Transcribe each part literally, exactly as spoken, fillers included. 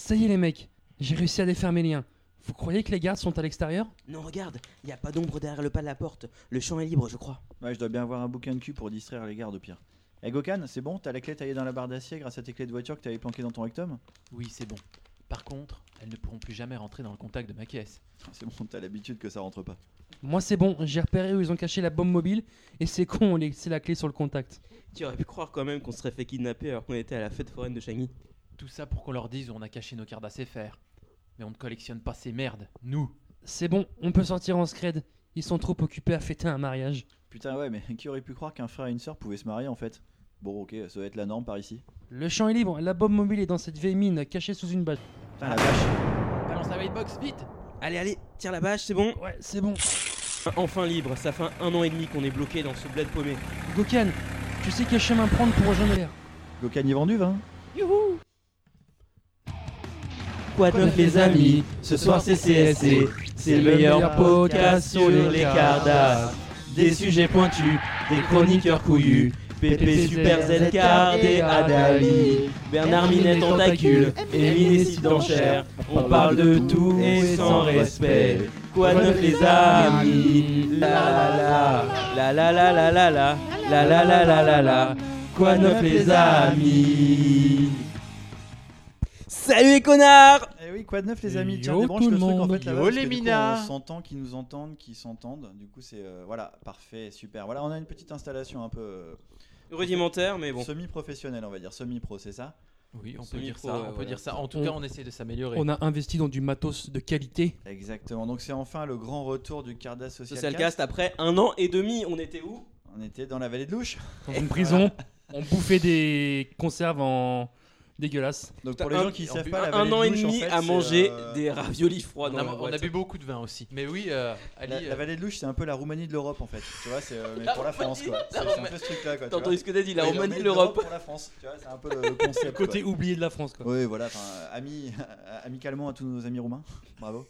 Ça y est les mecs, j'ai réussi à défaire mes liens. Vous croyez que les gardes sont à l'extérieur ? Non, regarde, il y a pas d'ombre derrière le pas de la porte. Le champ est libre, je crois. Ouais, je dois bien avoir un bouquin de cul pour distraire les gardes au pire. Eh Gokan, c'est bon, t'as la clé taillée dans la barre d'acier grâce à tes clés de voiture que t'avais planquées dans ton rectum ? Oui, c'est bon. Par contre, elles ne pourront plus jamais rentrer dans le contact de ma caisse. C'est bon, t'as l'habitude que ça rentre pas. Moi c'est bon, j'ai repéré où ils ont caché la bombe mobile et c'est con, on laissé la clé sur le contact. Tu aurais pu croire quand même qu'on se serait fait kidnapper alors qu'on était à la fête foraine de Shaggy. Tout ça pour qu'on leur dise où on a caché nos cartes à faire. Mais on ne collectionne pas ces merdes, nous. C'est bon, on peut sortir en scred. Ils sont trop occupés à fêter un mariage. Putain ouais, mais qui aurait pu croire qu'un frère et une sœur pouvaient se marier en fait ? Bon ok, ça doit être la norme par ici. Le champ est libre, la bombe mobile est dans cette vieille mine cachée sous une bâche. Putain la vache. Balance la whitebox, vite. Allez, allez, tire la bâche, c'est bon. Ouais, c'est bon. Enfin libre, ça fait un an et demi qu'on est bloqué dans ce bled paumé. Gokan, tu sais quel chemin prendre pour rejoindre l'air ? Gokan y vendu, vin ? Youhou! Quoi de neuf les amis, ce soir c'est C S C, c'est le meilleur podcast sur les cardas. Des sujets pointus, des chroniqueurs couillus, Pépé Super Z Card et Adali, Bernard Minet Tentacule, Émile Cite d'enchères. On parle de tout et sans respect. Quoi de neuf les amis, la la la la la la la la la la la la la la. Quoi de neuf les amis? Salut les connards! Eh oui, quoi de neuf les amis? Yo, Tiens, débranche tout le le truc en monde. fait là-bas. Yo, parce les que, du coup, minas. on s'entend, qui nous entendent, qui s'entendent. Du coup, c'est euh, voilà, parfait, super. Voilà, on a une petite installation un peu euh, Rudimentaire, mais bon. semi-professionnelle, on va dire, semi-pro, c'est ça? Oui, on Ce peut dire micro, ça. euh, On peut voilà. dire ça. En tout On- cas, on essaie de s'améliorer. On a investi dans du matos de qualité. Exactement. Donc c'est enfin le grand retour du Cardas Social, Socialcast après un an et demi, on était où? On était dans la vallée de Louche. Dans une prison, on bouffait des conserves en dégueulasses. Donc pour les Un- gens qui en savent bu- pas, la Un vallée an de et Louche, en demi fait, à c'est, manger euh, des raviolis froids On dans a, la on a boîte. bu beaucoup de vin aussi. Mais oui, euh, Ali. La, euh, la vallée de Louche, c'est un peu la Roumanie de l'Europe en fait. Tu vois, c'est euh, mais La pour la France quoi. Roumanie, C'est la c'est un peu ce truc-là quoi. tu T'as entendu vois. ce que t'as dit, la Oui, Roumanie de l'Europe. pour la France. Tu vois, c'est un peu le, le concept. Côté quoi. oublié de la France, quoi. Oui, voilà. enfin, Amis, amicalement à tous nos amis roumains. Bravo.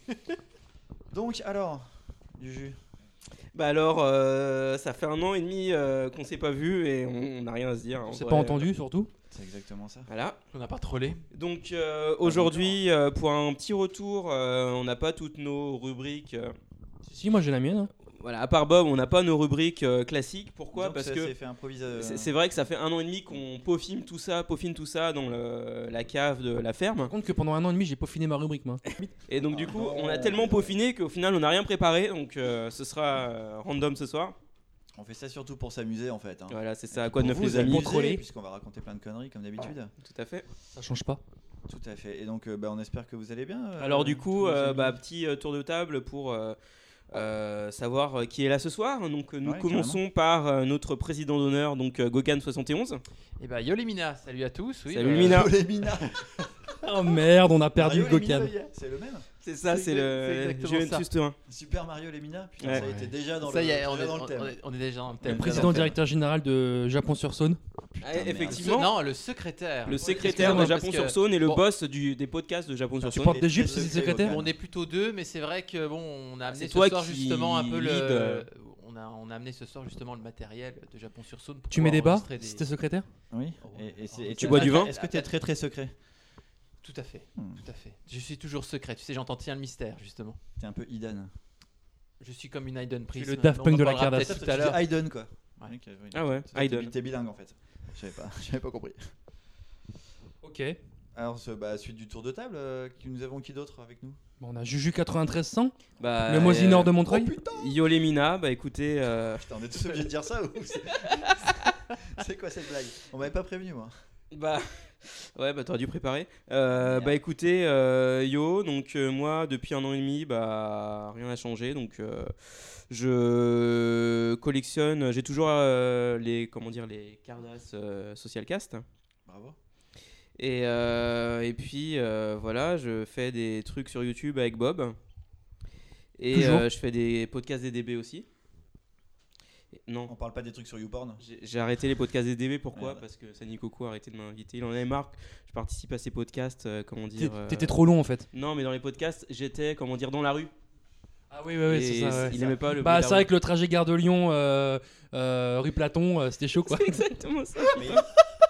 Donc alors, du jus. Bah alors, euh, ça fait un an et demi euh, qu'on s'est pas vu et on n'a rien à se dire. en On s'est vrai. pas entendu, surtout. C'est exactement ça. Voilà. On n'a pas trollé. Donc euh, aujourd'hui, euh, pour un petit retour, euh, on n'a pas toutes nos rubriques. euh, Si, moi j'ai la mienne. hein. Voilà, à part Bob, on n'a pas nos rubriques euh, classiques. Pourquoi? Disons Parce ça que s'est fait improviser. euh, c'est c'est vrai que ça fait un an et demi qu'on peaufine tout ça, peaufine tout ça dans le- la cave de la ferme. Par contre que pendant un an et demi, j'ai peaufiné ma rubrique, moi. Et donc du Ah coup, non. on a tellement peaufiné qu'au final, on n'a rien préparé. Donc euh, ce sera euh, random ce soir. On fait ça surtout pour s'amuser en fait. hein. Voilà, c'est Et ça. puis Quoi de pour neuf vous les amis? amuser, Contrôler. puisqu'on va raconter plein de conneries comme d'habitude. Tout à fait. Ça change pas. Tout à fait. Et donc, euh, bah, on espère que vous allez bien. euh, Alors du tous coup, nos euh, amis. bah, petit euh, tour de table pour euh, euh, savoir euh, qui est là ce soir. Donc euh, nous Ouais, commençons par euh, notre président d'honneur, donc euh, Gokan soixante et onze. Et bah, yo les minas, salut à tous. Oui, Salut, bah, Mina. Oh, les minas. Oh merde, on a perdu Mario, les Gokan. minas, c'est le même. C'est ça, C'est c'est exact- c'est le exactement Juventus un. Super Mario les minas. Putain, Ouais. ça a été déjà dans Ça le, y est, on déjà est, dans le on- thème. on est- on est déjà dans le Le thème. Le président directeur général de Japon-sur-Saône. Ah, merde. effectivement, Non, le secrétaire. le Ouais, secrétaire de excusez-moi, Japon parce sur que- Saône et le bon, boss du, des podcasts de Japon sur Tu Saône. portes Et des jupes, très c'est secret, secrétaire. On est plutôt deux, mais c'est vrai que bon, on a amené C'est ce toi soir qui justement un peu lead, le. euh. On a, on a amené ce soir justement le matériel de Japon sur Saône. pour Tu mets des pouvoir bas enregistrer des- si t'es secrétaire. Oui. Oh. Et, et c'est- et Tu t'es- bois du vin Est-ce que t'es très très secret? Tout à fait, Hmm. tout à fait. Je suis toujours secret. Tu sais, j'entends tiens le mystère justement. T'es un peu Eden. Je suis comme une Hayden Prism. le Daft On Punk en de la parlera Cardass. peut-être tout Tu à dis l'heure. Hayden quoi. Ouais. Ok, oui, Ah ouais, c'est vrai que Hayden. T'es bilingue en fait. J'avais pas, j'avais pas compris. Ok. Alors, ce- bah, suite du tour de table, euh, qui- nous avons qui d'autre avec nous? Bon, on a Juju quatre-vingt-treize cent, Bah, le Mosinor euh, de Montreuil. Yo les Mina, bah écoutez, euh, Putain, on est tous obligés de dire ça ou c'est... c'est quoi cette blague? On m'avait pas prévenu moi. bah ouais, bah t'aurais dû préparer. Euh, bah écoutez, euh, yo, donc euh, moi depuis un an et demi, bah rien n'a changé, donc euh, je collectionne, j'ai toujours euh, les comment dire les Cardass euh, Socialcast. Bravo. Et, euh, et puis euh, voilà, je fais des trucs sur YouTube avec Bob. Et Toujours. euh, je fais des podcasts D D B aussi. Et- non, On parle pas des trucs sur YouPorn. j'ai j'ai arrêté les podcasts D D B. Pourquoi? Merde. Parce que Sani Coco a arrêté de m'inviter. Il en avait marre. que Je participe à ces podcasts. euh, comment T'é- dire euh, T'étais trop long en fait. Non, mais dans les podcasts, j'étais comment dire dans la rue. Ah oui, oui, oui, Et c'est ça. ouais. il aimait pas le. Bah, bruit de c'est la vrai rue. que le trajet Gare de Lyon, euh, euh, rue Platon, euh, c'était chaud quoi. C'est exactement ça. Mais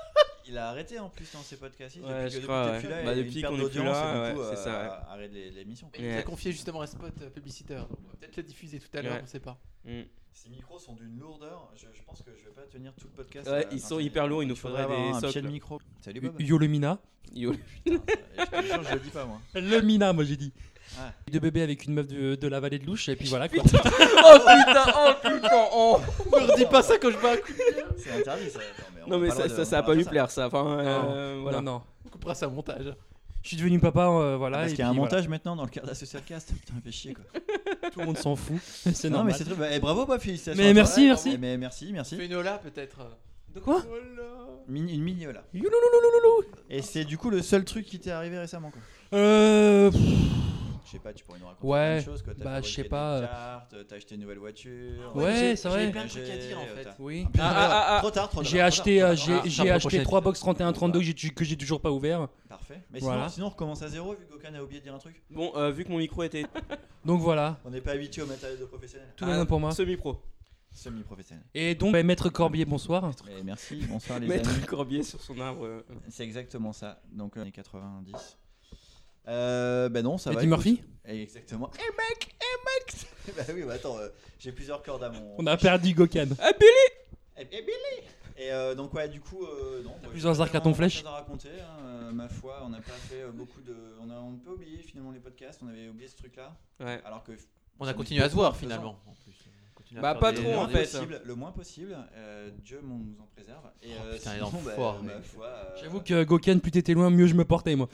Il a arrêté en plus dans ses podcasts. Ouais, depuis je que- crois, depuis ouais. là, Bah, il y a depuis une perte qu'on est plus d'audience là, et du coup, ouais, c'est euh, ça, ouais. arrête les- l'émission. Il nous a Ouais. confié justement un spot euh, publicitaire. Donc on va peut-être le diffuser tout à l'heure, Ouais. on sait pas. Mm. Ces micros sont d'une lourdeur. Je, je pense que je vais pas tenir tout le podcast. Ouais, euh, ils enfin, sont c'est- hyper lourds, il nous il faudrait avoir des un pied socles. de micro. Salut Bob. Yo le Mina. Yo. Putain, je te jure, je le dis pas moi. Le Mina, moi j'ai dit. Ah. Deux bébés avec une meuf de, de la vallée de Louche, et puis voilà quoi. Oh putain, oh putain, oh. Ne redis pas ça quand je bats un coup. C'est interdit ça. Attends, mais on Non a mais pas ça, le droit ça, de- ça a on pas va lui faire plaire ça. Enfin, euh, voilà. Non, non. On coupera ça au montage. Je suis devenu papa, euh, voilà. Parce et qu'il y a un puis, montage maintenant dans le cadre Social Cast. Putain, fait chier quoi. voilà. Tout le monde s'en fout. C'est Non, normal. mais c'est très. bah, eh, bravo, Bob, félicitations. Mais à toi. merci, Ouais, merci. eh, Mais merci, merci. Fais une ola peut-être. De quoi Mini- une mignola. Youlouloulouloulou. Et c'est du coup le seul truc qui t'est arrivé récemment quoi. Euh. pff, Je sais pas, tu pourrais nous raconter Ouais, plein de choses quoi. T'as bah, fabriqué je sais des pas, euh. cartes, t'as acheté une nouvelle voiture. Ouais, j'ai- c'est J'avais vrai. plein de trucs à dire en fait. T'as- Oui. Ah, Ah, ah, ah. Trop tard, trop tard. J'ai trop acheté, tard, euh, trop j'ai tard. Ah, j'ai ça, pour acheté prochaine. trois box trente et un trente-deux que j'ai que j'ai toujours pas ouvert. Parfait. Mais Voilà. sinon, sinon, on recommence à zéro vu que Gokan a oublié de dire un truc. Bon, euh, vu que mon micro était Donc voilà, On n'est pas habitué au matériel de professionnel. tout va bien pour moi. semi-pro. Semi-professionnel. Et donc, bah, Maître Corbier, bonsoir. Et merci, bonsoir les Mettre amis. le corbier sur son arbre. euh. C'est exactement ça. Donc, euh, années quatre-vingt-dix. Euh, ben non, ça va. Eddie Murphy. Exactement. Eh mec, eh mec. Bah oui, bah attends, euh, j'ai plusieurs cordes à mon. On a perdu Gokan. Ah Billy. Eh, eh, Billy. Et euh, donc ouais, du coup, euh, non. moi, plusieurs j'ai pas arcs à ton tellement flèche. grand-chose à raconter. Hein, euh, ma foi, on n'a pas fait euh, beaucoup de. On a un peu oublié finalement les podcasts. On avait oublié ce truc-là. Ouais. Alors que. On ça a nous continué à se beaucoup voir en faisant. finalement. En plus. On continue à Bah, faire pas des- trop, le en moins fait. possible, le moins possible. Euh, Dieu m'en nous en préserve. Et Oh, euh, putain, les sinon, bah, enfoirés. ma foi. euh, J'avoue que Gokan, plus t'étais loin, mieux je me portais, moi.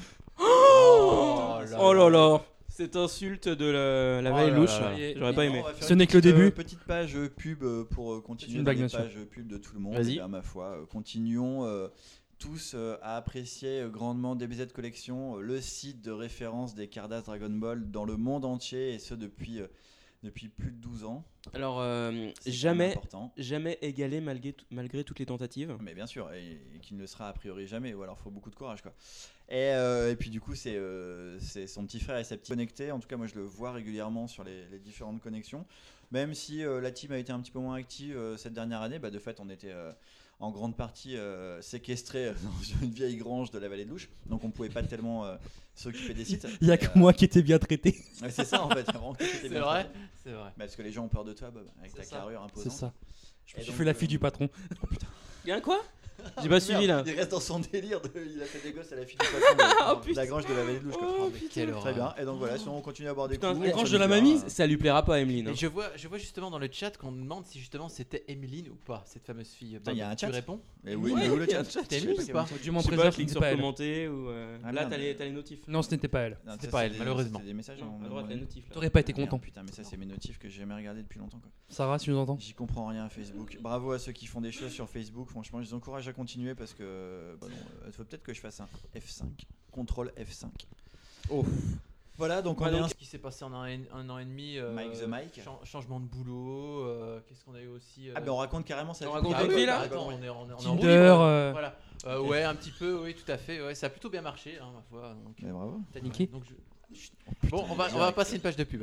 Oh là Oh là là. Cette insulte de la, la Oh vallée là louche, là là. j'aurais pas Et non, aimé. on va faire Ce une n'est que le petite, début. euh, Petite page euh, pub euh, pour euh, continuer une dans blague, les bien sûr. pages pub de tout le monde. Vas-y. Et bien, ma foi, euh, continuons euh, tous euh, à apprécier euh, grandement D B Z Collection, euh, le site de référence des Cardass Dragon Ball dans le monde entier, et ce depuis, euh, depuis plus de douze ans. Alors, euh, C'est quand même jamais, important. jamais égalé malgré, t- malgré toutes les tentatives. Mais bien sûr, et, et qui ne le sera a priori jamais, ou alors il faut beaucoup de courage quoi. Et, euh, et puis du coup, c'est euh, c'est son petit frère et sa petite connectés. En tout cas, moi je le vois régulièrement sur les, les différentes connexions. Même si euh, la team a été un petit peu moins active euh, cette dernière année, bah, de fait, on était euh, en grande partie euh, séquestrés dans une vieille grange de la vallée de Louche, donc on pouvait pas tellement euh, s'occuper des sites. Il y a Et, que euh, moi qui étais bien traité. ouais, c'est ça en fait. Vraiment, tout était C'est bien vrai, traité. c'est vrai. Bah, parce que les gens ont peur de toi, Bob, avec C'est ta ça. carrure imposante. C'est ça. Et Je donc, fais la euh, fille du patron. Bien quoi J'ai pas suivi là. Il reste dans son délire, de, il a fait des gosses à la fille du patron de, Oh, de putain. la grange de la vallée de Louche. quoi. Oh, Très putain. Quelle bien. horreur. Et donc voilà, sinon on continue à boire des Putain, coups. la on grange se de la dit bien, mamie, euh, Ça lui plaira pas, Emeline. hein. Et je vois, je vois justement dans le chat qu'on demande si justement c'était Emeline ou pas, cette fameuse fille. Putain, il y a un Tu chat. réponds Mais oui, Ouais, mais où le il y a chat un chat. C'était Je sais Emeline pas ou quel pas message. Dieu m'en Je sais pas, préserve, clique c'était sur pas elle. commenter ou. euh, Ah, là, merde. t'as les, t'as les notifs. Non, ce n'était pas elle. Non, C'était ça, pas c'est elle, des- malheureusement. c'est des messages. Non, on- à droite, on- t'as les notifs. là. T'aurais pas été Merde, content. Putain, mais ça, c'est mes notifs que j'ai jamais regardé depuis longtemps. Quoi. Sarah, si tu nous entends. J'y comprends rien à Facebook. Bravo à ceux qui font des choses sur Facebook. Franchement, je les encourage à continuer parce que. Bah non, il faut peut-être que je fasse un F cinq. Contrôle F cinq. Oh. Voilà, donc on Ouais, est donc, un- ce qui s'est passé en un, un an et demi. euh, Mike the Mike. chan- changement de boulot. euh, Qu'est-ce qu'on a eu aussi euh, Ah, ben on raconte carrément ça. On raconte ah notre oui, vie, là bah, attends, on est, on est- on est en roue Tinder, libre. euh, Voilà. Euh, Ok. Ouais, un petit peu, oui, tout à fait. Ouais, ça a plutôt bien marché, hein, ma foi. Donc, Mais bravo. t'as niqué. donc je- Chut. Bon, on va, on va passer une page de pub.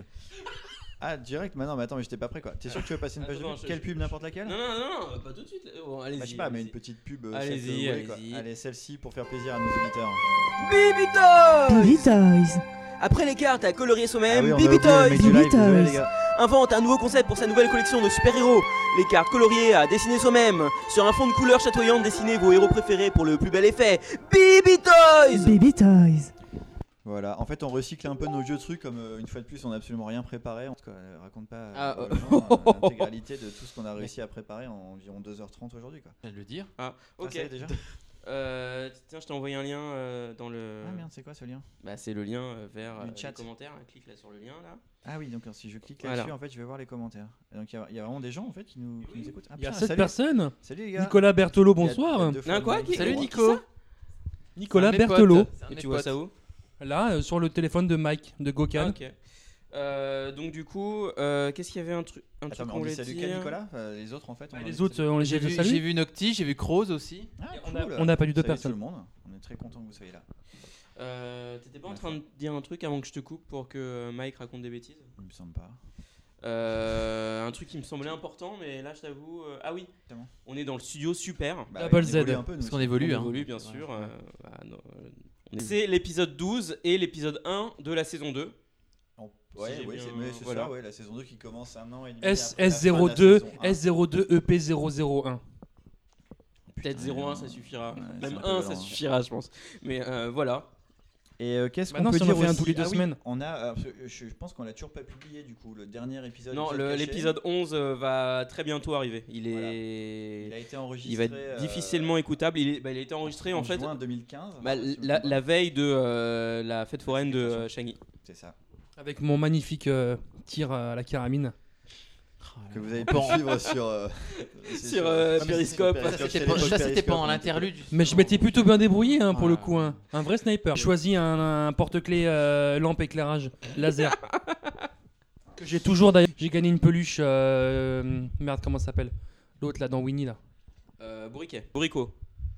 Ah, direct, mais non, mais attends, mais j'étais pas prêt quoi. T'es sûr que tu veux passer une page de Attends, pub je- Quelle je- pub, n'importe laquelle Non, non, non, non, pas tout de suite. Bon, allez-y. Bah, je sais pas, mais allez-y. une petite pub. euh, Allez-y, celle que vous voulez, quoi. allez-y. Allez, celle-ci pour faire plaisir à nos auditeurs. Baby Toys Baby Toys. Après les cartes à colorier soi-même, Ah oui, on a Baby oublié le Toys mec du live, Baby désolé, Toys. les gars. invente un nouveau concept pour sa nouvelle collection de super-héros. Les cartes coloriées à dessiner soi-même. Sur un fond de couleur chatoyante, dessinez vos héros préférés pour le plus bel effet. Baby Toys Baby Toys. Voilà, en fait on recycle un peu nos vieux trucs comme euh, une fois de plus on n'a absolument rien préparé. En tout cas, euh, raconte pas euh, Ah, aux euh. gens, euh, l'intégralité de tout ce qu'on a réussi à préparer en environ deux heures trente aujourd'hui quoi. Je viens de le dire. Ah, Ah, ok. ça y est, déjà Euh, tiens, je t'ai envoyé un lien euh, dans le. Ah merde, c'est quoi ce lien Bah, c'est le lien euh, vers Du euh, chat. les commentaires. Clique là sur le lien là. Ah oui, donc si je clique Voilà. là-dessus en fait je vais voir les commentaires. Et donc il y a- il y, a vraiment des gens en fait qui nous, qui nous écoutent. Ah, Il y a putain, sept salut. personnes. Salut les gars. Nicolas Berthelot, Il y a- il y bonsoir. a deux fois Non, le quoi même. qui- Salut qui Nico. ça Nicolas C'est un de mes Berthelot. potes, c'est un de Et mes tu vois potes. ça où Là, euh, sur le téléphone de Mike, de Ah, Gokan. ok. Euh, donc du coup, euh, qu'est-ce qu'il y avait un truc, un Attends, truc mais qu'on on dit voulait salut dire qu'à Nicolas Euh, Les autres en fait. on Ouais, en les dit autres, salut. euh, on les J'ai a vu, fait j'ai salut. vu Nocti, j'ai vu Croze aussi. Ah, on a- cool. on n'a pas lu deux Salut personnes. tout le monde. On est très content que vous soyez là. Euh, T'étais pas en train de dire un truc avant que je te coupe pour que euh, Mike raconte des bêtises Il me semble pas. Euh, un truc qui me semblait important, mais là je t'avoue. euh, Ah oui, Comment on est dans le studio Super. Bah, Double on Z. évolue un peu, nous Parce qu'on aussi. évolue. On hein. évolue bien sûr. Ouais. euh, bah, non, euh, on est- C'est l'épisode douze et l'épisode un de la saison deux. On- Si Ouais, j'ai ouais, bien- c'est mais c'est voilà. ça, ouais, la saison deux qui commence un an et demi. S, après la fin S de la zéro deux, saison un. S zéro deux E P zéro zéro un. Peut-être Putain, zéro un ouais, ça suffira. ouais, Même c'est un peu un violent, ça hein. suffira, je pense. Mais euh, voilà. Et euh, qu'est-ce qu'on Maintenant, peut si on en dire fait un aussi tous les deux Ah oui, semaines. On a, alors, je, je pense qu'on l'a toujours pas publié du coup, le dernier épisode. Non, épisode le- caché. l'épisode onze euh, va très bientôt arriver. Il Voilà. est. Il a été enregistré. Il va être euh, difficilement écoutable. Il, est- bah, il a été enregistré en, en fait juin deux mille quinze. bah, si je me la, trompe la pas. veille de euh, la fête foraine de Classification. euh, Changi. C'est ça. Avec mon magnifique euh, tir à la caramine. Que vous avez pu suivre sur. euh, c'est Sur, euh, Ah, mais Periscope. c'est- Ça, c'est- c'était c'est pas- l'époque ça, c'était Periscope, pendant hein. l'interlude. Mais je m'étais plutôt bien débrouillé hein, pour le Ah. coup. hein. Un vrai sniper. J'ai choisi un, un porte-clés euh, lampe éclairage laser. Que j'ai toujours d'ailleurs. J'ai gagné une peluche. euh, Merde, comment ça s'appelle L'autre là dans Winnie là. Euh, Bourriquet. Bourrico.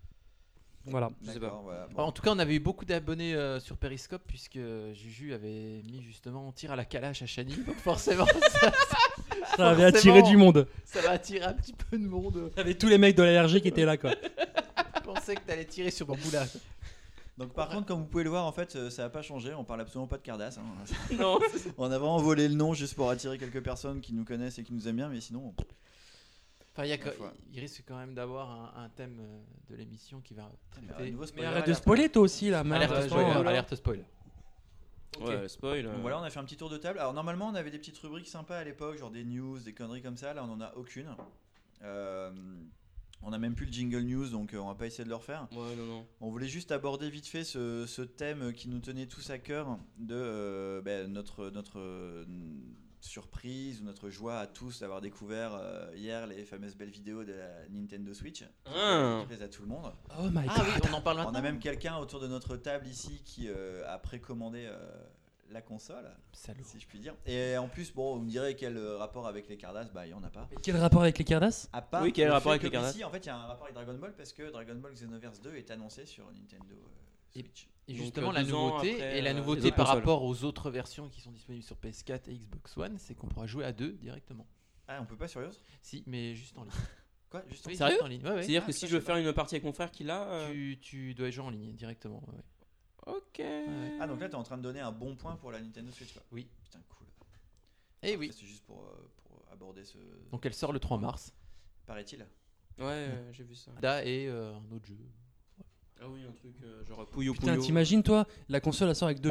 Voilà. Je sais D'accord, pas. voilà. Bon. En tout cas, on avait eu beaucoup d'abonnés euh, sur Periscope puisque Juju avait mis justement tir à la calache à Chani. Donc forcément, ça, Ça avait attiré Forcément. du monde. ça va attirer un petit peu de monde. Il y avait tous les mecs de l'A R G qui étaient là quoi. Je pensais que t'allais tirer sur mon boulard. Donc par contre, comme vous pouvez le voir, en fait, euh, ça n'a pas changé. On parle absolument pas de Cardass. hein. Non. On a vraiment volé le nom juste pour attirer quelques personnes qui nous connaissent et qui nous aiment bien, mais sinon. Enfin, il, y a, Ma foi. il risque quand même d'avoir un, un thème euh, de l'émission qui va un traiter. nouveau Mais spoiler arrête de alert. spoiler toi aussi là. merde. Alerte Ouais, spoil. ouais, ouais. Alerte spoil. Ouais, spoil. euh. Donc voilà, on a fait un petit tour de table. Alors normalement, on avait des petites rubriques sympas à l'époque, genre des news, des conneries comme ça. Là, on en a aucune. Euh, on a même plus le jingle news, donc euh, on va pas essayer de le refaire. Ouais, non, non. On voulait juste aborder vite fait ce, ce thème qui nous tenait tous à cœur de euh, ben, notre, notre euh, surprise ou notre joie à tous d'avoir découvert euh, hier les fameuses belles vidéos de la Nintendo Switch qui, Ah. qui plaisent à tout le monde. Oh my Ah god. oui, on en parle On maintenant. a même quelqu'un autour de notre table ici qui euh, a précommandé euh, la console, Salaud. si je puis dire. Et en plus, bon, vous me direz quel euh, rapport avec les Cardass, bah il y en a pas. Mais quel rapport avec les Cardass À part Oui, quel le rapport fait avec les que Cardass ici, en fait, il y a un rapport avec Dragon Ball parce que Dragon Ball Xenoverse deux est annoncé sur Nintendo euh, Switch. Et Donc, justement, euh, la deux ans nouveauté, après, et la euh, les nouveauté autres par consoles. rapport aux autres versions qui sont disponibles sur P S quatre et Xbox One, c'est qu'on pourra jouer à deux directement. Ah, on peut pas sur iOS Si, mais juste en ligne. Quoi Juste en- Oui, Sérieux juste en ligne. Ouais, ouais. C'est-à-dire Ah, que ça, si je je veux sais faire une partie avec mon frère qui l'a. euh, Tu, tu dois jouer en ligne directement. ouais, ouais. Ok. Ah, donc là, t'es en train de donner un bon point pour la Nintendo Switch, quoi. Oui. Putain, cool. Eh oui. C'est juste pour, euh, pour aborder ce. Donc elle sort le trois mars. Paraît-il. Ouais, euh, j'ai vu ça. Da et euh, un autre jeu. Ah oui, un truc euh, genre Puyo Putain, Puyo. t'imagines toi La console elle sort avec deux.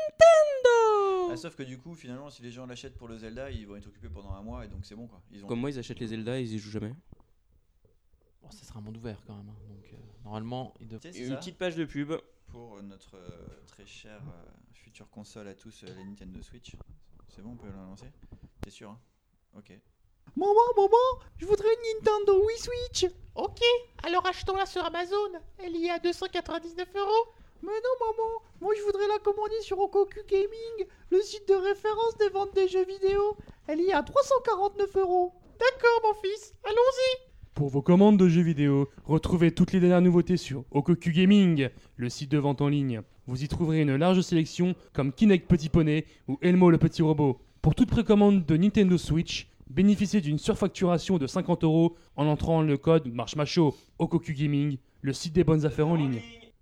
Ah, sauf que du coup, finalement, si les gens l'achètent pour le Zelda, ils vont être occupés pendant un mois et donc c'est bon, quoi. Ils ont. Comme moi, ils achètent les Zelda, ils y jouent jamais. Bon, ça sera un monde ouvert quand même. hein. Donc euh, normalement, il devrait. Tu sais, c'est Une ça petite page de pub. Pour euh, notre euh, très chère euh, future console à tous, euh, la Nintendo Switch. C'est bon, on peut l'annoncer T'es sûr hein Ok. Maman, maman, je voudrais une Nintendo Wii Switch. Ok, alors achetons-la sur Amazon. Elle y est à deux cent quatre-vingt-dix-neuf euros. Mais non, maman, moi je voudrais la commander sur Okoku Gaming, le site de référence des ventes des jeux vidéo. Elle y est à trois cent quarante-neuf euros. D'accord, mon fils, allons-y. Pour vos commandes de jeux vidéo, retrouvez toutes les dernières nouveautés sur Okoku Gaming, le site de vente en ligne. Vous y trouverez une large sélection comme Kinect Petit Poney ou Elmo le Petit Robot. Pour toute précommande de Nintendo Switch, bénéficiez d'une surfacturation de cinquante euros en entrant le code MARCHMACHO. Okoku Gaming, le site des bonnes affaires en ligne.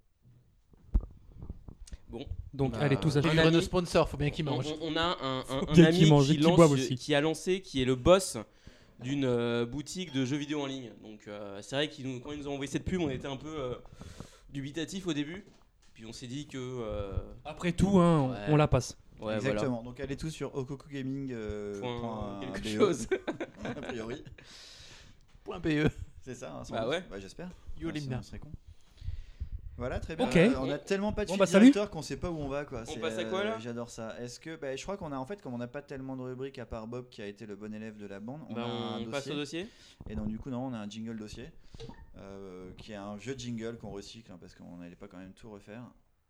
Bon. Donc Bah, allez tous Et acheter. lui, ami- Renault sponsor, faut bien qu'il On, mange. on- on a un, un, Faut un bien ami qu'il mange et qui, qu'il lance- boive aussi. qui a lancé, qui est le boss d'une euh, boutique de jeux vidéo en ligne. Donc euh, c'est vrai qu'ils nous, quand ils nous ont envoyé cette pub, on était un peu euh, dubitatif au début. Puis on s'est dit que euh, Après tout, hein, on- Ouais. on la passe. ouais, Exactement. Donc allez tous sur Okoku Gaming. Euh, Point point quelque B E, chose. a priori. Point B E. C'est ça, hein, sans Bah doute. ouais. Bah, j'espère. Yo Ah, sinon, Limna. on serait con. Voilà, très bien. Ok. Euh, on a tellement pas de Bon, fil bah, salut. directeur qu'on sait pas où on va, quoi. On C'est, passe à quoi, là J'adore ça. Est-ce que, bah, je crois qu'on a en fait, comme on n'a pas tellement de rubriques à part Bob qui a été le bon élève de la bande, on Bah, a un on dossier. passe au dossier. Et donc du coup, non, on a un jingle dossier euh, qui est un vieux jingle qu'on recycle hein, parce qu'on n'allait pas quand même tout refaire.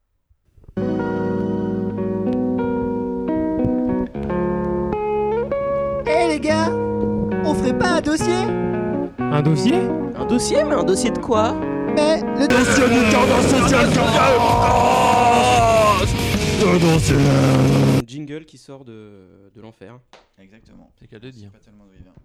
Eh les gars, on ferait pas un dossier? Un dossier Un dossier, mais un dossier de quoi? Mais le dossier du tendance sociale. Un jingle qui sort de, de l'enfer. Exactement. C'est qu'à le Je sais dire. pas tellement d'où il vient.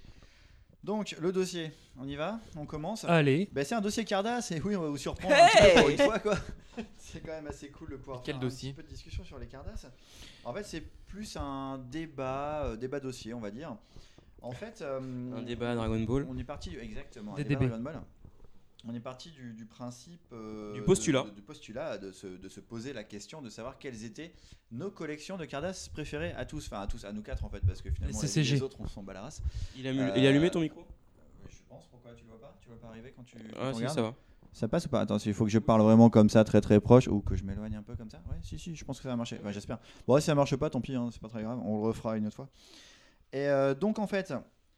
Donc, le dossier, on y va, on commence. Allez. Bah, c'est un dossier Cardass et oui, on va vous surprendre Hey un petit peu pour une fois quoi. C'est quand même assez cool de pouvoir Quel faire dossier un petit peu de discussion sur les Cardass. En fait, c'est plus un débat, euh, débat dossier, on va dire. En fait, euh, Un débat à Dragon Ball. On est parti du- exactement. un D D débat B. Dragon Ball. On est parti du, du principe euh, Du postulat. de, de- du postulat de se, de se poser la question de savoir quelles étaient nos collections de Cardass préférées à tous, enfin à tous, à nous quatre en fait, parce que finalement C les, C G. les autres on s'en bat la race. Il a, mu- Euh, il a allumé ton micro? Euh, Je pense, pourquoi tu le vois pas Tu le vois pas arriver quand tu, quand Ah on si, regarde ça va. Ça passe ou pas? Attends, il faut que je parle vraiment comme ça, très très proche, ou que je m'éloigne un peu comme ça. Ouais, si, si, je pense que ça va marcher. Ouais, j'espère. Bon, si ça marche pas, tant pis, hein, c'est pas très grave, on le refera une autre fois. Et euh, donc, en fait,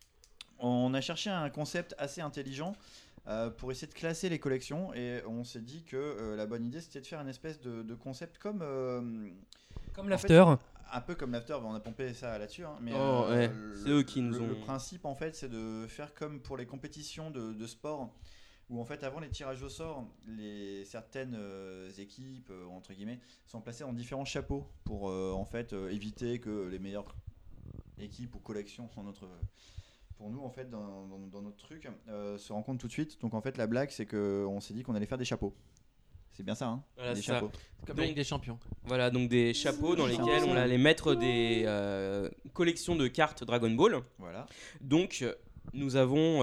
on a cherché un concept assez intelligent euh, pour essayer de classer les collections, et on s'est dit que euh, la bonne idée c'était de faire une espèce de, de concept comme. euh, Comme en l'after. un peu comme l'after, on a pompé ça là-dessus. Hein, mais Oh, ouais, le- c'est eux qui nous le- ont- Le principe, en fait, c'est de faire comme pour les compétitions de, de sport, où en fait, avant les tirages au sort, les, certaines euh, équipes, euh, entre guillemets, sont placées dans différents chapeaux pour euh, en fait euh, éviter que les meilleures équipes ou collections dans notre. Pour nous, en fait, dans, dans- dans notre truc, euh, se rencontrent tout de suite. Donc, en fait, la blague, c'est qu'on s'est dit qu'on allait faire des chapeaux. C'est bien ça, hein Voilà, Des c'est ça. chapeaux. Comme Donc- la Ligue des Champions. Voilà, donc des chapeaux dans C'est lesquels ça. on allait mettre des euh, collections de cartes Dragon Ball. Voilà. Donc, euh, nous avons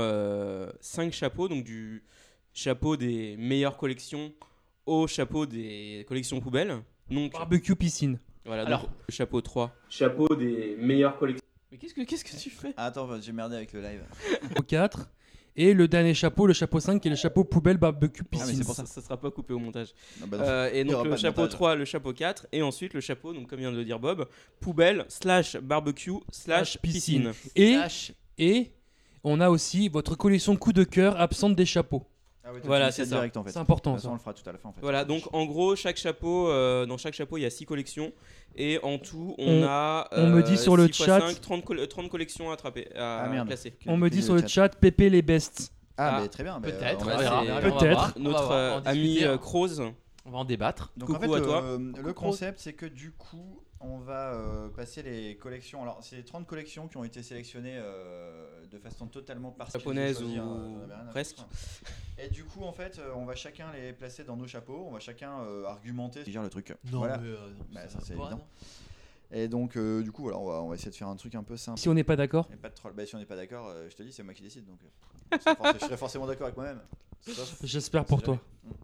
cinq chapeaux, donc du chapeau des meilleures collections au chapeau des collections poubelles. Donc, Barbecue piscine. voilà, Alors- donc le chapeau trois. Chapeau des meilleures collections. Mais qu'est-ce que, qu'est-ce que tu fais? Ah, attends, j'ai merdé avec le live. Au quatre. Et le dernier chapeau, le chapeau cinq, qui est le chapeau poubelle barbecue Ah, mais piscine. c'est pour ça, ça sera pas coupé au montage. Non, bah non. Euh, et Il y aura donc le pas de chapeau montage. trois, le chapeau quatre, et ensuite le chapeau, donc comme vient de le dire Bob, poubelle, slash barbecue, slash Slash piscine. piscine. Et, Slash. et on a aussi votre collection coup de cœur absente des chapeaux. Ah ouais, toi, Voilà, tu dis c'est ça. direct en fait. C'est important, De toute façon, ça. on le fera tout à la fin en fait. Voilà, donc en gros, chaque chapeau, euh, dans chaque chapeau, il y a six collections. Et en tout, on, On- a. on me dit sur le six fois chat- cinq, trente, col- trente collections à attraper, à Ah, merde. classer. On me dit sur le chat Pépé les bestes. Ah, Ah, mais très bien. mais, Peut-être, euh, on va- verra. c'est- on va peut-être. voir, on va Notre voir, on va euh, en ami discuter, euh, hein. Croze. On va en débattre. Donc Coucou en fait, à toi. euh, le concept, c'est que du coup, on va euh, passer les collections. Alors, c'est trente collections qui ont été sélectionnées euh, de façon totalement partielle. Japonaise je vais choisir, ou euh, j'en avais rien à presque. foutre. Et du coup, en fait, euh, on va chacun les placer dans nos chapeaux. On va chacun euh, argumenter. Gère le truc. voilà. mais, euh, non, Bah, ça ça, va c'est pas, évident. non. Et donc, euh, du coup, voilà, on va, on va essayer de faire un truc un peu simple. Si on n'est pas d'accord. Et pas de troll. Bah, si on n'est pas d'accord, euh, je te dis, c'est moi qui décide. Donc, euh, je, serais forc- je serais forcément d'accord avec moi-même. Sauf- J'espère pour c'est toi. jamais.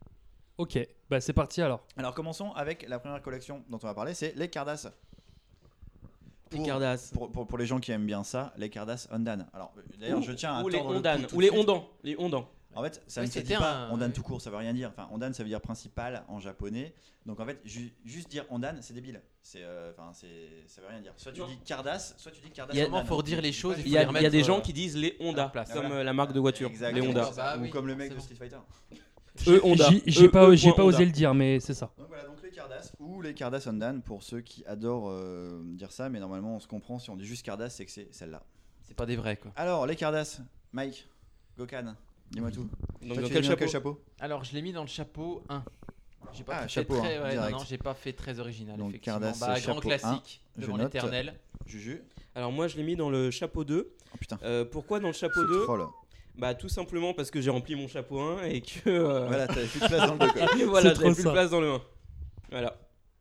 Ok, bah c'est parti alors. Alors, commençons avec la première collection dont on va parler, c'est les Cardass. Les Pour- Cardass. Pour, pour, pour les gens qui aiment bien ça, les Cardass Ondan. Alors, euh, d'ailleurs, je tiens à Ou les tordre le Ondan. cou tout Ou de les suite. Ondans. Les Ondans. En fait, ça Ouais, ne se dit c'était pas un- Ondan ouais. tout court, ça veut rien dire. Enfin, Ondan, ça veut dire principal en japonais. Donc, en fait, ju- juste dire Ondan, c'est débile. C'est, euh, enfin, c'est, ça veut rien dire. Soit tu Non. dis Cardass, soit tu dis Cardass Il y a- Ondan. Vraiment, faut redire les Tu dis choses, pas il Il juste y a, les il y a remettre, des gens euh, qui disent les à Honda, la place. comme Voilà. euh, la marque de voiture. Exactement. Les Honda. Bah Ou oui, comme le mec de forcément. Street Fighter. Eux Honda. J'ai j'ai Eux, pas, eux, j'ai point pas osé Honda. le dire, mais c'est ça. Donc voilà, donc les Cardass ou les Cardass Ondan pour ceux qui adorent euh, dire ça, mais normalement on se comprend si on dit juste Cardass, c'est que c'est celle-là. C'est pas des vrais quoi. Alors les Cardass, Mike, Gokan, dis-moi tout. Donc Toi, dans tu quel l'as mis chapeau, chapeau Alors je l'ai mis dans le chapeau un. J'ai pas Ah, fait chapeau très, un, ouais, non, direct. non, j'ai pas fait très original. Donc, effectivement. Cardass, Bah, chapeau grand classique un, je devant note. l'éternel. Juju. Alors moi je l'ai mis dans le chapeau deux. Oh putain. Euh, pourquoi dans le chapeau C'est deux? troll. Bah tout simplement parce que j'ai rempli mon chapeau un et que... euh, Voilà, t'avais plus de place dans le deux. quoi. et voilà, C'est j'avais trop plus ça. de place dans le un. Voilà.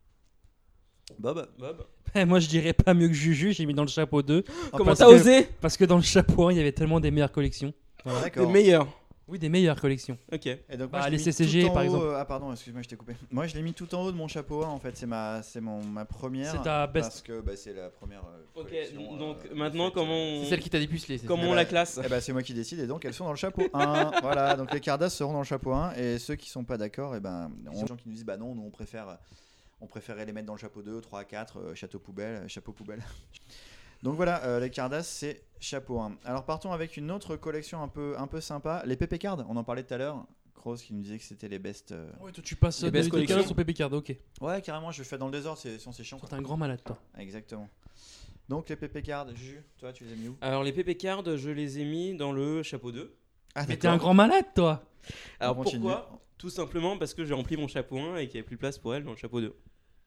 Bob. Bob. Moi je dirais pas mieux que Juju, j'ai mis dans le chapeau deux. Comment parce t'as que- osé? Parce que dans le chapeau un, il y avait tellement des meilleures collections. Les D'accord. meilleurs. Oui, des meilleures collections. Ok. Et donc, Bah, moi, je les l'ai mis C C G, tout en par haut, exemple. euh, Ah pardon, excuse-moi, je t'ai coupé. Moi je l'ai mis tout en haut de mon chapeau un, en fait, c'est ma, c'est mon ma première. C'est ta best. Parce que bah, c'est la première. euh, Ok, collection, donc euh, maintenant en fait, comment euh, on... C'est celle qui t'a dépucelé. c'est Comment ça on Eh la bah, classe? Eh ben, c'est moi qui décide et donc elles sont dans le chapeau un. Voilà, donc les Cardass seront dans le chapeau un et ceux qui sont pas d'accord, et ben, on... les gens qui nous disent bah non, nous on préfère, on préférait les mettre dans le chapeau deux, trois, quatre, euh, château poubelle, euh, chapeau poubelle. Donc voilà, euh, les Cardass c'est chapeau un. Alors partons avec une autre collection un peu, un peu sympa, les P P Cards, on en parlait tout à l'heure. Cross qui nous disait que c'était les best. euh, Ouais, toi tu passes Les de best de collections. Cardass au Pépé Card, ok. Ouais, carrément, je fais dans le désordre, c'est, sinon c'est chiant. Toi, quoi. T'es un grand malade, toi. Exactement. Donc les P P Cards, Juju, toi tu les as mis où? Alors les P P Cards, je les ai mis dans le chapeau deux. Ah, Mais t'es un grand malade, toi. Alors On continue. pourquoi? Tout simplement parce que j'ai rempli mon chapeau un et qu'il n'y avait plus de place pour elle dans le chapeau deux.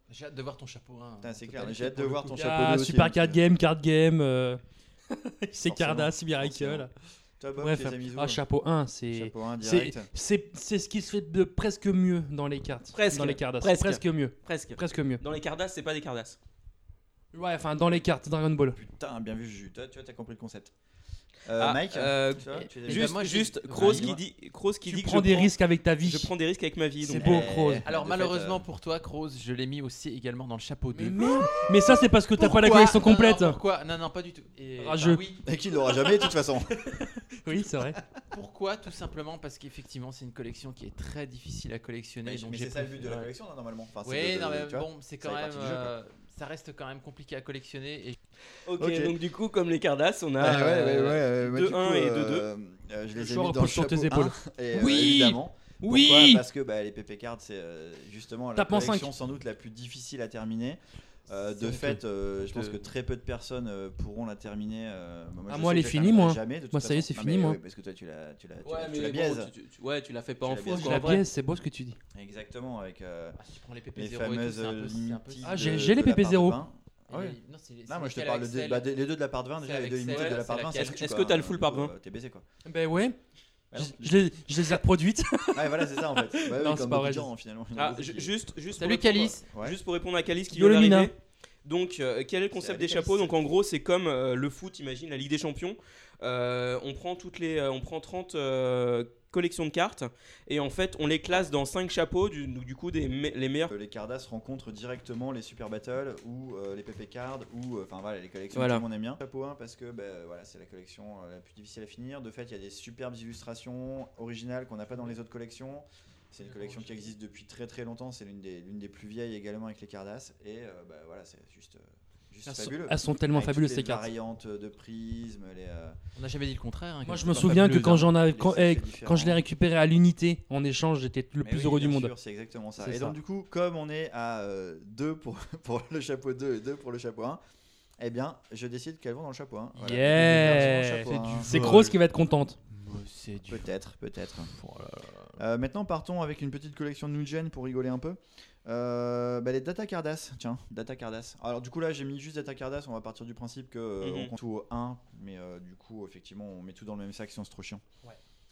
J'ai hâte de voir ton chapeau. Hein, Putain, c'est en clair, totalité, j'ai hâte de pour le voir coup. ton Il y chapeau a deux aussi, Super hein, Card parce que- Game, Card Game, euh... c'est Forcément, Cardass, Miracle. forcément. Toi, Bob, Bref, tu les as mis où, ah, hein chapeau un, c'est. Chapeau un C'est, direct. c'est, c'est ce qui se fait de presque mieux dans les cartes. Presque, Dans les Cardass. presque. Presque mieux. Presque. Presque mieux. Dans les Cardass, c'est pas des Cardass. Ouais, enfin, dans les cartes Dragon Ball. Putain, bien vu, Juju. Toi, tu vois, t'as compris le concept. Euh, Ah, Mike, euh, tu vois, tu les as Et- mis Juste, ben moi, j'ai- juste Ouais, Kroos dis-moi. qui dit, Kroos qui Tu dit que prends je des prends- risques avec ta vie. Je prends des risques avec ma vie. C'est donc, beau, euh, Kroos. Alors de malheureusement fait, euh, pour toi, Kroos, je l'ai mis aussi également dans le chapeau deux. Mais merde. Mais ça, c'est parce que t'as pas la Pourquoi collection Non, non, complète. pourquoi Non, non, pas du tout. Et, Rageux. bah oui. Et qui l'aura jamais de toute façon. Oui, c'est vrai. Pourquoi Tout simplement parce qu'effectivement, c'est une collection qui est très difficile à collectionner. Mais, donc mais j'ai c'est ça le but de la préféré- collection, non, normalement. Enfin, c'est Oui, de- non, de- mais tu vois, bon, c'est ça quand fait même. partie du jeu, quoi. euh, ça reste quand même compliqué à collectionner. Et Ok, Ok. donc du coup, comme les Cardass, on a Ah, ouais, ouais, ouais, euh, ouais, moi, deux du un coup, et euh, deux deux. euh, je Le les ai choix mis dans le repose sur tes chapeau épaules. un, et, euh, Oui. évidemment. Oui. Pourquoi Parce que bah, les P P cards, c'est euh, justement la Tape en collection cinq. sans doute la plus difficile à terminer. Euh, C'est de honteux. fait, euh, je pense De- que très peu de personnes euh, pourront la terminer. euh, bah, Ah, je moi, sais elle que est je la finie, terminerai moi. jamais, de toute Moi, ça y est, façon. c'est Non, fini, mais, moi. oui, parce que toi, tu la, tu la, tu Ouais, la, tu mais la bon, biaises. tu- tu- ouais, tu l'as fait pas Tu en la faux. biaises. Je quoi, la en vrai. biaise, c'est beau ce que tu dis. Exactement, avec euh, ah, si tu prends les P P les zéro et tout, fameuses c'est un peu- euh, c'est un peu- limited. Ah, j'ai- de- j'ai les de la P P part de zéro. vingt. Et Ouais. les- non, c'est- c'est Non, moi je te lesquels parle avec de, celle- bah, des- les deux de la part de vingt, C'est déjà les avec deux celle- limited de la c'est part de vingt. laquelle ça se tue, Est-ce quoi, que t'as le hein, full du par coup, vingt euh, T'es baisé quoi. Ben ouais. Bah Je, non. je les, je les ai reproduites. Ouais, voilà, c'est ça en fait. Bah oui, Non, comme c'est pas beaucoup vrai, de je- gens, finalement. Il y en a Ah, beaucoup ju- qui- juste, juste Salut pour répondre- Calice. Ouais. Juste pour répondre à Calice qui Yo, vient le Mina. d'arriver. Donc, euh, quel est le concept C'est des avec chapeaux? Calice. Donc, en gros, c'est comme euh, le foot, imagine la Ligue des Champions. Euh, on prend toutes les, euh, on prend trente euh, collections de cartes et en fait, on les classe dans cinq chapeaux. Du, du coup, des me- les meilleurs. Euh, Les Cardass rencontrent directement les Super Battle ou euh, les P P Cards ou euh, enfin voilà les collections Voilà. que tout le monde aime bien. Chapeau un parce que bah, voilà, c'est la collection euh, la plus difficile à finir. De fait, il y a des superbes illustrations originales qu'on n'a pas dans les autres collections. C'est une collection qui existe depuis très très longtemps. C'est l'une des, l'une des plus vieilles également avec les Cardass et euh, bah, voilà, c'est juste, euh, juste Elles sont, fabuleux. elles sont tellement Avec fabuleuses toutes ces les cartes. variantes de prismes, les, euh, On n'a jamais dit le contraire. hein, Moi, qu'elles je me sont pas souviens que fabuleuses, quand hein. j'en avais, les quand, effets eh, différents. quand je l'ai récupéré à l'unité en échange, j'étais le Mais plus oui, heureux du bien monde. sûr, c'est exactement ça. C'est Et ça. donc du coup, comme on est à deux pour, pour le chapeau deux et deux pour le chapeau un, eh bien, je décide qu'elles vont dans le chapeau un. Voilà. Yeah. Les deux versions chapeau C'est un. du C'est vol. Kroos qui va être contente. Ouais, c'est du- Peut-être, peut-être. Euh, maintenant, partons avec une petite collection de New Gen pour rigoler un peu. Euh, bah, les Data Cardass, tiens, Data Cardass. Alors du coup là j'ai mis juste Data Cardass, on va partir du principe que euh, Mhm. on compte tout au un, mais euh, du coup effectivement on met tout dans le même sac sinon c'est trop chiant. Ouais.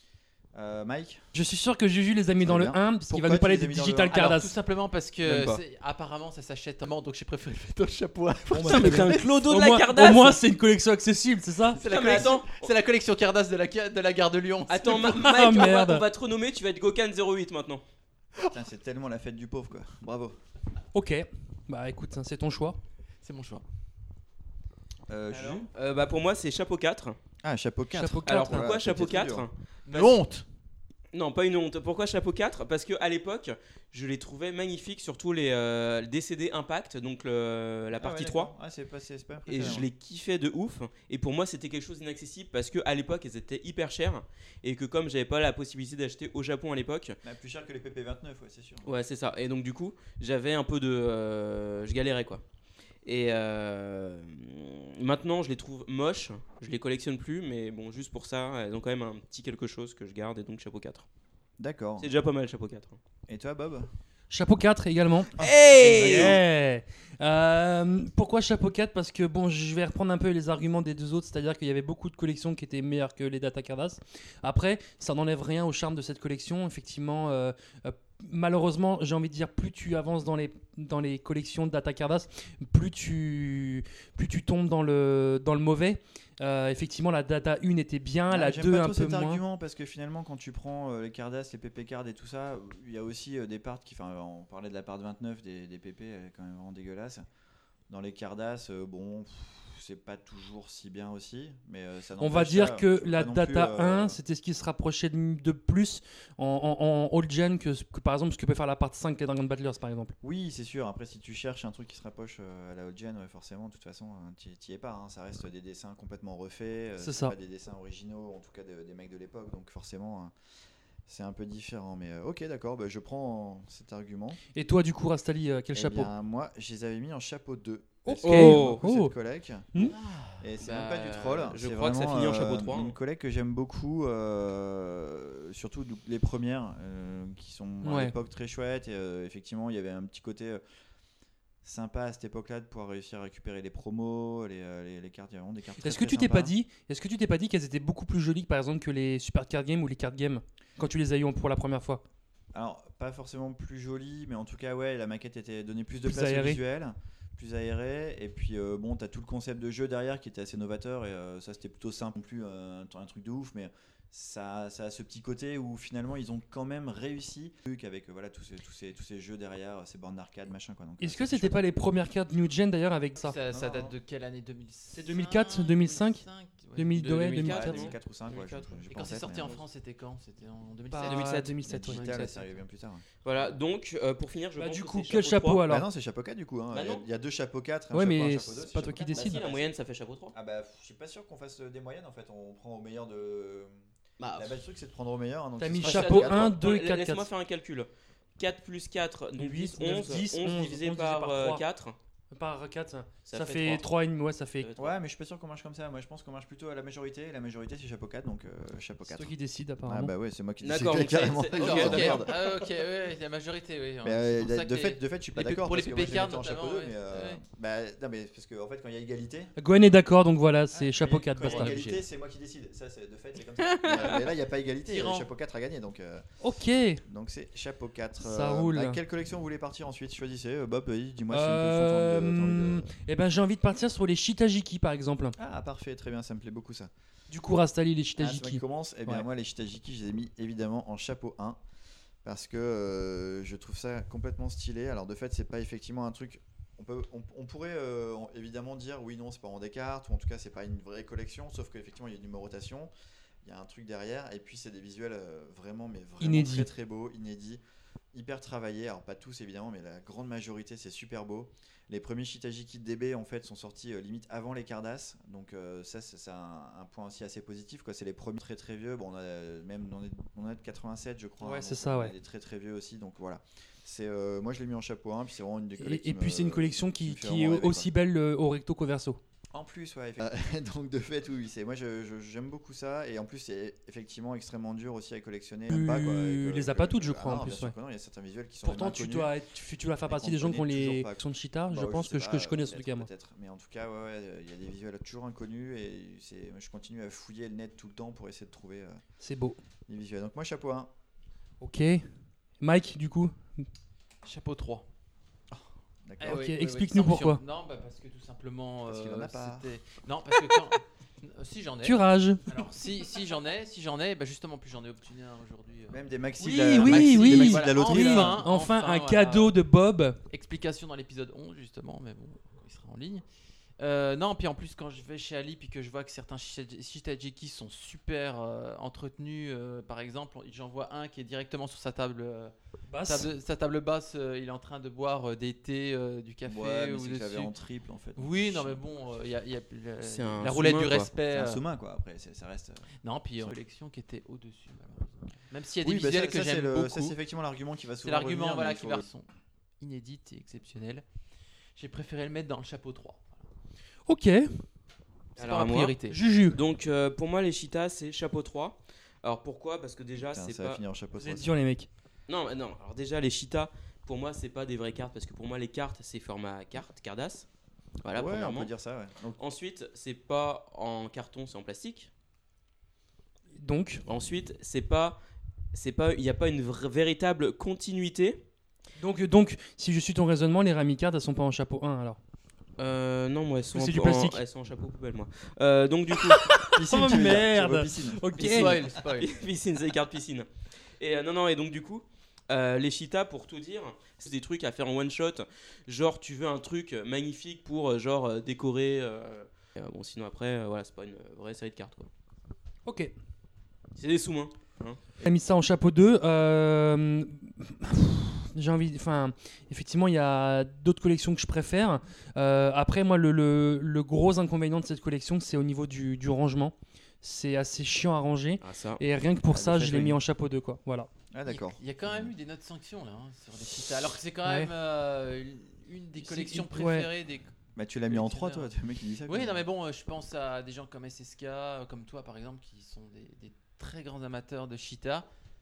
Euh, Mike, Je suis sûr que Juju les a mis Très dans le bien. un, parce qu'il va Pourquoi nous parler tu les des as mis dans le Digital un Alors, tout Cardass. simplement parce Même que pas. c'est- apparemment ça s'achète en donc j'ai préféré le mettre dans le chapeau. Putain, mais t'es un clodo Au de la moins, Cardass. au moins, c'est une collection accessible, c'est ça? C'est la, Putain, mais collection- attends. c'est la collection Cardass de la, de la gare de Lyon. Attends, Ma- Ah, Mike, on va, merde. on va te renommer, tu vas être Gokan zéro huit maintenant. putain, c'est tellement la fête du pauvre quoi. Bravo. Ok. Bah écoute, hein, c'est ton choix. C'est mon choix. Euh, Juju Alors, euh, bah, pour moi, c'est chapeau quatre. Ah, chapeau quatre. Chapeau Alors, quatre. Voilà, pourquoi c'était chapeau trop quatre? dur. Une honte. Non, pas une honte. Pourquoi chapeau quatre? Parce que à l'époque, je les trouvais magnifiques, surtout les euh, D C D Impact, donc le- la Ah partie ouais, trois. d'accord. Ah, c'est pas, c'est pas Et je les kiffais de ouf. Et pour moi, c'était quelque chose d'inaccessible parce que à l'époque, elles étaient hyper chères. Et que comme j'avais pas la possibilité d'acheter au Japon à l'époque, Bah, plus cher que les P P vingt-neuf, ouais, c'est sûr. ouais, c'est ça. Et donc, du coup, j'avais un peu de. euh, je galérais quoi. Et euh, maintenant, je les trouve moches. Je les collectionne plus. Mais bon, juste pour ça, elles ont quand même un petit quelque chose que je garde. Et donc, chapeau quatre. D'accord. C'est déjà pas mal, chapeau quatre. Et toi, Bob? Chapeau quatre également. Hey Yeah. Euh, pourquoi chapeau quatre? Parce que bon, je vais reprendre un peu les arguments des deux autres, c'est-à-dire qu'il y avait beaucoup de collections qui étaient meilleures que les Data Cardass. Après, ça n'enlève rien au charme de cette collection. Effectivement, euh, euh, malheureusement, j'ai envie de dire, plus tu avances dans les, dans les collections de Data Cardass, plus tu, plus tu tombes dans le, dans le mauvais. Euh, effectivement, la Data un était bien, Ah, la j'aime deux pas un trop peu cet moins. argument parce que finalement quand tu prends euh, les Cardass, les P P cards et tout ça, il y a aussi euh, des parts qui, enfin on parlait de la part vingt-neuf des, des P P, elle est quand même vraiment dégueulasse. Dans les Cardass, euh, bon, pff, c'est pas toujours si bien aussi, mais euh, ça On va n'empêche dire ça, que faut la pas non Data plus, euh, un, c'était ce qui se rapprochait de, de plus en, en, en old gen que, ce- que par exemple ce que peut faire la part cinq les Dragon Battlers par exemple. Oui, c'est sûr. Après, si tu cherches un truc qui se rapproche euh, à la old gen, ouais, forcément, de toute façon, hein, t'y t'y es pas. hein. Ça reste des dessins complètement refaits. euh, C'est ça. Pas des dessins originaux, en tout cas de- des mecs de l'époque. Donc forcément, hein, c'est un peu différent. Mais euh, ok, d'accord. Bah, je prends cet argument. Et toi du coup Rastali, euh, quel Eh chapeau? bien, moi, je les avais mis en chapeau deux. Ok. Parce que j'aime Oh. beaucoup Oh. cette collègue. Hmm. Et c'est Bah, même pas du troll. je c'est crois que ça vraiment, finit en euh, chapeau trois, hein. Une collègue que j'aime beaucoup, euh, surtout donc, les premières, euh, qui sont à Ouais. l'époque très chouettes. Et, euh, effectivement, il y avait un petit côté. euh, sympa à cette époque-là de pouvoir réussir à récupérer les promos, les, euh, les, les cartes. Il y a vraiment des cartes. Très, Est-ce que très tu t'es sympas. pas dit, est-ce que tu t'es pas dit qu'elles étaient beaucoup plus jolies, par exemple, que les Super Card Game ou les Card Game quand tu les as eu pour la première fois? Alors, pas forcément plus joli, mais en tout cas, ouais, la maquette était donnée plus de Plus place au aérée. visuel, plus aérée. Et puis, euh, bon, t'as tout le concept de jeu derrière qui était assez novateur. Et euh, ça, c'était plutôt simple, non plus euh, un truc de ouf, mais ça, ça a ce petit côté où finalement, ils ont quand même réussi avec euh, voilà, tous, ces, tous, ces, tous ces jeux derrière, ces bornes d'arcade, machin. Quoi. Donc, Est-ce euh, que c'est c'était chouette. pas les premières cartes New Gen d'ailleurs avec ça? Ça, ça Non, date non. de quelle année? deux mille cinq, C'est deux mille quatre, deux mille cinq, ouais. deux mille deux, De- deux mille quatre. Ouais, non deux mille quatre ou cinq, ouais, je- je- j'ai Et pas quand en c'est tête, sorti mais en ouais. France, c'était quand? C'était en deux mille sept. Pas- deux mille sept. Le deux mille sept, ouais. digital, c'est arrivé bien plus tard. ouais. Voilà, donc euh, pour finir, je Bah, pense du que coup, c'est quel chapeau trois. alors? Bah non, c'est chapeau quatre du coup. hein. Bah Il y a- non. il y a deux chapeaux quatre. un Ouais, chapeau un, mais chapeau c'est deux, pas c'est toi chapeau qui quatre. décide. Bah si, la moyenne ça fait chapeau trois. Ah bah, je suis pas sûr qu'on fasse des moyennes en fait. On prend au meilleur de. Bah, La base truc c'est de prendre au meilleur. hein, donc T'as ce mis sera chapeau quatre. un, Bon, deux, la- quatre, Laisse-moi quatre. faire un calcul. quatre plus quatre, donc huit, dix, neuf, onze. dix, onze onze divisé divisé par par euh, trois. quatre. Par quatre, ça, Ça fait fait trois. trois et demi, ouais, ça fait. Ça fait trois. Ouais, mais je suis pas sûr qu'on marche comme ça. Moi je pense qu'on marche plutôt à la majorité. Et la majorité c'est chapeau quatre, donc euh, chapeau C'est quatre. toi qui décides Ah apparemment. bah ouais, c'est moi qui décide D'accord, donc c'est- carrément. c'est- D'accord, Ok, ok, d'accord. Ah, ok, ouais, la majorité, oui. Mais, C'est euh, pour de, ça que de les- fait, de fait, je suis pas les- d'accord pour les parce que moi, je les P P-cards mettais en chapeau notamment, deux, mais euh, ouais. bah non mais parce que en fait quand il y a égalité, Gwen est d'accord, donc voilà, c'est Ah, chapeau quand quatre, il y a basta. égalité, c'est moi qui décide. Ça c'est de fait, c'est comme ça. mais, euh, mais là il y a pas égalité, Tyran. le chapeau quatre a gagné donc euh, Ok. donc c'est chapeau quatre. Ça Euh, roule. À quelle collection vous voulez partir ensuite? Choisissez. Euh, Bob, vas-y, dis-moi si Euh, une collection t'as envie de- t'as envie de- Eh ben j'ai envie de partir sur les Shitajiki par exemple. Ah parfait, très bien, ça me plaît beaucoup ça. Du coup, Rastali, les Ah, c'est moi qui Shitajiki. commence. Eh bien Ouais. moi les Shitajiki, je les ai mis évidemment en chapeau un parce que euh, je trouve ça complètement stylé. Alors de fait, c'est pas effectivement un truc. On, peut, on, on pourrait euh, en- évidemment dire oui, non, c'est pas en des cartes, ou en tout cas, c'est pas une vraie collection, sauf qu'effectivement, il y a une numérotation, il y a un truc derrière, et puis c'est des visuels euh, vraiment, mais vraiment Inédits. très très beaux, inédits, hyper travaillés. Alors, pas tous évidemment, mais la grande majorité, c'est super beau. Les premiers Shitajiki D B en fait sont sortis euh, limite avant les Cardass, donc euh, ça, c'est c'est un, un point aussi assez positif, quoi. C'est les premiers très très vieux. Bon, on a euh, même on est, on est de quatre-vingt-sept, je crois. Ouais, hein, c'est donc, ça, on ouais. est des très très vieux aussi, donc voilà. C'est euh, moi je l'ai mis en chapeau un, puis c'est vraiment une des collections. Et, et puis c'est une collection qui, me fait qui est vraiment rêver, aussi belle euh, au recto qu'au verso. En plus, ouais. effectivement. Donc de fait, oui, c'est moi je- je- j'aime beaucoup ça, et en plus c'est effectivement extrêmement dur aussi à collectionner. J'aime pas, quoi, Tu et que- les as que- pas toutes, je ah crois, non, en bien plus, sûr ouais. que non, il y a certains visuels qui sont Pourtant, même tu inconnus. dois, tu, tu dois faire Mais partie qu'on des gens qui ont connaît les toujours pas, qui sont de Cheetah, Bah je ouais, pense, sais que je, que pas, je connais en tout peut-être, cas moi. peut-être. Mais en tout cas, ouais, ouais, il y a des visuels toujours inconnus, et c'est, je continue à fouiller le net tout le temps pour essayer de trouver euh, C'est beau. les visuels. Donc moi chapeau un. Ok. Mike, du coup. Chapeau trois. D'accord. Eh Ok, oui, oui, oui, explique-nous sanction. pourquoi. Non, bah parce que tout simplement. Parce qu'il euh, en a pas. c'était- Non, parce que quand. Euh, si j'en ai. Curage. Alors si, si j'en ai, si j'en ai, bah justement plus j'en ai obtenu un aujourd'hui. euh. Même des maxi Oui, de la, oui, maxi- oui. des maxi de Voilà, la loterie. enfin. là. Enfin, enfin un voilà. cadeau de Bob. Explication dans l'épisode onze justement, mais bon, il sera en ligne. Euh, non, puis en plus quand je vais chez Ali puis que je vois que certains Shita- Shitajiki sont super euh, entretenus, euh, par exemple, j'en vois un qui est directement sur sa table, euh, Basse. table- sa table basse, euh, il est en train de boire euh, des thés, euh, du café Ouais, mais ou c'est dessus. clavé en triple en fait. Oui, non mais bon, il y a, y a la, C'est un la roulette sous-main, du quoi. respect. C'est un euh, sous-main quoi. Après, c'est- ça reste. euh, Non, puis une collection qui était au-dessus, malheureusement. Même s'il y a des Oui, bah, visuels ça, que ça, c'est j'aime le- beaucoup. ça, c'est effectivement l'argument qui va C'est souvent. l'argument revenir, voilà, mais il qui faut- va sont inédites et exceptionnelles. J'ai préféré le mettre dans le chapeau trois. Ok. C'est Alors, pas à ma moi. priorité. Juju. Donc euh, pour moi les Cheetahs c'est chapeau trois. Alors pourquoi? Parce que déjà Putain, c'est ça va pas... finir en chapeau Vous êtes trois. durs, les mecs. Non, mais non, alors déjà les Cheetahs pour moi c'est pas des vraies cartes parce que pour moi les cartes c'est format carte, Cardass. Voilà, Ouais, on premièrement. peut dire ça, ouais. Donc, Ensuite c'est pas en carton, c'est en plastique. Donc. Ensuite c'est pas... c'est pas il n'y a pas une vra- véritable continuité. Donc, donc, si je suis ton raisonnement, les Ramicards, elles sont pas en chapeau un alors. Euh, non, moi elles sont, C'est en- du en- plastique. elles sont en chapeau poubelle moi. Euh, donc du coup... piscine, Oh, tu veux dire, merde. chapeau piscine. Ok. Spoil, spoil. piscine, c'est les cartes piscine. Et euh, non, non, et donc du coup, euh, les Cheetahs, pour tout dire, c'est des trucs à faire en one shot. Genre, tu veux un truc magnifique pour euh, genre euh, décorer. euh, euh, bon, sinon après, euh, voilà, c'est pas une vraie série de cartes quoi. Ok. C'est des sous-mains. J'ai mis ça en chapeau deux. Euh, J'ai envie. Enfin, effectivement, il y a d'autres collections que je préfère. Euh, après, moi, le, le, le gros inconvénient de cette collection, c'est au niveau du, du rangement. C'est assez chiant à ranger. Ah, ça. Et rien que pour Ah, ça, de fait, je l'ai oui. mis en chapeau deux, quoi. Voilà. Ah, d'accord. Il y a quand même eu des notes sanctions là hein, sur les Cheetahs. Alors que c'est quand Ouais. même euh, une des C'est- collections ouais. préférées des. Bah, tu l'as mis en trois, toi, le mec qui dit ça. Oui, quoi. non mais bon, euh, je pense à des gens comme S S K, euh, comme toi par exemple, qui sont des, des très grands amateurs de Cheetah.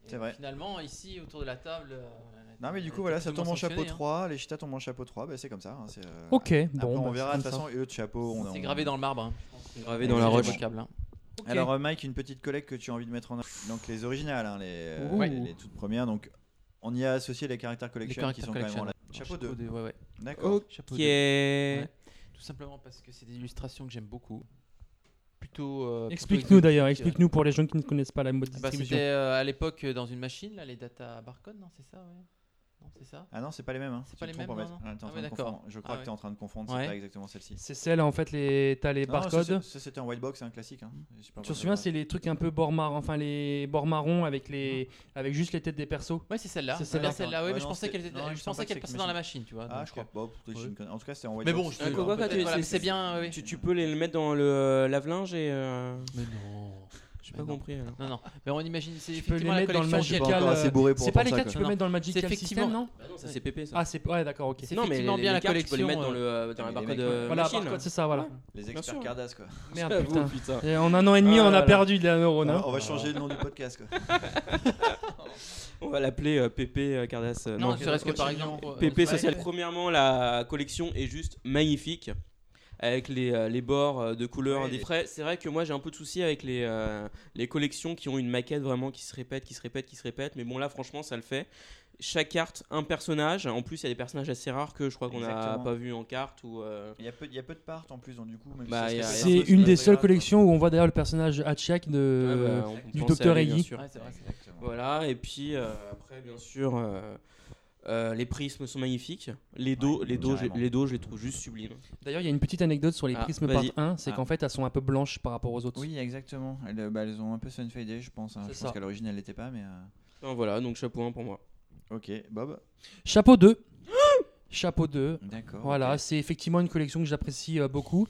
C'est vrai. Finalement, ici, autour de la table. euh, Non, mais du t'es coup, voilà, plus ça ou moins tombe en chapeau sanctionné, hein. trois. Les Cheetahs tombent en chapeau trois. Bah, c'est comme ça. Hein, c'est, euh, Ok, Après, bon. on bah, verra. De c'est toute comme façon, et l'autre chapeau. on- C'est on- gravé dans le marbre. Hein. Gravé dans la roche. Câble, hein. ça. Ok. Alors, euh, Mike, une petite collecte que tu as envie de mettre en avant. Donc, les originales, hein, les, euh, Ouh. les, les toutes premières. Donc, on y a associé les Character Collection qui Character sont Collection, quand même en ouais. la... Chapeau deux. Ouais, ouais. D'accord. Chapeau Ok. deux. Ouais. Tout simplement parce que c'est des illustrations que j'aime beaucoup. Plutôt. euh, plutôt Explique-nous d'ailleurs, exotiques. explique-nous pour les gens qui ne connaissent pas la mode Ah bah, distribution. c'était euh, à l'époque euh, dans une machine, là, les data barcode, non, c'est ça, ouais. Non, c'est ça. Ah non, c'est pas les mêmes. Hein. C'est Tu pas te les trompes, mêmes, en fait. non, non. Ah, t'es en Ah train ouais, de d'accord. confondre. Je crois Ah que ouais. tu es en train de confondre. Ouais. C'est pas exactement celle-ci. C'est celle en fait, les... t'as les Non, ça, barcodes. c'est- ça, c'était en white box, un classique. Hein. Je sais pas Tu te pourquoi souviens, ça- c'est les trucs un peu bord marron, enfin les bords marrons avec les, avec juste les têtes des persos. Ouais, c'est celle-là. C'est C'est celle-là. celle-là, ouais, Ouais, mais je non, pensais c'était- qu'elle était- non, il me je semble pensais pas que qu'elle c'est passait que dans la machine. machine, tu vois. Ah, donc, je crois euh, pas. Bon, peut-être que je ouais. ne connais- En tout cas, c'était en white Mais bon, box. je te Ah, dis, quoi, quoi, peut-être, tu- voilà, mais c'est- c'est bien, oui. Tu, tu peux les mettre dans le euh, lave-linge et. euh, Mais non. J'ai Mais pas non. compris alors. Non, non. Mais on imagine, c'est Tu peux les effectivement la mettre dans le collection. Je suis pas Magical. encore assez bourré pour C'est pas les entendre cartes, ça, tu quoi. peux mettre dans le C'est Magical effectivement- System, non Bah non, ça c'est pépé ça. Ah, c'est ouais, d'accord, ok. C'est non, mais les, effectivement bien les la cartes, tu peux les mettre dans, collection, le, euh, dans la mais les barcode mecs, euh, Voilà, machine. barcode, c'est ça, voilà. Les Bien experts sûr. Cardass, quoi. Merde, J'avoue, putain. putain. Et en un an et demi, Ah on a là là. perdu de la neurone. hein. On va changer le nom du podcast, quoi. On va l'appeler euh, Pépé euh, Cardass. euh, Non, non, ne serait-ce que par continuons. exemple. Pépé ouais, Social. ouais. Premièrement, la collection est juste magnifique. Avec les, euh, les bords euh, de couleurs. Ouais, des les- frais. C'est vrai que moi j'ai un peu de soucis avec les, euh, les collections qui ont une maquette vraiment qui se répète, qui se répète, qui se répète. Mais bon, là franchement, ça le fait. Chaque carte, un personnage. En plus, il y a des personnages assez rares que je crois qu'on n'a Exactement. pas vu en carte. Ou, euh, Il y a peu, il y a peu de parts en plus, donc du coup, même Bah, si il y ça a- se C'est répète, une pas des très seules grave, quoi. collections où on voit d'ailleurs le personnage Hachiak de ouais, bah, on du pense à Docteur lui, bien Eggy. sûr. Ouais, c'est vrai. Exactement. Voilà, et puis euh, après, bien sûr, euh, euh, les prismes sont magnifiques. Les dos, Ouais, les, dos carrément. je, les dos, je les trouve juste sublimes. D'ailleurs, il y a une petite anecdote sur les Ah, prismes part vas-y. un, c'est Ah. qu'en fait, elles sont un peu blanches par rapport aux autres. Oui, exactement. Elles, bah, elles ont un peu sunfadé, je pense. Hein. C'est Je ça. pense qu'à l'origine, elles l'étaient pas, mais. euh, Enfin, voilà, donc chapeau un pour moi. Ok, Bob. Chapeau deux. Chapeau deux. D'accord. Voilà, ok. c'est effectivement une collection que j'apprécie euh, beaucoup.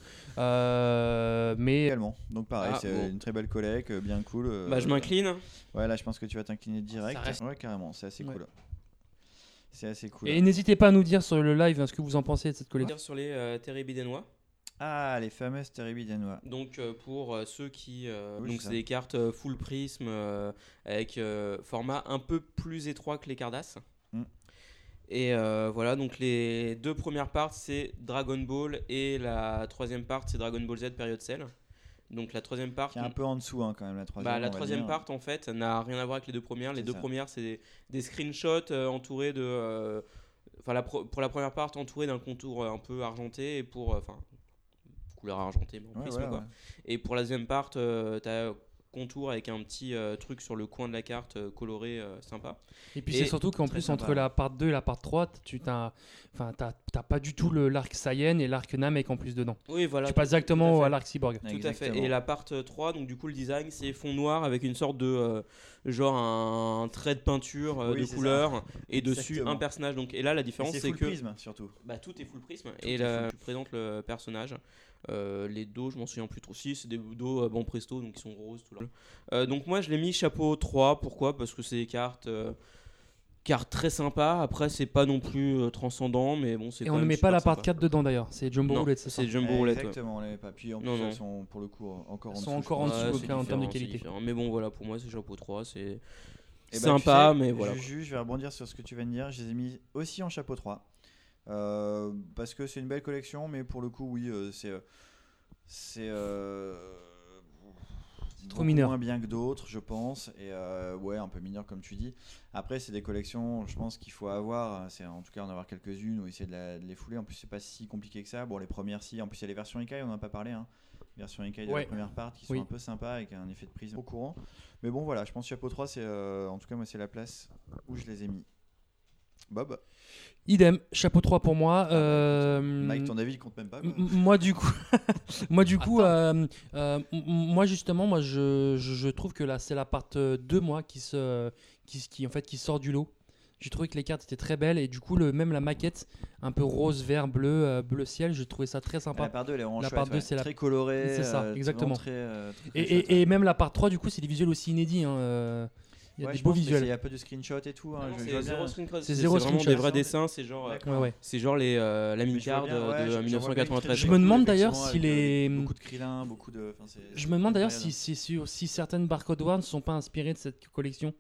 Euh, mais Également. Donc pareil, Ah, c'est bon. une très belle collecte, euh, bien cool. euh, Bah, je m'incline. Ouais, là, je pense que tu vas t'incliner direct. Ça reste- Ouais, carrément, c'est assez Ouais. cool. C'est assez cool. Et n'hésitez pas à nous dire sur le live hein, ce que vous en pensez de cette collection. Sur les euh, Terrébidenois. Ah, les fameuses Terrébidenois. Donc euh, pour euh, ceux qui euh, Oui, donc c'est c'est ça. des cartes euh, full prisme euh, avec euh, format un peu plus étroit que les Cardass. Mm. Et euh, voilà, donc les deux premières parts c'est Dragon Ball et la troisième part c'est Dragon Ball Z période Cell. Donc la troisième part Qui est un peu en dessous, hein, quand même, la troisième. bah, la on va troisième dire. part en fait n'a rien à voir avec les deux premières. Les C'est deux ça. premières c'est des, des screenshots euh, entourés de euh, enfin la pro- pour la première part entouré d'un contour euh, un peu argenté et pour euh, enfin couleur argentée mais en Ouais, prisme voilà, quoi. ouais. Et pour la deuxième part, euh, t'as contour avec un petit euh, truc sur le coin de la carte euh, coloré euh, sympa. Et puis Et c'est surtout qu'en très plus sympa. entre la part deux et la part trois, tu t'as enfin t'as t'as pas du tout le l'arc Saiyan et l'arc Namek en plus dedans. Oui, voilà. tu tout- passes tout directement à à fait. l'arc Cyborg. Tout à fait. Exactement. Et la part euh, trois, donc du coup le design c'est fond noir avec une sorte de euh, genre un trait de peinture euh, Oui, de c'est couleur et dessus Exactement. un personnage. Donc et là la Et différence c'est c'est full que prisme, surtout. bah, tout est full prisme Tout et est là tu présentes le personnage. Euh, les dos, je m'en souviens plus trop. Si, c'est des dos euh, bon presto, donc ils sont roses tout là. Euh, donc moi je l'ai mis chapeau trois. Pourquoi ? Parce que c'est des cartes, euh, cartes très sympas. Après c'est pas non plus euh, transcendant, mais bon c'est. Et quand on ne même met pas la super part sympa. quatre dedans d'ailleurs, c'est Jumbo Non, Roulette, c'est ça. c'est Jumbo Roulette. ouais. Exactement, on l'avait pas. Puis en plus, Non, non. elles sont pour le coup encore Elles en sont dessous. encore en je pense. dessous, Ouais, au c'est cas- en termes de différent, c'est qualité. différent. Mais bon voilà, pour moi c'est chapeau trois, c'est Eh ben, sympa, tu sais, mais voilà. Juju, je vais rebondir sur ce que tu viens de dire. Je les ai mis aussi en chapeau trois. Euh, parce que c'est une belle collection, mais pour le coup, oui, euh, c'est. euh, c'est. euh, trop beaucoup mineur. moins bien que d'autres, je pense. Et euh, ouais, un peu mineur, comme tu dis. Après, c'est des collections, je pense qu'il faut avoir. C'est en tout cas en avoir quelques-unes ou essayer de, la- de les fouler. En plus, c'est pas si compliqué que ça. Bon, les premières, si. En plus, il y a les versions Ikai, on n'en a pas parlé. Hein. Version Ikai de Ouais. la première part qui sont Oui. un peu sympas avec un effet de prisme au courant. Mais bon, voilà, je pense que chapeau trois, c'est. euh, en tout cas, moi, c'est la place où je les ai mis. Bob, Idem, chapeau trois pour moi. Euh, Mike, ton avis, il compte même pas. quoi. M- Moi du coup, moi du coup, euh, euh, m- moi justement, moi je, je, je trouve que là c'est la part deux moi qui se, qui, qui en fait qui sort du lot. J'ai trouvé que les cartes étaient très belles et du coup le même la maquette un peu rose, vert, bleu, euh, bleu ciel, j'ai trouvé ça très La sympa. part deux, elle est vraiment La chouette, part deux, ouais. c'est la- très colorée. c'est ça, euh, exactement. vraiment Très, euh, très, très Et, chouette, et, et même la part trois du coup c'est des visuels aussi inédits. hein, euh, Il y a ouais, des je beaux pense, mais c'est- Il visuels. y a pas de screenshot et tout. hein, Non, je- je c'est vois zéro bien. screenshot. C'est C'est zéro vraiment screenshot. des vrais dessins, c'est genre, euh, D'accord. Ouais, ouais. c'est genre les euh, la Mais mine je vois card bien, ouais, de je- je vois bien mille neuf cent quatre-vingt-treize. Je me demande d'ailleurs effectivement, si avec, les- euh, Beaucoup de Krillin, beaucoup de. enfin, c'est- Je me demande d'ailleurs c'est si, si, si, si certaines barcode Wars ne sont pas inspirées de cette collection.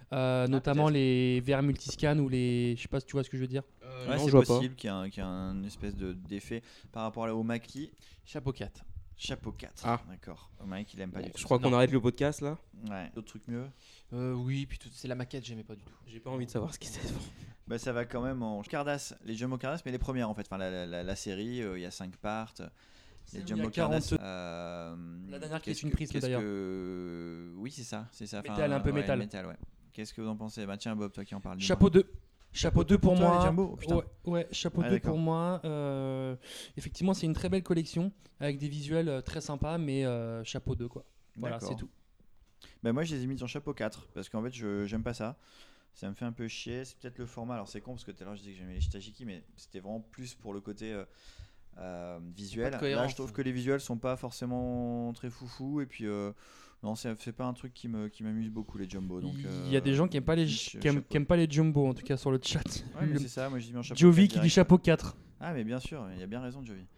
euh, notamment peut-être. les V R multiscan ou les. Je sais pas si tu vois ce que je veux dire. Euh, Ouais, non, c'est je vois pas. possible qu'il y ait un, qu'il y ait un espèce de, d'effet par rapport au maquis. Chapeau quatre. Chapeau quatre. Ah. D'accord. Au Mike, il aime pas Bon, du tout. je crois qu'on Non. arrête le podcast là. Ouais. D'autres trucs mieux. Euh, oui, puis tout- c'est la maquette, j'aimais pas du tout. J'ai pas envie de savoir ce qui s'est fait. Bah, ça va quand même en Cardass. Les Jumbo Cardass, mais les premières en fait. Enfin, la, la, la, la série, euh, il y a cinq parts. Les Il y a Jumbo quarante. Cardass. euh, La dernière qui est qu'est-ce une que- prise, qu'est-ce d'ailleurs. que- Oui, c'est ça. C'est ça. Métal, un peu ouais, métal. métal, ouais. Qu'est-ce que vous en pensez? Bah, tiens, Bob, toi qui en parles. dis-moi. Chapeau deux. Chapeau deux pour pour toi, moi. les Jumbo? Oh, putain. ouais, ouais, chapeau Ah, deux d'accord. pour moi. Euh, effectivement, c'est une très belle collection avec des visuels euh, très sympas, mais euh, chapeau deux quoi. Voilà, D'accord. c'est tout. Bah, moi, je les ai mis en chapeau quatre parce qu'en fait, je j'aime pas ça. Ça me fait un peu chier. C'est peut-être le format. Alors, c'est con parce que tout à l'heure, je disais que j'aimais les Shitajiki, mais c'était vraiment plus pour le côté euh, euh, visuel. Pas de Là, cohérence. je trouve que les visuels sont pas forcément très foufou. Et puis, euh, non, c'est c'est pas un truc qui me qui m'amuse beaucoup, les Jumbo. Donc, Il y a euh, des gens qui aiment pas les ch- qui aiment, chapeau. qui aiment pas les jumbo en tout cas sur le chat. Ouais, mais Le- c'est ça. Moi, je dis en chapeau. Jovi quatre qui dit direct. chapeau quatre. Ah, mais bien sûr, il a bien raison, Jovi.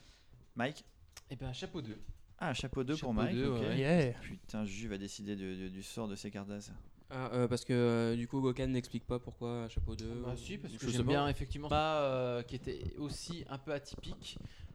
Mike. Et ben chapeau deux. Ah, chapeau deux pour Chapeau Mike. deux, ok. ouais. Yeah. Putain, Jules va décider de- de- du sort de ces Cardass. Ah, euh, parce que euh, du coup, Gokan n'explique pas pourquoi chapeau deux. Bah si, parce Je que sais j'aime pas. bien effectivement ça, euh, qui était aussi un peu atypique,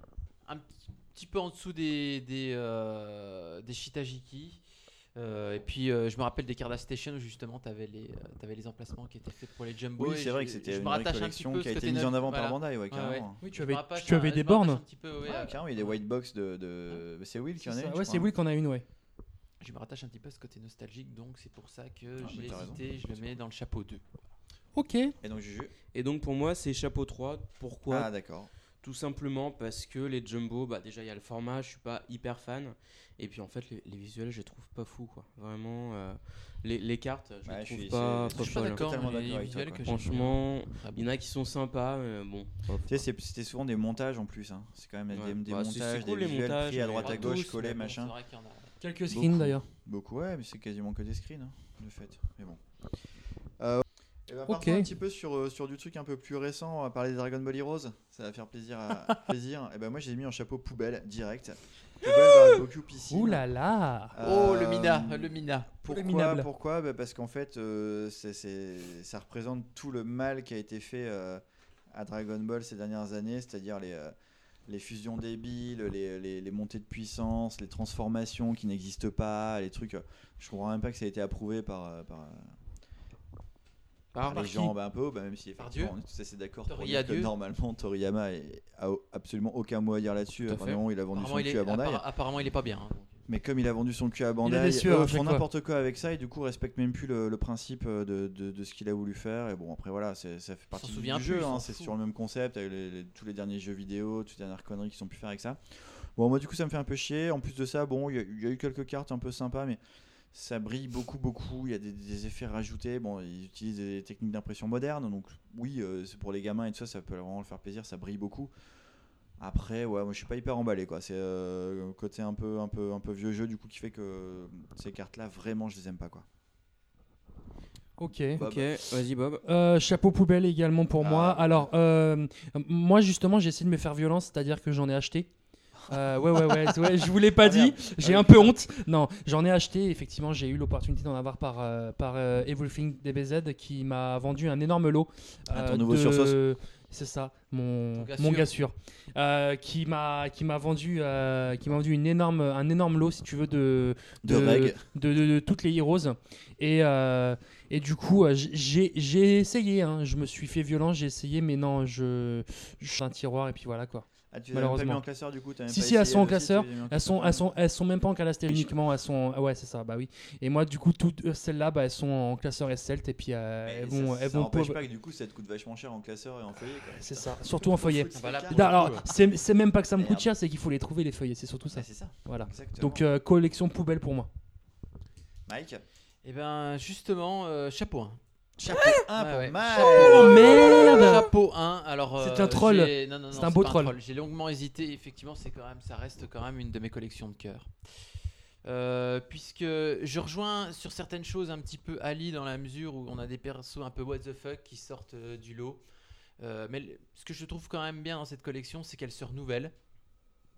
un petit, petit peu en dessous des des, euh, des Shitajiki. Euh, et puis euh, je me rappelle des Cardass Station où justement tu avais les euh, t'avais les emplacements qui étaient faits pour les Jumbo. Oui, et c'est vrai je- que c'était je une me vraie rattache un petit collection peu qui a ce été côté mise en neuf, avant par voilà. Bandai, ouais, Ouais, carrément. ouais. Oui, tu Je me avais rattache tu un- avais je des me rattache bornes. un petit peu, ouais, Ouais, à- carrément, il y a des white box de. de... C'est Will qui en a C'est une. ça. je Ouais, crois, c'est hein. Will qu'on a une, ouais. Je me rattache un petit peu à ce côté nostalgique, donc c'est pour ça que Ah, j'ai mais t'as raison. hésité, je le mets dans le chapeau deux. Ok. Et donc, Juju. Et donc pour moi, c'est chapeau trois. Pourquoi Ah, d'accord. Tout simplement parce que les Jumbo, bah déjà il y a le format, je suis pas hyper fan. Et puis en fait, les, les visuels, je les trouve pas fous quoi. Vraiment, euh, les, les cartes, je Ouais, les je trouve suis- pas, c'est- pas Je suis pas folles. d'accord, totalement mais d'accord les avec toi, visuels quoi. que j'aime bien. Franchement, Très il y en a qui sont sympas, mais bon. pas- Tu sais, c'est- c'était souvent des montages en plus. hein. C'est quand même Ouais. des, des Bah, c'est- montages, c'est cool, des les visuels montages, pris à mais droite à Pas gauche, tous, collés, mais bon, machin. c'est vrai qu'il y en a. Quelques screens Beaucoup. d'ailleurs. Beaucoup, ouais, mais c'est quasiment que des screens, hein, de fait. Mais bon. Euh, et bah, partons Ok. un petit peu sur, euh, sur du truc un peu plus récent. On va parler des Dragon Ball Heroes. Ça va faire plaisir. À, plaisir. Et ben moi, j'ai mis en chapeau poubelle direct. Poubelle dans Goku P C. Ouh là là. Oh, le Euh, Mina, le Mina. Pourquoi, minable. pourquoi Bah, parce qu'en fait, euh, c'est, c'est- ça représente tout le mal qui a été fait euh, à Dragon Ball ces dernières années, c'est-à-dire les, euh, les fusions débiles, les, les- les montées de puissance, les transformations qui n'existent pas, les trucs. euh, je comprends même pas que ça a été approuvé par, euh, par, par par les qui gens, bah, un peu, bah, même si Par effectivement, Dieu on est tous assez d'accord pour Toriyama dire que Dieu. normalement Toriyama est- a absolument aucun mot à dire là-dessus. Tout à À partir fait. du moment où il a vendu son Apparemment, il cul est, à Bandai. appara- apparemment, il est pas bien. hein, donc. Mais comme il a vendu son cul à Bandai, des sueurs eux à chaque font fois. n'importe quoi avec ça et du coup respectent même plus le, le principe euh, de, de, de ce qu'il a voulu faire. Et bon, après voilà, c'est- ça fait partie du souvient jeu, plus, ils hein, s'en c'est foutent. sur le même concept avec les- les- tous les derniers jeux vidéo, toutes les dernières conneries qui sont pu faire avec ça. Bon, moi du coup ça me fait un peu chier. En plus de ça, bon, il y, a- il y a eu quelques cartes un peu sympas, mais ça brille beaucoup, beaucoup. Il y a des, des effets rajoutés. Bon, ils utilisent des techniques d'impression modernes, donc oui, euh, c'est pour les gamins et tout ça, ça peut vraiment leur faire plaisir. Ça brille beaucoup. Après, ouais, moi je suis pas hyper emballé quoi. C'est euh, côté un peu, un peu, un peu vieux jeu du coup qui fait que ces cartes-là vraiment je les aime pas quoi. Ok. Bob. Ok, vas-y Bob. Euh, chapeau poubelle également pour Ah, moi. ouais. Alors, euh, moi justement, j'ai essayé de me faire violence, c'est-à-dire que j'en ai acheté. Euh, ouais, ouais, ouais, ouais, je vous l'ai pas Ah, dit, merde. j'ai Ah, un oui. peu honte. Non, j'en ai acheté, effectivement, j'ai eu l'opportunité d'en avoir par, euh, par euh, Everything D B Z qui m'a vendu un énorme lot. Ah, ton euh, nouveau de- sursauce. C'est ça, mon, Ton gars mon sûr. gars sûr. Euh, qui m'a qui m'a vendu, euh, qui m'a vendu une énorme, un énorme lot, si tu veux, de, De règles. de, de- de toutes les Heroes. Et, euh, et du coup, euh, j'ai j'ai essayé, hein, je me suis fait violence, j'ai essayé, mais non, je, je suis un tiroir et puis voilà quoi. Ah, tu les as même pas mis malheureusement. en classeur du coup t'as même Si, pas si, elles essayé sont en aussi, classeur. tu les as mis en Elles sont, classeur, elles sont, elles sont même pas en calasté uniquement, elles sont, ouais, c'est ça, bah oui. Et moi, du coup, toutes euh, celles-là, bah, elles sont en classeur S Celt et puis euh, Mais elles ça- vont, ça elles vont n'empêche pau- pas que du coup ça te coûte vachement cher en classeur et en feuillet quoi. C'est Putain. ça, surtout en feuillet. Faut Ah bah là, se pour faire. Alors, coup, ouais. c'est c'est même pas que ça me coûte Merde. cher, c'est qu'il faut les trouver les feuillets, c'est surtout ça. Ouais, c'est ça. Voilà. Exactement. Donc euh, collection poubelle pour moi. Mike. Et ben justement, euh, chapeau un. Chapeau un Ouais, pour ouais. Mike. Oh merde. Chapeau un. Alors, C'est euh, un troll. j'ai- non, non, non, C'est un beau pas troll. J'ai longuement hésité. Effectivement, c'est quand même, ça reste quand même une de mes collections de cœur. Euh, puisque je rejoins sur certaines choses un petit peu Ali dans la mesure où on a des persos un peu what the fuck qui sortent euh, du lot. Euh, mais le- ce que je trouve quand même bien dans cette collection, c'est qu'elle se renouvelle.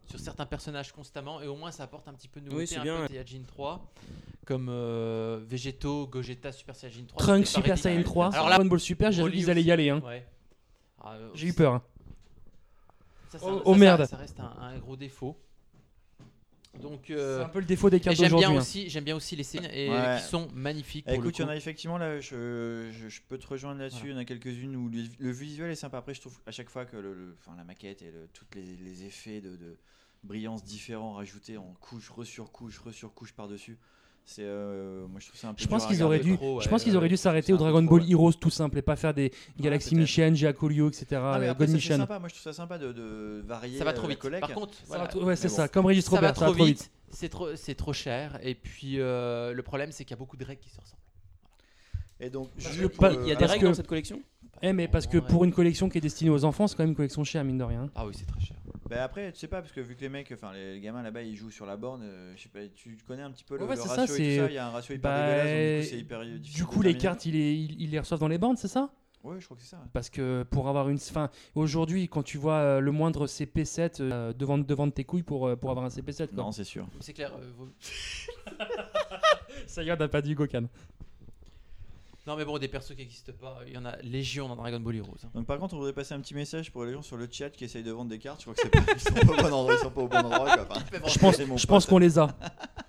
sur certains personnages constamment et au moins ça apporte un petit peu de nouveauté. Oui, c'est un bien, peu Saiyajin trois comme euh, Végéto, Gogeta, Super Saiyajin trois. Trunks c'était pas Super Saiyan ridicule. trois, Alors là, Dragon Ball Super, j'ai cru Broly qu'ils allaient y aussi. aller. Hein. Ouais. Ah, euh, J'ai eu peur. Hein. Ça, ça- Oh, ça- oh, ça- merde. Ça reste un, un gros défaut. Donc, C'est euh, un peu le défaut des et cartes j'aime bien d'aujourd'hui. hein. aussi, j'aime bien aussi les scènes et Ouais. qui sont magnifiques. Eh, Pour écoute, il y le en coup. a effectivement là, je, je, je peux te rejoindre là-dessus. Voilà. Il y en a quelques-unes où le, le visuel est sympa. Après, je trouve à chaque fois que le, le- enfin, la maquette et le, tous les, les effets de, de brillance différents rajoutés en couche, re-sur-couche, re-sur-couche par-dessus. C'est, euh, moi, je trouve ça un peu. Je pense dur à qu'ils auraient regarder, dû, trop, je ouais, pense qu'ils ouais, auraient dû c'est s'arrêter un au peu Dragon trop, Ball ouais. Heroes tout simple et pas faire des Galaxy peut-être. Mission, Giacolio, et cetera. Ah, mais euh, après, God ça, c'est Mission. sympa. Moi, je trouve ça sympa de, de varier. Ça va euh, trop la vite. collecte. Par contre, Ça voilà, va trop- ouais, c'est Mais ça, bon. comme Régis ça va Robert, ça trop va trop vite. vite. C'est trop, c'est trop cher. Et puis euh, le problème, c'est qu'il y a beaucoup de règles qui se ressemblent. Et donc, Parce je- que pour, pas- euh, Il y a des parce règles que- dans cette collection. Eh, mais parce que Ouais. pour une collection qui est destinée aux enfants, c'est quand même une collection chère, mine de rien. Ah oui, c'est très cher. Bah après, tu sais pas, parce que vu que les mecs, enfin les gamins là-bas, ils jouent sur la borne, euh, je sais pas, tu connais un petit peu le, Ouais, ouais, le c'est ratio ça, et c'est- tout ça, il y a un ratio hyper Bah, dégueulasse, donc du coup c'est hyper euh, difficile. Du coup, de les terminer. cartes, ils les, ils, ils les reçoivent dans les bornes, c'est ça? Ouais, je crois que c'est ça. ouais. Parce que pour avoir une. Enfin, aujourd'hui, quand tu vois euh, le moindre C P sept euh, devant, devant tes couilles pour, euh, pour avoir un C P sept, quoi. Non, c'est sûr. C'est clair. euh, vous- Ça y est, on n'a pas dit Gokan. Non, mais bon, des persos qui n'existent pas, il y en a légion dans Dragon Ball Heroes. hein. Donc par contre, on voudrait passer un petit message pour les gens sur le chat qui essayent de vendre des cartes. Je crois que c'est pas, ils sont pas au bon endroit, ils sont pas au bon endroit. Quoi. Enfin, Je pense, c'est mon je pense pote. qu'on les a.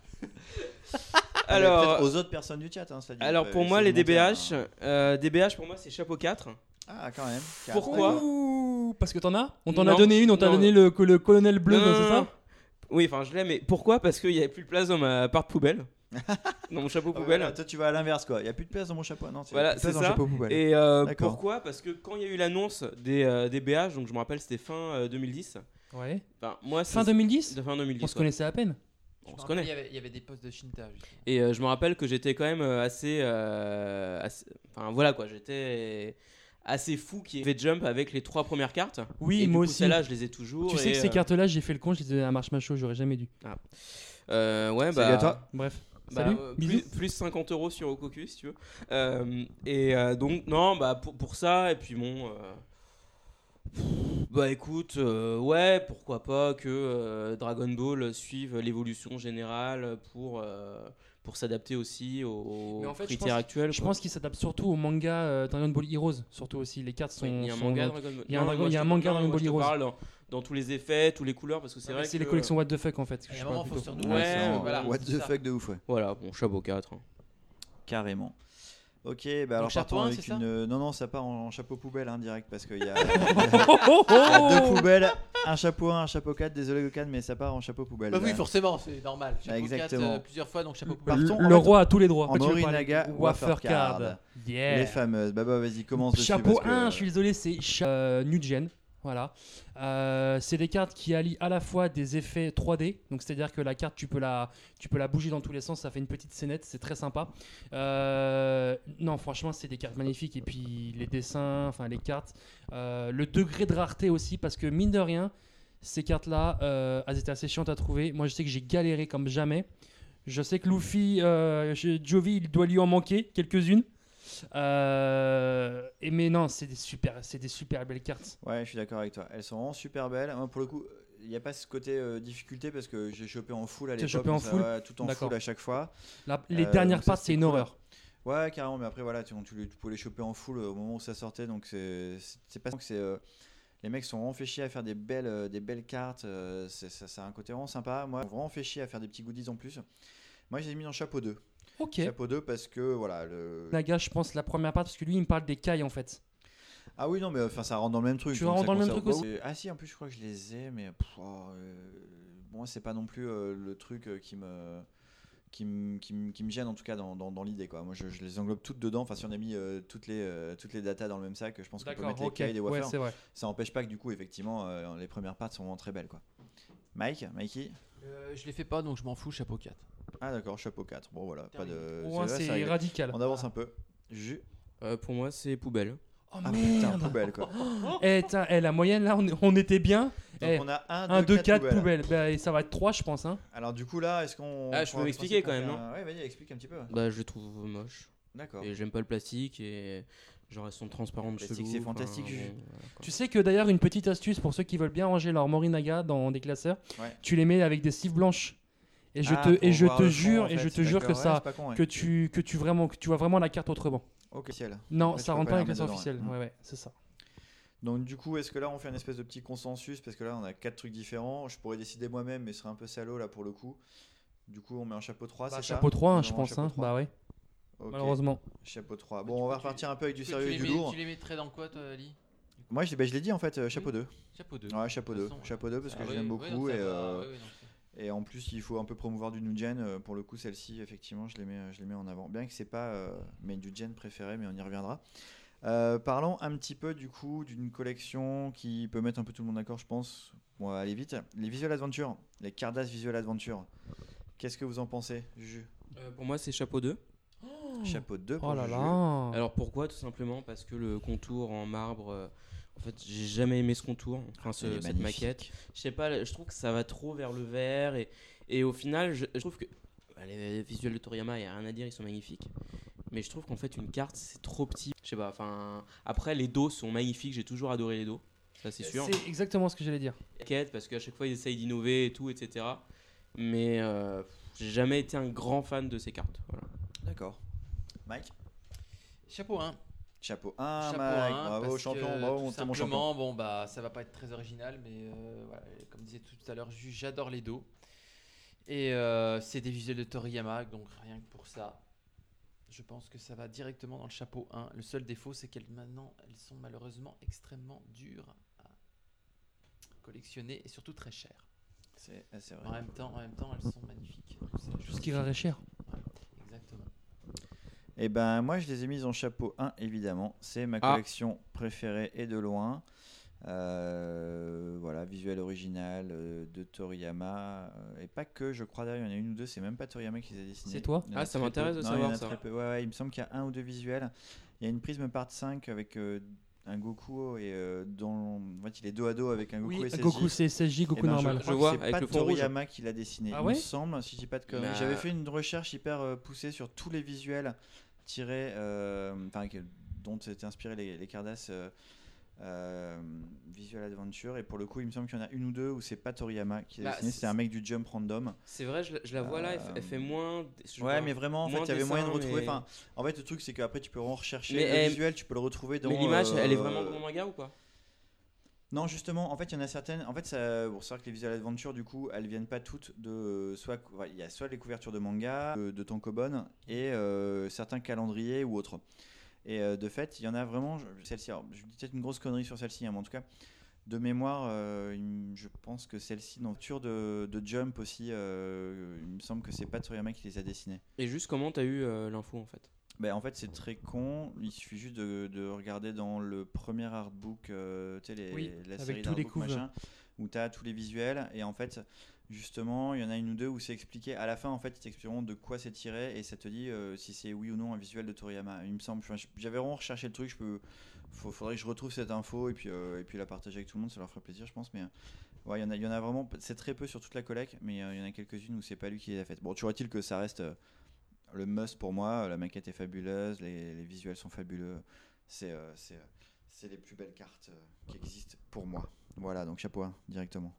Alors, Alors, peut-être aux autres personnes du chat. Hein, cela dit. alors Euh, pour essayer moi, de les monter D B H, un- euh, D B H pour moi c'est chapeau quatre. Ah, quand même. Pourquoi Ouh, parce que t'en as On t'en Non, a donné une, on t'a non. donné le, le colonel bleu, Non, non, c'est non, ça non. Oui, enfin je l'ai, mais pourquoi? Parce qu'il n'y avait plus de place dans ma part poubelle, dans mon chapeau Ah, poubelle. voilà, toi, tu vas à l'inverse, quoi. Il y a plus de place dans mon chapeau. Non, Voilà, plus de place c'est dans le ça. chapeau poubelle. Et euh, D'accord. pourquoi? Parce que quand il y a eu l'annonce des euh, des B H, donc je me rappelle c'était fin euh, deux mille dix. Ouais. Enfin, moi, Fin c'est- deux mille dix de fin deux mille dix. On se ouais. connaissait à peine. On Je se me rappelle, connaît. Il y, avait, il y avait des postes de Shinta. justement. Et euh, je me rappelle que j'étais quand même euh, assez, euh, assez- enfin voilà quoi, j'étais assez fou qu'il y ait fait Jump avec les trois premières cartes. Oui, Et du moi coup, aussi. celles-là, je les ai toujours. Tu sais et, que ces euh, cartes-là, j'ai fait le con, je les ai à Marche Macho, j'aurais jamais dû. euh, ouais, Salut bah. à toi. Bref. Bah, Salut, euh, bisous. plus, plus cinquante euros sur Okoku si tu veux. Euh, et euh, donc, non, bah pour, pour ça, et puis bon. euh, pff, bah écoute, euh, ouais, pourquoi pas que euh, Dragon Ball suive l'évolution générale pour, euh, pour s'adapter aussi aux Mais en fait, je critères pense- actuels. Je quoi. pense qu'il s'adapte surtout au manga euh, Dragon Ball Heroes, surtout aussi. Les cartes sont. Oui, il y a un sont- manga Dragon Ball. il y a un Non, Dragon- moi, il y a je un te- manga non, Dragon moi, Ball je te Heroes. parle dans, dans tous les effets, tous les couleurs, parce que c'est Ouais, vrai c'est que. les collections What the fuck en fait. Il y Je a sais un pas, moment, faut plutôt. se Ouais, renouveler. c'est Ouais, en- voilà, What c'est the ça. fuck de ouf, ouais. Voilà, bon, chapeau quatre. hein. Carrément. Ok, bah alors chapeau partons un, avec c'est ça une. Non, non, ça part en chapeau poubelle, hein, direct, parce qu'il y a. Oh, oh, Il y a oh deux poubelles, un chapeau un, un chapeau quatre. Désolé Gokan, mais ça part en chapeau poubelle. Bah oui, là. forcément, c'est normal. Chapeau exactement. quatre, euh, plusieurs fois, donc chapeau poubelle. Partons, Le en le fait, roi a tous les droits. en Pourquoi tu veux parler Morinaga de Wafer Wafer Card. Card. Yeah. Les fameuses. Bah bah vas-y, commence dessus. Chapeau parce que- un, je suis désolé, c'est cha- euh, New Gen. Voilà. Euh, c'est des cartes qui allient à la fois des effets trois D, donc c'est-à-dire que la carte, tu peux la, tu peux la bouger dans tous les sens, ça fait une petite scénette, c'est très sympa. Euh, non, franchement, c'est des cartes magnifiques. Et puis les dessins, enfin les cartes, euh, le degré de rareté aussi, parce que mine de rien, ces cartes-là, euh, elles étaient assez chiantes à trouver. Moi, je sais que j'ai galéré comme jamais. Je sais que Luffy, euh, je- Jovi, il doit lui en manquer quelques-unes. Euh, et mais non, c'est des super, c'est des super belles cartes. Ouais, je suis d'accord avec toi. Elles sont vraiment super belles. Moi, pour le coup, il n'y a pas ce côté euh, difficulté parce que j'ai chopé en full à T'as l'époque. chopé en donc ça full va, Tout en D'accord. full à chaque fois. La- les Euh, dernières donc ça, parts, c'est c'était une cool. horreur. Ouais, carrément. Mais après, voilà, tu, tu, les- tu pouvais les choper en full au moment où ça sortait. Donc c'est c'est- c'est pas que c'est. euh, les mecs sont vraiment fait chier à faire des belles, euh, des belles cartes. euh, c'est- ça, ça a un côté vraiment sympa. Moi, ils ont vraiment fait chier à faire des petits goodies en plus. Moi, j'ai mis dans chapeau deux. Ok. Chapeau deux parce que voilà. Le... Naga, je pense la première part parce que lui, il me parle des cailles en fait. Ah oui, non, mais enfin, ça rentre dans le même truc. Tu donc rentres ça dans le même conserve- truc aussi Euh, Ah si, en plus, je crois que je les ai, mais pff, oh, euh, moi, c'est pas non plus euh, le truc euh, qui me. Qui me, qui, me, qui me gêne en tout cas dans, dans, dans l'idée quoi. Moi je, je les englobe toutes dedans. Enfin si on a mis euh, toutes les euh, toutes les datas dans le même sac, je pense qu'on peut mettre les cailles des ouais, wafers. c'est vrai. Ça n'empêche pas que du coup effectivement euh, les premières parts sont vraiment très belles quoi. Mike, Mikey. Euh, je les fais pas, donc je m'en fous, chapeau quatre. Ah d'accord, chapeau quatre. Bon voilà, pas de. Au moins, c'est- c'est ça règle. radical. On avance un peu. Ju. Euh, pour moi, c'est poubelle. Oh Ah putain, merde. poubelle quoi. Eh, tiens, eh, la moyenne là, on, on était bien. Donc Eh, on a un, un, deux, deux, quatre poubelles. poubelles. Bah, et ça va être trois, je pense. Hein. Alors du coup là, est-ce qu'on. Ah, je prend peux le m'expliquer principe quand qu'on même, fait un- Ouais, vas-y, explique un petit peu. Bah, je les trouve moches. D'accord. Et j'aime pas le plastique. Et Genre elles sont transparentes, Plastique, chelou, c'est enfin, fantastique, bon, Juju. voilà, quoi. Tu sais que d'ailleurs, une petite astuce pour ceux qui veulent bien ranger leur Morinaga dans des classeurs, Ouais. tu les mets avec des cifs blanches. Et je Ah, te, pour et je voir te le fond, jure, en et je fait. te jure que D'accord, ouais, ça, c'est pas con, ouais. que tu, que tu vraiment, que tu vois vraiment la carte autrement. Ok, ciel. Non, Après, tu ça peux rentre pas pas la avec la remettre dedans, officielle. ouais. Ouais, ouais, c'est ça. Donc du coup, est-ce que là on fait une espèce de petit consensus parce que là on a quatre trucs différents. Je pourrais décider moi-même, mais ce serait un peu salaud là pour le coup. Du coup, on met un chapeau trois, Bah, c'est chapeau ça trois, hein, On je met un pense. chapeau Hein. trois. Bah ouais, Ok, malheureusement. Chapeau trois. Du Bon, on coup, va tu- repartir un peu avec du Tu- sérieux tu et les du mets- lourd. Tu les mettrais dans quoi, toi, Ali? Moi, je, bah, je l'ai dit en fait, euh, chapeau deux. Chapeau deux. Ouais, chapeau De deux. toute façon, ouais. Chapeau deux parce Ah que je oui, l'aime oui, beaucoup donc ça et, va, euh, oui, oui, donc c'est- et en plus il faut un peu promouvoir du new gen. euh, Pour le coup, celle-ci, effectivement, je les mets, je les mets en avant. Bien que c'est pas euh, mes new gen préférés, mais on y reviendra. Euh, parlons un petit peu du coup d'une collection qui peut mettre un peu tout le monde d'accord, je pense. Bon, on va aller vite. Les Visual Adventure, les Cardass Visual Adventure. Qu'est-ce que vous en pensez, Juju? Euh, pour moi c'est chapeau deux. Chapeau deux pour Oh là Juju. là. Alors pourquoi? Tout simplement parce que le contour en marbre, euh, en fait j'ai jamais aimé ce contour, enfin ce- Il est cette magnifique. maquette. Je sais pas, je trouve que ça va trop vers le vert et, et au final je, je trouve que bah, les visuels de Toriyama, il n'y a rien à dire, ils sont magnifiques. Mais je trouve qu'en fait une carte c'est trop petit. Je sais pas, enfin après les dos sont magnifiques, j'ai toujours adoré les dos, ça c'est sûr. C'est exactement ce que j'allais dire. Maquette, parce qu'à chaque fois ils essayent d'innover et tout, et cetera. Mais euh, j'ai jamais été un grand fan de ces cartes. Voilà. D'accord. Mike? Chapeau un. Chapeau un, Chapeau Mike. un, Bravo, parce champion. que, Bravo, tout mon- t'es mon champion. simplement, bon bah ça va pas être très original, mais euh, voilà, comme disait tout à l'heure, Ju- j'adore les dos. Et euh, c'est des visuels de Toriyama, donc rien que pour ça, je pense que ça va directement dans le chapeau un. Le seul défaut, c'est qu'elles maintenant, elles sont malheureusement extrêmement dures à collectionner et surtout très chères. C'est c'est En vrai. même temps, en même temps, elles sont magnifiques. Donc, c'est la Tout ce chose qui qui- est cher. Exactement. Et ben moi je les ai mises en chapeau un évidemment. C'est ma Ah. collection préférée et de loin. Euh, voilà, visuel original euh, de Toriyama. euh, et pas que, je crois d'ailleurs, il y en a une ou deux, c'est même pas Toriyama qui les a dessinés. C'est toi Il y en a Ah, ça très m'intéresse peu. de Non, il y en savoir a ça. très peu. Ouais, ouais, il me semble qu'il y a un ou deux visuels. Il y a une Prism Part cinq avec euh, un Goku et euh, dont en fait, il est dos à dos avec un Goku Oui, et Goku c'est S S J, Eh Goku ben, normal. Je, crois Je que vois, c'est avec pas le fond rouge. Toriyama qui l'a dessiné. Ah il ouais me semble, si je dis pas de conneries. Bah. J'avais fait une recherche hyper euh, poussée sur tous les visuels tirés, euh, enfin que- dont s'étaient inspirés les, les Cardass euh, euh, Visual Adventure. Et pour le coup, il me semble qu'il y en a une ou deux où c'est pas Toriyama qui l'a Bah, dessiné. c'est- C'est un mec du Jump Random. C'est vrai, je, la- je la vois là, elle, fait- elle fait moins. je Ouais, vois mais vraiment, en fait, moins il y avait moyen de dessin, retrouver. mais- Enfin, en fait, le truc, c'est qu'après, tu peux rechercher Mais le elle- visuel, tu peux le retrouver dans. Mais l'image, elle est euh, vraiment dans mon manga ou pas? Non, justement, en fait, il y en a certaines. En fait, ça, bon, c'est vrai que les Visual Adventure, du coup, elles viennent pas toutes de. Soit, ouais, il y a soit les couvertures de manga, de, de Tankobon, et euh, certains calendriers ou autres. Et euh, de fait, il y en a vraiment. je- Celle-ci, alors, je dis peut-être une grosse connerie sur celle-ci, hein, mais en tout cas, de mémoire, euh, il me- je pense que celle-ci, dans Tour de, de Jump aussi, euh, il me semble que c'est pas Toriyama qui les a dessinées. Et juste comment t'as eu euh, l'info en fait? Ben, en fait, c'est très con. Il suffit juste de, de regarder dans le premier artbook, euh, tu sais, les, Oui, la avec série tous les d'artbook, couves. machin, où tu as tous les visuels. Et en fait, justement, il y en a une ou deux où c'est expliqué. À la fin, en fait, ils t'expliqueront de quoi c'est tiré et ça te dit euh, si c'est oui ou non un visuel de Toriyama. Il me semble. Enfin, j'avais vraiment recherché le truc. Je peux. Faut, faudrait que je retrouve cette info et puis, euh, et puis la partager avec tout le monde. Ça leur ferait plaisir, je pense. Mais euh, ouais, il y en a, il y en a vraiment. C'est très peu sur toute la collecte, mais euh, il y en a quelques-unes où c'est pas lui qui les a faites. Bon, toujours est-il que ça reste. euh, le must pour moi, la maquette est fabuleuse, les, les visuels sont fabuleux, c'est euh, c'est, euh, c'est les plus belles cartes euh, qui existent pour moi. Voilà, donc chapeau un directement.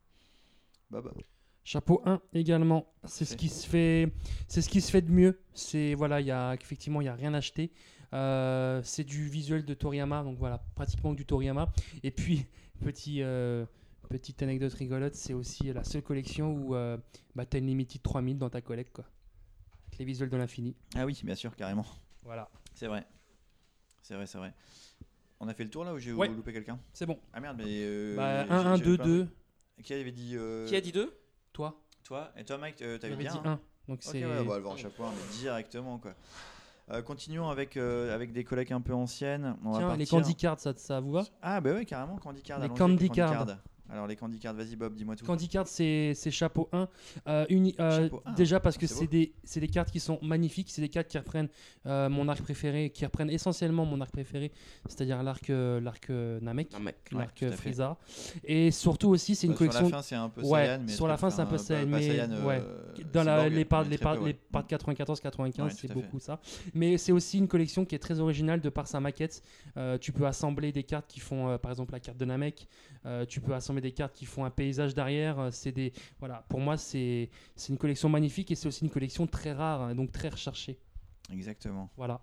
Bob. Chapeau un également. C'est ce Parfait. qui se fait, c'est ce qui se fait de mieux. C'est voilà, il y a effectivement il y a rien acheté. Euh, c'est du visuel de Toriyama, donc voilà, pratiquement du Toriyama. Et puis petit euh, petite anecdote rigolote, c'est aussi la seule collection où euh, bah, t'as une limited trois mille dans ta collecte quoi. Avec les visuels de l'infini. Ah oui, bien sûr, carrément. Voilà. C'est vrai. C'est vrai, c'est vrai. On a fait le tour là où j'ai Ouais. loupé quelqu'un? C'est bon. Ah merde, mais. Euh, Bah, j'ai- un un j'avais deux pas- deux. Qui avait dit. euh, Qui a dit deux? Toi, Toi et toi, Mike, euh, tu t'avais avais dit dit un. un. Donc Ok, c'est ouais, bah, alors, chapeau un, mais directement quoi. Euh, continuons avec, euh, avec des collègues un peu anciennes. On va tiens, les partir- candy cards, ça, ça vous va? Ah bah ouais, carrément, Candy Card. Les allons-y Candy avec Card. Alors les Candy Cards, vas-y Bob, dis-moi tout. Candy Card, c'est c'est chapeau un. Euh, uni- euh, Chapeau un, déjà parce que c'est c'est beau. des, c'est des cartes qui sont magnifiques. C'est des cartes qui reprennent euh, mon arc préféré, qui reprennent essentiellement mon arc préféré, c'est-à-dire l'arc, euh, l'arc euh, Namek, Un mec. Ouais, l'arc tout à euh, fait. Frieza. Et surtout aussi, c'est une Bah, collection. Sur la fin, c'est un peu Ouais, Saiyan, mais sur la très- fin, c'est un peu enfin, Saiyan, pas- pas mais Saiyan, euh, ouais. Dans la, cyborg, les parts, mais les très parts, peu, les ouais. parts quatre-vingt-quatorze quatre-vingt-quinze, Ouais, c'est tout à fait. beaucoup ça. Mais c'est aussi une collection qui est très originale de par sa maquette. Euh, tu peux assembler des cartes qui font, euh, par exemple, la carte de Namek. Euh, tu peux assembler des cartes qui font un paysage derrière. Euh, C'est des, voilà. Pour moi, c'est c'est une collection magnifique et c'est aussi une collection très rare, hein, donc très recherchée. Exactement. Voilà.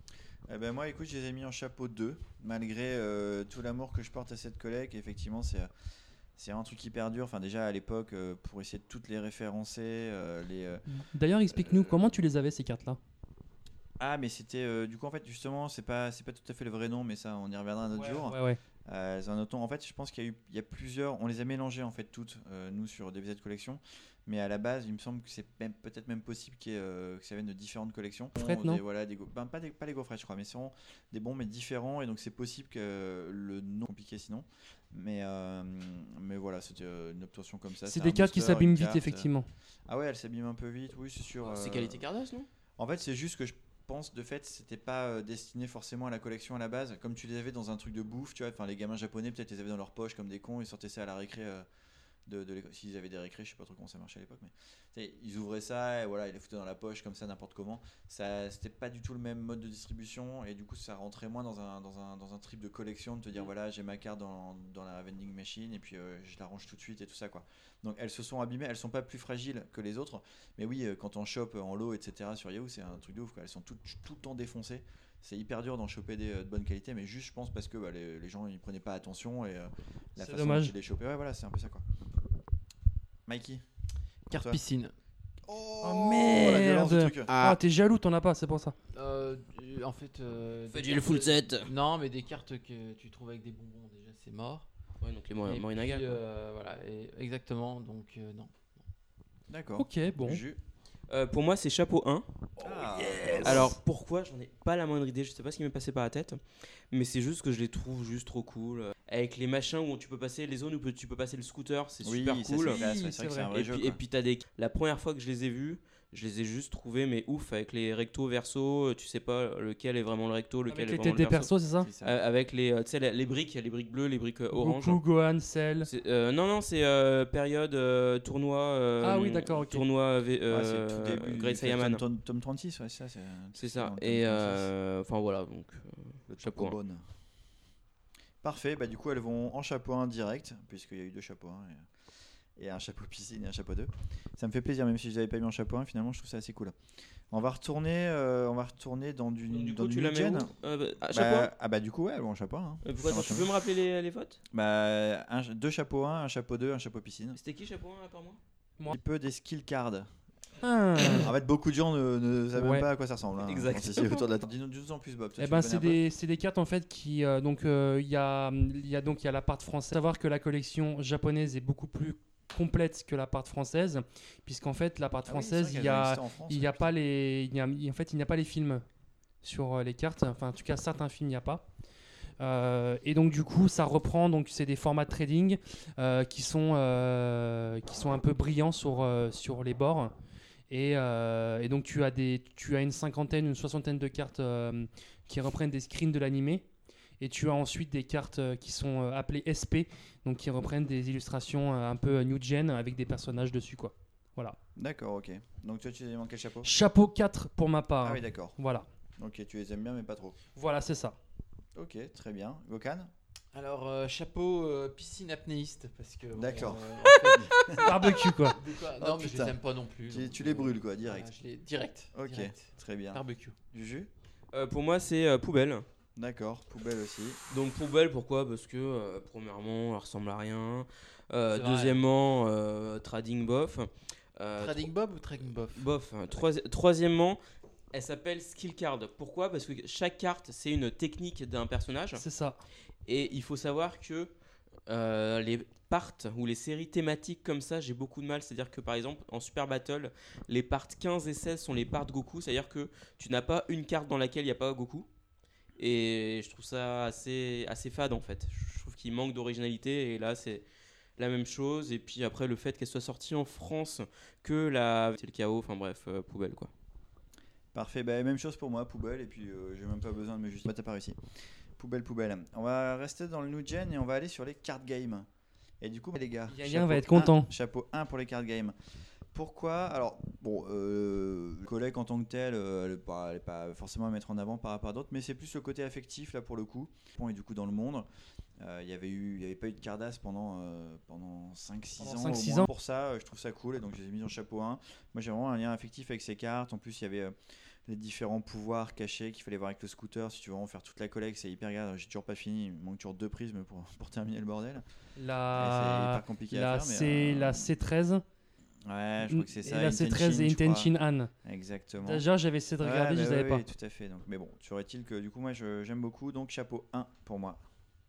Eh ben moi, écoute, je les ai mis en chapeau deux, malgré euh, tout l'amour que je porte à cette collègue. Effectivement, c'est c'est un truc hyper dur. Enfin, déjà à l'époque, euh, pour essayer de toutes les référencer, euh, les. euh, D'ailleurs, explique-nous Euh, comment tu les avais ces cartes-là. Ah, mais c'était euh, du coup en fait justement, c'est pas c'est pas tout à fait le vrai nom, mais ça, on y reviendra un autre jour. Ouais, ouais. Euh, c'est un autre nom. En fait, je pense qu'il y a eu il y a plusieurs. On les a mélangées en fait toutes, euh, nous sur D V Z Collection. Mais à la base, il me semble que c'est même- peut-être même possible qu'il y ait, euh, que ça vienne de différentes collections. Gaufrettes, Des- non Voilà, des go- ben, pas, des, pas les gaufrettes, je crois, mais c'est vraiment des bons, mais différents. Et donc, c'est possible que le nom compliqué sinon. Mais, euh, mais voilà, c'était euh, une obtention comme ça. C'est un des cartes qui booster, s'abîment une vite, carte. effectivement. Ah ouais, elle s'abîme un peu vite, oui, c'est sûr. C'est euh, qualité Cardass, non? En fait, c'est juste que je pense de fait, c'était pas euh, destiné forcément à la collection à la base. Comme tu les avais dans un truc de bouffe, tu vois. Enfin, les gamins japonais, peut-être les avaient dans leur poche comme des cons, ils sortaient ça à la récré. euh, de, de l'école. S'ils avaient des récrés, je sais pas trop comment ça marchait à l'époque, mais tu sais, ils ouvraient ça et voilà, ils les foutaient dans la poche comme ça, n'importe comment. Ça, c'était pas du tout le même mode de distribution et du coup, ça rentrait moins dans un, dans un, dans un trip de collection de te dire voilà, j'ai ma carte dans, dans la vending machine et puis euh, je la range tout de suite et tout ça quoi. Donc elles se sont abîmées, elles sont pas plus fragiles que les autres, mais oui, euh, quand on chope en lot, et cetera sur Yahoo, c'est un truc de ouf quoi. Elles sont toutes, tout le temps défoncées. C'est hyper dur d'en choper des euh, de bonne qualité, mais juste je pense parce que bah, les, les gens ils prenaient pas attention et euh, la C'est façon dommage. dont ils les chopaient, ouais voilà, c'est un peu ça quoi. Mikey. Carte Toi. piscine. Oh, merde. la violence du truc. Ah, t'es jaloux, t'en as pas, c'est pour ça. Euh, en fait. Euh, Fais des du cartes- full set. Non, mais des cartes que tu trouves avec des bonbons, déjà, c'est mort. Ouais, donc les Mor- Et Morinaga. puis, quoi. euh, voilà, et- exactement, donc euh, non. D'accord. Ok, bon. Jus. Euh, pour moi, c'est chapeau un. Ah, Alors pourquoi, j'en ai pas la moindre idée, je sais pas ce qui m'est passé par la tête, mais c'est juste que je les trouve juste trop cool. Avec les machins où tu peux passer, les zones où tu peux passer le scooter, c'est oui, super ça, cool. c'est classe, ouais, Oui, c'est vrai que c'est c'est un vrai. vrai Et jeu. puis, quoi. et puis t'as des. La première fois que je les ai vus, je les ai juste trouvés mais ouf avec les rectos verso, tu sais pas lequel est vraiment le recto, lequel Avec est les vraiment têtes le des verso. persos, c'est ça C'est ça. Euh, avec les, euh, tu sais, les, les briques, les briques bleues, les briques euh, orange. Goku, Gohan, Cell. C'est- euh, non non c'est euh, période euh, tournoi. euh, Ah oui, d'accord, ok. Tournoi V- Ouais, euh, c'est tout début. Great c'est Saiyaman. Tom, Tom trente-six, ouais, ça, c'est C'est c'est ça. dans le Tom Et trente-six. euh, enfin voilà donc. euh, Le chapeau chapeau bonne. Parfait, bah du coup elles vont en chapeau un direct, puisqu'il y a eu deux chapeaux un et, et un chapeau piscine et un chapeau deux. Ça me fait plaisir, même si je les avais pas mis en chapeau un, finalement je trouve ça assez cool. On va retourner, euh, on va retourner dans du, donc, du dans coup du tu la mets mid-gen. où euh, bah, ah, Bah, chapeau un ah bah du coup ouais, elles vont en chapeau un. hein. Euh, pourquoi, Elles vont en attends, tu chapeau peux me rappeler les, les votes? Bah, un, deux chapeaux un, un chapeau deux, un chapeau piscine. C'était qui chapeau un à part moi? Un petit peu des skill cards. Ah. En fait, beaucoup de gens ne, ne savent Ouais. même pas à quoi ça ressemble. hein. Exact. Quand c'est ici autour de la table. Dis-nous dis-nous en plus, Bob. Toi, Eh tu ben, le c'est connais un des, c'est des cartes en fait qui euh, donc euh, il y a il y a donc il y a la part française. Savoir que la collection japonaise est beaucoup plus complète que la part française, puisqu'en fait la part peu. Ah oui, c'est française vrai il y qu'elles ont a existé en France, il y ouais, a pas les il y a, en fait il n'y a pas les films sur euh, les cartes. Enfin en tout cas certains films il n'y a pas. Euh, et donc du coup ça reprend, donc c'est des formats de trading euh, qui sont euh, qui sont un peu brillants sur euh, sur les bords. Et, euh, et donc tu as, des, tu as une cinquantaine, une soixantaine de cartes euh, qui reprennent des screens de l'animé. Et tu as ensuite des cartes euh, qui sont euh, appelées S P, donc qui reprennent des illustrations euh, un peu new gen avec des personnages dessus, quoi. Voilà. D'accord, ok. Donc toi, tu les aimes en quel chapeau? Chapeau quatre pour ma part. Ah oui, d'accord. Voilà. Ok, tu les aimes bien, mais pas trop. Voilà, c'est ça. Ok, très bien. Gokan? Alors, euh, chapeau euh, piscine apnéiste, parce que. bon, D'accord. euh, en fait, Barbecue, quoi. de quoi- Oh, non, mais je putain. les aime pas non plus. Tu, donc, tu les euh, brûles, quoi, voilà, direct. je les- direct. Ok, direct. très bien. Barbecue. Juju? Euh, Pour moi c'est euh, poubelle. D'accord, poubelle aussi. Donc poubelle pourquoi? Parce que euh, premièrement elle ressemble à rien. Euh, C'est vrai. deuxièmement euh, trading bof. Euh, Trading Bob ou Trading Bof? Bof. Troisi- Troisièmement, elle s'appelle skill card. Pourquoi? Parce que chaque carte, c'est une technique d'un personnage. C'est ça. Et il faut savoir que euh, les parts ou les séries thématiques comme ça, j'ai beaucoup de mal. C'est-à-dire que par exemple, en Super Battle, les parts quinze et seize sont les parts Goku. C'est-à-dire que tu n'as pas une carte dans laquelle il n'y a pas Goku. Et je trouve ça assez, assez fade en fait. Je trouve qu'il manque d'originalité. Et là, c'est la même chose. Et puis après, le fait qu'elle soit sortie en France que la. C'est le chaos, enfin bref, euh, poubelle quoi. Parfait, bah, même chose pour moi, poubelle, et puis euh, j'ai même pas besoin de me justifier. Bah, t'as pas réussi. Poubelle, poubelle. On va rester dans le new gen et on va aller sur les card games. Et du coup, les gars, Yann chapeau va être un, content. Chapeau un pour les card games. Pourquoi? Alors, bon, euh, le collègue en tant que tel, euh, elle n'est pas, elle est pas forcément à mettre en avant par rapport à d'autres, mais c'est plus le côté affectif, là, pour le coup. Bon, et du coup, dans le monde, euh, il n'y avait, eu, il y avait pas eu de Cardass pendant, euh, pendant cinq six ans. cinq, au six moins. ans. Pour ça, euh, je trouve ça cool, et donc je les ai mis en chapeau un. Moi, j'ai vraiment un lien affectif avec ces cartes. En plus, il y avait... Euh, les différents pouvoirs cachés qu'il fallait voir avec le scooter. Si tu veux vraiment faire toute la collecte, c'est hyper grave. J'ai toujours pas fini. Il me manque toujours deux prismes pour, pour terminer le bordel. Et c'est La, hyper compliqué la, à faire. Mais, C, euh, la C treize. Ouais, je crois que c'est ça. Et la C treize et je crois. Intention Anne. Exactement. Déjà, j'avais essayé de Ouais, regarder, bah je les avais ouais, pas. ouais, tout à fait. Donc, mais bon, serait-il que du coup, moi, je- j'aime beaucoup. Donc, chapeau un pour moi.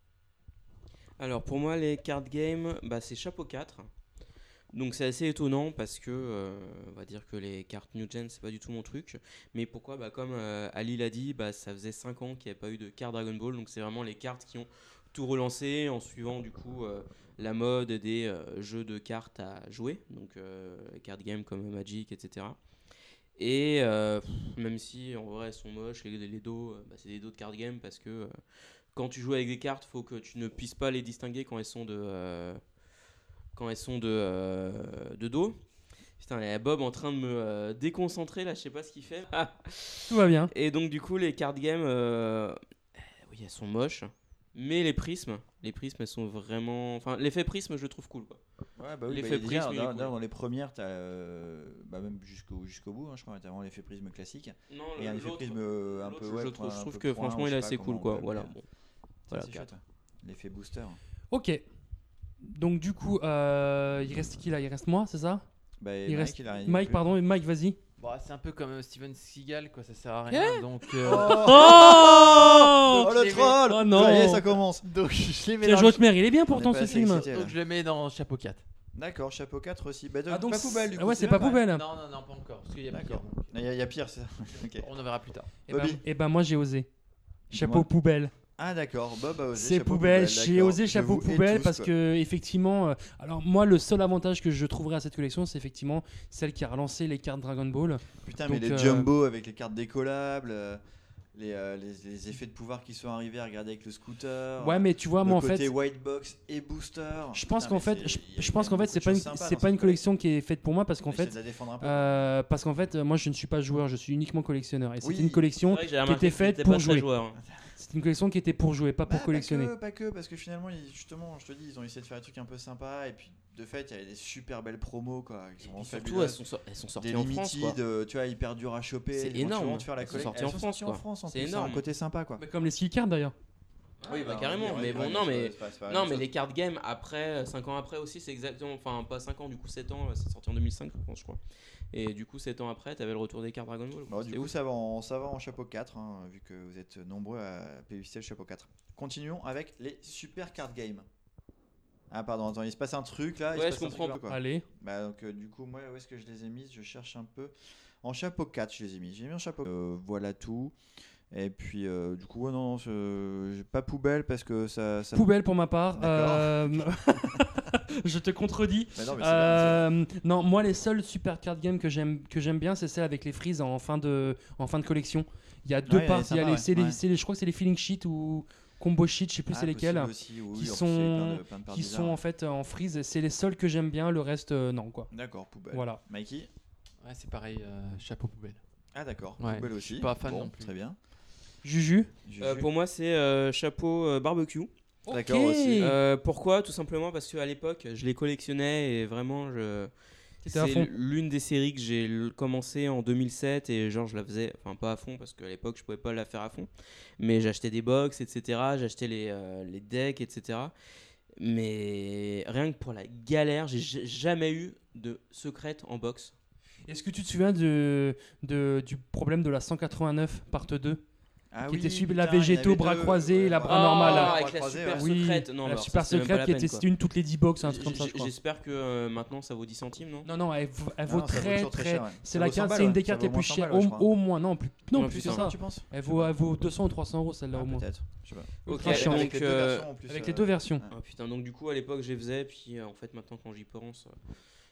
Alors pour moi, les card games, bah, c'est chapeau quatre. Donc c'est assez étonnant parce que euh, on va dire que les cartes New Gen c'est pas du tout mon truc. Mais pourquoi? Bah, comme euh, Ali l'a dit, bah, ça faisait cinq ans qu'il n'y avait pas eu de cartes Dragon Ball. Donc c'est vraiment les cartes qui ont tout relancé en suivant du coup euh, la mode des euh, jeux de cartes à jouer. Donc euh, les card games comme Magic, et cetera. Et euh, pff, même si en vrai elles sont moches, les, les dos, euh, bah, c'est des dos de card game parce que euh, quand tu joues avec des cartes, faut que tu ne puisses pas les distinguer quand elles sont de euh, quand elles sont de, euh, de dos. Putain, il y a Bob en train de me euh, déconcentrer là, je sais pas ce qu'il fait. Tout va bien. Et donc du coup les card games, euh, oui elles sont moches, mais les prismes, les prismes elles sont vraiment, enfin l'effet prisme je le trouve cool quoi. Ouais, bah oui, L'effet bah, déjà, prisme, il est dans, cool. dans les premières, t'as euh, bah, même jusqu'au jusqu'au bout, hein, je crois, t'as vraiment l'effet prisme classique. Non, Et un effet l'autre- prisme euh, un l'autre, peu. je, Ouais, je point- trouve, je un trouve peu que point, franchement je il est sais pas assez comment cool on quoi. peut Voilà. appeler. Bon. Ça, Voilà, c'est quatre. chouette, ouais. L'effet booster. Ok. Donc du coup, euh, il reste qui là? Il reste moi, c'est ça? Bah, Il Mike, reste il a rien dit non Mike, plus. pardon, Mike, vas-y. Bon, c'est un peu comme euh, Steven Seagal, quoi, ça sert à rien. Donc, euh, Oh, Oh le les troll! Oh non. Ça y est, ça commence. donc je les mets Pierre dans le... Jotmer, il est bien On pourtant est ce pas assez film. excité, là. donc je le mets dans chapeau quatre. D'accord, chapeau quatre aussi. Bah, Ah donc pas poubelle du coup. ouais, c'est pas vrai. poubelle. Non, non, non, pas encore. Parce qu'il y a pire. D'accord. donc, Il y, a- il y a pire, c'est ça. Ok. on en verra plus tard. Et ben, Bobby. eh ben, moi j'ai osé. Chapeau Dis-moi. poubelle. Ah d'accord, Bob a osé. C'est chapeau poubelle, j'ai d'accord. osé Je chapeau vous hais poubelle tous, parce quoi. que effectivement, euh, alors moi le seul avantage que je trouverais à cette collection, c'est effectivement celle qui a relancé les cartes Dragon Ball. Putain, donc, mais les euh, jumbo avec les cartes décollables, euh, les, euh, les, les effets de pouvoir qui sont arrivés à regarder avec le scooter. Ouais, mais tu vois, le moi en côté fait, white box et booster. je pense Putain, qu'en mais fait, c'est- je, il y a- je il y pense a qu'en fait, beaucoup c'est de pas une, choses sympas c'est dans pas une cette collection qui est faite pour moi parce qu'en collection. fait, Essaie de la défendre un peu. euh, parce qu'en fait, moi je ne suis pas joueur, je suis uniquement collectionneur et Oui. c'était une C'est collection vrai que j'ai qui remarqué était que faite t'étais pour pas très jouer. joueur. C'est une collection qui était pour jouer, pas pour Bah, collectionner. Pas que, pas que, parce que finalement, ils- justement, je te dis, ils ont essayé de faire des trucs un peu sympas et puis de fait, il y a des super belles promos quoi. Ils sont Et vraiment surtout elles fabuleuses. sont, sor- elles sont Des sorties en France quoi. limited, euh, tu vois, hyper dur à choper. C'est Quand tu veux énorme. vraiment te faire la Elles sont collecte. sorties Elles en sont France, sorties en quoi. France en C'est plus, énorme. un côté sympa quoi. Mais comme les skill cards d'ailleurs. Oui, bah on carrément, dirait- mais ouais, bon, non, c'est mais- pas- c'est pas- c'est pas la Non même mais chose. les card games après, cinq ans après aussi c'est exactement, enfin pas cinq ans du coup sept ans, c'est sorti en deux mille cinq je pense je crois. Et du coup sept ans après t'avais le retour des cartes Dragon Ball. Bon, C'était du coup, ouf. ça va, en, ça va en chapeau quatre, hein, vu que vous êtes nombreux à pévister le chapeau quatre. Continuons avec les super card games. Ah, pardon, attends, il se passe un truc là. il Ouais, se je passe un comprends. truc, là, quoi. Allez. Bah, donc, euh, du coup, moi, où est-ce que je les ai mises? Je cherche un peu. En chapeau quatre, je les ai mis. J'ai mis en chapeau. Euh, voilà tout. Et puis, euh, du coup, ouais, non, non, je- j'ai pas poubelle parce que ça. ça... Poubelle pour ma part. D'accord. Euh, je te contredis. Bah non, mais c'est Euh, non, moi les seuls super card games que j'aime que j'aime bien, c'est celle avec les frises en fin de en fin de collection. Il y a deux Ouais, elle est parties. Il y a sympa, les, c'est ouais. les- c'est les- je crois que c'est les feeling sheets ou combo sheets, je sais plus Ah, c'est lesquels, possible aussi, oui, qui oui, en plus, sont- il y a plein de- plein de parts qui sont bizarres. en fait en frise. C'est les seuls que j'aime bien. Le reste euh, non quoi. D'accord, poubelle. Voilà. Mikey? Ouais, c'est pareil, euh, chapeau poubelle. Ah, d'accord, Ouais, poubelle je aussi. suis pas fan Bon, non plus. Très bien. Juju. Juju. Euh, pour moi c'est euh, chapeau euh, barbecue. D'accord, Ok. aussi. Euh, pourquoi? Tout simplement parce qu'à l'époque je les collectionnais et vraiment je... T'étais à c'est fond. l'une des séries que j'ai l- commencé en deux mille sept et genre je la faisais, enfin pas à fond parce qu'à l'époque je pouvais pas la faire à fond, mais j'achetais des box, et cetera. J'achetais les, euh, les decks, et cetera. Mais rien que pour la galère, j'ai j- jamais eu de secrète en box. Est-ce que tu te souviens de, de- du problème de la cent quatre-vingt-neuf part deux? Ah qui oui, était super, putain, la il y en végétaux, avait bras deux. croisés, Ouais, la ouais. bras Ah, normale. là. avec la croisé, super ouais. Oui, secrète. Non, la alors, super ça, c'est même pas secrète la qui peine, était quoi. c'était une toutes les dix box, un truc comme ça, J- je crois. J'espère que euh, maintenant ça vaut dix centimes, non? Non, non, elle, vaut- elle Ah vaut non, ça vaut très toujours très très. cher, ouais. C'est Ça la vaut cent carte, balles, c'est une ouais. des Ça cartes vaut les moins plus cent chères. balles, ouais, je Au, crois. au moins, non, plus, non, Ouais, plus que putain. ça. Tu penses Elle vaut, elle vaut deux cents ou trois cents euros celle-là Ah, au moins. peut-être. Je sais pas. Ok, Ultra chiant. Avec donc, les deux euh, versions en plus. Avec euh, les deux versions. ah, putain, donc du coup à l'époque je les faisais, puis euh, en fait maintenant quand j'y pense, euh,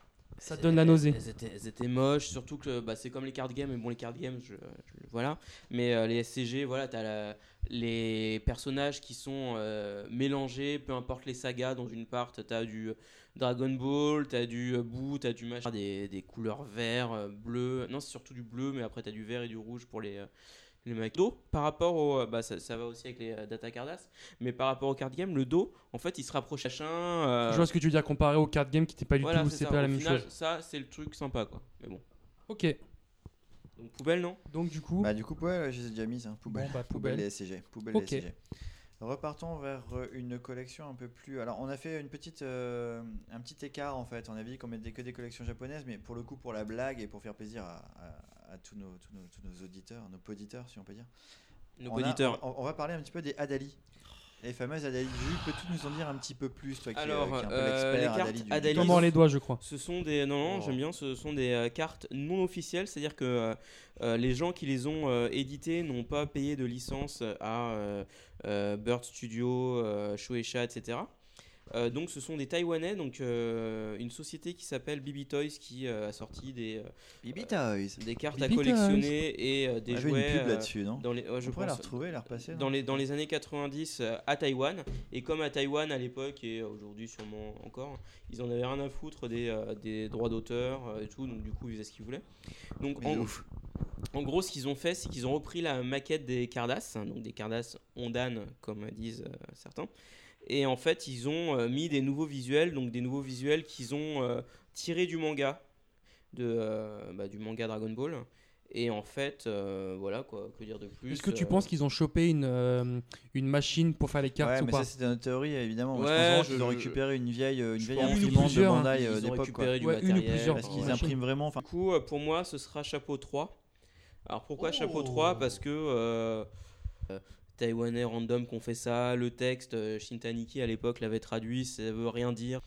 Ça c'est- donne la nausée. Elles étaient, elles étaient moches, surtout que bah, c'est comme les card games, mais bon les card games, je, je- voilà. Mais euh, les S C G, voilà, t'as la- les personnages qui sont euh, mélangés, peu importe les sagas. Dans une part, t'as du Dragon Ball, t'as du euh, Boo, t'as du machin, des, des couleurs vert, euh, bleu. Non, c'est surtout du bleu, mais après t'as du vert et du rouge pour les. Euh, les mecs. Dos, par rapport au. Bah, ça, ça va aussi avec les euh, Data Cardass, mais par rapport au card game, le dos, en fait, il se rapproche machin. euh, Je vois ce que tu veux dire comparé au card game qui n'était pas du voilà, tout, c'est c'est ça. pas la Au même final, chose. ça, c'est le truc sympa, quoi. Mais bon. Ok, Donc, poubelle, non? donc du coup, Bah, du coup, ouais, je les ai déjà mises. Hein. Poubelle. Bon, bah, poubelle poubelle. les S C G. Poubelle Ok. les S C G. Repartons vers euh, une collection un peu plus. Alors, on a fait une petite, euh, un petit écart en fait. On avait dit qu'on mettait que des collections japonaises, mais pour le coup, pour la blague et pour faire plaisir à, à- à tous, nos, tous, nos, tous nos auditeurs, nos poditeurs, si on peut dire. Nos On a- auditeurs. on, on va parler un petit peu des Adali. Les fameuses Adali. Jules, peux-tu nous en dire un petit peu plus, toi qui, Alors, euh, qui est un peu euh, les l'expert cartes Adali du Adali, Tomant les doigts, je crois. Ce sont des non non Oh. j'aime bien ce sont des euh, cartes non officielles, c'est-à-dire que euh, euh, les gens qui les ont euh, éditées n'ont pas payé de licence à euh, euh, Bird Studio, euh, Shueisha, et cetera. Euh, donc ce sont des Taïwanais, donc euh, une société qui s'appelle B B Toys qui euh, a sorti des, euh, Bibi Toys. des cartes B B à Toys. collectionner et euh, On des avait jouets une pub euh, là-dessus, non dans les ouais, je On pourrait la pense, retrouver, la repasser. non dans les, dans les années quatre-vingt-dix euh, à Taïwan. Et comme à Taïwan à l'époque et aujourd'hui sûrement encore, ils en avaient rien à foutre des, euh, des droits d'auteur euh, et tout, donc du coup ils faisaient ce qu'ils voulaient. Donc Mais de en, ouf. en gros ce qu'ils ont fait, c'est qu'ils ont repris la maquette des Cardass, hein, donc des Cardass Ondan comme disent euh, certains. Et en fait ils ont euh, mis des nouveaux visuels, donc des nouveaux visuels qu'ils ont euh, tirés du manga, de, euh, bah, du manga Dragon Ball. Et en fait, euh, voilà quoi, que dire de plus. Est-ce que tu euh, penses qu'ils ont chopé une, euh, une machine pour faire les cartes Ouais, ou mais pas ça c'était notre théorie évidemment. Moi, Ouais, je pense vraiment je- qu'ils ont je- récupéré une vieille, euh, une je vieille pense- Une ou imprimante de plusieurs, hein. Bandai ils euh, ont d'époque. récupéré quoi. du Ouais, une ou matériel. plusieurs, Parce enfin, qu'ils machines. impriment vraiment. Enfin, Du coup, euh, pour moi, ce sera chapeau trois. Alors pourquoi Oh. chapeau trois? Parce que euh, euh, Taïwanais random qu'on fait ça, le texte, euh, Shintaniki à l'époque l'avait traduit, ça veut rien dire.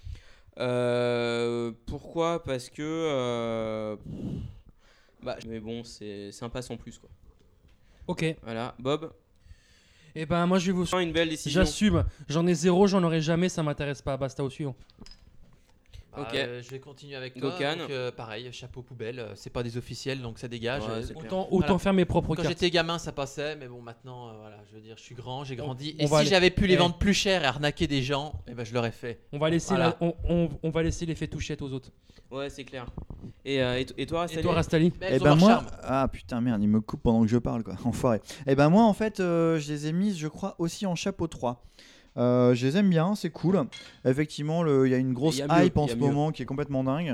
Euh, pourquoi? Parce que... euh, bah, mais bon, c'est sympa sans plus quoi. Ok. Voilà, Bob, Et ben moi je vais vous. une belle décision. J'assume. J'en ai zéro, j'en aurai jamais, ça m'intéresse pas. Basta au suivant. Bah, Ok. euh, je vais continuer avec toi. Gokan. Donc, euh, pareil, chapeau poubelle. euh, C'est pas des officiels, donc ça dégage. Ouais, Euh, c'est clair. Autant, autant Voilà. faire mes propres Quand cartes. j'étais gamin, ça passait, mais bon, maintenant, euh, voilà, je veux dire, je suis grand, j'ai grandi. on et va si aller- j'avais pu les Eh. vendre plus cher et arnaquer des gens, eh ben, je l'aurais fait. On va laisser, Voilà. la- on, on- on va laisser l'effet touchette aux autres. Ouais, c'est clair. Et, euh, et, t- et toi, Et Rastali? toi, Rastali? Mais Eh elles ont ben leur moi, charme. ah putain merde, il me coupe pendant que je parle quoi, enfoiré. Eh ben moi en fait, euh, je les ai mises, je crois, aussi en chapeau trois. Euh, je les aime bien, c'est cool. Effectivement, le- il y a une grosse Il y a mieux, hype en il y a ce mieux. moment qui est complètement dingue.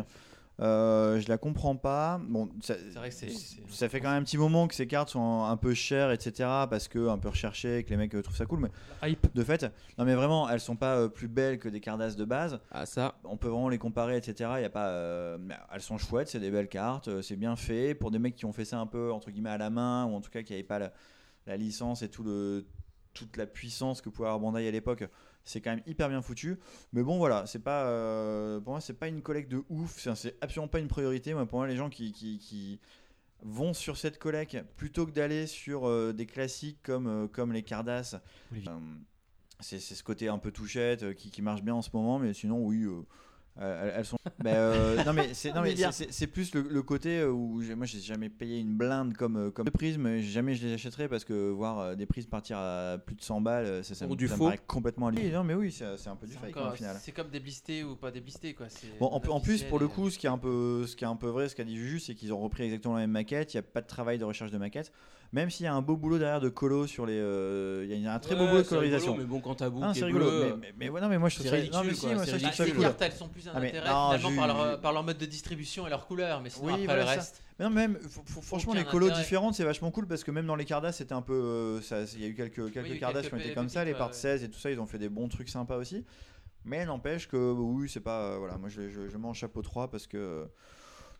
Euh, je la comprends pas. Bon, ça, C'est vrai que c'est. c'est- ça fait quand même un petit moment que ces cartes sont un peu chères, et cetera. Parce que un peu recherchées et que les mecs euh, trouvent ça cool. Mais Hype. de fait, non mais vraiment, elles sont pas euh, plus belles que des Cardass de base. Ah ça, On peut vraiment les comparer, et cetera. Il y a pas, euh, mais elles sont chouettes, c'est des belles cartes, euh, c'est bien fait pour des mecs qui ont fait ça un peu entre guillemets à la main ou en tout cas qui n'avaient pas la, la licence et tout le, toute la puissance que pouvait avoir Bandai à l'époque. C'est quand même hyper bien foutu. Mais bon voilà, c'est pas, euh, pour moi c'est pas une collecte de ouf. C'est, c'est absolument pas une priorité. Moi, pour moi les gens qui, qui, qui vont sur cette collecte plutôt que d'aller sur euh, des classiques comme, euh, comme les Cardass. Olivier. Euh, c'est, c'est ce côté un peu touchette euh, qui, qui marche bien en ce moment, mais sinon oui, euh, elles, elles sont. Mais, euh, non mais c'est non mais c'est, c'est, c'est plus le, le côté euh, où j'ai, moi j'ai jamais payé une blinde comme euh, comme prisme, jamais je les achèterais parce que voir euh, des prismes partir à plus de cent balles, euh, ça, ça, Pour me, du ça me faux. paraît complètement hallucinant. Non mais oui, c'est, c'est un peu du c'est fake encore- au final. C'est comme déblisté ou pas déblisté, quoi. c'est Bon, en, en plus, officiel pour le et- coup, ce qui est un peu, ce qui est un peu vrai, ce qu'a dit Juju, c'est qu'ils ont repris exactement la même maquette. Il n'y a pas de travail de recherche de maquette, même s'il y a un beau boulot derrière de colo sur les. euh, Il y a un très beau Ouais, boulot de c'est colorisation. rigolo, mais bon, quand ta boucle Ah, est c'est rigolo. bleue, Mais, mais, mais, ouais, non, mais moi je trouve c'est ça. Non, mais ridicule, si, quoi, moi, c'est ça, je Bah, trouve ça les cool. cartes, elles sont plus un Ah, mais intérêt non, finalement je- par leur, par leur mode de distribution et leur couleur, mais sinon Oui, après voilà, le ça. reste. Mais non, même, f- f- franchement, Aucun les colos intérêt. différentes, c'est vachement cool parce que même dans les Cardass, c'était un peu. euh, ça- Il y a eu quelques, quelques il y a eu Cardass quelques qui ont été pe- comme ça, les petites, parts ouais. seize et tout ça, ils ont fait des bons trucs sympas aussi. Mais n'empêche que oui, c'est pas. euh, voilà, moi je, je, je mets en chapeau trois parce que.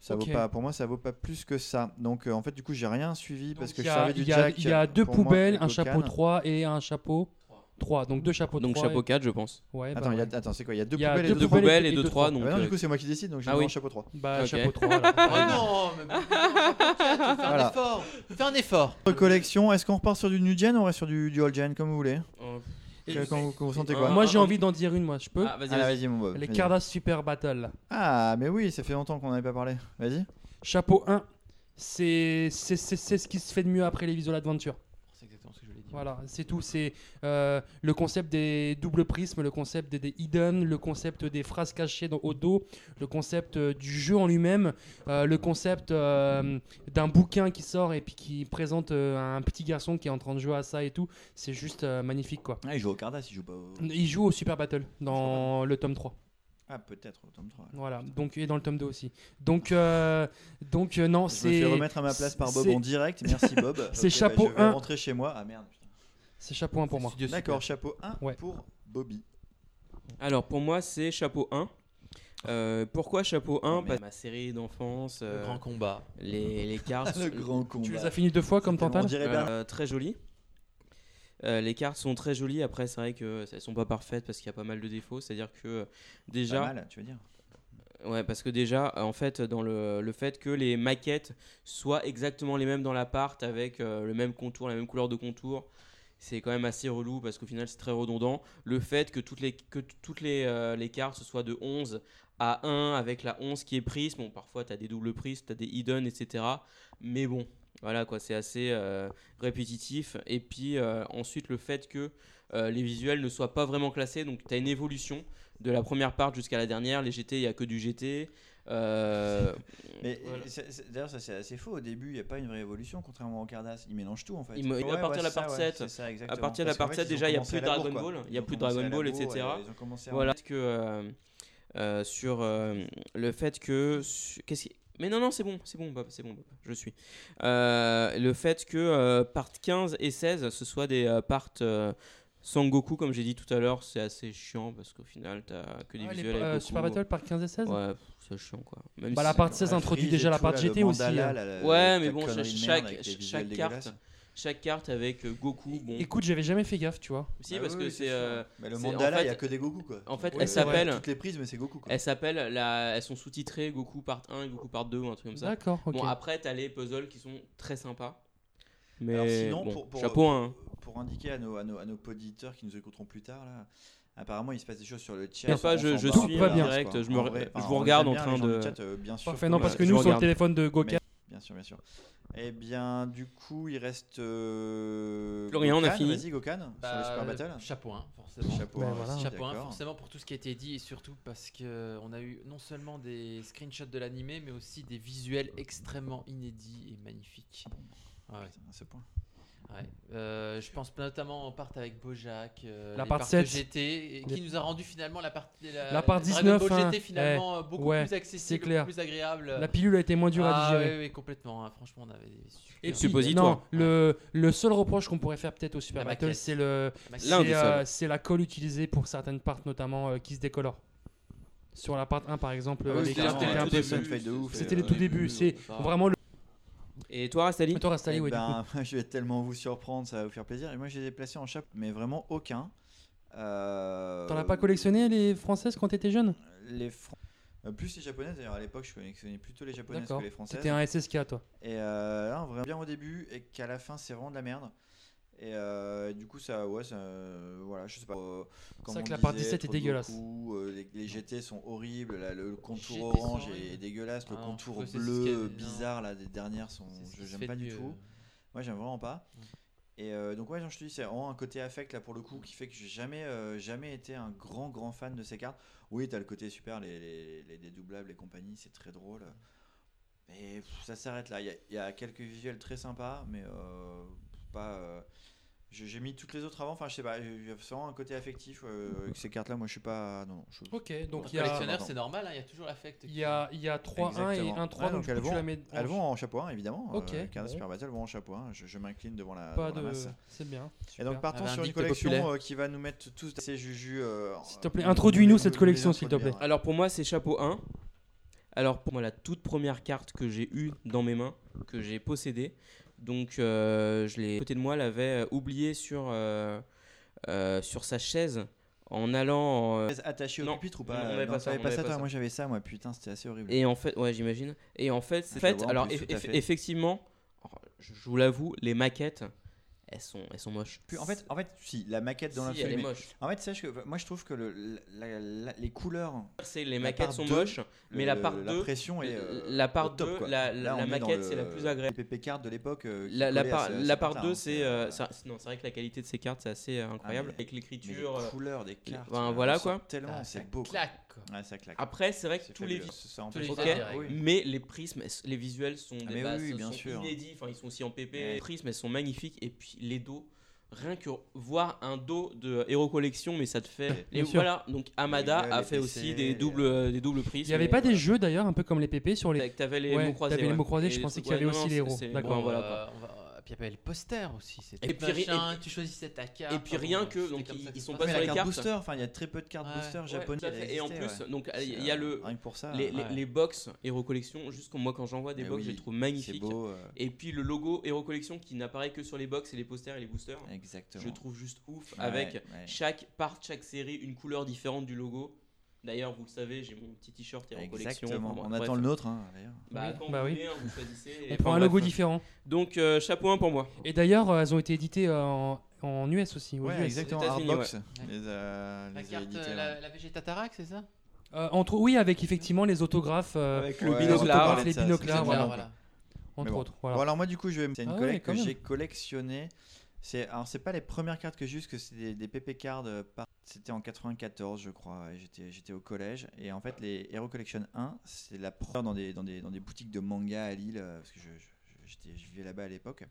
Ça Ok. vaut pas, pour moi, ça vaut pas plus que ça. Donc, euh, en fait, du coup, j'ai rien suivi parce Donc, que il y je a, servais du il y a- jack. il y a deux pour moi, poubelles, et un chapeau Gokan. trois et un chapeau trois. Donc deux chapeaux Donc trois. chapeau et- quatre, je pense. Ouais, bah, Attends, il y a- ouais. attends, c'est quoi? Il y a deux Il y a poubelles et deux deux Deux trois. poubelles et et deux deux trois. trois. Donc Ah bah non, euh, du coup, c'est moi qui décide, donc j'ai Ah mis oui. en chapeau trois. Bah, Ok. chapeau trois. alors. Oh non, mais fais un Voilà. effort. Fais un effort. Notre collection, est-ce qu'on repart sur du new gen ou on reste sur du, du old gen, comme vous voulez? euh, Que- Quand vous, quand vous sentez Un- quoi? Moi, j'ai un- envie d'en dire une, moi, je peux. Ah, vas-y, Allez, vas-y. vas-y, mon Bob. Les vas-y. Cardass Super Battle. Ah, mais oui, ça fait longtemps qu'on n'avait pas parlé. Vas-y. Chapeau un, c'est c'est- c'est- c'est ce qui se fait de mieux après les Visual Adventure. C'est exactement ce que je voulais dire. Voilà, c'est tout. C'est euh, le concept des doubles prismes, le concept des, des hidden, le concept des phrases cachées dans, au dos, le concept euh, du jeu en lui-même, euh, le concept euh, d'un bouquin qui sort et puis qui présente euh, un petit garçon qui est en train de jouer à ça et tout. C'est juste euh, magnifique, quoi. Ah, il joue au Cardass, il joue pas au. Il joue au Super Battle dans le tome trois. Ah, peut-être au tome trois. Voilà, donc et dans le tome deux aussi. Donc, euh, donc euh, non, Je me c'est. fais remettre à ma place par Bob c'est- en direct. Merci Bob. c'est Ok, chapeau bah, je vais un. rentrer chez moi. Ah merde. putain. C'est chapeau un pour moi. Studio D'accord, Super. chapeau un Ouais. pour Bobby. Alors pour moi c'est chapeau un. Euh, pourquoi chapeau un? Oh, Parce que ma série d'enfance, Le euh, grand combat. les, les cartes, Le grand combat. Tu les as finis deux fois comme On Tantal dirait bien. euh, très jolies. Euh, les cartes sont très jolies. Après c'est vrai que elles sont pas parfaites parce qu'il y a pas mal de défauts. C'est-à-dire que euh, déjà, Pas mal, tu veux dire. ouais, parce que déjà, euh, en fait, dans le, le fait que les maquettes soient exactement les mêmes dans l'appart avec euh, le même contour, la même couleur de contour, c'est quand même assez relou parce qu'au final, c'est très redondant. Le fait que toutes les, que t- toutes les, euh, les cartes ce soit de onze à un avec la onze qui est prise. Bon, parfois, tu as des doubles prises, tu as des hidden, et cetera. Mais bon, voilà quoi, c'est assez euh, répétitif. Et puis euh, ensuite, le fait que euh, les visuels ne soient pas vraiment classés, donc tu as une évolution de la première part jusqu'à la dernière. Les G T, il n'y a que du G T. Euh, Mais Voilà. c'est- c'est- d'ailleurs, ça c'est assez faux. Au début, il n'y a pas une vraie évolution, contrairement au Cardass. Ils mélangent tout en fait. Il me- à partir de la c'est ça, part ouais, sept, c'est ça, à exactement. partir de la Parce qu'en part fait, sept, ils ont déjà, il n'y a commencé plus à de la Dragon bourre, quoi. Ball. Il n'y Ils a ont plus de commencé Dragon à la Ball, bourre, et cetera. euh, ils ont commencé à Voilà que euh, euh, sur euh, le fait que su- qu'est-ce qui- mais non non c'est bon c'est bon Bob, c'est bon Bob, je suis Euh, le fait que euh, part quinze et seize ce soit des euh, parts euh, Sangoku comme j'ai dit tout à l'heure, c'est assez chiant parce qu'au final t'as que des Ah, les visuels pa- euh, avec Super Goku. Battle par quinze et seize Ouais, pff, c'est chiant quoi. Même Bah, si la c'est- part seize Ouais, introduit Freeze déjà et la tout, part là, G T le aussi. mandala, hein. là, la- Ouais, la mais bon, connerie de chaque- merde avec les chaque visuels carte, dégueulasses. chaque carte avec euh, Goku, bon. Écoute, j'avais jamais fait gaffe, tu vois. Si Ah parce oui, que oui, c'est sûr. euh, Mais le c'est- en mandala, il n'y a fait- que des Goku quoi. en fait, Oui, elles c'est vrai. s'appellent Toutes les prises, mais c'est Goku quoi. elles s'appellent la elles sont sous-titrées Goku part un et Goku part deux ou un truc comme ça. D'accord, ok. Bon, après, t'as les puzzles qui sont très sympas. Mais Alors sinon, bon, pour, pour, chapeau hein. pour indiquer à nos, à nos, à nos auditeurs qui nous écouteront plus tard, là, apparemment il se passe des choses sur le chat. Je sais pas, on je- s'en je bat suis un en peu, direct, quoi. je me En re- vrai, je enfin, vous on regarde aime en bien train les gens de- du chat, euh, bien sûr. Parfait, comme, non, parce euh, que je nous, sur le regarde. téléphone de Goka, Bien sûr, bien sûr. Eh bien, du coup, il reste. Euh, Florian, on a Gokan, fini. Vas-y, Gokan, sur le Bah, Super Battle. Chapeau un, forcément. Chapeau Ben un voilà. aussi, Chapeau un, d'accord. forcément pour tout ce qui a été dit et surtout parce que on a eu non seulement des screenshots de l'animé mais aussi des visuels extrêmement inédits et magnifiques. Ouais, À ce point. ouais. Euh, je pense notamment aux parts avec Bojack, euh, La les part parts sept. de G T et qui Les- nous a rendu finalement la partie la, La part Dragon dix-neuf, Ball hein, G T finalement euh, beaucoup ouais, plus c'est accessible, clair. beaucoup plus agréable. la pilule a été moins dure à ah, digérer. oui, oui, complètement. hein. Franchement, on avait des super Et puis, suppositoire. non, le, le seul reproche qu'on pourrait faire peut-être au Super La Battle, maquette. c'est le, maquette. L'un c'est, des euh, seuls. c'est la colle utilisée pour certaines parts, notamment euh, qui se décolorent. Sur la part un, par exemple, Ah euh, oui, les c'était cartes le étaient un tout peu début, seules. fait de ouf, C'était et, les euh, tout débuts. C'est ça. vraiment le. Et toi, Rastali? Toi, Rastali, Eh ouais, du coup. ben, je vais tellement vous surprendre, ça va vous faire plaisir. Et moi, je les ai placés en chape, mais vraiment aucun. Euh, T'en as pas collectionné les françaises quand t'étais jeune? Les Fran- euh, plus les japonaises, d'ailleurs, à l'époque, je collectionnais plutôt les japonaises D'accord. que les françaises. T'étais un S S K, toi. Et euh, non, vraiment bien au début, et qu'à la fin, c'est vraiment de la merde. Et euh, du coup, ça, ouais, ça, euh, voilà, je sais pas. euh, comme vrai on que la part disait, dix-sept est trop de dégueulasse. Goku, euh, les, les G T sont horribles, là, le, le contour G T sont orange horribles. est dégueulasse, le Ah non, contour faut- c'est ce bleu qu'il y a- non. bizarre là des dernières sont, C'est ce qui je- se j'aime fait pas de du mieux. tout. Moi, j'aime vraiment pas. Et euh, donc ouais, genre, je te dis, c'est vraiment un côté affect là pour le coup qui fait que j'ai jamais, euh, jamais été un grand grand fan de ces cartes. Oui, t'as le côté super, les, les, les dédoublables et compagnie, c'est très drôle. Mais pff, ça s'arrête là. Il y, a- il y a quelques visuels très sympas, mais euh, pas. euh, j'ai j'ai mis toutes les autres avant. Enfin, je sais pas. Il y a vraiment un côté affectif euh, avec ces cartes là. Moi, je suis pas. Non, non. Je... Ok, donc Pour il y a, collectionneur, Pardon. c'est normal, hein, il y a toujours l'affect. il y a, il y a trois un et Exactement. un trois, Ouais, donc, donc du elles coup, tu vont- la mets en- Elles vont en chapeau un évidemment. Ok, Euh, Cardass bon. Super Battle vont en chapeau un. Je, je m'incline devant la, Pas devant la de. masse. C'est bien. Et donc super. partons Avec un sur une dicte collection populaire. euh, qui va nous mettre tous ces Juju. euh, S'il te plaît, euh, introduis-nous vous- cette vous- collection, vous s'il te plaît. introduire. Alors pour moi, c'est chapeau un. Alors pour moi, la toute première carte que j'ai eue dans mes mains, que j'ai possédée, donc euh, je l'ai à côté de moi, l'avait oublié sur euh, euh, sur sa chaise en allant. euh, Attaché au non, pupitre ou non, pas on avait Non, pas ça, t'avais on pas avait ça, pas toi ça. Moi j'avais ça, moi putain, c'était assez horrible. Et en fait, ouais, j'imagine. Et en fait, c'est Je fait. le vois en Alors plus, eff- tout à eff- fait. effectivement, alors, je je vous l'avoue, les maquettes, elles sont, elles sont moches. Puis, en fait, en fait, si la maquette dans Si, l'absolu. elle est mais- moche. En fait, sache que moi je trouve que le, la- la- les couleurs, C'est les la maquettes part sont deux, moches, mais le- la part deux, l'impression est euh, la part au top, deux, quoi. la- Là, la on est dans maquette, le- c'est la plus agréable. Les P P cards de l'époque. euh, qui La, la, collaient part, à ce- à la cette part carte-là, deux, hein, c'est. euh, ça- non, c'est vrai que la qualité de ces cartes, c'est assez euh, incroyable. mais- Avec mais l'écriture. les euh, couleurs des cartes. ben, euh, voilà, elles sortent quoi. Tellement, Ah, c'est ça beau. quoi. claque, quoi. Ouais, ça claque. Après, c'est vrai que C'est tous les. fabuleux. Ça tous empêche les pas. Ok, direct. Oui. mais les prismes, elles- les visuels sont Ah, des mais bases, oui, bien sont sûr. inédits. Enfin, ils sont aussi en P P. Ouais. Les prismes, elles sont magnifiques. Et puis les dos, rien que voir un dos de Hero Collection, mais ça te fait. Bien Et sûr. voilà. Donc Amada Les- a les fait P C, aussi des les- doubles, euh, des doubles prismes. Il n'y avait pas des jeux d'ailleurs, un peu comme les P P sur les. T'avais les Ouais, mots croisés. t'avais les ouais. mots croisés, Et je les pensais trucs- qu'il y avait ouais, aussi non, les c'est- héros. c'est- D'accord. bon, voilà, Euh, quoi. on va- Puis il y avait les posters aussi. C'était Et puis, ri- machin, et- tu choisissais ta carte. Et puis enfin, rien bon, que, c'était donc, comme ils- ça que ils ça sont se pas Mais sur la les carte cartes. booster, enfin il y a très peu de cartes Ouais. booster Ouais, japonaises. tout à fait. Et en existaient, plus, ouais. donc il C'est, y a euh, le rien que pour ça. les, euh, les, ouais. les box Hero Collection. Juste comme moi quand j'envoie des mais box, oui, je les trouve C'est magnifiques. beau. euh, Et puis le logo Hero Collection qui n'apparaît que sur les box et les posters et les boosters. Exactement. Je trouve juste ouf. Ouais, Avec ouais. chaque part, chaque série, une couleur différente du logo. D'ailleurs, vous le savez, j'ai mon petit t-shirt Hero Collection. Exactement. Enfin, On bref. attend le nôtre, hein, d'ailleurs. Bah, Oui, quand bah vous oui. voulez, hein, vous choisissez. Et On enfin, prend un bref. logo différent. Donc, euh, chapeau un pour moi. Et d'ailleurs, euh, elles ont été éditées euh, en, en U S aussi. aux Ouais, U S. exactement. États-Unis, Artbox ouais. les a La les a carte, édités, euh, ouais. la, la Végétatarac, c'est ça Euh, entre, oui, avec effectivement les autographes, euh, Avec le Ouais, binocle, on peut là, parler de les ça, binocles, c'est là, ça. voilà. voilà. entre Mais bon. autres. Voilà. Bon, alors moi du coup, je vais c'est une Ah ouais, collecte quand que même. j'ai collectionnée. C'est alors c'est pas les premières cartes que j'ai eues, parce que c'est des, des P P cards euh, par- c'était en quatre-vingt-quatorze je crois, et j'étais j'étais au collège, et en fait les Hero Collection un, c'est la première dans des dans des dans des boutiques de manga à Lille, euh, parce que je je, j'étais- je vivais là-bas à l'époque.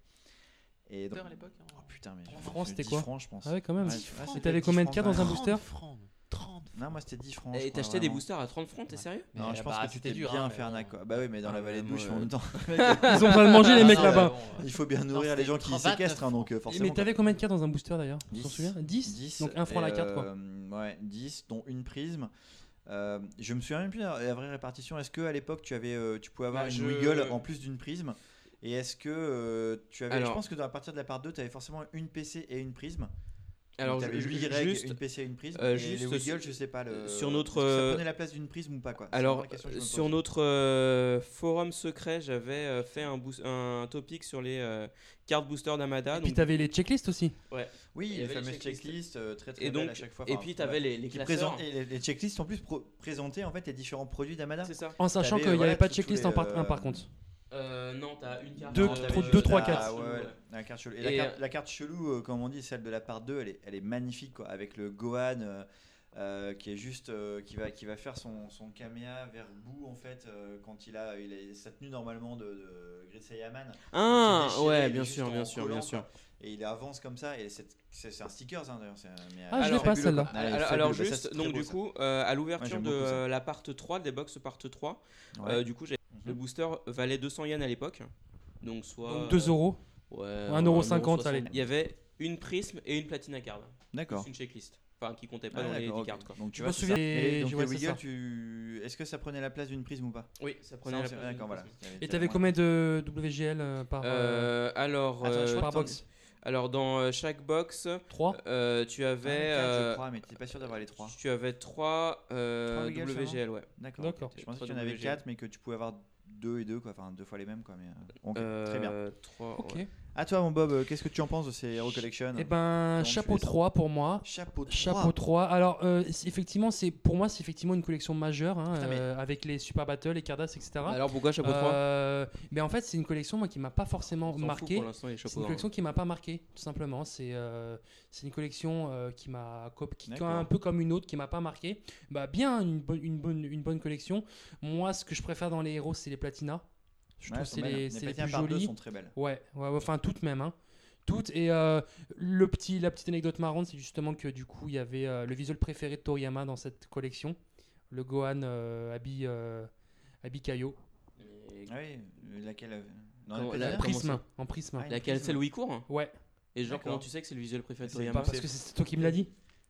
Et donc, à l'époque. hein. oh putain, mais En France, je- c'était dix quoi francs, je pense. Ah ouais, quand même. Ouais, dix ouais, Et c'était t'avais dix combien de francs, cartes dans un ouais. booster trente francs. trente. Non, moi c'était dix francs. je Et crois, t'achetais des vraiment. boosters à trente francs, t'es sérieux Non, Mais je bah, pense que tu c'était t'es dur, bien hein, fait mais bon. arnaquer. Bah oui, mais dans Ah la vallée ouais, de Bouche, moi, en même temps. Ils sont en train de manger les mecs Ah, là-bas. bon, euh, Il faut bien Non, nourrir les c'était gens qui vingt-neuf séquestrent, hein, donc euh, Mais forcément. t'avais combien de cartes dans un booster d'ailleurs Tu t'en dix. souviens dix dix, Donc un franc la et, carte quoi. euh, ouais, dix, dont une prisme. Euh, je me souviens même plus de la vraie répartition. Est-ce que à l'époque tu avais, euh, tu pouvais avoir Bah, une je- Wiggle en plus d'une prisme? Et est-ce que euh, tu avais, Alors- je pense que dans- à partir de la part deux, tu avais forcément une P C et une prisme. Alors, tu avais ju- huit règles, juste, une P C et une prisme. euh, et juste les Wiggle, sur- je sais pas. Le, sur notre, est-ce que ça euh, prenait la place d'une prisme ou pas quoi? C'est Alors, une vraie question que je me sur pose. notre euh, forum secret, j'avais euh, fait un, boost- un topic sur les euh, cartes booster d'Amada. Et puis donc- t'avais les checklists aussi. Oui, il y les avait les fameuses checklists. checklists euh, très très Et belles donc- à chaque fois. et Enfin, puis t'avais ouais. les, les Qui classeurs. présentent- et les, les checklists en plus pro- présentaient en fait les différents produits d'Amada. C'est ça. En sachant T'avais, qu'il n'y voilà, avait pas de tous checklist les, en part un euh, par contre. Euh, non, t'as une carte. Deux, euh, trop- t'avais deux, juste trois, la- quatre. Ah, ouais, chelou, ouais, ouais. la carte chelou. Et, Et, la, carte, euh, la carte chelou, euh, comme on dit, celle de la part deux, elle est, elle est magnifique quoi, avec le Gohan euh, euh, qui est juste euh, qui va qui va faire son, son kamea vers bout en fait euh, quand il a il a sa tenue normalement de, de Grid Saiyaman. Ah, Qui est déchiré, il ouais, est bien juste sûr, en bien sûr, collant, bien sûr. quoi. Et il avance comme ça et c'est c'est c'est un sticker hein, d'ailleurs. c'est un- mais, Ah, euh, je l'ai fabuleux, pas, quoi. celle-là. Ouais, Alors, fabuleux, alors bah, ça, juste, c'est très donc beau, du ça. coup, euh, à Ouais, l'ouverture j'aime de beaucoup ça. euh, la part trois, des box part trois, Ouais. euh, du coup, j'ai- Mhm. le booster valait deux cents yens à l'époque. Donc soit... Donc deux euros. Ouais, un euro cinquante, soixante. allez. Il y avait une prisme et une platina card. D'accord. Plus une checklist. Enfin, qui comptait pas Ah, dans les d'accord, dix ok. cartes. Quoi. Donc tu Je vois, me c'est souviens ça. des- Et donc je les vois, c'est Wiggle, ça. tu... est-ce que ça prenait la place d'une prisme ou pas? Oui, ça prenait Non, la c'est- place. D'accord, voilà. Et t'avais combien de W G L euh, par Euh, alors, Attends, je euh, crois par que t'en- box alors, dans euh, chaque box, trois euh, tu Ah, avais, quatre, je euh, crois, mais t'es pas sûr d'avoir les trois. tu avais trois euh, Trois Wiggle W G L, ouais. D'accord. D'accord. Je pensais Trois qu'il y en avait W G L. quatre, mais que tu pouvais avoir deux et deux, quoi. Enfin, deux fois les mêmes, quoi. Mais euh, ok, très bien. Euh, trois, Ok. ouais. À toi, mon Bob, euh, qu'est-ce que tu en penses de ces Hero Collection? Et ben, Comment tu chapeau fais ça trois pour moi. Chapeau trois. Chapeau trois. Alors, euh, c'est- effectivement, c'est pour moi, c'est effectivement une collection majeure hein, Putain, mais- euh, avec les Super Battle, les Cardass, et cetera. Alors, pourquoi chapeau trois Euh, mais en fait, c'est une collection moi, qui m'a pas forcément On s'en fout marqué. pour l'instant, les C'est chapeaux. une hein. collection qui m'a pas marqué, tout simplement. C'est euh, c'est une collection euh, qui m'a cop- qui, D'accord. un peu comme une autre qui m'a pas marqué. Bah bien une bonne une bonne une bonne collection. Moi, ce que je préfère dans les héros, c'est les Platina. Je Ouais, trouve sont c'est belles. les c'est les Platina plus par deux jolies. sont très belles. Ouais, ouais, ouais, enfin toutes même. Hein. Toutes. Et euh, le petit, la petite anecdote marrante, c'est justement que du coup, il y avait euh, le visuel préféré de Toriyama dans cette collection, le Gohan euh, Abi, euh, Abi Kaio. Et Ah oui, euh, laquelle euh, non, Comment- elle la- peut- En comment prisme, ça en prisme. Ah, Laquelle, prisme. celle où il court? Ouais, Et genre, D'accord. comment tu sais que c'est le visuel préféré de C'est Toriyama pas parce que c'est toi qui me l'as dit.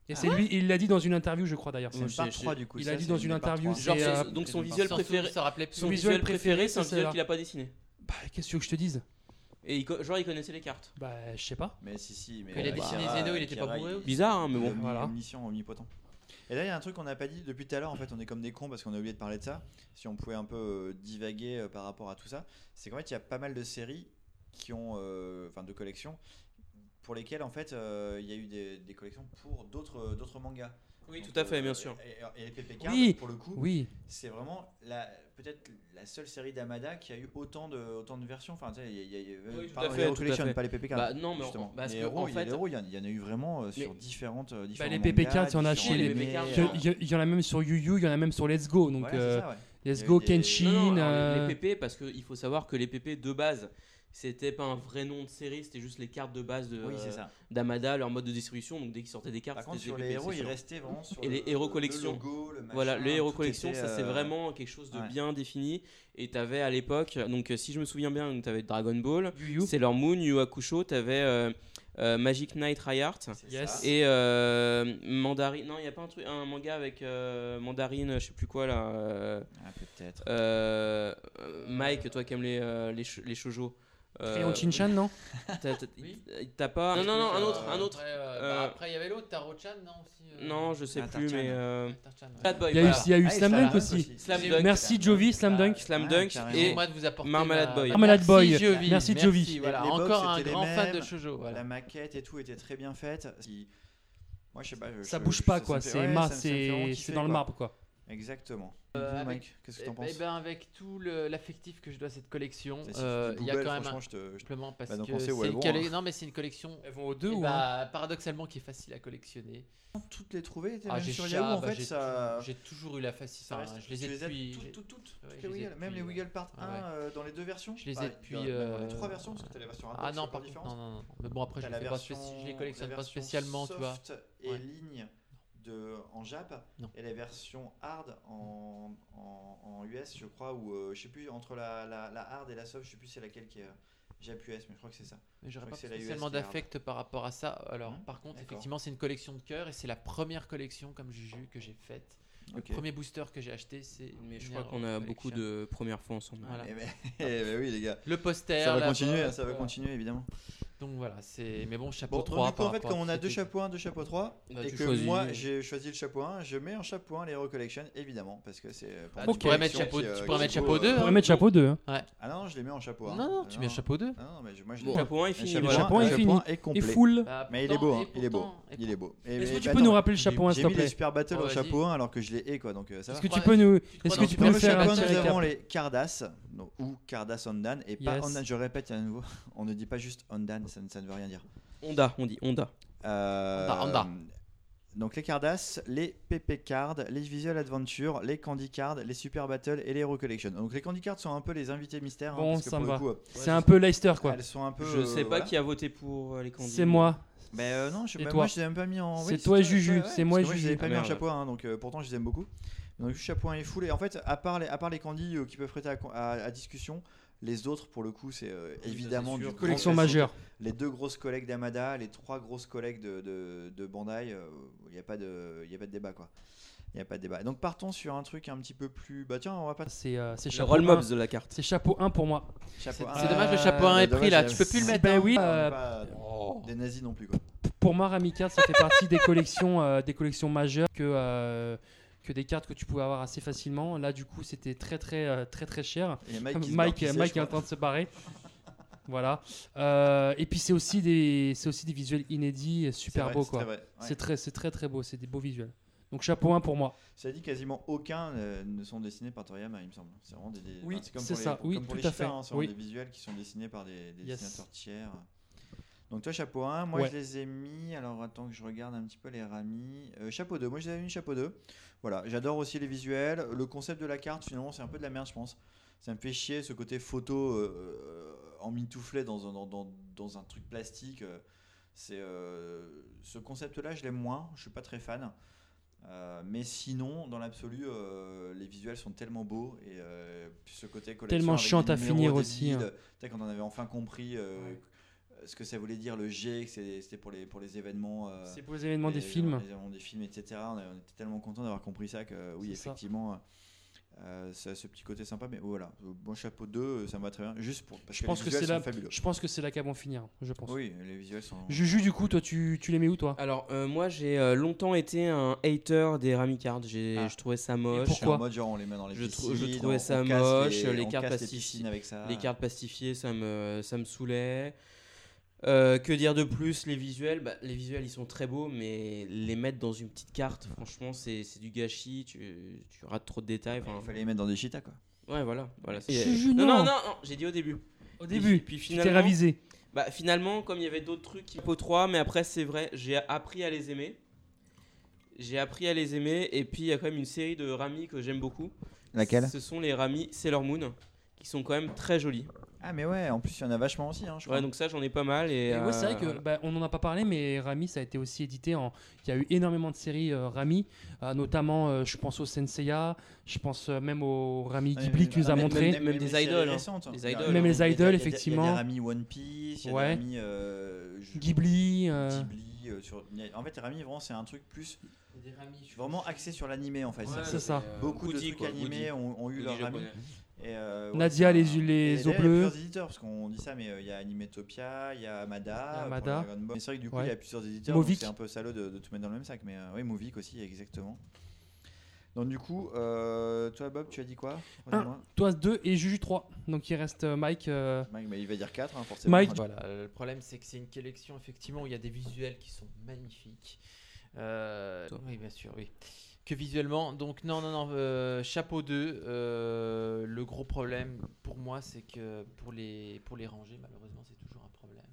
Et c'est lui, il l'a dit dans une interview, je crois d'ailleurs. C'est Moi, une je part sais- trois du coup. il ça, a dit c'est dans une part interview, trois. Genre, c'est, c'est- euh, donc son c'est visuel Surtout, préféré, ça rappelait plus. son visuel visuel préféré, c'est un c'est visuel là. qu'il a pas dessiné. Bah, qu'est-ce que tu veux que je te dise? Et il co- genre il connaissait les cartes. Bah, je sais pas. Mais si, si. Mais Quand il a euh, dessiné Akira, Zeno, il était pas Akira, bourré il- aussi. Bizarre, hein, mais bon. Omni- Voilà. Omniscient, omnipotent. Et là, il y a un truc qu'on n'a pas dit depuis tout à l'heure. En fait, on est comme des cons parce qu'on a oublié de parler de ça. Si on pouvait un peu euh, divaguer euh, par rapport à tout ça, c'est qu'en fait, il y a pas mal de séries qui ont, euh, enfin, de collections pour lesquelles en fait, euh, il y a eu des, des collections pour d'autres, d'autres mangas. Oui, Donc, tout à fait, euh, bien sûr. Et, et les P P Cards, Oui. pour le coup, Oui. c'est vraiment la, peut-être la seule série d'Amada qui a eu autant de, autant de versions. Enfin, tu sais, il y a, il y a- il y a- Oui, tout pardon, à fait, les Hero tout à Collection, fait. pas les P P Cards. Bah non, mais justement. en- parce les que, héros, en il y a fait- les héros, il y, en- il y en a eu vraiment euh, sur Mais- différentes, euh, Bah, différents les P P mangas, cards, il y en a différents chez les animés, P P cards, Il y, euh, a- il y a- il y en a même sur Yu Yu, il y en a même sur Let's Go. Donc, voilà, c'est euh, ça, ouais. Let's Il y a Go, eu des- Kenshin. Non, non, alors, euh, les, les P P, parce qu'il faut savoir que les P P de base, c'était pas un vrai nom de série, c'était juste les cartes de base de, Oui, euh, c'est ça. d'Amada, leur mode de distribution. Donc dès qu'ils sortaient des cartes, Par contre, c'était sur des les P P, héros, c'est il sûr. restait vraiment sur Et le, les héros le collections. logo, le machin, Voilà, les héros tout collections, était, ça c'est euh, vraiment quelque chose de ouais. bien défini. Et t'avais à l'époque, donc euh, si je me souviens bien, t'avais Dragon Ball, Yu Yu. Sailor Moon, Yu Hakusho, t'avais euh, euh, Magic Knight Rayart. c'est Yes. ça. Et euh, Mandarine, non, il n'y a pas un, truc, un manga avec euh, Mandarine, je sais plus quoi là. euh, Ah, peut-être. euh, euh, Mike, toi qui aimes les, euh, les, sh- les shoujo. euh, Crayon Chinchan, non? t'as- t'as- Oui. T'as pas. Non, non, non, un autre, un autre. Après, euh, Euh, bah, après, il y avait l'autre, Taro-chan, non aussi euh, Non, je sais Ah, plus, Tarchan. mais. Euh... Tarchan, ouais. Bad Boy, Il y a eu, voilà. il y a eu Ah, Slam Slam Dunk Dunk aussi. aussi. Slam J'ai- Dunk. Merci Jovi, Slam Dunk. Slam Ouais, Dunk carrément. et Excusez-moi de vous apporter Marmalade ma- Boy. Marmalade Merci, Boy. Jovi. Merci, Jovi. Voilà, Les- les box encore un étaient les grand fan de mêmes. shoujo. Voilà. La maquette et tout était très bien faite. Si- Moi, je sais pas. je- Ça je- bouge je- pas, ça me quoi. fait- C'est ouais, ma- ça me- ça me fait vraiment c'est kiffer, c'est dans le quoi. marbre, quoi. Exactement. Euh, Vous, avec- Mike, qu'est-ce que Eh t'en penses? ben, avec tout le- l'affectif que je dois à cette collection, Et si tu euh, dis il y a Google, quand même franchement, un je te- je- simplement parce Bah, donc que on sait où c'est elles une vont, colle- hein. non mais c'est une collection Elles vont aux deux eh ou bah, paradoxalement qui est facile à collectionner. toutes les trouver, t'es Ah, même j'ai sur chat, Yahoo, en bah, fait, j'ai ça. j'ai toujours eu la facilité. ça Enfin, reste- je les tu ai as depuis. toutes, j'ai- toutes, toutes, Ouais, toutes je les les ai Wiggle, même depuis, les euh, Wiggle Part ouais, un ouais. euh, dans les deux versions. Je les ai Bah, depuis, dans- même dans les euh, trois versions, parce que t'as la version Ah hardbox, non, c'est par encore contre, non, différent. non, non. Mais bon, après, je, T'as les la fais pas version- spéci- je les collectionne la pas version spécialement, tu vois. soft et Ouais. ligne de, en Jap Non. et la version hard en, en, en U S, je crois, ou euh, je sais plus, entre la, la, la hard et la soft, je sais plus c'est laquelle qui est euh, Jap U S, mais je crois que c'est ça. Mais j'aurais Je pas crois que c'est la U S spécialement qui est hard. d'affect par rapport à ça. Alors, Hum, par contre, d'accord. effectivement, c'est une collection de cœur et c'est la première collection, comme Juju, que j'ai faite. Ok. Le premier booster que j'ai acheté, c'est. Mais je une crois Hero qu'on a Collection. beaucoup de premières fois ensemble. Voilà. Eh ben, eh ben oui, les gars. Le poster. Ça va la continuer, boîte, ça va voilà. continuer évidemment. Donc voilà, c'est. Mais bon, chapeau Bon, trois. donc, du coup, en par fait, rapport comme à on a tout deux ce chapeaux un, deux chapeaux trois, Bah, et tu que choisis. moi j'ai choisi le chapeau un, je mets en chapeau un les Hero Collection, évidemment, parce que c'est. pour Ah, moi tu une pourrais mettre collection chapeau- qui, tu euh, pourrais qui mettre vaut, chapeau deux, euh, On hein. pourrait mettre chapeau deux. Hein. Ah non, non, je les mets en chapeau un. Non, non, tu mets un chapeau deux. Ah non, mais je- moi je Bon, les chapeau un est Le fini. chapeau Le voilà. chapeau un est le fini. est complet. Et full. Bah, Mais il est pourtant- beau, hein, et il est beau. pourtant- et Il est beau. Et- Est-ce que mais- tu bah peux non, nous rappeler le chapeau un, J'ai s'il te mis les plaît? Super Battle Oh, au vas-y. chapeau un alors que je les hais quoi, donc euh, ça Est-ce va. que tu peux nous. Est-ce crois que dans tu le peux Dans nous le faire chapeau un un, petit nous avons récap? les Cardass, donc, ou Cardass Ondan, et pas Yes. Ondan, je répète à nouveau, on ne dit pas juste Ondan, ça, ne- ça ne veut rien dire. Honda, on dit Honda. Euh, Honda, Honda. Donc les Cardass, les P P Cards, les Visual Adventure, les Candy Cards, les Super Battle et les Hero Collection. Donc les Candy Cards sont un peu les invités mystères. hein, Bon, parce que ça pour me le va. coup, euh, C'est un peu Leicester, quoi. elles sont un peu. Je sais euh, pas voilà. qui a voté pour euh, les candidats. C'est moi. Mais euh, non, je, Et bah, toi moi je les ai même pas mis en. C'est oui, toi et ça, Juju, ouais, c'est parce moi que et je les Juju. ai pas Ah, mis en merde. chapeau un, donc euh, pourtant je les aime beaucoup. Donc juste chapeau un est full. Et en fait, à part les, à part les candies euh, qui peuvent prêter à, à, à discussion, les autres pour le coup c'est euh, ça, évidemment c'est du sûr. grand Collection classique. majeure. Les deux grosses collègues d'Amada, les trois grosses collègues de, de, de Bandai, il n'y a pas de, il y a pas de débat quoi. Il y a pas de débat. Donc partons sur un truc un petit peu plus. Bah tiens, on va pas. C'est euh, c'est Le chapeau roll un. mobs de la carte. C'est chapeau un pour moi. Chapeau C'est un. c'est dommage, le Euh, chapeau un est dommage, pris là. euh, Tu peux plus le mettre. Ben hein. oui. On est euh, pas des nazis non plus quoi. Pour moi, Ramika, ça fait partie des collections, euh, des collections majeures que, euh, que des cartes que tu pouvais avoir assez facilement. Là, du coup, c'était très, très, euh, très, très cher. Il y a Mike, qui se Mike, barre pisser, Mike je est en crois. train de se barrer. Voilà. Euh, et puis, c'est aussi des, c'est aussi des visuels inédits, et C'est super vrai, beaux, c'est quoi. très vrai, ouais. C'est très, c'est très, très beau. C'est des beaux visuels. Donc, chapeau un pour moi. Ça dit quasiment aucun euh, ne sont dessinés par Toriyama, il me semble. C'est vraiment des. des- Oui, enfin, comme c'est pour les- ça. Oui, comme pour tout les à Cheetahs, fait. hein, c'est Oui. des visuels qui sont dessinés par des, des Yes. dessinateurs tiers. Donc toi chapeau un, moi Ouais. je les ai mis, alors attends que je regarde un petit peu les ramis. Euh, chapeau deux, moi je les avais mis chapeau deux. Voilà, j'adore aussi les visuels. Le concept de la carte finalement c'est un peu de la merde je pense. Ça me fait chier ce côté photo euh, emmitouflé dans un, dans, dans, dans un truc plastique. euh, C'est, euh, ce concept là je l'aime moins, je suis pas très fan. Euh, mais sinon, dans l'absolu, euh, les visuels sont tellement beaux et euh, puis ce côté collection Tellement avec chiant des à numéros finir des aussi, guides, hein. tu sais, quand on avait enfin compris euh, ce que ça voulait dire le G, que c'est- c'était pour les, pour les événements. euh, C'est pour les événements les des films. Les événements des films, et cetera. On, a- on était tellement contents d'avoir compris ça que oui, C'est ça. effectivement, euh, ça a ce petit côté sympa. Mais voilà, bon chapeau deux, ça me va très bien. Juste pour, parce Je que pense les que visuels c'est là. sont fabuleux. Je pense que c'est là qu'à bon finir. Je pense. Oui, les visuels sont. Juju, du coup, toi, tu, tu les mets où, toi? Alors, euh, moi, j'ai euh, longtemps été un hater des Rami Cards. J'ai, Ah. Je trouvais ça Et moche. pourquoi Je suis en mode genre on les met dans les Je trou- piscines, je trouvais on- ça on casse moche, les, les on cartes casse les pastifi- piscines avec ça. Les cartes plastifiées, ça me, ça me saoulait. Euh, que dire de plus? Les visuels, bah, les visuels ils sont très beaux, mais les mettre dans une petite carte, franchement, c'est, c'est du gâchis. Tu, tu rates trop de détails. enfin. Il fallait les mettre dans des cheetahs quoi. Ouais, voilà. voilà c'est- Juju, non, non. non, non, non, j'ai dit au début. Au début, puis tu t'es finalement- ravisé. Bah, finalement, comme il y avait d'autres trucs, Hippo trois, mais après, c'est vrai, j'ai appris à les aimer. J'ai appris à les aimer, et puis il y a quand même une série de Rami que j'aime beaucoup. Laquelle? Ce sont les Rami Sailor Moon, qui sont quand même très jolis. Ah mais ouais, en plus il y en a vachement aussi, hein, je crois. Ouais, donc ça, j'en ai pas mal. Et, Et ouais, c'est vrai euh, que bah, on n'en a pas parlé, mais Rami, ça a été aussi édité en. Il y a eu énormément de séries euh, Rami, euh, notamment, euh, je pense au Senseiya, je pense euh, même au Rami Ouais, Ghibli mais- que tu nous ah, as mais- montré. même- même des les séries idoles, hein. récentes, hein. Les Il y a- idoles, il y a- Même les il y a- idoles, il y a- il y a- effectivement. Il y a des Rami One Piece, il y a Ouais. des Rami euh, je- Ghibli. euh, Ghibli. euh, sur... il y a- En fait, Rami, vraiment, c'est un truc plus Des Rami, je- vraiment axé sur l'animé en fait. ouais, C'est-à-dire c'est que ça. euh, Beaucoup Woody, de trucs quoi, animés Woody. ont, ont eu Woody leur Rami. japonais. Et, euh, ouais, Nadia, c'est les- un- les et os d'ailleurs, il y a bleus. plusieurs éditeurs, parce qu'on dit ça, mais euh, il y a Animetopia, il y a Amada. Il y a pour Amada. Dragon Ball. Mais c'est vrai que du coup, Ouais. il y a plusieurs éditeurs, Movic. donc c'est un peu salaud de, de tout mettre dans le même sac. Mais euh, oui, Movic aussi, exactement. Donc du coup, euh, toi Bob, tu as dit quoi? Redis-moi. Toi deux et Juju trois. Donc il reste euh, Mike. euh, Mike, bah, il va dire quatre, hein, forcément. Mike. Voilà, le problème c'est que c'est une collection effectivement où il y a des visuels qui sont magnifiques. Euh, Toi. oui, bien sûr, oui. Que visuellement, donc non, non, non, euh, chapeau deux. euh, le gros problème pour moi, c'est que pour les, pour les ranger, malheureusement, c'est toujours un problème.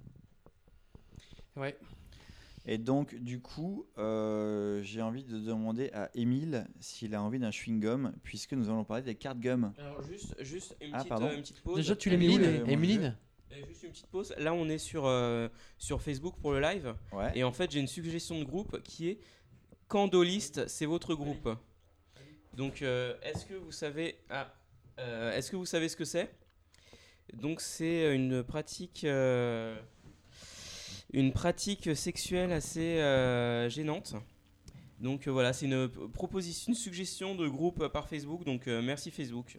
Ouais. Et donc, du coup, euh, j'ai envie de demander à Émile s'il a envie d'un chewing-gum, puisque nous allons parler des cartes gum. Alors, juste, juste une, Ah, petite, pardon. euh, une petite pause. Déjà, tu les mets où, Emeline, les- euh, moi, Emeline, Euh, Juste une petite pause. Là, on est sur, euh, sur Facebook pour le live. Ouais. Et en fait, j'ai une suggestion de groupe qui est Candoliste, c'est votre groupe. Donc, euh, est-ce que vous savez, ah, euh, est-ce que vous savez ce que c'est? Donc, c'est une pratique, euh, une pratique sexuelle assez euh, gênante. Donc euh, voilà, c'est une p- proposition, une suggestion de groupe par Facebook. Donc euh, merci Facebook.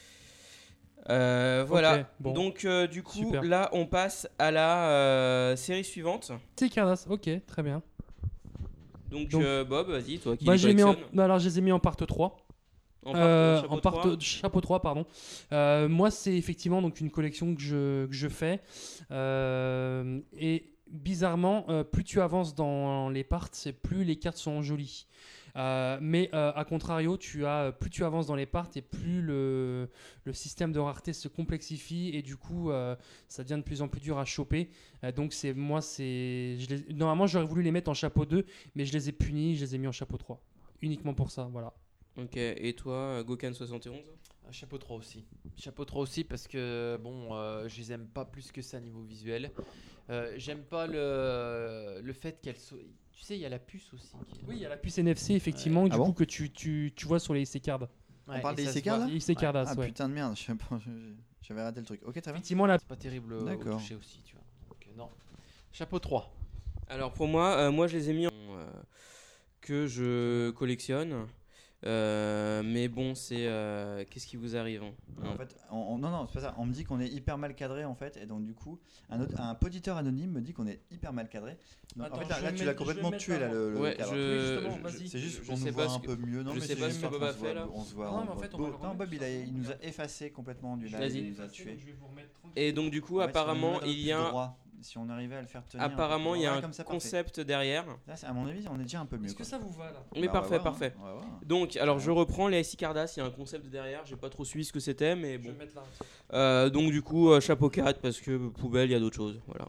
Euh, voilà. Ok, bon. Donc euh, du coup, Super. là, on passe à la euh, série suivante. C'est Cardass. Ok, très bien. Donc, Donc- euh, Bob, vas-y, toi qui Bah, les je les mets en... collectionnes. bah, alors, je les ai mis en part trois. En part- Euh, chapeau en part trois. chapeau trois, pardon. Euh, moi, c'est effectivement donc une collection que je, que je fais. Euh, et bizarrement, euh, plus tu avances dans les parts, c'est plus les cartes sont jolies. Euh, mais euh, à contrario, tu as, plus tu avances dans les parts et plus le, le système de rareté se complexifie et du coup, euh, ça devient de plus en plus dur à choper. Euh, donc, c'est moi, c'est je les- normalement, j'aurais voulu les mettre en chapeau deux, mais je les ai punis, je les ai mis en chapeau trois. Uniquement pour ça, voilà. Ok, et toi, Gokan soixante et onze? Un chapeau trois aussi. Chapeau trois aussi parce que bon, euh, je les aime pas plus que ça niveau visuel. Euh, J'aime pas le, le fait qu'elle soit. Tu sais, il y a la puce aussi. qui est- Oui, il y a la puce N F C, effectivement, du Ah bon coup, que tu, tu, tu vois sur les I C cards. Ouais, parle et des ça I C se cards, voit. là I C cards, Ah ouais. putain de merde, je sais pas, je- j'avais raté le truc. Ok, très bien. Effectivement, la... C'est pas terrible au D'accord. toucher aussi, tu vois. Donc, euh, non. Chapeau trois. Alors pour moi, euh, moi je les ai mis en, euh, que je collectionne. Euh, mais bon, c'est euh, qu'est-ce qui vous arrive, hein En fait, on- on- non, non, c'est pas ça. On me dit qu'on est hyper mal cadré en fait, et donc du coup, un, autre, un poditeur anonyme me dit qu'on est hyper mal cadré. Donc, Attends, en fait, je là, vais là, mettre- tu l'as je vais complètement mettre tué là là, le, le Ouais, cadre. je- Oui, justement, je- vas-y. C'est juste je qu'on sais nous pas voit ce un que- peu mieux. Non, je mais sais c'est pas juste ce que qu'on Bob a se fait, voit- là. On se voit. Non, on mais en voit fait, on beau. va le Non, remettre Bob, il, a- sur- il nous a effacé complètement du live. Vas-y. Il nous a tué. Je vais vous remettre tranquille. Et donc du coup, Ouais, si on apparemment, nous met un peu il y plus a un, droit, si on arrivait à le faire tenir. un peu apparemment plus il y a droit, un comme ça, parfait. concept derrière. Là, c'est- à mon avis, on est déjà un peu mieux. Est-ce que quoi. ça vous va là? Mais Bah, on va parfait, voir, parfait. hein, on va voir. Donc, alors je reprends les I C Cardas, il y a un concept derrière, j'ai pas trop suivi ce que c'était, mais Je bon. vais mettre là. Euh, donc du coup, euh, chapeau quatre parce que poubelle, il y a d'autres choses, voilà.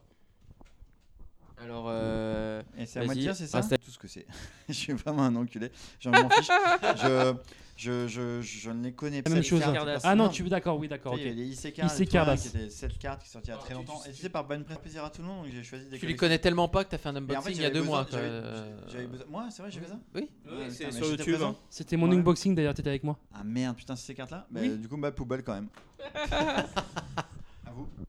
Alors, euh, Et c'est à moi de vas-y, dire, c'est ça reste à- Tout ce que c'est. Je suis vraiment un enculé. Je m'en fiche. Je, je, je, je ne les connais pas. La même ces chose. cartes, Cardas. parce- Ah non, tu veux d'accord, oui, d'accord. Tu sais, Il y ok. avait les I C cards, I C et tout, hein, Cardas. qui étaient sept cartes qui sortaient il y a très Alors, tu- longtemps. tu- Et tu sais, par bonne plaisir à tout le monde, donc j'ai choisi des Tu les collections. connais tellement pas que t'as fait un Et en unboxing fait, il y a j'avais deux besoin- mois. quoi. j'avais- Euh, j'avais besoin- Moi, c'est vrai, j'ai fait ça Oui. Ah, oui, putain, c'est mais sur j'étais YouTube. présent. hein. C'était mon Ouais. unboxing d'ailleurs, t'étais avec moi. Ah merde, putain, c'est ces cartes-là Bah, Oui. Du coup, ma poubelle quand même. À vous.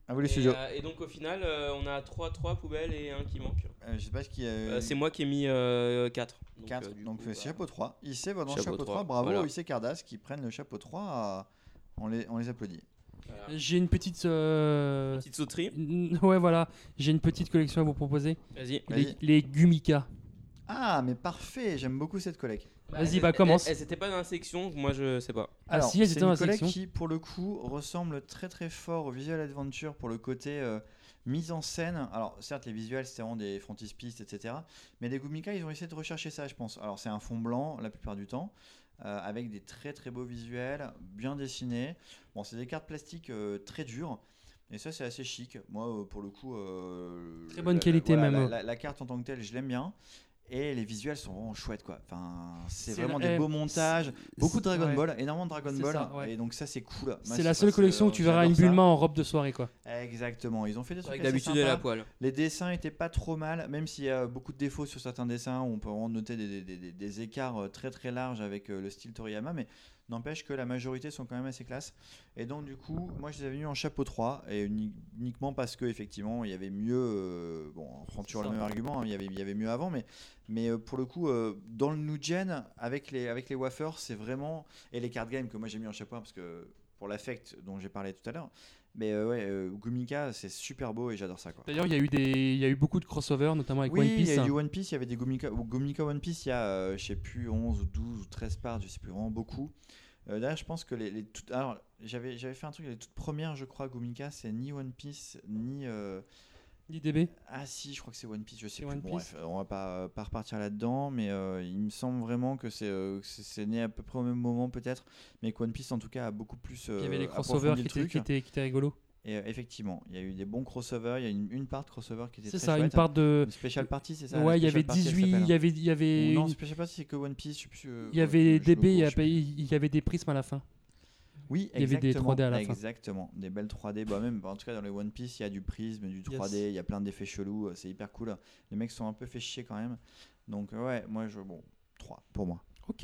À vous les Et, studios. euh, et donc au final, euh, on a trois poubelles et un qui manque. Euh, je sais pas ce qui. Euh, c'est moi qui ai mis euh, quatre. Donc, quatre. euh, du Donc coup, c'est bah, chapeau trois. I C va dans le chapeau chapeau trois, trois. Bravo voilà. I C Cardass qui prennent le chapeau trois. à- On, les, on les applaudit. voilà. J'ai une petite. euh, Petite sauterie. n- Ouais, voilà. J'ai une petite collection à vous proposer. Vas-y. Vas-y. Les, les Gumika. Ah, mais parfait. J'aime beaucoup cette collecte. Vas-y, elles- bah, elles- commence. Elles elles étaient pas dans la section, moi je sais pas. Ah, Alors, si, elles c'est étaient dans une la collecte section. qui, pour le coup, ressemble très très fort au Visual Adventure pour le côté euh, mise en scène. Alors, certes, les visuels, c'est vraiment des frontispices, et cetera. Mais les Gumika, ils ont essayé de rechercher ça, je pense. Alors, c'est un fond blanc la plupart du temps, euh, avec des très très beaux visuels, bien dessinés. Bon, c'est des cartes plastiques euh, très dures. Et ça, c'est assez chic. Moi, euh, pour le coup. euh, Très bonne la- qualité, voilà, même. La, la- la carte en tant que telle, je l'aime bien. Et les visuels sont vraiment chouettes, quoi. Enfin, c'est C'est vraiment la- des eh, beaux montages. c'est- Beaucoup de Dragon ouais. Ball, énormément de Dragon C'est Ball, ça, ouais. et donc ça c'est cool. Moi, C'est la ça, seule c'est- collection où tu verras une j'adore ça. Bulma en robe de soirée, quoi. Exactement, ils ont fait des trucs Avec assez d'habitude elle a sympas. poil. Les dessins étaient pas trop mal, même s'il y a beaucoup de défauts sur certains dessins, où on peut vraiment noter des, des- des- des écarts euh, très très larges avec euh, le style Toriyama, mais n'empêche que la majorité sont quand même assez classe. Et donc du coup, moi je les avais mis en chapeau trois, et uni- uniquement parce que effectivement il y avait mieux, euh, bon, on prend toujours le même argument, hein, il, y avait, il y avait mieux avant, mais, mais euh, pour le coup, euh, dans le new gen, avec les, avec les wafers, c'est vraiment, et les card games que moi j'ai mis en chapeau un, parce que pour l'affect dont j'ai parlé tout à l'heure, mais euh, ouais, euh, Gumika c'est super beau et j'adore ça, quoi. D'ailleurs, il y a eu des, il y a eu beaucoup de crossovers, notamment avec Oui, One il Piece. y a du One Piece, il y avait des Gumika, ou Gumika One Piece, il y a, euh, je sais plus, onze ou douze ou treize parts, je sais plus, vraiment beaucoup. Euh, D'ailleurs, je pense que les, les toutes, alors j'avais j'avais fait un truc, les toutes premières, je crois, Gumika, c'est ni One Piece, ni. euh, I D B. Ah si, je crois que c'est One Piece, je sais C'est plus. One Bon, Piece. bref, on va pas, pas repartir là-dedans, mais euh, il me semble vraiment que c'est euh, que c'est- c'est né à peu près au même moment, peut-être, mais que One Piece, en tout cas, a beaucoup plus. Il y avait les euh, crossovers approfondi qui le étaient, truc. qui, étaient, qui étaient rigolos. Et euh, effectivement, il y a eu des bons crossovers, il y a une, une part de crossover qui était C'est très ça, une chouette. part de. Une special party, c'est ça? la Ouais, il y special avait party, elle dix-huit, s'appelle. il y avait, il y avait, Ou non, une- je sais pas si c'est que One Piece, je sais plus. euh, il y ouais, avait je- je D me B, il y cours, je sais avait, il y avait des prismes à la fin. Oui, Il y avait des exactement, trois D à la fin. Exactement, des belles trois D. Bah même, en tout cas dans les One Piece, il y a du prisme, du trois D, il y a plein d'effets chelous, euh, c'est hyper cool. Les mecs sont un peu fait chier quand même. Donc euh, ouais, moi je bon, trois pour moi. Ok.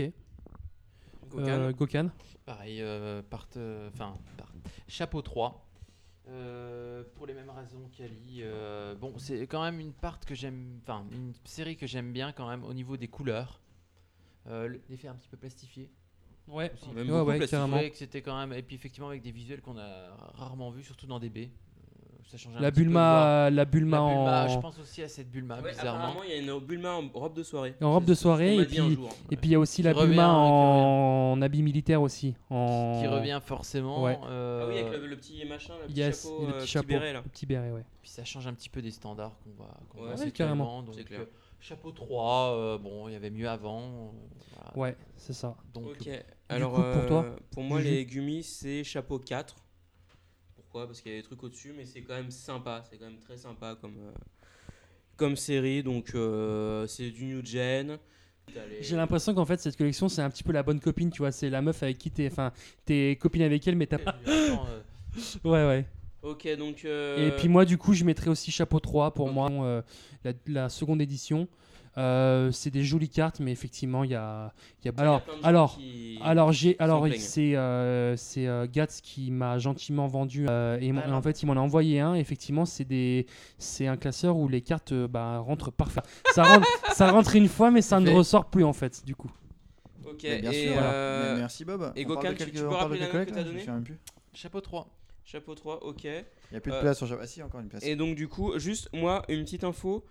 Gokan. Euh, Gokan. Pareil, euh, part, euh, enfin, part- chapeau trois. Euh, pour les mêmes raisons qu'Ali. Euh, bon, c'est quand même une part que j'aime, enfin, une série que j'aime bien quand même au niveau des couleurs. Euh, le- L'effet un petit peu plastifié. Ouais, Aussi. Même ouais, beaucoup ouais, plastique. carrément. Ouais, que c'était quand même, et puis effectivement avec des visuels qu'on a rarement vus, surtout dans D B. Euh, ça changeait un La petit peu de voir. Bulma, la Bulma, La Bulma, en, je pense aussi à cette Bulma, Ouais, bizarrement. apparemment il y a une Bulma en robe de soirée. en robe de C'est ce qu'on soirée, m'a et dit un puis, jour. et puis il y a aussi la Qui revient, Bulma hein, en, en habit militaire aussi. En... Qui revient forcément. Ouais. euh, Ah oui, avec le, le petit machin, le petit Yes, chapeau, le euh, petit petit chapeau, béret là. le petit béret, ouais. Puis ça change un petit peu des standards qu'on va, qu'on Ouais, voit c'est carrément. actuellement. Donc, C'est clair. euh, chapeau trois, euh, bon, il y avait mieux avant. euh, voilà. Ouais, c'est ça. Donc, Ok. euh, Alors coup, pour toi, euh, pour moi Juju les Gumi c'est chapeau quatre. Pourquoi? Parce qu'il y a des trucs au-dessus, mais c'est quand même sympa. C'est quand même très sympa comme, euh, comme série. Donc euh, c'est du new gen. T'as les- J'ai l'impression qu'en fait cette collection c'est un petit peu la bonne copine, tu vois, c'est la meuf avec qui t'es, enfin, t'es copine avec elle mais t'as pas. attends, euh, Ouais, ouais. Ok, donc. euh, Et puis moi du coup je mettrais aussi chapeau trois pour Ok. moi, euh, la, la seconde édition. Euh, c'est des jolies cartes mais effectivement il y a, il y a... il y a Alors, plein de gens alors, qui- alors j'ai, alors plaignent. c'est euh, c'est euh, Gats qui m'a gentiment vendu euh, et, mon- Alors. en fait il m'en a envoyé un. Effectivement c'est des, c'est un classeur où les cartes euh, bah, rentrent parfaitement. Ça rentre, ça rentre une fois mais ça ne Fait. ressort plus en fait du coup. Ok, Mais bien et, sûr. euh, Mais merci Bob. et On parle Gokan, de tu- quel- tu peux on parle rappeler de la quel note que collecte, t'as là Je me donnée souviens même plus. chapeau trois. chapeau trois, ok. Il n'y a plus de Euh, place sur Ah si, encore une place. Et donc du coup, juste moi, une petite info.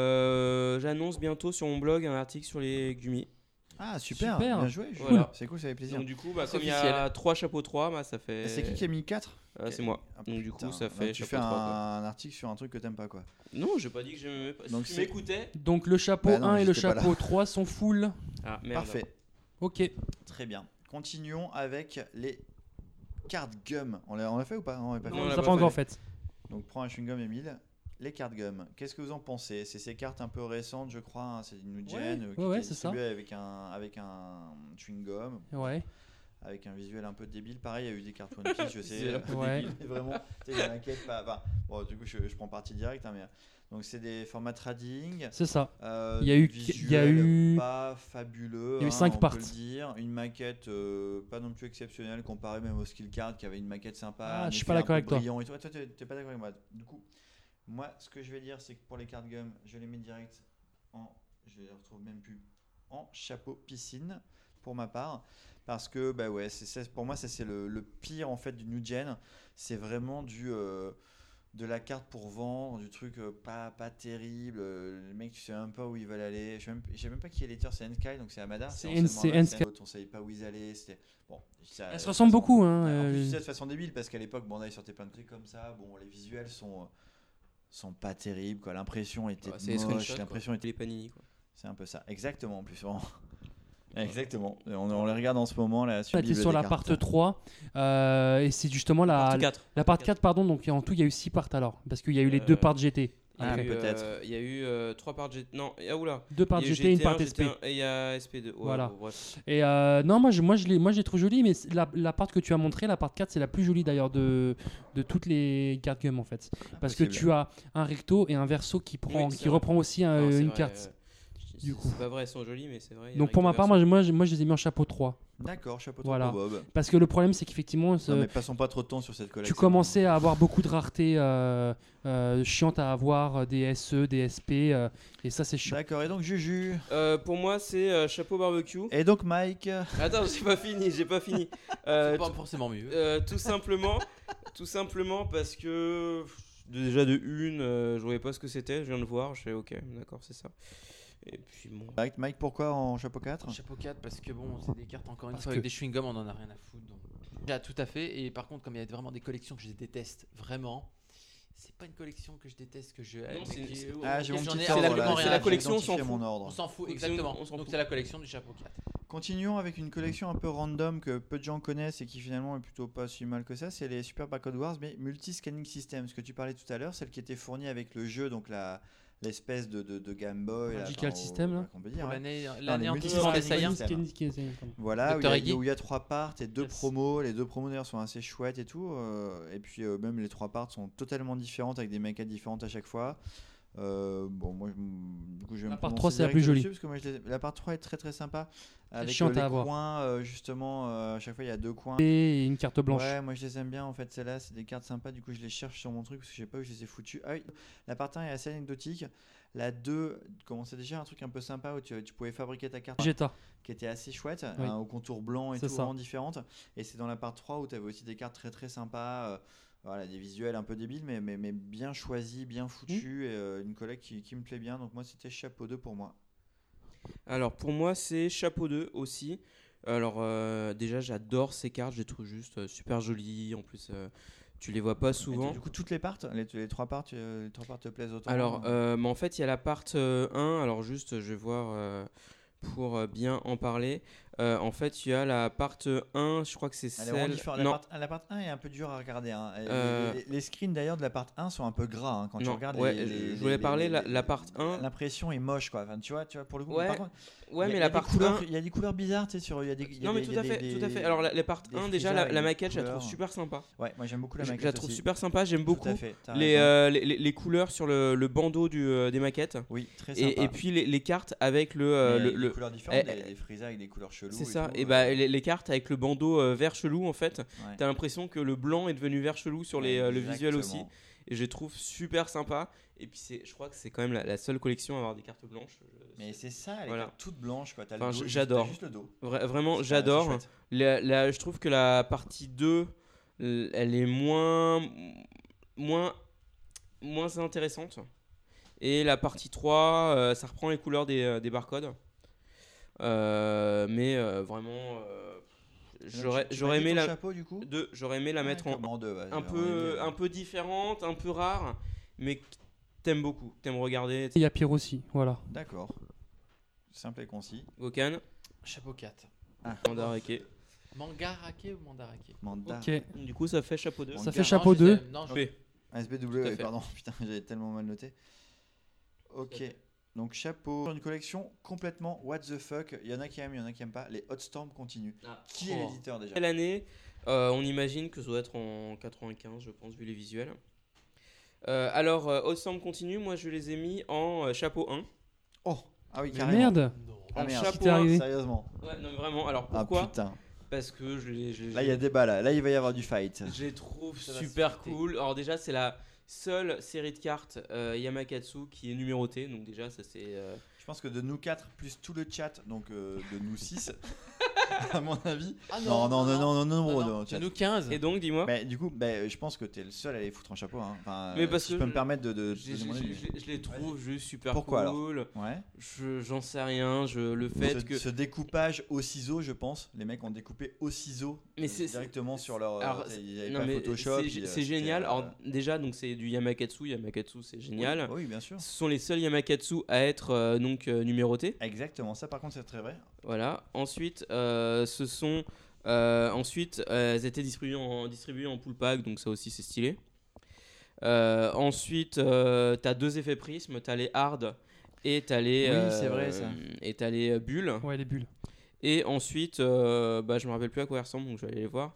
euh, J'annonce bientôt sur mon blog un article sur les Gumi. Ah super, Super. bien joué. je- Voilà. C'est cool, ça fait plaisir. Donc du coup, bah, C'est comme il y a officiel. trois chapeaux trois, bah, ça fait... C'est qui qui a mis quatre? Euh, C'est moi. Ah, Donc du putain. coup, ça Donc, fait tu chapeau fais un, trois, quoi. un article sur un truc que t'aimes pas quoi. Non, j'ai pas dit que j'aimais pas. Donc Si tu c'est- m'écoutais... Donc le chapeau Bah non, un mais et le j'étais pas là. chapeau trois sont full. Ah, merde. Parfait, Ok. très bien. Continuons avec les card gum. On l'a on l'a fait ou pas? Non, on l'a pas Non, fait. on l'a l'a pas pas encore fait. fait. Donc prends un chewing-gum Emile. Les card gum, qu'est-ce que vous en pensez? C'est ces cartes un peu récentes, je crois, hein, c'est une new gen Ouais, euh, qui ouais, est c'est ça. distribuée avec un avec un chewing-gum. Ouais. avec un visuel un peu débile. Pareil, il y a eu des cartes One Piece, je sais. Visuel un peu Ouais. débile, mais vraiment, tu sais, les maquettes, pas. Enfin, bon, du coup, je, je prends parti direct, hein, mais. Donc, c'est des formats trading. C'est ça. Euh, Il y a eu- visuel il y a eu- pas fabuleux. il y a eu hein, cinq on parts. peut le dire. Une maquette euh, pas non plus exceptionnelle comparée même au skill card qui avait une maquette sympa. Ah, un je suis effet pas un d'accord peu avec toi. brillant et tout. Ah, toi, t'es t'es pas d'accord avec moi. Du coup, moi, ce que je vais dire, c'est que pour les card gum, je les mets direct en. Je les retrouve même plus en chapeau piscine pour ma part. Parce que, bah ouais, c'est, c'est- pour moi, ça c'est le, le pire en fait du new gen. C'est vraiment du. euh, de la carte pour vendre, du truc euh, pas, pas terrible. euh, le mec, tu sais même pas où ils veulent aller. Je sais même, je sais même pas qui est l'éditeur, c'est N-Sky, donc c'est Amada. C'est anciennement N- c'est Amada, N-Sky. l'autre, on savait pas où ils allaient. C'était bon. Ça, Elles se de ressemblent façon- beaucoup, hein, En euh, plus, c'est de façon débile parce qu'à l'époque, Bandai sortait plein de trucs comme ça. Bon, les visuels sont sont pas terribles, quoi. L'impression était Ouais, c'est les moche. screenshots, L'impression quoi. était. Les panini, quoi. C'est un peu ça. Exactement, en plus. vraiment. Exactement. On, on les regarde en ce moment là. On était sur la part trois euh, et c'est justement la, Partie quatre. la part quatre, pardon. Donc en tout, il y a eu six parts alors. Parce qu'il y a eu les Euh, deux parts G T. Il y a Ah, eu, peut-être. euh, Il y a eu euh, trois parts G T. Non, ah, oula. Deux parts Il y a eu G T et une G T un, part S P. G T un, et il y a S P deux. Ouais, Voilà. bon, bref. Et euh, non, moi je, moi, je l'ai, moi je l'ai trouvé jolie, mais c'est la, la part que tu as montrée, la part quatre, c'est la plus jolie d'ailleurs de, de toutes les cartes gum en fait. Parce que Possible. tu as un recto et un verso qui, prend, Oui, c'est qui vrai. reprend aussi un- Non, c'est une vrai, carte. euh, je- du c'est- coup. C'est pas vrai, elles sont jolies, mais c'est vrai. il y a Donc un pour ma recto part, moi, verso. je- moi, je- moi je les ai mis en chapeau trois. D'accord, chapeau Voilà. pour Bob. Parce que le problème, c'est qu'effectivement, ce- Non, mais passons pas trop de temps sur cette collection. tu commençais à avoir beaucoup de raretés euh, euh, chiantes à avoir, euh, des S E, des S P, euh, et ça c'est chiant. D'accord, et donc Juju. Euh, pour moi, c'est euh, chapeau barbecue. Et donc Mike. Attends, j'ai pas fini, j'ai pas fini. Euh, C'est pas forcément mieux. Euh, tout simplement, tout simplement parce que pff, déjà de une, euh, je voyais pas ce que c'était, je viens de voir, je fais ok, d'accord, c'est ça. Et puis bon. Mike, Mike, pourquoi en chapeau quatre? Chapeau quatre parce que bon, c'est des cartes encore une Parce fois que- avec des chewing-gums, on en a rien à foutre. Donc. Ah, tout à fait. Et par contre, comme il y a vraiment des collections que je déteste vraiment, c'est pas une collection que je déteste que je. Non, c'est- qui- c'est- où- Ah, j'ai mon j'en petit ai ordre, la- absolument là, c'est rien la à collection, foutre. on s'en J'ai mon fout. ordre. On s'en fout, On s'en- exactement. on s'en Donc fout. c'est la collection du chapeau quatre. Continuons avec une collection un peu random que peu de gens connaissent et qui finalement est plutôt pas si mal que ça. C'est les Super Barcode Wars, mais Multi-Scanning System. Ce que tu parlais tout à l'heure, celle qui était fournie avec le jeu, donc la l'espèce de, de, de Game Boy. là, Magical enfin, au- System, là. qu'on peut dire, Pour ouais. l'année les l'anéantissement des multi-scanning Saiyans. system. Voilà, où il, y Docteur a, Eggy. où il y a trois parts et deux Yes. promos. Les deux promos d'ailleurs sont assez chouettes et tout. euh, et puis euh, même les trois parts sont totalement différentes avec des maquettes différentes à chaque fois. Euh, bon, moi, je- du coup, je vais La me part prononcer trois, c'est la direct plus jolie. dessus, parce que moi, je les- la part trois est très très sympa. Avec chiante euh, les à avoir. coins, euh, justement, euh, à chaque fois il y a deux coins. Et une carte blanche. Ouais, moi je les aime bien en fait, celles-là, c'est des cartes sympas, du coup je les cherche sur mon truc parce que je sais pas où je les ai foutues. Ah oui, la part un est assez anecdotique. La deux commençait déjà un truc un peu sympa où tu, tu pouvais fabriquer ta carte Vegeta. qui était assez chouette, Oui. hein, au contour blanc et C'est tout, ça. vraiment différente. Et c'est dans la part trois où tu avais aussi des cartes très très sympas. euh, voilà, des visuels un peu débiles, mais, mais, mais bien choisis, bien foutus, et euh, une collecte qui, qui me plaît bien. Donc moi c'était chapeau deux pour moi. Alors pour moi, c'est chapeau deux aussi. Alors euh, déjà, j'adore ces cartes, je les trouve juste euh, super jolies. En plus, euh, tu les vois pas Et souvent. du coup toutes les parts, les, les trois parts, tu- les trois parts te plaisent autant? Alors, hein euh, mais en fait, il y a la part euh, un. Alors, juste, je vais voir euh, pour euh, bien en parler. Euh, en fait, il y a la part un. Je crois que c'est Elle est vraiment celle. différente. La, Non, part, la part un est un peu dure à regarder. hein. Et Euh, Les, les- les screens d'ailleurs de la part un sont un peu gras hein, quand tu non, regardes. ouais, les- je- les- je voulais les- parler les- la, la part un. L'impression est moche quoi. Enfin, tu vois, tu vois, pour le coup. Ouais, par contre, Ouais, il y a- mais il y a la des part couleurs, un. il y a des couleurs bizarres, tu sais, sur. Il y a des, il y a Non, mais des- tout il y a à fait, des- tout à fait. Alors, la, la part des un, déjà, frisailles la, avec la des maquette, je la trouve couleurs. super sympa. Ouais, moi j'aime beaucoup la Je, maquette. je la trouve aussi. super sympa, j'aime Tout à beaucoup fait, t'as les, raison. euh, les, les- les couleurs sur le, le bandeau du, euh, des maquettes. Oui, très sympa. Et, et puis les, les cartes avec le. euh, Mais le, des le- couleurs différentes, eh, des, des frisailles avec des couleurs cheloues. c'est ça, tout, et euh, bah les, les cartes avec le bandeau euh, vert chelou en fait, ouais. t'as l'impression que le blanc est devenu vert chelou sur les, euh, le visuel aussi, Exactement. et je les trouve super sympa. Et puis c'est, je crois que c'est quand même la, la seule collection à avoir des cartes blanches. Je- Mais c'est ça, elle Voilà. est toute blanche quoi. T'as le Enfin, dos, j- juste- j'adore. t'as juste le dos. Vra- vraiment, C'est- j'adore. c'est chouette. La- la- je trouve que la partie deux, l- elle est moins, moins, moins intéressante. Et la partie trois, euh, ça reprend les couleurs des, euh, des barcodes. Euh, mais euh, vraiment, euh, j'aurais, Tu- tu j'aurais m'as dit aimé ton la, chapeau du coup. deux, j'aurais aimé la mettre en, D'accord, en deux. vas-y, un on va peu, aimer. un peu différente, un peu rare, mais que t'aimes beaucoup, t'aimes regarder. Il y a pire aussi, voilà. D'accord. Simple et concis. Gokan, Chapeau quatre. Mandarake. Mangarake ou Mandarake Mandat. Ok. Du coup, ça fait chapeau deux. Bon, Ça Bon, fait non, chapeau deux. deux. Non, je- Oui. S B Tout W, à fait. pardon, putain, j'avais tellement mal noté. Ok. Donc chapeau. Sur une collection complètement what the fuck. Il y en a qui aiment, il y en a qui aiment pas. Les Hot Storm continuent. Ah. Qui est Oh. l'éditeur déjà? Quelle année Euh, On imagine que ça doit être en quatre-vingt-quinze, je pense, vu les visuels. Euh, alors, euh, Hot Storm continue, moi je les ai mis en euh, chapeau un. Oh, ah oui, Mais carrément. merde. Ah En merde. chapeau Qu'est-ce qui t'est arrivé? Sérieusement. Ouais, non, mais vraiment. Alors Ah pourquoi putain. Parce que je les, je les- Là, il y a débat là. Là, il va y avoir du fight. je les trouve Ça va super se fêter. cool. Alors, déjà, c'est la seule série de cartes euh, Yamakatsu qui est numérotée. Donc, déjà, ça c'est. euh, Je pense que de nous quatre plus tout le chat, donc euh, de nous six, à mon avis. Ah Non, non, non, non, non, non, non, non, non, non, c'est chat. nous quinze. Et donc, dis-moi. Bah, du coup, bah, je pense que t'es le seul à les foutre en chapeau. Hein. Enfin, Mais euh, parce si que je peux me je- permettre de, de, de Je, donner mon je- avis. je- je les trouve juste super Pourquoi, alors cool. Ouais. Je, j'en sais rien. Je, le fait ce, que. ce découpage au ciseau, je pense, les mecs ont découpé au ciseau Mais euh, c'est- directement c'est- sur leur. euh, alors, ils avaient non, pas mais Photoshop. c'est, puis, euh, c'est c'était, génial. euh, Alors, déjà, donc c'est du Yamakatsu. Yamakatsu, c'est génial. Oui, oui, bien sûr. Ce sont les seuls Yamakatsu à être euh, donc euh, numérotés. Exactement. Ça, par contre, c'est très vrai. Voilà. Ensuite, euh, ce sont. euh, ensuite, euh, elles étaient distribuées en, distribuées en pool pack, donc ça aussi c'est stylé. Euh, ensuite, euh, t'as deux effets prismes, t'as les hard et t'as les. Oui, euh, c'est vrai, ça. Et t'as les euh, bulles. Ouais, les bulles. Et ensuite, euh, bah, je me rappelle plus à quoi elles ressemblent, donc je vais aller les voir.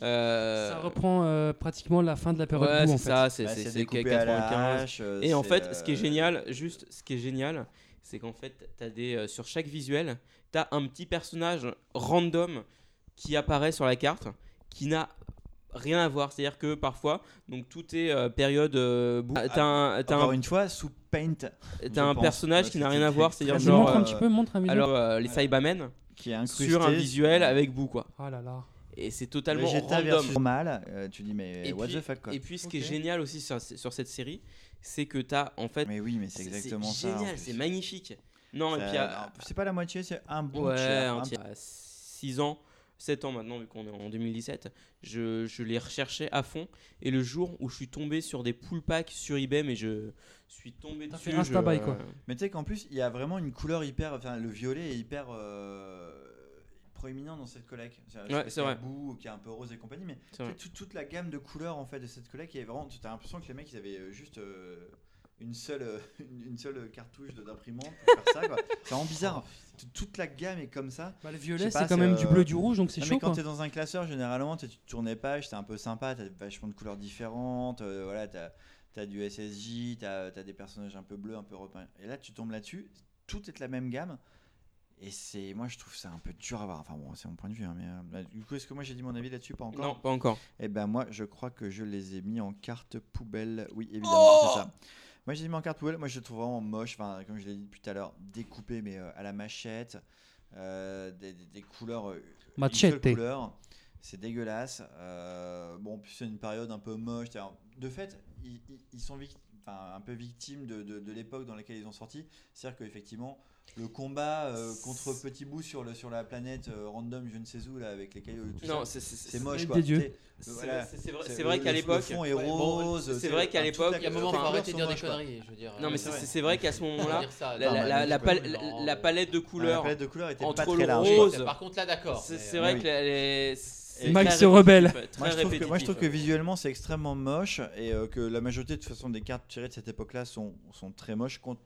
Euh, Ça reprend euh, pratiquement la fin de la période ouais, boue, c'est en fait. ça, c'est, Bah, c'est, c'est c'est découpé à la quatre-vingt-quinze. hache, euh, Et en c'est, fait, ce qui est euh, génial, juste ce qui est génial, c'est qu'en fait, t'as des, euh, sur chaque visuel, tu as un petit personnage random qui apparaît sur la carte, qui n'a rien à voir. C'est-à-dire que parfois, donc tout est euh, période. Euh, bou- Ah, t'as un, t'as Encore un, une fois, sous Paint, t'as je un pense. personnage Ouais, qui n'a c'était rien à voir. très, C'est-à-dire très Vas-y, genre. montre un euh, petit peu, montre un visuel. alors, euh, les Cybermen qui est incrusté sur un visuel avec bout, quoi. Oh là là. Et c'est totalement Vegeta random. versus normal. euh, tu dis mais Et what puis, the fuck quoi. et puis, ce qui est Ok. génial aussi sur, sur cette série, c'est que tu as en fait. Mais oui, mais c'est exactement ça. en génial, plus. c'est magnifique. Non, et Ça- puis. à- non, c'est pas la moitié, c'est un bon ouais, tiers, un un- tiers. six ans, sept ans maintenant, vu qu'on est en deux mille dix-sept, je, je les recherchais à fond. Et le jour où je suis tombé sur des pool packs sur eBay, mais je suis tombé T'as dessus. fait Insta je- buy, quoi. Mais tu sais qu'en plus, il y a vraiment une couleur hyper. Enfin, le violet est hyper euh, proéminent dans cette collecte. C'est Ouais, c'est vrai. Bout, qui est un peu rose et compagnie, mais C'est tu sais, vrai. toute, toute la gamme de couleurs en fait de cette collecte, il y avait vraiment. Tu as l'impression que les mecs ils avaient euh, juste euh, une seule euh, une, une seule cartouche de- d'imprimante pour faire ça. quoi. C'est vraiment bizarre. T- Toute la gamme est comme ça. Bah, le Je violet, sais c'est pas, quand c'est, même euh, du bleu, du rouge, donc c'est Non, chaud, mais quand quoi. tu es dans un classeur, généralement, tu sais, tu tournes les pages, c'est un peu sympa, tu as vachement de couleurs différentes, euh, voilà, tu as, du S S J, tu as, des personnages un peu bleus, un peu repeints. Et là, tu tombes là-dessus, tout est de la même gamme. Et c'est, moi, je trouve ça un peu dur à voir. Enfin, bon, c'est mon point de vue. Hein, mais euh, bah, du coup, est-ce que moi j'ai dit mon avis là-dessus? Pas encore. Non, pas encore. Eh ben, moi, je crois que je les ai mis en carte poubelle. Oui, évidemment, Oh c'est ça. Moi, j'ai mis en carte poubelle. Moi, je le trouve vraiment moche. Enfin, comme je l'ai dit depuis tout à l'heure, découpé, mais euh, à la machette. Euh, des, des- des couleurs. euh, une seule Machete. couleur. C'est dégueulasse. Euh, bon, puis c'est une période un peu moche. C'est-à-dire, de fait, ils, ils- ils sont vic- enfin, un peu victimes de, de- de l'époque dans laquelle ils ont sorti. C'est-à-dire qu'effectivement, le combat euh, contre Petit Bout sur, le, sur la planète euh, random, je ne sais où, là, avec les cailloux, tout Non, ça, c'est, c'est, c'est moche. des Quoi. dieux. C'est- C'est, voilà. c'est- c'est vrai, C'est- c'est vrai le- qu'à le- l'époque. le fond est Ouais, bon, rose. c'est c'est- vrai qu'à enfin, toute l'époque, la- Il y a un moment, toutes faut les arrêter de dire couleurs des sont moches, quoi. conneries. Je veux dire. Non, mais euh, c'est, vrai. c'est- c'est vrai qu'à ce moment-là, dire ça, la, Non, la- mais la- c'est la pas pal- vrai. Non, la mais- palette de Ah, la couleurs palette de couleurs était entre pas le très large. rose. quoi. Par contre, là, d'accord. c'est, mais, c'est euh, vrai oui. que la- les- c'est Max très se rebelle. répétitif, Moi très je, trouve que, moi je trouve que répétitif. visuellement c'est extrêmement moche et euh, que la majorité de toute façon des cartes tirées de cette époque-là sont, sont très moches, con-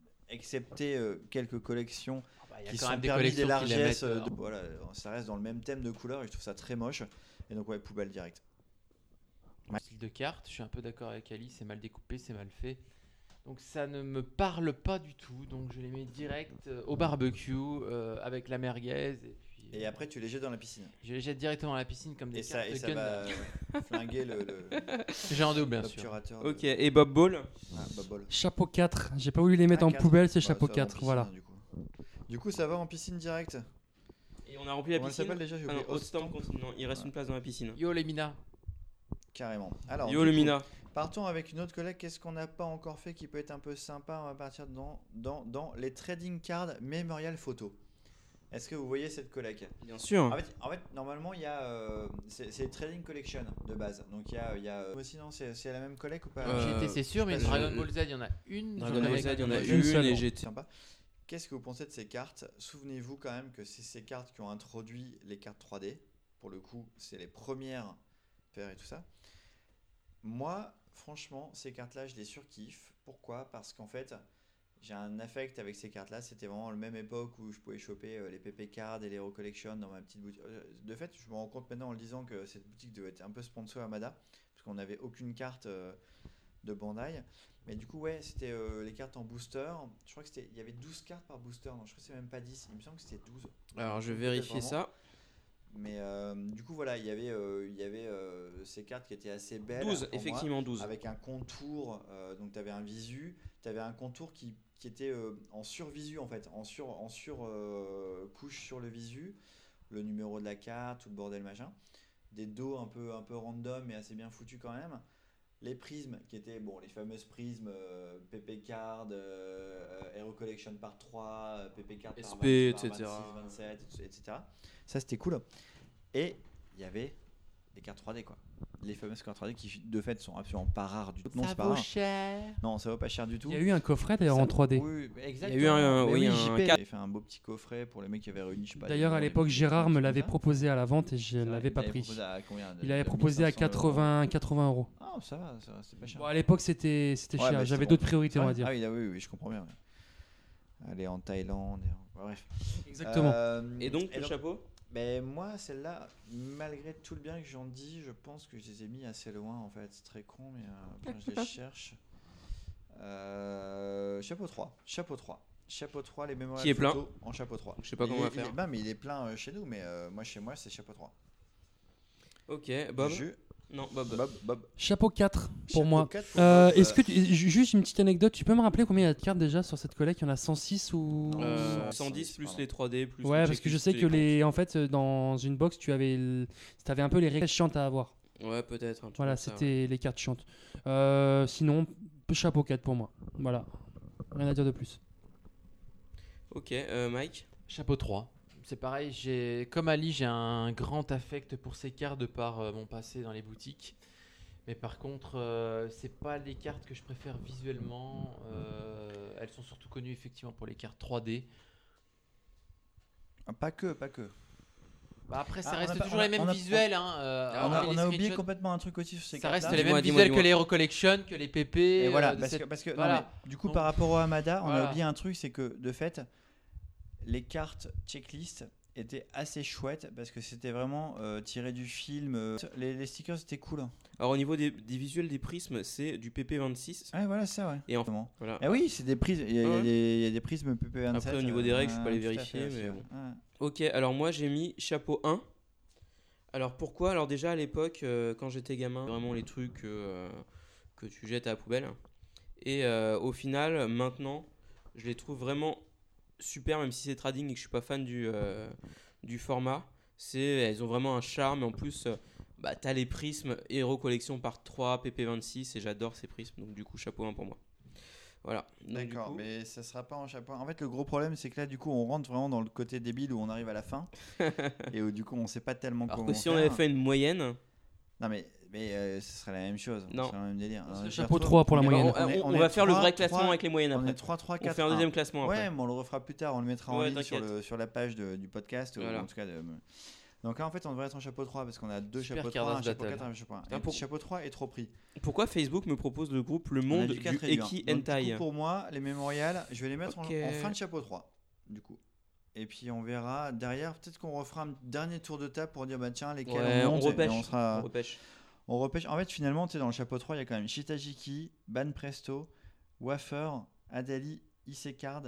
excepté euh, quelques collections bah, il y a qui quand sont même des permis des collections qui les largesses. mettent, euh, euh, de- voilà, ça reste dans le même thème de couleur et je trouve ça très moche. Et donc ouais, poubelle direct. Style de carte, je suis un peu d'accord avec Ali, c'est mal découpé, c'est mal fait. Donc ça ne me parle pas du tout, donc je les mets direct euh, au barbecue euh, avec la merguez et puis Et après tu les jettes dans la piscine. je les jette directement dans la piscine comme des Et ça, cartes et de ça gun. va euh, euh, flinguer le, le J'ai un double bien sûr. l'obturateur. de- Ok, et Bob Ball. Ah, bah, bol. Chapeau quatre. J'ai pas voulu les mettre Ah, en quatre. poubelle, c'est Bah, chapeau ça va en quatre. piscine, Voilà. hein, Du coup. du coup ça va en piscine direct. Et on a rempli la Comment elle piscine. s'appelle déjà j'ai Ah non, oublié. Hot Storm continue. Non, il reste une place dans la piscine. Yo les minas. Carrément. Alors, Yo du le coup, Mina. partons avec une autre collègue. Qu'est-ce qu'on n'a pas encore fait qui peut être un peu sympa? On va partir dans, dans, dans les trading cards Memorial Photo. Est-ce que vous voyez cette collègue? Bien sûr. En fait, en fait, normalement, il y a. euh, c'est c'est Trading Collection de base. Donc, il y a. Il y a euh, sinon, c'est c'est la même collègue ou pas? Euh, G T c'est sûr, mais je sais pas, Dragon je- Ball Z il y en a une. Dragon j'en Ball avais Z, il y en a une. Une une seule, et bon. G T. Sympa. Qu'est-ce que vous pensez de ces cartes? Souvenez-vous quand même que c'est ces cartes qui ont introduit les cartes trois D. Pour le coup, c'est les premières faire et tout ça. Moi, franchement, ces cartes-là, je les surkiffe. Pourquoi? Parce qu'en fait, j'ai un affect avec ces cartes-là. C'était vraiment la même époque où je pouvais choper euh, les P P Cards et les Hero Collection dans ma petite boutique. Euh, de fait, je me rends compte maintenant en le disant que cette boutique devait être un peu sponsor Amada, parce qu'on n'avait aucune carte euh, de Bandai. Mais du coup, ouais, c'était euh, les cartes en booster. Je crois que c'était, il y avait douze cartes par booster. Non, je crois que c'est même pas dix. Il me semble que c'était douze. Alors je vais vérifier ça. Mais euh, du coup, voilà, il y avait, euh, il y avait euh, ces cartes qui étaient assez belles. douze, pour effectivement moi, douze. Avec un contour, euh, donc tu avais un visu, tu avais un contour qui, qui était euh, en survisu en fait, en sur, en sur euh, couche sur le visu, le numéro de la carte, tout le bordel machin. Des dos un peu, un peu random mais assez bien foutus quand même. Les prismes qui étaient bon, les fameuses prismes euh, P P Card, euh, Hero Collection par trois, euh, P P Card S par, P, vingt, par et cetera. vingt-six, vingt-sept, et cetera. Ça c'était cool. Et il y avait des cartes trois D quoi. Les fameuses cartes trois D qui de fait sont absolument pas rares du tout. Non, Ça c'est pas vaut rare. cher. Non, ça vaut pas cher du tout. Il y a eu un coffret d'ailleurs Ça- en trois D. Oui, exactement. Il y a eu un- Mais oui, oui, un J P cadre. avait fait un beau petit coffret pour les mecs qui avaient réuni, je sais pas. D'ailleurs, les à noms, l'époque, les- Gérard les me trucs l'avait comme ça. proposé à la vente et je C'est vrai, l'avais il pas avait pris. proposé à combien, de- Il avait de proposé à mille cinq cents euros. quatre-vingts, quatre-vingts euros. Ah, ça va, ça va, c'est pas cher. Bon, à l'époque, c'était c'était Ouais, cher. bah, J'avais c'est d'autres bon. priorités, on Ah, va dire. Ah oui, ah oui, oui, je comprends bien. ouais. Aller en Thaïlande. Et en- Bref. Exactement. Euh, Et donc, le chapeau ben, moi, celle-là, malgré tout le bien que j'en dis, je pense que je les ai mis assez loin en fait. C'est très con, mais euh, quand je les cherche. Euh, chapeau trois. Chapeau trois. Chapeau trois, les mémoires Qui est plein. photos en chapeau trois. Je sais pas Il comment on est- va il est- faire. ben, mais il est plein euh, chez nous, mais euh, moi, chez moi, c'est chapeau trois. Ok, Bob. Je- Non, Bob. Bob, Bob. Chapeau quatre pour Chapeau moi. quatre pour Euh, Bob, Est-ce euh, que tu- ju- juste une petite anecdote, tu peux me rappeler combien il y a de cartes déjà sur cette collecte? Il y en a cent six ou Euh, cent- cent dix plus pardon. les trois D plus Ouais, le parce que je checklist, sais tous que comptes. les en fait euh, dans une box tu avais le- t'avais un peu les règles chiantes à avoir. Ouais, peut-être. un truc Voilà, comme ça, ouais. c'était les cartes chiantes. Euh, sinon, chapeau quatre pour moi. Voilà. Rien à dire de plus. Ok, euh, Mike. Chapeau trois. C'est pareil, j'ai comme Ali, j'ai un grand affect pour ces cartes de par euh, mon passé dans les boutiques. Mais par contre, euh, c'est pas les cartes que je préfère visuellement. Euh, elles sont surtout connues effectivement pour les cartes trois D. Ah, Pas que, pas que. Bah après, ça Ah, on reste a pas- toujours on a- les mêmes on a- visuels. Hein, euh, on a, hormis on les a oublié screenshots. complètement un truc aussi sur ces Ça cartes. reste les Dis-moi, mêmes dis-moi, visuels que dis-moi. les Hero Collection, que les P P. Et voilà, euh, de parce cette- que, parce que non, voilà. mais du coup, Donc- par rapport au Hamada, on Voilà. a oublié un truc, c'est que de fait, les cartes checklist étaient assez chouettes parce que c'était vraiment euh, tiré du film. euh, les, les stickers étaient cool. Alors, au niveau des, des visuels des prismes, c'est du P P vingt-six. Ouais, voilà, ça, ouais. Et en Exactement. Voilà. Ah oui, c'est des prismes. Il y, a- il y a Ouais. des- il y a des prismes P P vingt-sept. Après, au niveau des règles, je suis pas allé tout à vérifier, fait, mais aussi, bon. ouais. Ok, alors moi j'ai mis chapeau un. Alors pourquoi? Alors déjà à l'époque, euh, quand j'étais gamin, vraiment les trucs euh, que tu jettes à la poubelle. Et euh, au final, maintenant, je les trouve vraiment super, même si c'est trading et que je suis pas fan du, euh, du format. C'est, elles ont vraiment un charme. Et en plus, euh, bah, t'as les prismes Hero Collection par trois, P P vingt-six, et j'adore ces prismes. Donc du coup, chapeau un pour moi. Voilà. Donc, du D'accord, coup- mais ça sera pas en chapeau. En fait, le gros problème, c'est que là, du coup, on rentre vraiment dans le côté débile où on arrive à la fin et où du coup, on sait pas tellement Alors comment que si on faire. avait fait une moyenne, Non, mais, mais euh, ce serait la même chose. Non. Ce serait le même délire. C'est Euh, le je chapeau retrouve- trois pour la on est- moyenne. on, on est- on- on on est va faire le trois- vrai classement trois- avec les moyennes On après. est trois, trois, On quatre. fait un deuxième classement après. Ouais, mais on le refera plus tard. On le mettra en Ouais, ligne sur, t'inquiète. le, sur la page de- du podcast. ou Voilà. en tout cas de- Donc là, en fait, on devrait être en chapeau trois parce qu'on a deux Super chapeaux Cardass trois, un chapeau Battle. quatre, un chapeau un. Putain, Et pour- le chapeau trois est trop pris. Pourquoi Facebook me propose le groupe Le On a Monde du du quatre réduit, Eki hein. Donc, du Hentai? coup, pour moi, les mémorials, je vais les mettre en- Ok. en, fin de chapeau trois. Du coup. Et puis on verra derrière, peut-être qu'on refera un dernier tour de table pour dire bah tiens lesquels Ouais, on on monte et- et repêche. on sera On repêche. on repêche. En fait, finalement, tu sais, dans le chapeau trois, il y a quand même Shitajiki, Ban Presto, Wafer, Adali, Isekard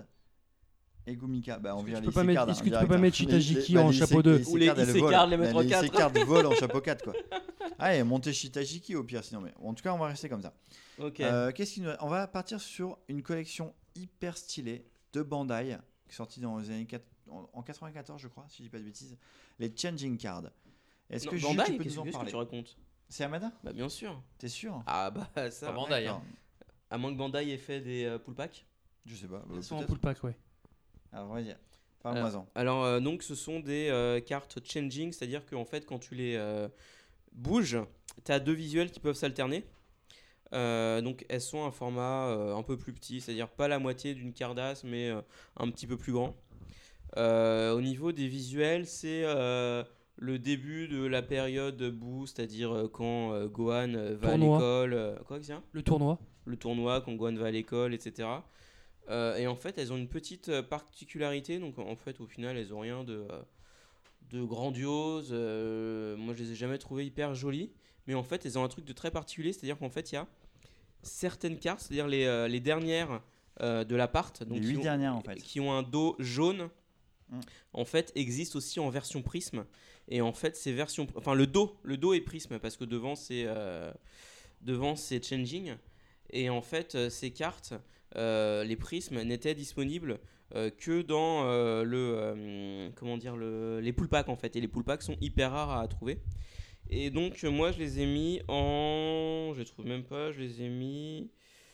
et Gumika. Bah, on Est-ce que vire tu les peux pas mettre- Isekard, est-ce hein, que tu peux direct, pas hein. mettre Les- Shitajiki les- bah, en les chapeau Isek- deux? les Ou les Isekard, elles Isekard, volent. les mettre Bah, en les quatre. Isekard volent en chapeau quatre, quoi. Ah, et monter Shitajiki au pire, sinon. Mais en tout cas, on va rester comme ça. Ok. Euh, qu'est-ce qu'il nous- On va partir sur une collection hyper stylée de Bandai, qui est sortie dans les années quatre- en en quatre-vingt-quatorze, je crois, si je dis pas de bêtises. Les Changing Cards. Est-ce Non, que Jules, Bandai, tu peux qu'est-ce nous en qu'est-ce que parler? tu racontes? C'est Amada? Bah bien sûr. T'es sûr? Ah bah ça. Pas Bandai, hein. D'accord. À moins que Bandai ait fait des euh, pool packs. Je sais pas. bah, Ils sont en peut-être. pull pack, ouais. Alors, vas-y. Parle-moi-en. Alors euh, donc ce sont des euh, cartes changing, c'est-à-dire qu'en fait quand tu les euh, bouges, tu as deux visuels qui peuvent s'alterner. Euh, donc elles sont un format euh, un peu plus petit, c'est-à-dire pas la moitié d'une Cardass mais euh, un petit peu plus grand. Euh, au niveau des visuels, c'est euh, le début de la période Boo, c'est-à-dire euh, quand euh, Gohan euh, va Tournoi. à l'école. euh, quoi que c'est Le tournoi. le tournoi, quand Gohan va à l'école, et cetera. Euh, et en fait, elles ont une petite euh, particularité. Donc en fait, au final, elles ont rien de, euh, de grandiose. Euh, moi, je les ai jamais trouvées hyper jolies. Mais en fait, elles ont un truc de très particulier. C'est-à-dire qu'en fait, il y a certaines cartes, c'est-à-dire les, euh, les dernières euh, de l'appart, donc Les huit qui ont, dernières en fait. qui ont un dos jaune, Mm. en fait, existent aussi en version prisme. Et en fait, ces versions, enfin le dos, le dos est prisme parce que devant c'est euh, devant c'est changing. Et en fait, euh, ces cartes, euh, les prismes n'étaient disponibles euh, que dans euh, le euh, comment dire le, les pool packs en fait. Et les pool packs sont hyper rares à trouver. Et donc euh, moi je les ai mis en, je les trouve même pas, je les ai mis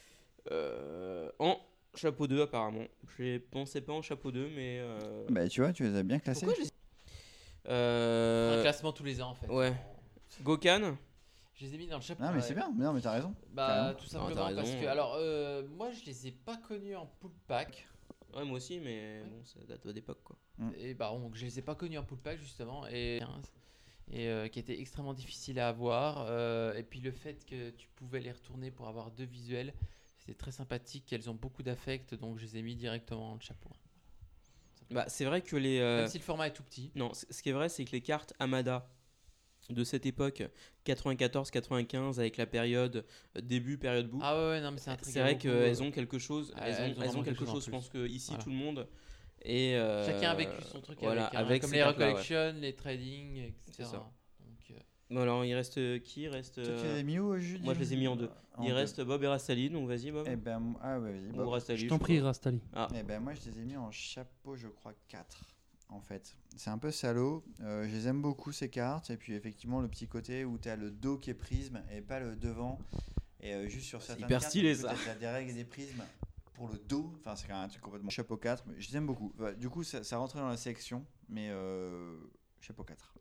euh, en chapeau deux apparemment. Je les pensais pas en chapeau deux, mais euh, Bah tu vois, tu les as bien classés. Pourquoi je les- euh, Un classement tous les ans en fait. ouais. Gokan. Je les ai mis dans le chapeau. Non mais ouais. c'est bien, mais non mais t'as raison. Bah Carrément. tout Non, simplement t'as parce raison. que alors euh, moi je les ai pas connus en pool pack Ouais, moi aussi, mais bon, ça date d'époque quoi. et bah donc je les ai pas connus en pool pack justement et et euh, qui était extrêmement difficile à avoir euh, et puis le fait que tu pouvais les retourner pour avoir deux visuels, c'était très sympathique. Elles ont beaucoup d'affect donc je les ai mis directement dans le chapeau. Bah, c'est vrai que les. euh, Même si le format est tout petit. Non, c- ce qui est vrai, c'est que les cartes Amada de cette époque, quatre-vingt-quatorze quatre-vingt-quinze, avec la période euh, début, période bout, Ah ouais, ouais, non mais c'est un truc. c'est vrai qu'elles ont quelque chose. Ah, Elles ont, elles ont elles ont vraiment quelque quelque chose en chose, je plus. pense que ici, Voilà. tout le monde. Et, euh, Chacun a vécu son truc voilà, avec, hein, avec comme ces les cartes-là, ouais. recollections, les trading, et cetera. C'est ça. Donc, euh, Bon, alors, il reste euh, qui il reste, Toi, tu euh, les as mis où, Jules moi, je les ai mis en deux. En Il deux. reste Bob et Rastali, donc vas-y, Bob. Eh ben, m- ah ouais, vas-y. Ou Bob. Rastali, Je je t'en sais prie, pas. Rastali. Ah, Eh ben moi je les ai mis en chapeau, je crois quatre en fait. C'est un peu salaud. Euh, je les aime beaucoup ces cartes et puis effectivement le petit côté où tu as le dos qui est prisme et pas le devant et euh, juste sur certaines hyper cartes, stylé, du coup, ça. t'as- t'as des règles et des prismes pour le dos. Enfin c'est quand même un truc complètement chapeau quatre. Mais je les aime beaucoup. Voilà, du coup ça, ça rentrait dans la sélection mais euh, chapeau quatre.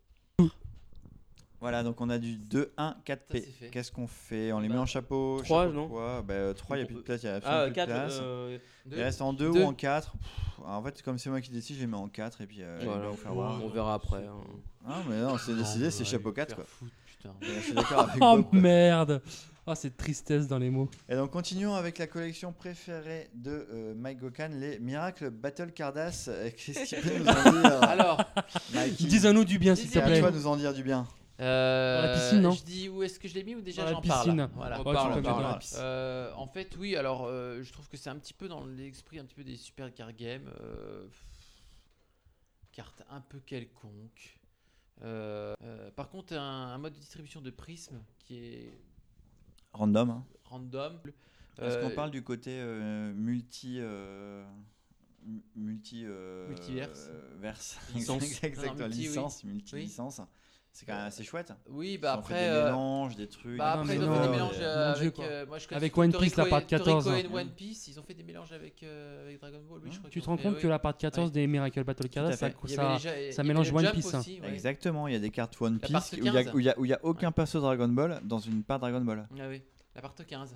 Voilà, donc on a du deux, un, quatre Ça, P. c'est fait. Qu'est-ce qu'on fait? On les Bah, met en chapeau? trois, chapeau non quoi Bah trois, il n'y a plus de place, il y a ah absolument plus de quatre. place. euh, deux. Il reste en deux, Deux. ou en quatre. Pff, en fait, comme c'est moi qui décide, je les mets en quatre et puis euh, voilà, je vais vous faire voir. on verra après. hein. Ah, mais non, c'est décidé, c'est chapeau quatre Faire quoi. foutre, putain. Je suis d'accord avec Oh Bob, quoi. merde. Oh, cette tristesse dans les mots. Et donc, continuons avec la collection préférée de euh, Mike Gokan, les Miracle Battle Cardass. Euh, Qu'est-ce qu'il peut nous en dire Alors, Mikey, Dis-nous du bien, s'il te c'est à plaît. toi de nous en dire du bien. euh, Dans la piscine, non je dis où est-ce que je l'ai mis ou déjà Dans la j'en piscine. parle. Voilà. Oh, On tu parle, peux on mettre parle. dans la piscine. Euh, en fait, oui. Alors, euh, je trouve que c'est un petit peu dans l'esprit un petit peu des super card games. Euh, carte un peu quelconque. Euh, euh, par contre, un, un mode de distribution de prisme qui est Random. Hein. random. Est-ce Euh, qu'on parle du côté euh, multi. euh, mu- multi. euh, Multiverse. euh, verse. Licence. Exactement, Non, multi, oui. licence, multi-licence. C'est quand même assez chouette. Oui, bah Ils ont fait après. des euh, mélanges, des trucs. Bah Non, après, mais ils ont fait non, des mais- mélanges euh, mon Dieu, avec. quoi. euh, moi, je connais Avec surtout One Piece, Toriko la part et- quatorze. Toriko et One Piece, ils ont fait des mélanges avec, euh, avec Dragon Ball. Oui, je crois Tu qu'ils te ont rends fait, compte oui. que la part quatorze Ouais. des Miracle Battle Tout à Cardass, ça, fait. Il y ça, avait déjà- il y ça avait mélange le One Jump Piece, hein. aussi, ouais. Exactement, il y a des cartes One La Piece partie où il y a, quinze. où il y a- où il y a aucun Ouais. perso Dragon Ball dans une part Dragon Ball. Ah oui, la partie quinze.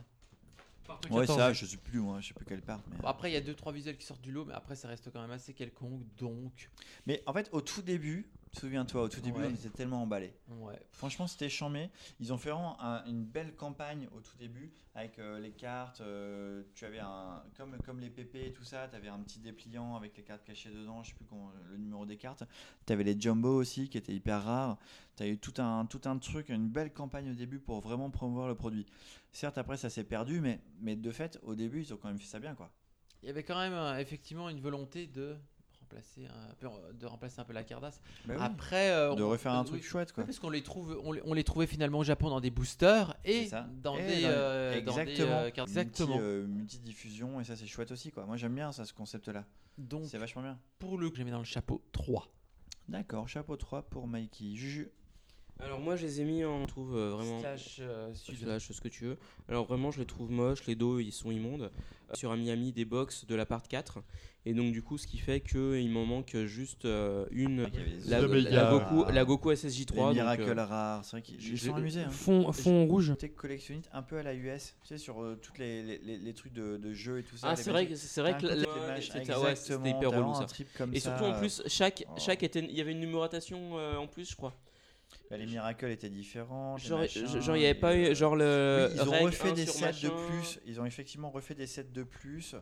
Ouais, quatorze. ça, je sais plus, moi, je sais plus quelle part. Mais, Bon, après, il y a deux trois visuels qui sortent du lot, mais après, ça reste quand même assez quelconque. Donc, mais en fait, au tout début, souviens-toi, au tout début, Ouais. on était tellement emballés. ouais. Franchement, c'était charmé. Ils ont fait vraiment un- une belle campagne au tout début avec euh, les cartes. euh, tu avais un comme comme les P P et tout ça. Tu avais un petit dépliant avec les cartes cachées dedans. Je sais plus comment le numéro des cartes. Tu avais les jumbo aussi qui étaient hyper rares. Tu as eu tout un tout un truc, une belle campagne au début pour vraiment promouvoir le produit. Certes, après ça s'est perdu, mais mais de fait, au début, ils ont quand même fait ça bien, quoi. Il y avait quand même euh, effectivement une volonté de remplacer un peu, de remplacer un peu la Cardass. Bah oui. Après, euh, De on- refaire un oui, truc chouette, quoi. oui, parce qu'on les trouve, on les, on les trouvait finalement au Japon dans des boosters et C'est ça. dans Et des, dans- euh, dans des, exactement. euh, cartes. Exactement. Multi, euh, multi-diffusion et ça c'est chouette aussi, quoi. Moi j'aime bien ça, ce concept-là. Donc, C'est vachement bien. pour le coup, j'ai mis dans le chapeau trois. D'accord, chapeau trois pour Mikey. Juju. Alors moi je les ai mis en, je trouve euh, vraiment Slash euh, sud. slash ce que tu veux. Alors vraiment je les trouve moches, les dos ils sont immondes. Euh, sur un Miami des box de la part quatre et donc du coup ce qui fait que il m'en manque juste euh, une Il y avait les la, autres la méga, Goku euh, la Goku S S J trois les donc, miracles euh, rares, c'est vrai qu'ils ils je- sont amusés. Hein. Fond, fond rouge. J'étais collectionniste un peu à la U S, tu sais, sur euh, toutes les, les, les, les trucs de, de jeux et tout ça. ah les c'est vrai magic- que c'est vrai T'as que un la- côté la- les matchs, c'était ouais, c'était exactement, hyper t'as relou vraiment ça. un trip comme Et ça, surtout en euh, plus chaque oh. chaque était il y avait une numérotation euh, en plus je crois. bah, les miracles étaient différents. les Genre machins, genre il y avait et, pas eu euh, genre le oui, ils ont règle refait un des sur sets de machin. plus. Ils ont effectivement refait des sets de plus.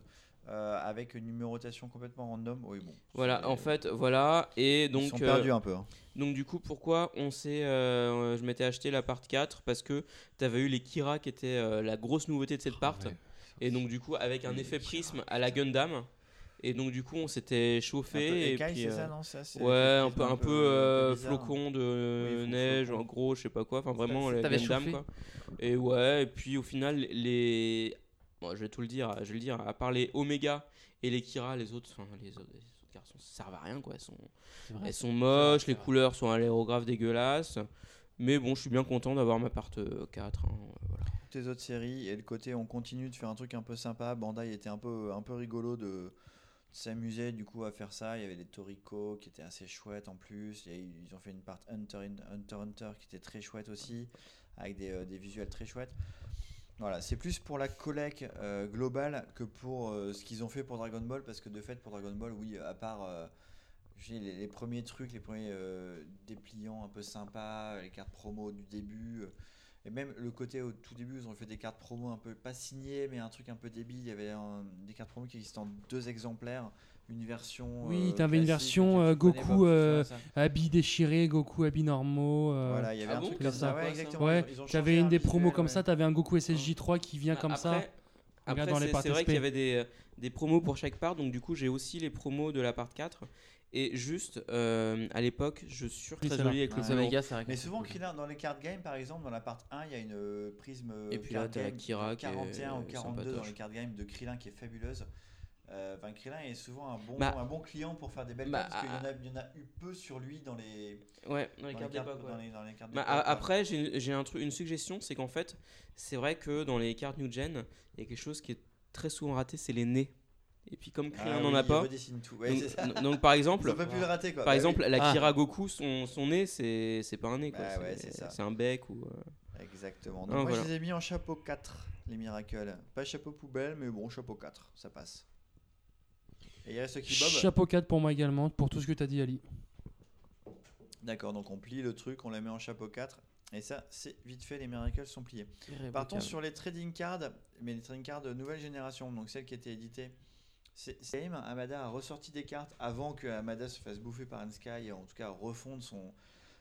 euh, avec une numérotation complètement random. Oui, bon. Voilà, c'est- en fait, voilà. Et Ils donc, sont euh, perdus un peu. hein. donc du coup, pourquoi on s'est, euh, je m'étais acheté la part quatre parce que t'avais eu les Kira qui étaient euh, la grosse nouveauté de cette part. ouais. Et donc du coup, avec un Les effet Kira, prisme à la Gundam. Et donc du coup, on s'était Un peu chauffé. écaille, et puis, c'est euh, ça, non ça, c'est Ouais, un prisme peu, un peu euh, bizarre. flocon de Oui, flo- neige, flocon. en gros, je sais pas quoi. Enfin, vraiment, Ça les t'avait Gundam, chauffé. quoi. Et ouais, et puis au final, les. Bon, je vais tout le dire, je vais le dire, à part les Omega et les Kira, les autres, enfin, les autres, les autres garçons, ça servent à rien, quoi. Elles sont, C'est vrai. elles sont moches, c'est les vrai. couleurs sont à l'aérographe dégueulasses. Mais bon, je suis bien content d'avoir ma part euh, quatre. hein, voilà. Tes autres séries et le côté on continue de faire un truc un peu sympa. Bandai était un peu, un peu rigolo de, de s'amuser du coup à faire ça. Il y avait les Toriko qui étaient assez chouettes en plus. Il y a eu- ils ont fait une part Hunter in- Hunter Hunter qui était très chouette aussi, avec des, euh, des visuels très chouettes. Voilà, c'est plus pour la collecte euh, globale que pour euh, ce qu'ils ont fait pour Dragon Ball, parce que de fait pour Dragon Ball, oui, à part euh, j'ai les, les premiers trucs, les premiers euh, dépliants un peu sympas, les cartes promo du début, euh, et même le côté au tout début, ils ont fait des cartes promo un peu pas signées, mais un truc un peu débile. Il y avait un- des cartes promo qui existaient en deux exemplaires, une version. Oui, euh, t'avais une classique, version, que tu euh, prenais Goku, pas, euh, ça. Habits déchirés, Goku habits normaux. euh, Voilà, il y avait Ah un bon, truc c'est comme ça. ça. Quoi, Ouais, ça exactement. Ouais, Ils ont- ils ont t'avais changé une un des promos visuel, comme ouais. ça, t'avais un Goku S S J trois qui vient comme ça. Après, Regarde après dans les c'est, parts c'est vrai X P. qu'il y avait des, des promos pour chaque part, donc du coup j'ai aussi les promos de la part quatre. Et juste, euh, à l'époque, je suis sûr que Oui, très c'est joli là. avec le Ouais. bleu. Omega, c'est vrai. Mais que souvent, c'est cool. Krillin, dans les cartes game, par exemple, dans la part un, il y a une euh, prisme Et puis là, card t'as la game Kira qui est quarante et un ou quarante-deux dans sympatoche. les cartes game de Krillin qui est fabuleuse. Euh, Enfin, Krillin est souvent un bon, Bah, un bon client pour faire des belles bah, cartes parce qu'il y, en ah, a- il y en a eu peu sur lui dans les, Ouais, dans les dans les cartes cartes, d'époque, dans ouais. les, dans les cartes Bah, d'époque, a- ouais. après, j'ai, j'ai un truc, une suggestion, c'est qu'en fait, c'est vrai que dans les cartes New Gen, il y a quelque chose qui est très souvent raté, c'est les nez. Et puis comme Krillin Ah n'en oui, a il pas, redessine tout. Ouais, donc, c'est ça. donc, par Ils exemple, ont pas pu le rater quoi. par Bah exemple, oui. la Ah. Kira Goku, son, son nez, c'est, c'est pas un nez, quoi. Bah c'est, ouais, c'est ça. c'est un bec ou. euh, Exactement. Donc Ah, moi, voilà. je les ai mis en chapeau quatre, les miracles. Pas chapeau poubelle, mais bon, chapeau quatre, ça passe. Et il reste qui, Bob Chapeau quatre pour moi également, pour tout ce que t'as dit, Ali. D'accord, donc on plie le truc, on la met en chapeau quatre. Et ça, c'est vite fait, les miracles sont pliés. Partons sur les trading cards, mais les trading cards de nouvelle génération, donc celles qui étaient éditées. C'est c'est Game, Amada a ressorti des cartes avant que Amada se fasse bouffer par Sky, en tout cas refonde son.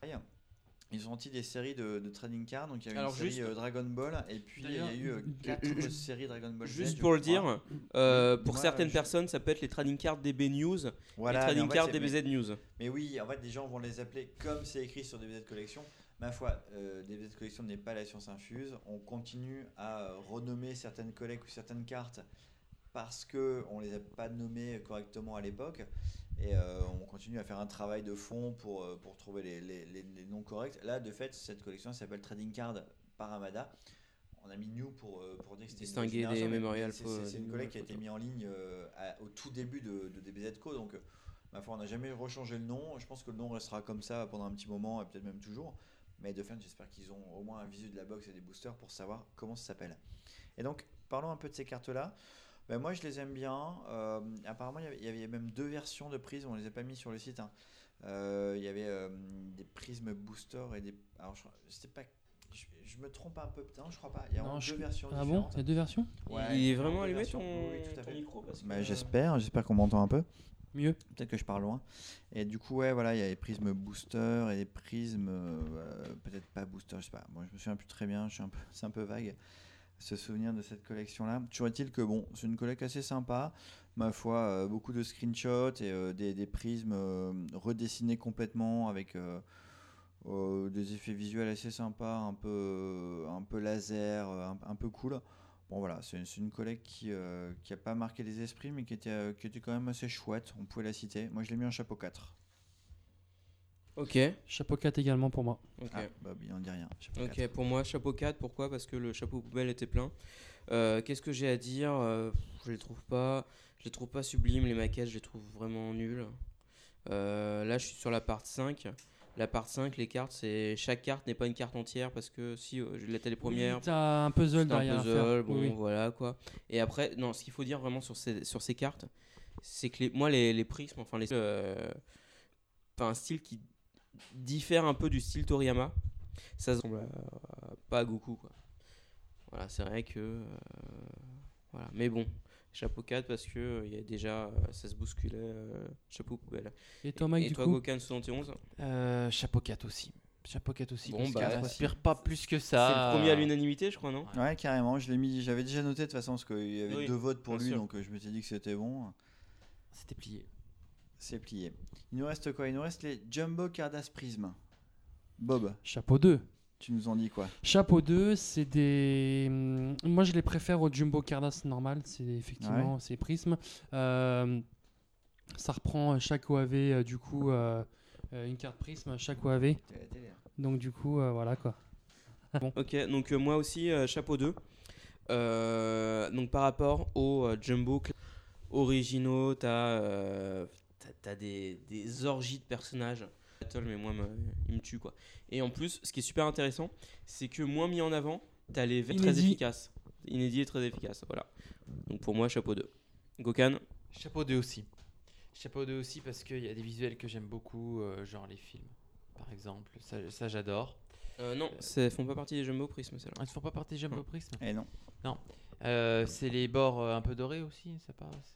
Ils ont sorti des séries de, de trading cards, donc il y avait Alors, une série juste- euh, Dragon Ball, et puis il y a D'ailleurs, eu euh, ju- quatre ju- séries Dragon Ball Z, Juste je pour le crois. dire, euh, Oui, pour moi, certaines je- personnes, ça peut être les trading cards D B News, Voilà, les mais trading en fait, cards c'est- D B Z News. Mais oui, en fait, les gens vont les appeler comme c'est écrit sur D B Z Collection. Ma foi, euh, D B Z Collection n'est pas la science infuse. On continue à euh, renommer certaines collectes ou certaines cartes parce que on les a pas nommées correctement à l'époque. Et euh, on continue à faire un travail de fond pour, euh, pour trouver les, les, les- les noms corrects. Là, de fait, cette collection s'appelle Trading Card par Amada. On a mis New pour, euh, pour dire que c'était une Distinguer nouvelle des génération, mais Memorial c'est- Fo- C'est c'est une des collecte qui a Memorial été mise en ligne euh, à- au tout début de, de D B Z Co. Donc, euh, ma foi, on n'a jamais rechangé le nom. Je pense que le nom restera comme ça pendant un petit moment et peut-être même toujours. Mais de fait, j'espère qu'ils ont au moins un visu de la box et des boosters pour savoir comment ça s'appelle. Et donc, parlons un peu de ces cartes-là. Ben, moi, je les aime bien. Euh, apparemment, il y avait- il y avait même deux versions de prismes. On les a pas mis sur le site. hein. Euh, Il y avait euh, des prismes booster et des. Alors, je, c'était pas. Je, je me trompe un peu, peut-être. Je crois pas. Il y a Non, vraiment je- deux versions Ah bon différentes. Il y a deux versions Ouais, il est vraiment vraiment deux allumé versions. ton, Oui, oui, tout à ton fait. micro parce que, Bah, j'espère. J'espère qu'on m'entend un peu. Mieux. Peut-être que je parle loin. Et du coup, ouais, voilà, il y a les prismes booster et les prismes euh, peut-être pas booster, je sais pas. Moi, je me souviens plus très bien. Je suis un peu, c'est un peu vague ce souvenir de cette collection-là. Toujours est-il que bon, c'est une collecte assez sympa. Ma foi, euh, beaucoup de screenshots et euh, des, des prismes euh, redessinés complètement avec euh, euh, des effets visuels assez sympas, un peu, un peu laser, un, un peu cool. Bon voilà, c'est c'est une collecte qui euh, qui a pas marqué les esprits, mais qui était euh, qui était quand même assez chouette. On pouvait la citer. Moi, je l'ai mis en chapeau quatre. Ok, Chapeau quatre également pour moi. ok. Ah, bah, il en dit rien. Chapeau Ok, quatre. pour moi, chapeau quatre, pourquoi? Parce que le chapeau poubelle était plein. Euh, Qu'est-ce que j'ai à dire? Euh, Je les trouve pas, je les trouve pas sublimes, les maquettes, je les trouve vraiment nulles. Euh, là, je suis sur la part cinq. La part cinq, les cartes, c'est chaque carte n'est pas une carte entière parce que si euh, je l'étais les premières, Oui, t'as un puzzle c'est un derrière à puzzle, faire. bon Oui, oui. voilà quoi. Et après, non, ce qu'il faut dire vraiment sur ces, sur ces cartes, c'est que les, moi les, les prismes, enfin les, euh, enfin un style qui diffère un peu du style Toriyama, ça ressemble à- pas à Goku quoi. Voilà, c'est vrai que euh, voilà, mais bon, Chapeau quatre parce que euh, il y a déjà, euh, ça se bousculait. euh, chapeau poubelle. Et toi, Mike, Et du toi, coup Gokan soixante et onze. Euh, chapeau quatre aussi. Chapeau quatre aussi. Bon, parce bah, que je ouais. respire pas plus que C'est ça. le premier à l'unanimité, je crois, non? Ouais, carrément. Je l'ai mis. J'avais déjà noté de toute façon parce qu'il y avait Oui, deux votes pour bien lui, sûr. donc euh, je me suis dit que c'était bon. C'était plié. C'est plié. Il nous reste quoi? Il nous reste les Jumbo Cardass Prism. Bob, Chapeau deux. tu nous en dis quoi? Chapeau deux, c'est des. hum, Moi, je les préfère au Jumbo Cardass normal. C'est effectivement c'est Prism. Euh, ça reprend chaque O A V, euh, du coup, euh, euh, une carte Prism, chaque O A V. Donc, du coup, euh, voilà quoi. Ok, donc euh, moi aussi, euh, chapeau deux. Euh, donc par rapport aux euh, Jumbo cl- originaux, t'as euh, t'as- t'as des, des orgies de personnages. Battle, mais moi, me- il me tue quoi. Et en plus, ce qui est super intéressant, c'est que moins mis en avant, t'as les V très Inédit. efficaces. Inédit et très efficace, voilà. Donc pour moi, chapeau deux. Gokan, Chapeau deux aussi. Chapeau deux aussi parce qu'il y a des visuels que j'aime beaucoup, euh, genre les films, par exemple. Ça, ça j'adore. euh, non, ça font pas partie des Jumbo Prism, celle-là. Ils ne font pas partie Jumbo Non. Prism. Eh non. Euh, c'est les bords euh, un peu dorés aussi, ça passe.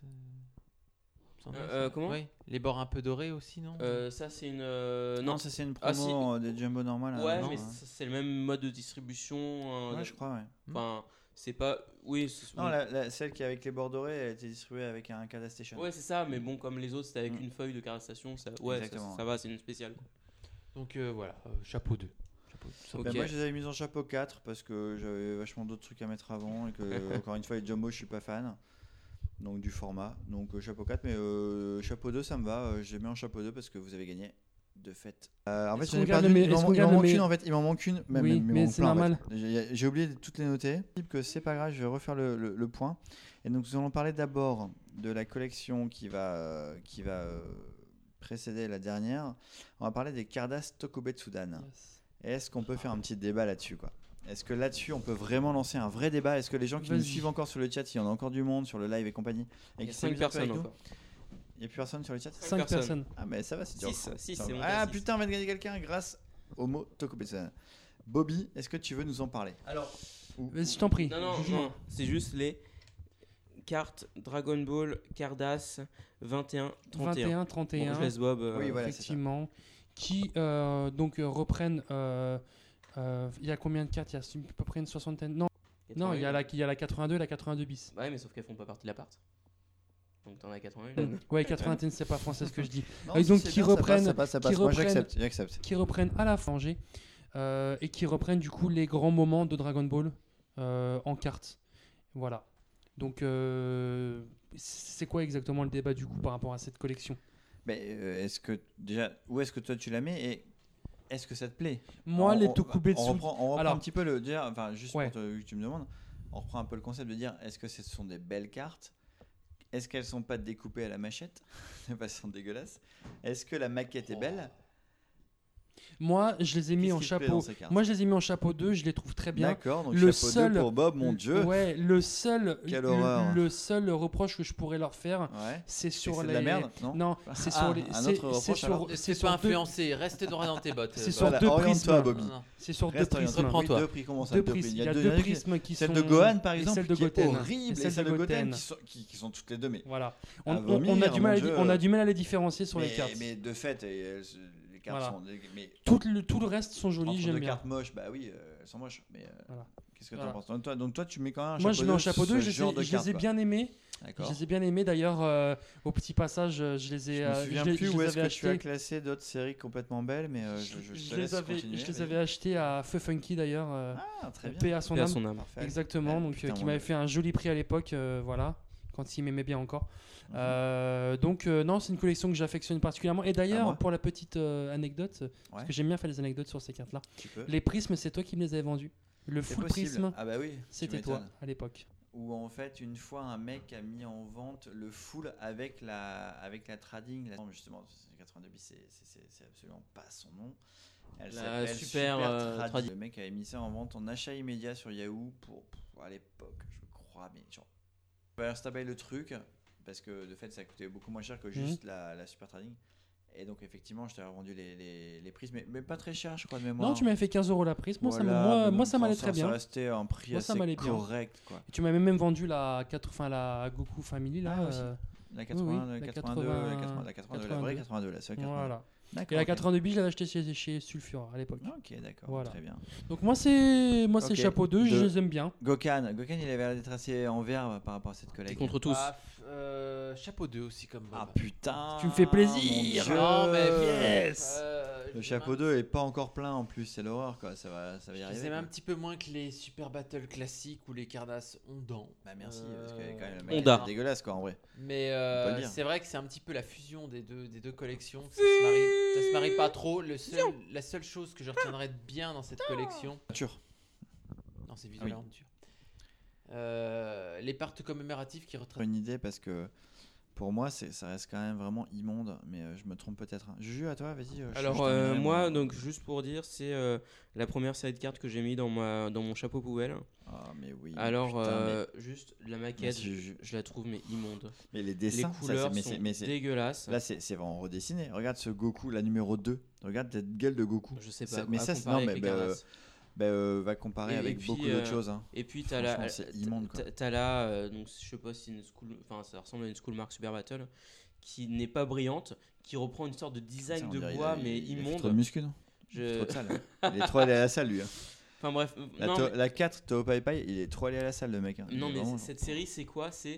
euh, Euh, euh, comment Oui, les bords un peu dorés aussi, non Euh, ça, c'est une. euh, Non, non, ça c'est une Ah, promo euh, des Jumbo normales. ouais, non, mais hein. ça, c'est le même mode de distribution. hein, Ouais, je crois, ouais. Enfin, c'est pas. Oui, c'est- Non, bon. la, la- celle qui est avec les bords dorés, elle a été distribuée avec un Cardass Station. Ouais, c'est ça, mais bon, comme les autres, c'était avec Mm. une feuille de carte station. Ça... Ouais, ça, Exactement. ça va, c'est une spéciale. Donc euh, voilà, euh, chapeau deux. Chapeau deux. Ben, Ok. moi je les avais mis en chapeau quatre parce que j'avais vachement d'autres trucs à mettre avant et que, encore une fois, les Jumbo, je suis pas fan. Donc du format. Donc euh, chapeau quatre, mais euh, chapeau deux, ça me va. Euh, J'ai mis en chapeau deux parce que vous avez gagné de fait. Euh, en fait, Est-ce j'en qu'on ai regarde perdu. le Il mé- m'en est-ce qu'on il m'en regarde le manque mé- une en fait. Il m'en manque une. Même, Oui, même, il m'en mais manque c'est plein, en fait. normal. J'ai j'ai oublié de toutes les noter. Que c'est pas grave, je vais refaire le, le- le point. Et donc nous allons parler d'abord de la collection qui va, euh, qui va euh, précéder la dernière. On va parler des Cardass Tokubetsudan. Est-ce qu'on peut faire un petit débat là-dessus, quoi? Est-ce que là-dessus on peut vraiment lancer un vrai débat? Est-ce que les gens qui nous Vas-y. suivent encore sur le chat, s'il y en a encore du monde sur le live et compagnie, et Il y a qui cinq s'amusent un peu personnes avec nous, encore. il n'y a plus personne sur le chat? cinq personnes. personnes. Ah mais ça va, c'est dur. six, six, Non. c'est mon Ah cas, six. putain, on vient de gagner quelqu'un grâce au mot Tokubetsudan. Bobby, est-ce que tu veux nous en parler? Alors, Vas-y, je t'en prie. non, non, Dis-moi. non, c'est juste les cartes Dragon Ball Cardass vingt et un trente et un. vingt et un, trente et Bon, un. je laisse Bob. euh, Oui, voilà, c'est ça. effectivement, qui euh, donc euh, reprennent. euh, euh, Il y a combien de cartes? Il y a à peu près une soixantaine. Non, non, il y a la, il y a la quatre-vingt-deux et la quatre-vingt-deux bis. Ouais, mais sauf qu'elles font pas partie de l'appart. Donc t'en as quatre-vingt-un. Ouais, quatre-vingt-un, c'est pas français ce que je dis. Non, Ah, et si, donc, c'est qui bien, ça passe, reprennent- ça passe, ça qui passe. Moi reprennent- j'accepte, j'accepte. Qui reprennent à la Fangée euh, et qui reprennent du coup les grands moments de Dragon Ball euh, en cartes. Voilà. Donc, euh, c'est quoi exactement le débat du coup par rapport à cette collection? Mais euh, est-ce que déjà, où est-ce que toi tu la mets et est-ce que ça te plaît? Moi, On- les on- Tokubetsu. On reprend, on reprend Alors- un petit peu le dire, enfin juste Ouais. pour te, que tu me demandes, on reprend un peu le concept de dire est-ce que ce sont des belles cartes? Est-ce qu'elles sont pas découpées à la machette de façon dégueulasse? Est-ce que la maquette est belle? Moi, je les ai mis Qu'est-ce en qui te plaît chapeau. dans ces cartes? Moi, je les ai mis en chapeau deux. Je les trouve très bien. D'accord, donc Le chapeau seul- deux pour Bob, mon dieu. Ouais, le seul, Quelle le, horreur. le seul reproche que je pourrais leur faire, Ouais. c'est C'est sur que c'est les. de la merde, non? c'est Ah, sur les. un c'est- autre reproche, c'est sur, alors c'est C'est sur pas deux- influencé, reste droit dans tes bottes. C'est euh, sur Voilà, deux oriente-toi, prismes. Bobby. Non, non. C'est sur deux Reste prismes. orienté. Reprends-toi. Oui, deux prix, comment ça Deux deux prismes. prix Il y a deux il y en prismes qui Celle sont. de Gohan, par et exemple, celle de qui est Goten. horrible, et celle celle de de Goten, Goten. qui sont, qui, qui sont toutes les deux, mais Voilà. À On, on- vomir, on a du mal à, mon di- Dieu. on a du mal à les différencier sur mais, les cartes. mais de fait, et elles- les cartes Voilà. sont. Mais Tout le, tout le reste sont jolis, entre j'aime deux bien. cartes moches, bah oui, euh, elles sont moches. Mais euh, Voilà. qu'est-ce que Voilà. t'en penses donc toi, donc toi, tu mets quand même un Moi, chapeau je mets en deux, chapeau ce deux. Je, les ai- genre de je cartes, les ai quoi. bien aimés. D'accord. Je les ai bien aimés. D'ailleurs, euh, au petit passage, euh, je les ai. Je euh, me souviens je les- plus je où les est-ce avais que tu as achetés. classé d'autres séries complètement belles, mais euh, je, je, je Je te les laisse avais, continuer, je les vas-y. avais achetés à Feu Funky d'ailleurs. euh, Ah, très bien. Paix à son Paix à âme. son âme. Parfait. Exactement, Ouais, donc putain, euh, qui mon m'avait Dieu. fait un joli prix à l'époque, euh, voilà, quand il m'aimait bien encore. Mhm. Euh, donc euh, non, c'est une collection que j'affectionne particulièrement. Et À moi. d'ailleurs, pour la petite euh, anecdote, parce Ouais. que j'aime bien faire des anecdotes sur ces cartes-là. Tu peux. Les prismes, c'est toi qui me les avais vendus. Le C'est full possible. prisme, Ah bah oui. tu c'était toi m'étonnes. à l'époque. Où en fait une fois un mec a mis en vente le full avec la avec la trading la- justement quatre-vingt-deux bis c'est c'est- c'est c'est absolument pas son nom. Elle La s'appelle super, euh, Tradi. Tradi. Le mec avait mis ça en vente en achat immédiat sur Yahoo pour, pour- à l'époque je crois, mais genre on va installer le truc parce que de fait ça coûtait beaucoup moins cher que juste la, la super trading Et donc effectivement, je t'ai revendu les, les, les prises, mais, mais pas très cher, je crois de mémoire. Non, tu m'avais fait quinze euros la prise. Moi, ça, Voilà, moi, bon, moi, ça enfin, m'allait très bien. Ça restait un prix Moi, ça assez m'allait bien. correct, quoi. Et tu m'avais même vendu la, quatre, enfin, la Goku Family là. Ah, aussi. euh, La quatre-vingts, oui, la la quatre-vingt-deux, quatre-vingts, la quatre-vingts, la quatre-vingt-deux, la vraie quatre-vingt-deux, la seule quatre-vingt-deux. Voilà. D'accord. Et la ok. quatre-vingt-deux bis, je l'avais acheté chez, chez Sulfura à l'époque. Ok, d'accord, Voilà. très bien. Donc moi c'est moi c'est Ok, chapeau deux, je deux. les aime bien. Gokan, Gokan, il avait l'air d'être assez en vert par rapport à cette collègue. T'es contre tous. Ah, f- euh, chapeau deux aussi comme Bob. Ah putain, Tu me fais plaisir. mon Dieu. Non, mais Yes. euh, Le je chapeau les aime deux est pas encore plein en plus, c'est l'horreur quoi, ça va, ça va y un- Je arriver. les aime quoi. un petit peu moins que les Super Battle classiques ou les Cardass ont dents. Bah merci, Euh, parce que quand même, le mec Honda. est dégueulasse quoi en vrai. Mais On euh, peut le dire. c'est vrai que c'est un petit peu la fusion des deux, des deux collections. Ça se marie, ça se marie pas trop. Le seul, la seule chose que je retiendrai de bien dans cette collection, Nature. non, c'est Ah Visual oui. Adventure. Euh, les parts commémoratives qui Pas retraitent. une idée parce que pour moi c'est, ça reste quand même vraiment immonde, mais euh, je me trompe peut-être. hein. Juju à toi, vas-y. euh, je- Alors je euh, terminerai, moi, donc juste pour dire, c'est euh, la première série de cartes que j'ai mis dans ma dans mon chapeau poubelle. Ah mais oui. Alors putain, euh, juste la maquette, Merci, je, Juju. je la trouve mais immonde. mais, mais les Les dessins, ça, c'est- couleurs mais sont c'est, mais c'est- dégueulasses. là c'est, c'est vraiment redessiné. Regarde ce Goku, la numéro deux. Regarde cette gueule de Goku. Je sais C'est- pas. mais à ça, c'est- comparer non, avec mais les bah, Cardass. Bah, euh, va comparer Et- et avec puis, beaucoup euh, d'autres choses. hein. Et puis t'as la, Franchement, c'est t'as- immonde, quoi. t'as- t'as la, euh, donc je sais pas si c'est une school, enfin ça ressemble à une school mark Super Battle, qui n'est pas brillante, qui reprend une sorte de design Ça, on de dirait, bois il a- mais il a fait immonde. trop de muscu, non Je- Il est trop de salle. hein. Il est trop allé à la salle, lui. hein. Enfin bref, La, non, to- mais, la quatre, Toho Pai Pai, il est trop allé à la salle, le mec. hein. Il non, est mais vraiment- cette série c'est quoi? C'est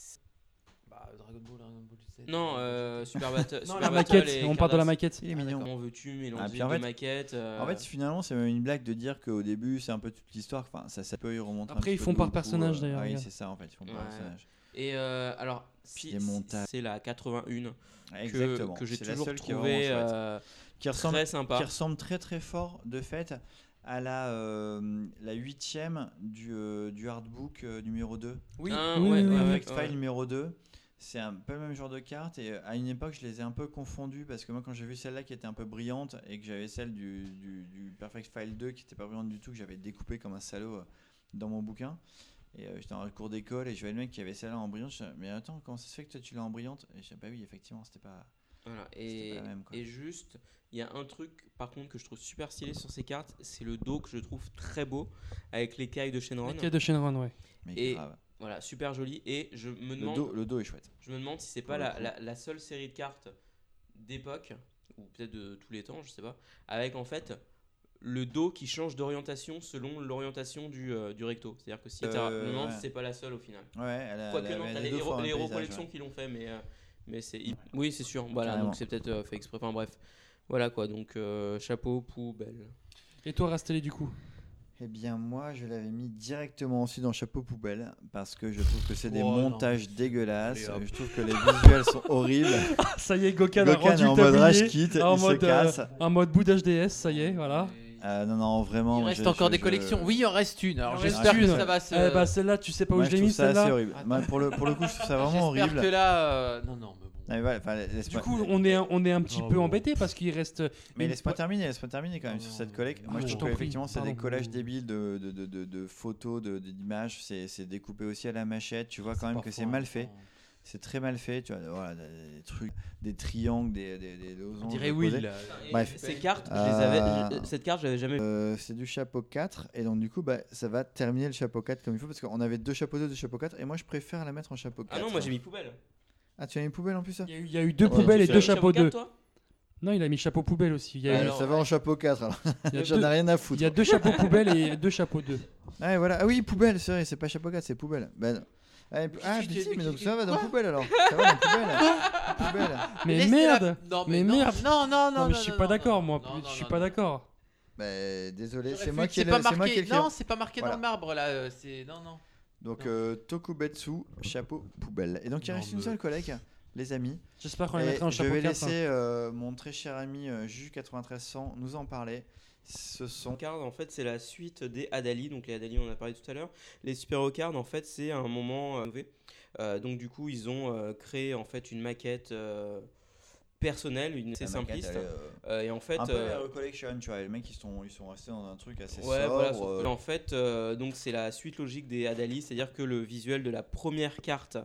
Bah, Dragon Ball, Dragon Ball Z. non euh, Super Battle. Non, Super la Battle maquette, et on parle de la Cardass. maquette. Il est mignon. Comment veux-tu mélanger Ah, puis en deux fait- maquettes euh, En fait, finalement, c'est même une blague de dire qu'au début, c'est un peu toute l'histoire. Enfin, ça, ça peut y remonter. un Après, petit ils peu font de par Goku, personnage, euh, d'ailleurs, ah oui, regarde. c'est ça, en fait. Ils font par Ouais. personnage. Et euh, alors, Puis si, des si- montages. c'est la quatre-vingt-un Ouais, que, Exactement. que j'ai C'est la toujours seule qui est trouvé vraiment chouette. euh, Qui ressemble, très sympa. qui ressemble très très fort, de fait, à la, euh, la huitième du, euh, du hardbook euh, numéro deux. Oui. Un, Oui, ouais, oui, ouais, oui. ouais, Perfect ouais. File numéro deux. C'est un peu le même genre de carte et euh, à une époque je les ai un peu confondus parce que moi quand j'ai vu celle-là qui était un peu brillante et que j'avais celle du, du, du Perfect File deux qui était pas brillante du tout, que j'avais découpé comme un salaud euh, dans mon bouquin et euh, j'étais en cours d'école et je voyais le mec qui avait celle-là en brillante, je disais, mais attends comment ça se fait que toi tu l'as en brillante et je disais bah oui effectivement c'était pas... Voilà, C'était et, pas la même, quoi. et juste, il y a un truc par contre que je trouve super stylé sur ces cartes, c'est le dos que je trouve très beau avec l'écaille de Shenron. Maquette de Shenron, ouais. mais Et grave. Voilà, super joli. Et je me Le demande, dos, le dos est chouette. je me demande si c'est Pour pas le la, coup. la, la seule série de cartes d'époque, ou peut-être de tous les temps, je sais pas, avec en fait le dos qui change d'orientation selon l'orientation du, euh, du recto. C'est-à-dire que si Euh, je me demande ouais. si c'est pas la seule au final. Ouais, elle a, Quoique elle non, avait t'as les les deux héros, fois les un héros paysage, collections ouais. qui l'ont fait, mais, euh, mais c'est. Oui, c'est sûr. Voilà, Carrément. donc c'est peut-être euh, fait exprès. Enfin bref. Voilà quoi, donc euh, chapeau, poubelle. Et toi, Rastelli, du coup? Eh bien, moi, je l'avais mis directement aussi dans le chapeau poubelle parce que je trouve que c'est des Oh, non. montages dégueulasses. Allez, hop. Je trouve que les visuels sont horribles. Ça y est, Gokan, a Gokan rendu est le en mode tablier. rage kit, en il mode, se euh, casse. en mode bout d'H D S, ça y est, voilà. Euh, non, non, vraiment. Il moi, reste je- encore je- des je- collections. Oui, il en reste une. Alors Il en reste j'espère que une. ça va se. Eh bah, celle-là, tu sais pas où Moi, je je l'ai mis, trouve ça assez celle-là. horrible. Moi, pour, le, pour le coup, je trouve ça vraiment J'espère horrible. que là. euh, Non, non, mais bon. Ah, mais voilà, enfin, Du laisse-moi- coup, on est, on est un petit Oh, peu bon. embêté parce qu'il reste. Mais une laisse-moi po- terminer, laisse-moi terminer quand même Non, sur non, cette non. collecte. Moi, Ah, je je trouve t'en prie, qu'effectivement, c'est des pardon. collages débiles de, de, de, de, de photos, de- d'images. C'est c'est découpé aussi à la machette. Tu vois quand même que c'est mal fait. C'est très mal fait. Tu vois, voilà, des trucs, des triangles, des, des, des losanges. On dirait posés. Will. là. Bref. Ces cartes, je les Euh, avais, je- cette carte, je l'avais jamais. Euh, c'est du chapeau quatre et donc du coup bah, ça va terminer le chapeau quatre comme il faut parce qu'on avait deux chapeaux deux, deux chapeaux quatre et moi je préfère la mettre en chapeau quatre. Ah non, moi j'ai mis poubelle. Ah tu as mis poubelle en plus ça Il y a eu- il y a eu deux Ouais, poubelles et tu deux fais chapeaux deux. Toi Non, il a mis chapeau poubelle aussi. Il y a, Ouais, eu- alors, ça va en chapeau quatre alors. il y a J'en ai deux- rien à il foutre. y a deux chapeaux poubelle et deux chapeaux deux. Ouais, voilà. Ah oui poubelle c'est vrai c'est pas chapeau quatre c'est poubelle. Ben, non. Ah, p- ah tu puis t'es- si, mais mais qui- donc ça va dans poubelle alors. Ça va dans poubelle. Poubelle. Mais Laissez merde la- Non, mais non, merde. Non, non, non. Non, mais je suis pas d'accord, moi. Non, non, Je suis non, pas non. d'accord. Bah désolé J'aurais c'est fait moi que qui ai c'est le- pas c'est moi qui ai marqué. le client. Non, c'est pas marqué Voilà. dans le marbre là. euh, C'est non, non. Donc Non. euh, Tokubetsu chapeau poubelle. Et donc il Non, reste une mais- seule collègue les amis. J'espère qu'on les Et mettra en je chapeau vais quatre. laisser euh, mon très cher ami euh, Juju quatre-vingt-treize cent nous en parler. Ce sont Card, en fait, c'est la suite des Adali. Donc, les Adali, on en a parlé tout à l'heure. Les Super Card, en fait, c'est un moment euh, nouveau. Euh, donc, du coup, ils ont euh, créé en fait une maquette euh, personnelle, une assez la maquette, simpliste. elle est, euh, Euh, et en fait, un peu euh, la recollection, tu vois, les mecs ils sont, ils sont restés dans un truc assez ouais, sobre. voilà. sauf euh, que, en fait, euh, donc c'est la suite logique des Adali, c'est-à-dire que le visuel de la première carte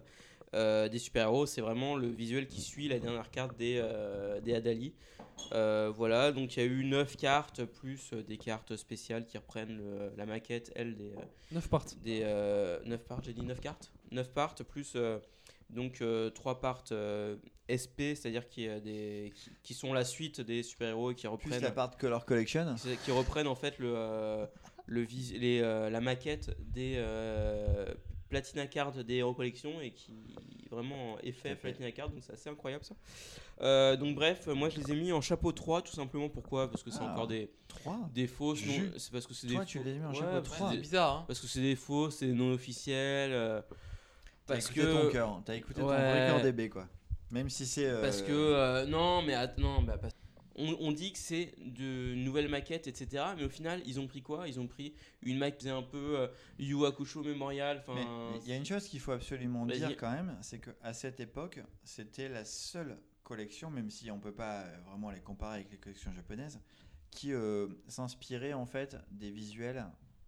euh, des super-héros, c'est vraiment le visuel qui suit la dernière carte des, euh, des Adali. Euh, voilà, donc il y a eu neuf cartes, plus euh, des cartes spéciales qui reprennent le- la maquette, elle, des, euh, neuf parts. des euh, neuf parts, j'ai dit neuf cartes neuf parts, plus euh, donc euh, trois parts euh, S P, c'est-à-dire qui, euh, des, qui, qui sont la suite des super-héros et qui Plus reprennent, la part Color Collection. qui, qui reprennent en fait le, euh, le vis- les, euh, la maquette des euh, Platina Card des Hero Collection et qui vraiment est fait Tout à fait. Platina Card, donc c'est assez incroyable ça. Euh, donc bref, moi je les ai mis en chapeau trois tout simplement. Pourquoi? Parce que c'est Ah. encore des, trois. des fausses, non- Jus. c'est parce que c'est Toi, des tu faux- les as mis en Ouais, chapeau parce que trois. c'est C'est des- bizarre, hein. parce que c'est des faux, c'est non officiel. euh, T'as parce écouté que ton cœur, t'as écouté ton Ouais. vrai cœur D B quoi. Même si c'est. euh, Parce que euh, non, mais att- non, bah, parce- on, on dit que c'est de nouvelles maquettes, et cetera. Mais au final, ils ont pris quoi? Ils ont pris une maquette un peu euh, Yu Hakusho Memorial. Enfin, Mais il y a une chose qu'il faut absolument Vas-y. dire quand même, c'est qu'à cette époque, c'était la seule collection, même si on peut pas euh, vraiment les comparer avec les collections japonaises, qui euh, s'inspirait en fait des visuels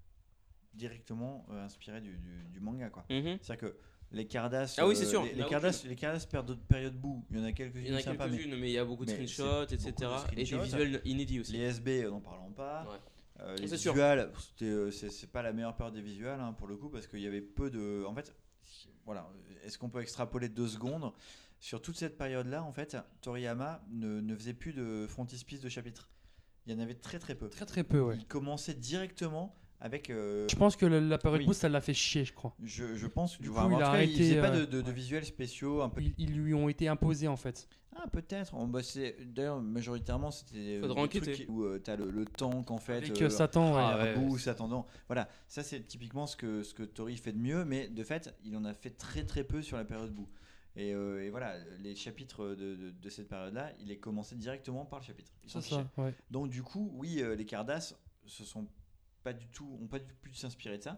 directement euh, inspirés du, du- du manga quoi. mhm. C'est-à-dire que les Cardass, Ah oui, c'est euh, sûr. les, Il y les en a Cardass, aucune. les Cardass période, période bout, il y en a quelques-unes Il y en a sympas, mais quelques-unes, mais il y a beaucoup de mais screenshots, c'est et cetera. beaucoup de Et des screenshots. visuels inédits aussi. les S B, euh, n'en parlons pas. Ouais. Euh, les C'est sûr. visuels, c'était, euh, c'est, c'est pas la meilleure période des visuels hein, pour le coup parce qu'il y avait peu de. En fait, voilà. Est-ce qu'on peut extrapoler deux secondes sur toute cette période-là? En fait, Toriyama ne, ne faisait plus de frontispice de chapitre. Il y en avait très très peu. Très très peu, ouais. Il commençait directement avec. euh, Je pense que la, la période Oui. boost, ça l'a fait chier, je crois. je, je pense. Du enfin, coup, en il a tout cas, arrêté, faisait pas euh, de, de- de visuels spéciaux un peu. Ils, ils lui ont été imposés en fait. Ah peut-être. On- bah, c'est, d'ailleurs, majoritairement, c'était. Faudra des enquêter. trucs qui- où tu as le, le tank en fait. Avec euh, euh, Satan, ouais. Ah, ouais. Ou s'attendant. Voilà, ça c'est typiquement ce que, ce que Tori fait de mieux, mais de fait, il en a fait très très peu sur la période bout. Et, euh, et voilà, les chapitres de, de, de cette période-là, il est commencé directement par le chapitre. Ils s'en C'est fichaient. ça, ouais. Donc du coup, oui, euh, les Cardass se sont pas du tout, ont pas du tout pu s'inspirer de ça.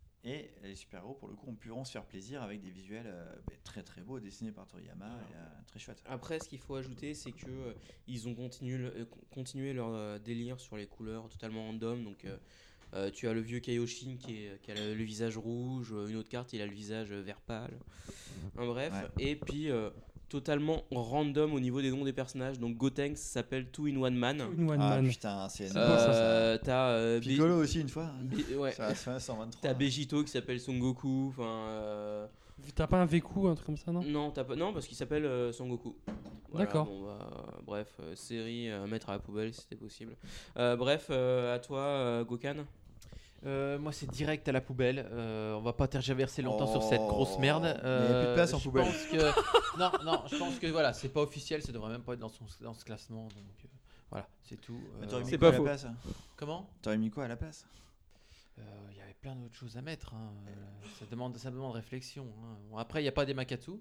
Et les super-héros, pour le coup, ont pu vraiment se faire plaisir avec des visuels euh, bah, très très beaux, dessinés par Toriyama, et, euh, très chouette. Après, ce qu'il faut ajouter, c'est que euh, ils ont continué, le- euh, continué leur euh, délire sur les couleurs totalement random. Donc, euh, euh, tu as le vieux Kaioshin qui, est, qui a le, le visage rouge, euh, une autre carte, il a le visage euh, vert pâle. Enfin, bref, Ouais. et puis euh, totalement random au niveau des noms des personnages. Donc, Gotenks s'appelle Two in One Man. Une one Ah man. putain, c'est beau, ça, Euh, t'as euh, Be- Piccolo aussi une fois. Be- ouais. Ça va se faire cent vingt-trois. T'as Begito qui s'appelle Son Goku. Enfin. euh, T'as pas un Veku, un truc comme ça, non? Non, t'as pas... non, parce qu'il s'appelle euh, Son Goku. Voilà, D'accord. bon, bah, bref, euh, série à mettre à la poubelle si c'était possible. Euh, bref, euh, à toi, euh, Gokan. Euh, moi, c'est direct à la poubelle. Euh, on va pas tergiverser longtemps Oh. sur cette grosse merde. Mais il y a plus de place en je poubelle. pense que... non, non, je pense que voilà, c'est pas officiel. Ça devrait même pas être dans, son, dans ce classement. Donc euh, voilà, c'est tout. Mais Euh, t'aurais mis c'est quoi pas à la faux. place? Comment T'aurais mis quoi à la place? Euh, Il y avait plein d'autres choses à mettre. hein. Euh, ça, demande, ça demande réflexion. hein. Bon, après, il n'y a pas des Makatsu.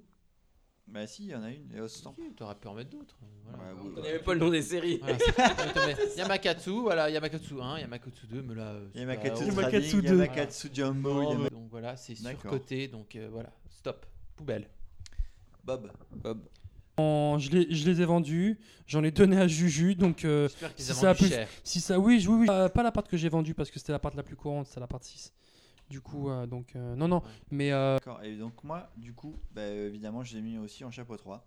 Bah si, il y en a une, et Ostan. Tu aurais pu en mettre d'autres. euh, Voilà. Ouais, On oui, connaît ouais. même pas le nom des séries. Voilà, c'est- Il y a Makatsu, voilà, il y a Makatsu un, il y a Makatsu deux, mais là. euh, Il y a c'est Makatsu pas- Makatsu Trading, il y a deux. Makatsu Jumbo, il y a Ma- Donc voilà, c'est D'accord. surcoté, donc euh, voilà, stop, poubelle. Bob. Bob. En- je, les, je les ai vendus, j'en ai donné à Juju, donc euh, J'espère qu'ils si ont ça a vendu pu- cher. si ça, oui, oui, oui, euh, pas la part que j'ai vendue parce que c'était la part la plus courante, c'est la part six. Du coup, euh, donc, euh, non, non, mais euh, D'accord. Et donc moi, du coup, bah, évidemment, je l'ai mis aussi en chapeau trois.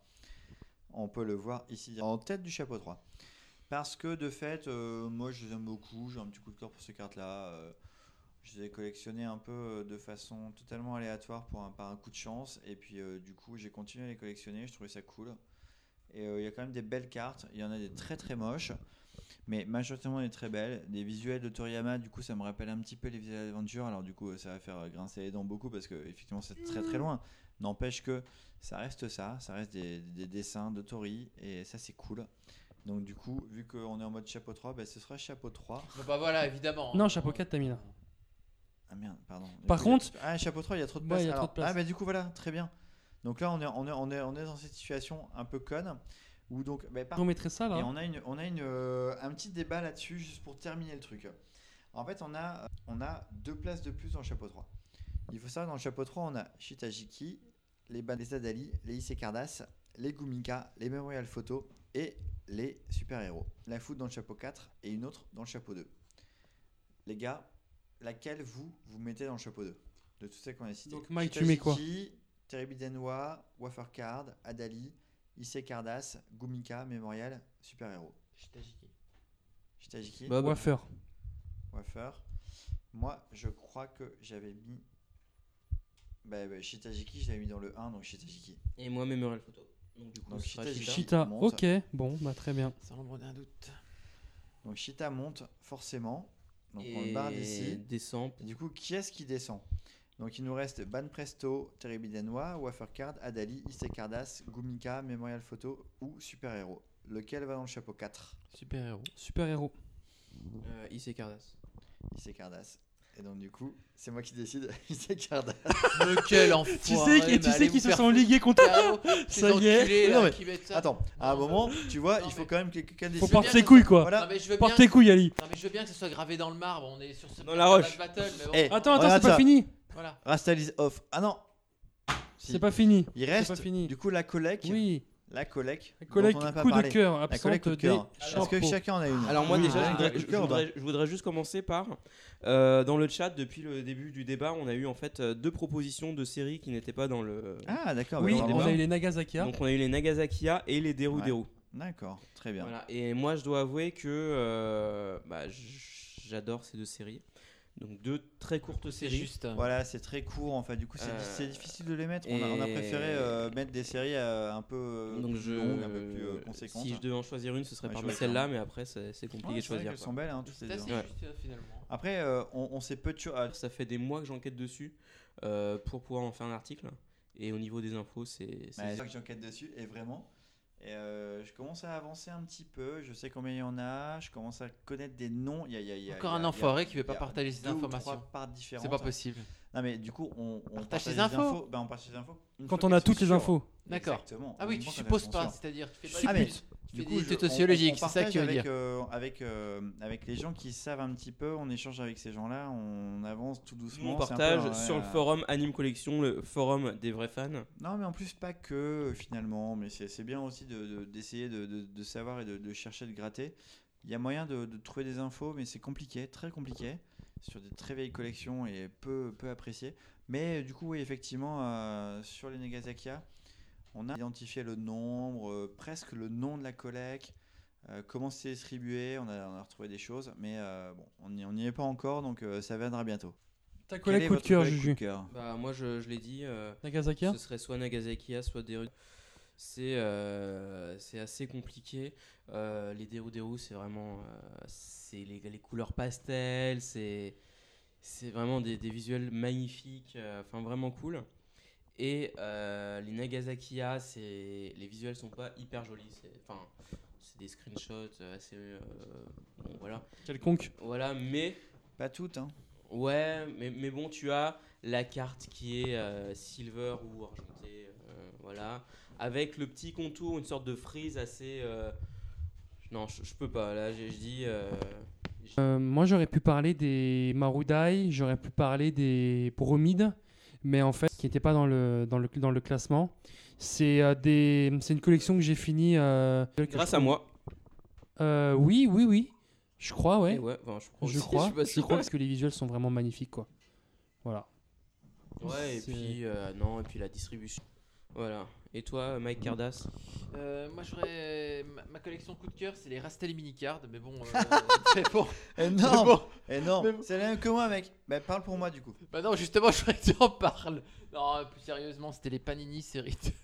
On peut le voir ici, en tête du chapeau trois. Parce que de fait, euh, moi je les aime beaucoup, j'ai un petit coup de cœur pour ces cartes-là. euh, je les ai collectionnées un peu euh, de façon totalement aléatoire pour un, par un coup de chance. Et puis euh, du coup, j'ai continué à les collectionner, je trouvais ça cool. Et euh, il y a quand même des belles cartes, il y en a des très très moches. Mais majoritairement des très belles. Des visuels de Toriyama, du coup, ça me rappelle un petit peu les visuels d'Adventure. Alors, du coup, ça va faire grincer les dents beaucoup parce que, effectivement, c'est très très loin. N'empêche que ça reste ça, ça reste des, des dessins de Tori et ça, c'est cool. Donc, du coup, vu qu'on est en mode chapeau trois, bah, ce sera chapeau trois. Bon, bah voilà, évidemment. Non, chapeau quatre, t'as mis là. Ah merde, pardon. Par Du coup, il y a- contre- ah, chapeau trois, il y a trop de Ouais, place. il y a trop Alors, de place. Ah, bah, du coup, voilà, très bien. Donc là, on est, on est, on est, on est dans cette situation un peu conne où donc, bah, par on mettrait ça Et là. on a, une, on a une, euh, un petit débat là-dessus, juste pour terminer le truc. En fait, on a, on a deux places de plus dans le chapeau trois. Il faut savoir, dans le chapeau trois, on a Shitajiki, les Ban- les Adali, les Issei Cardass, les Gumika, les Memorial Photo et les super-héros. La foot dans le chapeau quatre et une autre dans le chapeau deux. Les gars, laquelle vous, vous mettez dans le chapeau deux de toutes celles qu'on a citées? Donc, Mike, tu mets quoi? Shitajiki, Terebidenwa, Wafercard, Adali, Issei Cardass, Gumika, Memorial, Super Hero. Shitajiki. Shitajiki, Bob. Wafer. Wafer. Moi, je crois que j'avais mis. Bah, bah, Shitajiki, je l'avais mis dans le un, donc Shitajiki. Et moi, Memorial Photo. Donc, du coup, Donc, ce sera Chita, Chita. Chita, monte. ok, bon, bah très bien. Sans l'ombre d'un doute. Donc Chita monte forcément. Donc on le Et barre d'ici. descend. Et du coup, qui est-ce qui descend? Donc il nous reste Banpresto, Terebidenwa, Wafercard, Adali, Issei Cardass, Gumika, Memorial Photo ou Super Hero. Lequel va dans le chapeau quatre? Super héros. Super héros. Euh, Issei Cardass. Issei Cardass. Et donc du coup, c'est moi qui décide. Issei Cardass. Mais quel enfoiré. Tu sais qui- tu sais qu'ils se sont ligués contre toi. Ça y est. Non, mais- Qui mettent ça. Attends, à un Non, moment, tu vois, non, il faut mais- quand même que quelqu'un Faut décide. porter bien ses que couilles ça- quoi. Voilà. Non mais je veux bien. Porte tes couilles Ali. Non mais je veux bien que ce soit gravé dans le marbre. On est sur ce Dans la roche. battle, mais bon. Eh, Attends, attends, Regarde c'est pas ça. fini. Voilà. Rastal is off. Ah non. Si. C'est pas fini. Il reste pas fini. du coup la collecte. Oui. La collecte. La dont collègue on n'a pas coup de parlé. cœur La collecte absente coup de des cœur. Est-ce que chapeaux. chacun en a une? Alors moi Oui, déjà, j'ai je un voudrais, coup de je cœur, voudrais- je voudrais juste commencer par euh, dans le chat depuis le début du débat, on a eu en fait euh, deux propositions de séries qui n'étaient pas dans le. Ah d'accord. Oui, bah, on bravo. a eu les Nagasakia. Donc on a eu les Nagasakia et les Deru Ouais. Deru. D'accord, très bien. Voilà. Et moi je dois avouer que euh, bah, j- j'adore ces deux séries. Donc deux très courtes C'est séries. juste. Voilà, c'est très court en fait. Du coup, c'est Euh, c'est difficile de les mettre. On a, on a et- préféré euh, mettre des séries euh, un peu euh, Donc plus je, longues, un peu plus euh, conséquentes. si je devais en choisir une, ce serait Ouais, parmi je vois celle-là, mais après c'est c'est compliqué Ouais, de c'est vrai choisir. qu'elles quoi. sont belles, hein, toutes les C'est deux. assez Ouais. juste euh, finalement. Après, euh, on, on sait peu de choses. Ah, Ça fait des mois que j'enquête dessus euh, pour pouvoir en faire un article. Et au niveau des infos, c'est. c'est- bah, c'est vrai que j'enquête dessus et vraiment. Et euh, je commence à avancer un petit peu. Je sais combien il y en a. Je commence à connaître des noms. Il y a, il y a- il y a- Encore il y a- un il y a- enfoiré qui veut il y pas a partager ses deux ou informations. trois parts différentes. C'est pas possible. Non mais du coup, on, on Partage partage les les infos. Bah, on partage les infos. une Quand fois on a qu'elles toutes sont les sûres. infos. D'accord. Exactement. Ah oui, tu Uniquement quand supposes elles sont pas, sûres. c'est-à-dire tu fais Suppute. pas Ah, mais tu du fais coup, des je- études on- sociologiques, on c'est ça que partage tu veux avec, dire. euh, avec, euh, avec les gens qui savent un petit peu, on échange avec ces gens-là, on avance tout Nous, doucement. on c'est un peu partage un- sur le ouais, forum Anime Collection, le forum des vrais fans. Non, mais en plus, pas que euh, finalement, mais c'est c'est bien aussi de- de- d'essayer de, de, de savoir et de, de chercher, de gratter. Il y a moyen de, de trouver des infos, mais c'est compliqué, très compliqué, sur des très vieilles collections et peu, peu appréciées. Mais euh, du coup, oui, effectivement, euh, sur les Nagasakia, on a identifié le nombre, euh, presque le nom de la collecte, euh, comment c'est distribué, on a, on a retrouvé des choses, mais euh, bon, on n'y on n'y est pas encore, donc euh, ça viendra bientôt. Ta Quel collègue est coup de votre cœur, collègue coup Juju. de cœur? Bah, moi, je, je l'ai dit, euh, Nagasakia. ce serait soit Nagasakia, soit Deru. C'est euh, c'est assez compliqué. Euh, les Deru Deru, c'est vraiment euh, c'est les, les couleurs pastel, c'est c'est vraiment des, des visuels magnifiques, euh, enfin vraiment cool. Et euh, les Nagasakia, c'est les visuels sont pas hyper jolis. C'est enfin c'est des screenshots assez euh, bon voilà Quelconque. voilà mais Pas toutes, hein. ouais, mais, mais bon, tu as la carte qui est euh, silver ou argentée, euh, voilà, avec le petit contour, une sorte de frise assez. euh, Non, je, je peux pas. Là, j'ai- je dis. euh, j- Euh, moi, j'aurais pu parler des Marudai, j'aurais pu parler des Bromides, mais en fait, qui n'étaient pas dans le, dans le, dans le classement. C'est euh, des, c'est une collection que j'ai finie. euh, que Grâce je à trouve- moi. Euh, oui, oui, oui. Je crois, ouais. Eh ouais, enfin, je crois. Je aussi, crois, suis pas je sûr. crois parce que les visuels sont vraiment magnifiques, quoi. Voilà. Ouais, et C'est- puis euh, non, et puis la distribution. Voilà. Et toi, Mike Cardass? Euh, moi j'aurais ma, ma collection coup de cœur, c'est les Rastelli Minicards, mais bon, euh, c'est bon. Énorme, bon. énorme. Mais bon. C'est la même que moi, mec. Bah, parle pour moi, du coup. Bah non, justement, je voudrais que tu en parles. Non, plus sérieusement, c'était les Panini série deux.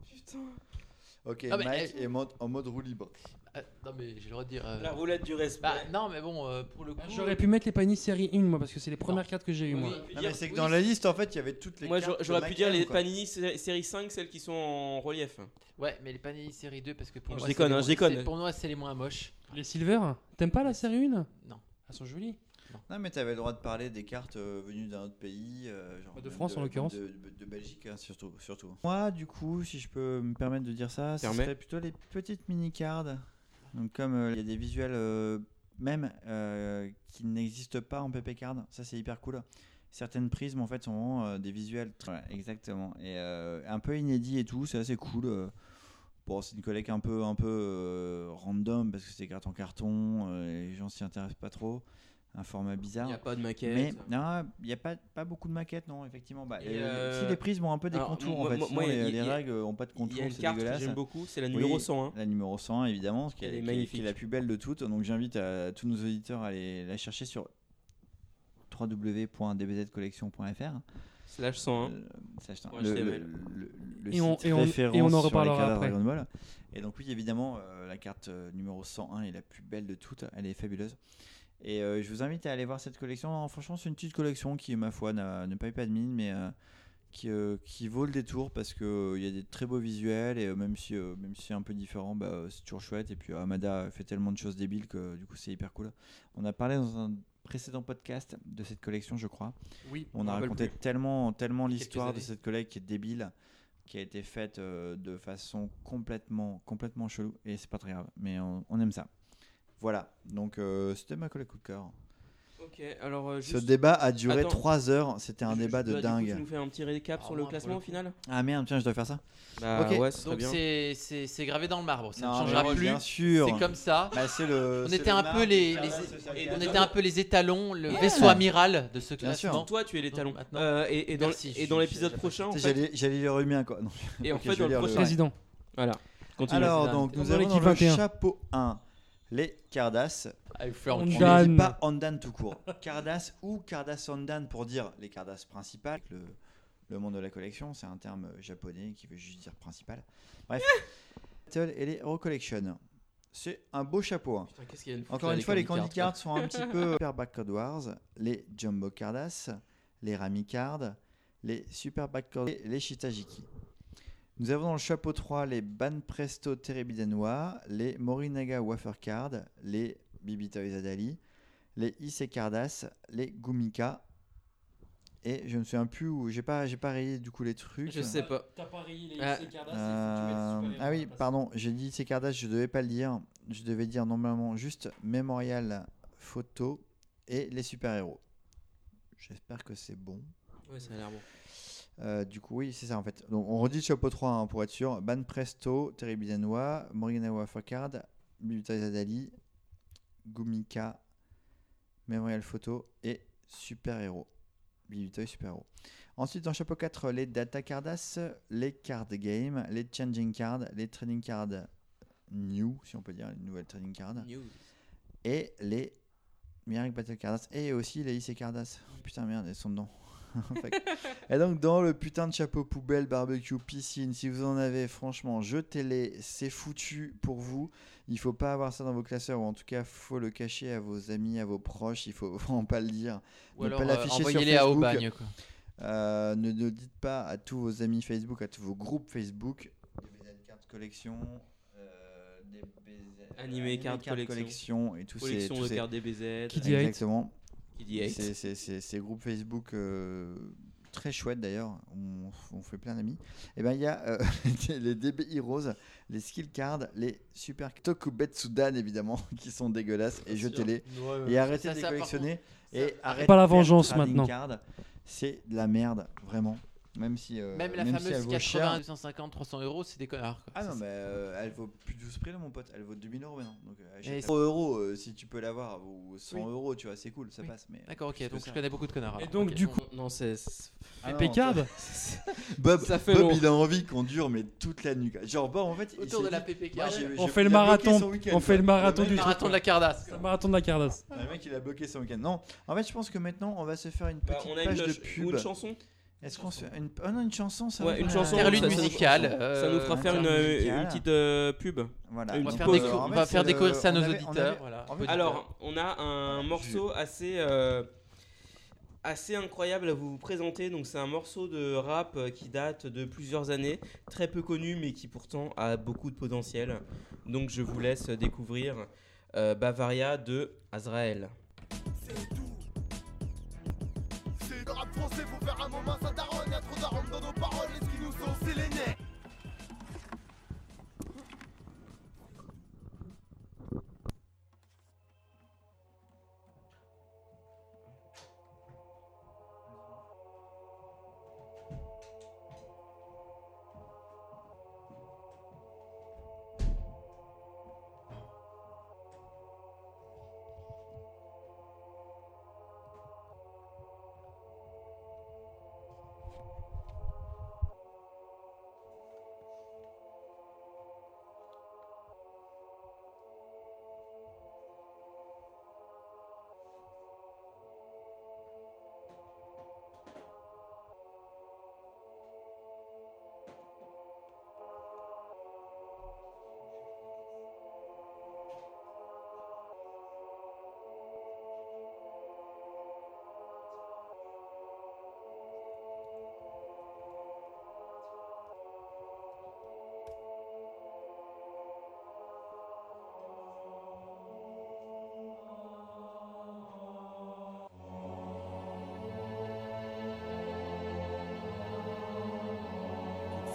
Ok, Ah, mais, Mike eh, est mode- en mode roue libre. Ah, non, mais j'ai le droit de dire. euh, La roulette du respect. Bah non, mais bon, euh, pour le coup. J'aurais pu mettre les Panini série un, moi, parce que c'est les premières Non. cartes que j'ai eues, Oui, moi. oui. Non, mais c'est que Oui, dans la liste, en fait, il y avait toutes les Moi, cartes j'aurais que j'aurais pu Mike dire aime, les quoi. Panini sé- série cinq, celles qui sont en relief. Ouais, mais les Panini série deux, parce que pour Non, moi. je déconne, c'est les hein, moins- je déconne. c'est- Pour moi, c'est les moins moches. Les Silver, t'aimes pas la série un? Non. Elles sont jolies. Non, mais t'avais le droit de parler des cartes euh, venues d'un autre pays. euh, genre Bah, de même France, en l'occurrence. De, de- de Belgique, hein, surtout, surtout. Moi, du coup, si je peux me permettre de dire ça, ce Permets. serait plutôt les petites mini-cards. Donc, comme euh, il y a des visuels, euh, même euh, qui n'existent pas en P P Card, ça c'est hyper cool. Certaines prismes en fait sont vraiment euh, des visuels. Ouais, exactement. Et euh, un peu inédits et tout, c'est assez cool. euh. Bon, c'est une collecte un peu, un peu euh, random parce que c'est des cartes en carton, euh, et les gens s'y intéressent pas trop. un format Il bizarre. n'y a pas de maquette. Mais non, il n'y a pas, pas beaucoup de maquettes, non, effectivement. Bah, Et euh, euh, Si les prises ont un peu des alors, contours, moi- en fait. moi- Sinon, moi, les, il y a- les règles n'ont pas de Il y a contours, une c'est carte que dégueulasse. j'aime beaucoup, c'est la Oui, numéro cent un. La numéro cent un, évidemment, qui est, Elle est qui est- magnifique. qui est la plus belle de toutes. Donc j'invite à tous nos auditeurs à aller la chercher sur w w w point d b z collection point f r. Slash cent un. Euh, ça, je t'en- Ouais, le, H T M le, L. le- le Et on- site et on- référence et on en sur les reparlera cartes après. Dragon Ball. Et donc oui, évidemment, euh, la carte euh, numéro cent un est la plus belle de toutes. Elle est fabuleuse. Et euh, je vous invite à aller voir cette collection. Non, franchement, c'est une petite collection qui, ma foi, n'a n'a pas eu pas de mine, mais euh, qui, euh, qui vaut le détour parce qu'il il y a des très beaux visuels et euh, même si, euh, même si c'est un peu différent, bah, euh, c'est toujours chouette. Et puis euh, Amada fait tellement de choses débiles que du coup, c'est hyper cool. On a parlé dans un précédent podcast de cette collection, je crois. Oui, On je a me rappelle raconté plus. tellement, tellement l'histoire de années. cette collègue qui est débile, qui a été faite euh, de façon complètement, complètement chelou. Et c'est pas très grave, mais on, on aime ça. Voilà, donc euh, c'était ma collègue coup de cœur. Ok, alors euh, Ce juste. débat a duré Attends. trois heures, c'était un je- débat je de dois, du coup, dingue. Tu nous fais un petit récap Ah, sur le moi, classement pour au le final Ah merde, tiens, je dois faire ça. Bah Ok. ouais, ce serait Donc bien. c'est- c'est c'est gravé dans le marbre, ça Non, ne mais changera moi, plus. bien sûr. C'est comme ça. Bah, c'est le, On c'est était le un marbre peu les, qui les- traverse sa et carte. on était un peu les étalons, le Ouais. vaisseau amiral de ce Bien sûr. classement. Toi, tu es les Donc, talons. maintenant- Euh, et, et dans, Merci, et je- dans je- l'épisode j'ai prochain, en Tu sais, fait, J'allais j'allais lire le mien, quoi. Non. et en Ok, fait, je dans vais le lire le- prochain, Président. voilà. Continue. Alors, Zidane. donc, nous Dans avons l'équipe dans le vingt et un. chapeau un les Cardass. Ah, il faut On On enculer. ne Dan. dit pas Ondan tout court. Cardass ou Cardass Ondan pour dire les Cardass principales. Le, le monde de la collection, c'est un terme euh, japonais qui veut juste dire principal. Bref. Battle et les Hero Collection. C'est un beau chapeau. hein. Putain, qu'est-ce qu'il y a de foutre, Encore là, une les fois, les candy Candy cards, Cards sont un petit peu Super Backcard Wars, les Jumbo Cardass, les Rami Cards, les Super Backcard et les Shitajiki. Nous avons dans le chapeau trois les Ban Presto Terebidenwa, les Morinaga Wafer Card, les Bibita Izadali, les Issei Cardass, les Gumika. Et je ne me souviens plus où, j'ai pas, j'ai pas rayé du coup les trucs. Je sais pas. T'as pas rayé les Ah. Issei Cardass, Euh, ah oui, pardon, j'ai dit Issei Cardass, je devais pas le dire. Je devais dire normalement juste Mémorial Photo et les super-héros. J'espère que c'est bon. Ouais, ça a l'air bon. Euh, du coup, oui, c'est ça en fait. Donc, on redit le chapeau trois hein, pour être sûr. Ban Presto, Terebidenwa, Morinawa Fakard, Bibita Zadali, Gumika, Memorial Photo et Super Héros. Bibita et Super Héros. Ensuite, dans le chapeau quatre, les Data Cardass, les Card Game, les Changing Cards, les Trading Cards New, si on peut dire, les nouvelles Trading Cards, News. et les Miracle Battle Cardass, et aussi les Issei Cardass. Putain, merde, elles sont dedans. Fait que- et donc dans le putain de chapeau poubelle, barbecue, piscine, si vous en avez, franchement, jetez-les, c'est foutu pour vous. Il faut pas avoir ça dans vos classeurs, ou en tout cas, faut le cacher à vos amis, à vos proches. Il faut vraiment pas le dire. Ou Ne alors pas euh, l'afficher sur envoyez-les à Facebook. Aubagne. Quoi. Euh, ne, ne dites pas à tous vos amis Facebook, à tous vos groupes Facebook. D B Z Card Collection, euh, D B Z, Animé Card Collection. Collection et tous ces, Collection tous de ces- cartes D B Z. Qui dit hate. Exactement. Qui dit hate. C'est- c'est- c'est- Ces groupes Facebook euh, très chouettes d'ailleurs, on, on fait plein d'amis. Et ben il y a euh, les D B Heroes, les Skill Cards, les Super Tokubetsudan évidemment, qui sont dégueulasses et Bien sûr. jetez-les. Et arrêtez Ça, de les ça, par collectionner. contre, Et ça- arrêtez Pas la de faire vengeance trading maintenant. card. C'est de la merde, vraiment. Même si, euh, Même la même si elle fameuse vaut quatre-vingts, cher. deux cent cinquante, trois cents euros, c'est des connards. Quoi. Ah non, Ça, mais euh, elle vaut plus de douze prix là, mon pote. Elle vaut deux mille euros maintenant. Donc, euh, Et achète cent euros euh, si tu peux l'avoir, ou cent Oui. euros, tu vois, c'est cool, ça Oui. passe. Mais D'accord, ok, plus que donc ça. je connais beaucoup de connards. Et alors. donc, Ok. du coup, Non, non, c'est. c'est- Ah non, Picard Bob, Ça fait Bob long. il a envie qu'on dure mais toute la nuit. quoi. Genre Bob en fait il Autour s'est de la dit, P P K. moi, j'ai- On j'ai- fait le il a bloqué marathon, son week-end, on fait le quoi. marathon mec- du Marathon de la Cardass. Le marathon de la Cardass. Le mec il a bloqué son week-end. Non, en fait je pense que maintenant on va se faire une Bah, petite on a page une, de ch- pub. ou une chanson. Est-ce qu'on se fait une... Oh non, une chanson ça Ouais, va une pas. chanson. Interlude ça- ça- musicale. Ça nous fera euh, faire une, interlude une musicale. petite euh, pub. Voilà. Une On va petite faire, pause. décou- En on fait, va c'est faire le- découvrir ça à on nos avait- on auditeurs. avait- Voilà. en fait, Alors, on a un Voilà, morceau assez, euh, assez incroyable à vous présenter. Donc, c'est un morceau de rap euh, qui date de plusieurs années, très peu connu, mais qui pourtant a beaucoup de potentiel. Donc, je vous laisse découvrir euh, Bavaria de Azrael. C'est le rap français, faut faire un moment, ça daronne. Y'a trop d'arômes dans nos paroles, et ce qui nous sont, c'est les nez.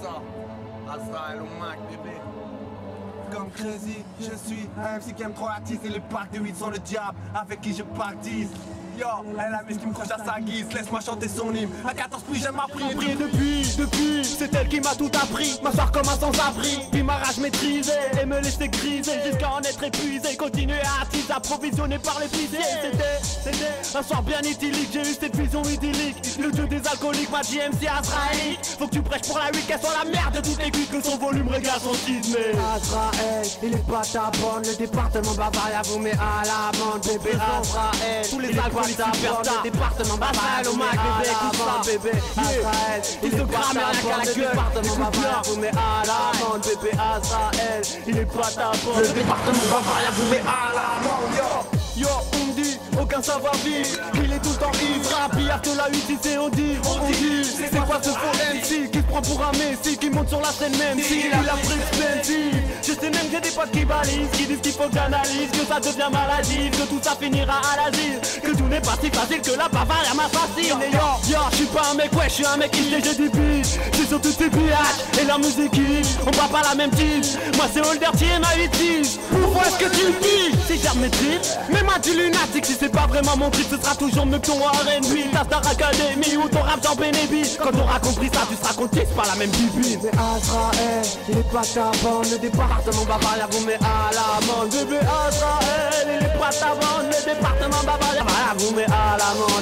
Azra, Azrael au Mac, bébé. Comme Crazy, je suis un M C qui aime trop l'artiste et les packs de huit sont le diable avec qui je pactise. Yo, elle a mis qui me croche à sa guise, laisse-moi chanter son hymne. À quatorze plus j'aime appris Depuis, depuis, c'est elle qui m'a tout appris. M'asseoir comme un sans-abri, puis ma rage maîtrisée. Et me laisser griser jusqu'à en être épuisé. Continuer à attiser, approvisionné par les pisés. C'était, c'était un soir bien idyllique. J'ai eu cette vision idyllique. Le dieu des alcooliques m'a dit M C Azraël. Faut que tu prêches pour la huit, qu'elle soit la merde de toutes les cuites. Que son volume régale son tisme. Azraël, il est pas ta bonne. Le département Bavaria vous met à l'amende. Bébé Azraël, tous les alcooliques. Le département Bavaria au Mac, bébé, écoute ça, bébé. Azraël, il se crame rien qu'à la gueule. Le département Bavaria vous met à l'amende, bébé. Azraël, il est pas ta bonne. Le département Bavaria vous met à l'amende, yo. Yo, on me dit, aucun savoir-vivre. Il est tout le temps ivre, rap, il la huit ici, on dit, on dit. C'est quoi ce faux M C qui se prend pour un Messi, qui monte sur la scène même si il a la prise. Je sais même, j'ai des potes qui balisent, qui disent qu'il faut que j'analyse, que ça devient maladif, que tout ça finira à l'asile, que tout n'est pas si facile, que la Bavaria m'a fascine. Et yo, yo, je suis pas un mec, ouais, je suis un mec qui fait j'ai des beats. J'ai sur toutes ces pillages et la musique hit, on parle pas la même tease. Moi c'est Holderty et ma huit six. Pourquoi est-ce que tu le dis? Si j'arme mes trips, mais moi tu lunatique, si c'est pas vraiment mon trip, ce sera toujours mieux que ton R and B. Ta Star Academy ou ton rap dans Bénébi. Quand t'auras compris ça, tu seras content, c'est pas la même bibi. Mais Azraël, il est pas ta bande, le département Bavaria vous met à l'amende. Bébé Azraël, il est pas ta bande, le département Bavaria vous met à l'amende.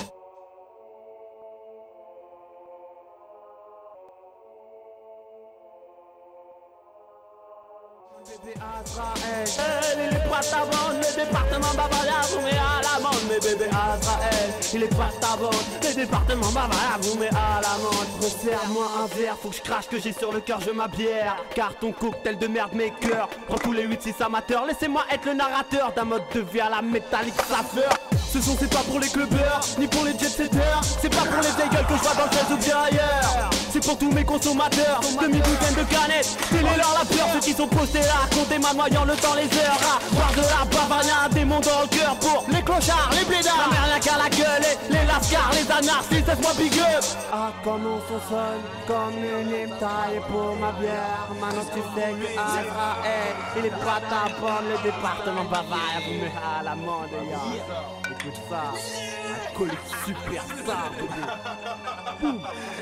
Bébé Azraël, il est pas ta bande, le département Bavaria vous met à l'amende. Mais bébé Azraël, il est pas ta bande, le département Bavaria vous met à l'amende. Resserre-moi un verre, faut que je crache que j'ai sur le cœur, je veux ma bière. Car ton cocktail de merde maker prends tous les huit six amateurs. Laissez-moi être le narrateur d'un mode de vie à la métallique saveur. Ce son c'est pas pour les clubbers, ni pour les jet-setters. C'est pas pour les vieilles gueules que je vois dans le jazz ou bien ailleurs. C'est pour tous mes consommateurs, demi-douzaine de canettes. Télé-leur la peur, ceux qui sont postés là, comptez ma noyant le temps les heures. À boire de la Bavaria, un démon dans le cœur. Pour les clochards, les blédards, la mère rien qu'à la gueule. Et les lascars, les anarchistes, laisse-moi big up. Ah comment on sonne, comme une hymne taillée pour ma bière. Maintenant tu sais que Azraël, il est pas ta bande, le département Bavaria vous met à l'amende, yeah. Écoute ça, un colique super star, bébé. Boum.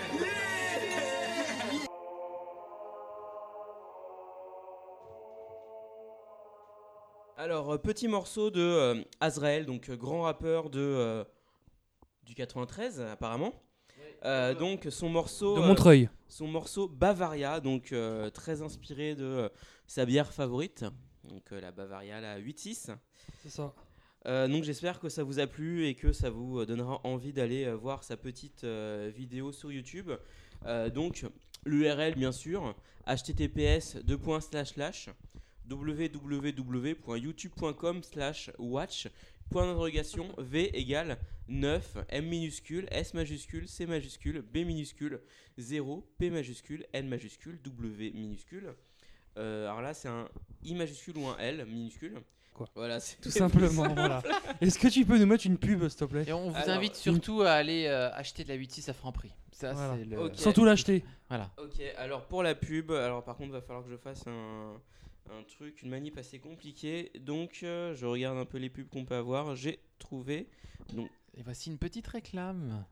Alors, euh, petit morceau de euh, Azraël, donc euh, grand rappeur de, euh, du quatre-vingt-treize apparemment. Euh, donc son morceau, De Montreuil. euh, son morceau Bavaria, donc euh, très inspiré de euh, sa bière favorite, donc euh, la Bavaria, la huit six. C'est ça. Euh, donc j'espère que ça vous a plu et que ça vous euh, donnera envie d'aller euh, voir sa petite euh, vidéo sur YouTube. Euh, donc l'U R L bien sûr, h t t p s deux points slash slash w w w point youtube point com slash watch point d'interrogation v égale neuf m minuscule s majuscule c majuscule b minuscule zéro p majuscule n majuscule w minuscule. Euh, alors là c'est un i majuscule ou un l minuscule. Quoi. Voilà, c'est Tout simplement, voilà. Est-ce que tu peux nous mettre une pub, s'il te plaît? Et on vous Alors, invite surtout à aller euh, acheter de la huit six à Franprix. Ça, Voilà. c'est le. Ok. Surtout l'acheter. Voilà. Ok, alors pour la pub, alors par contre, il va falloir que je fasse un, un truc, une manip assez compliquée. Donc, euh, je regarde un peu les pubs qu'on peut avoir. J'ai trouvé. Donc, Et voici une petite réclame.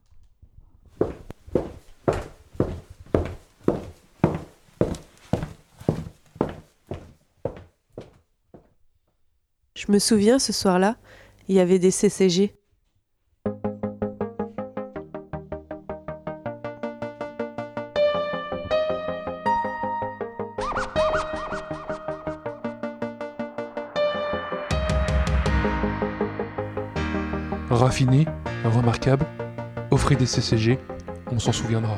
Je me souviens, ce soir-là, il y avait des C C G. Raffiné, remarquable, offrez des C C G, on s'en souviendra.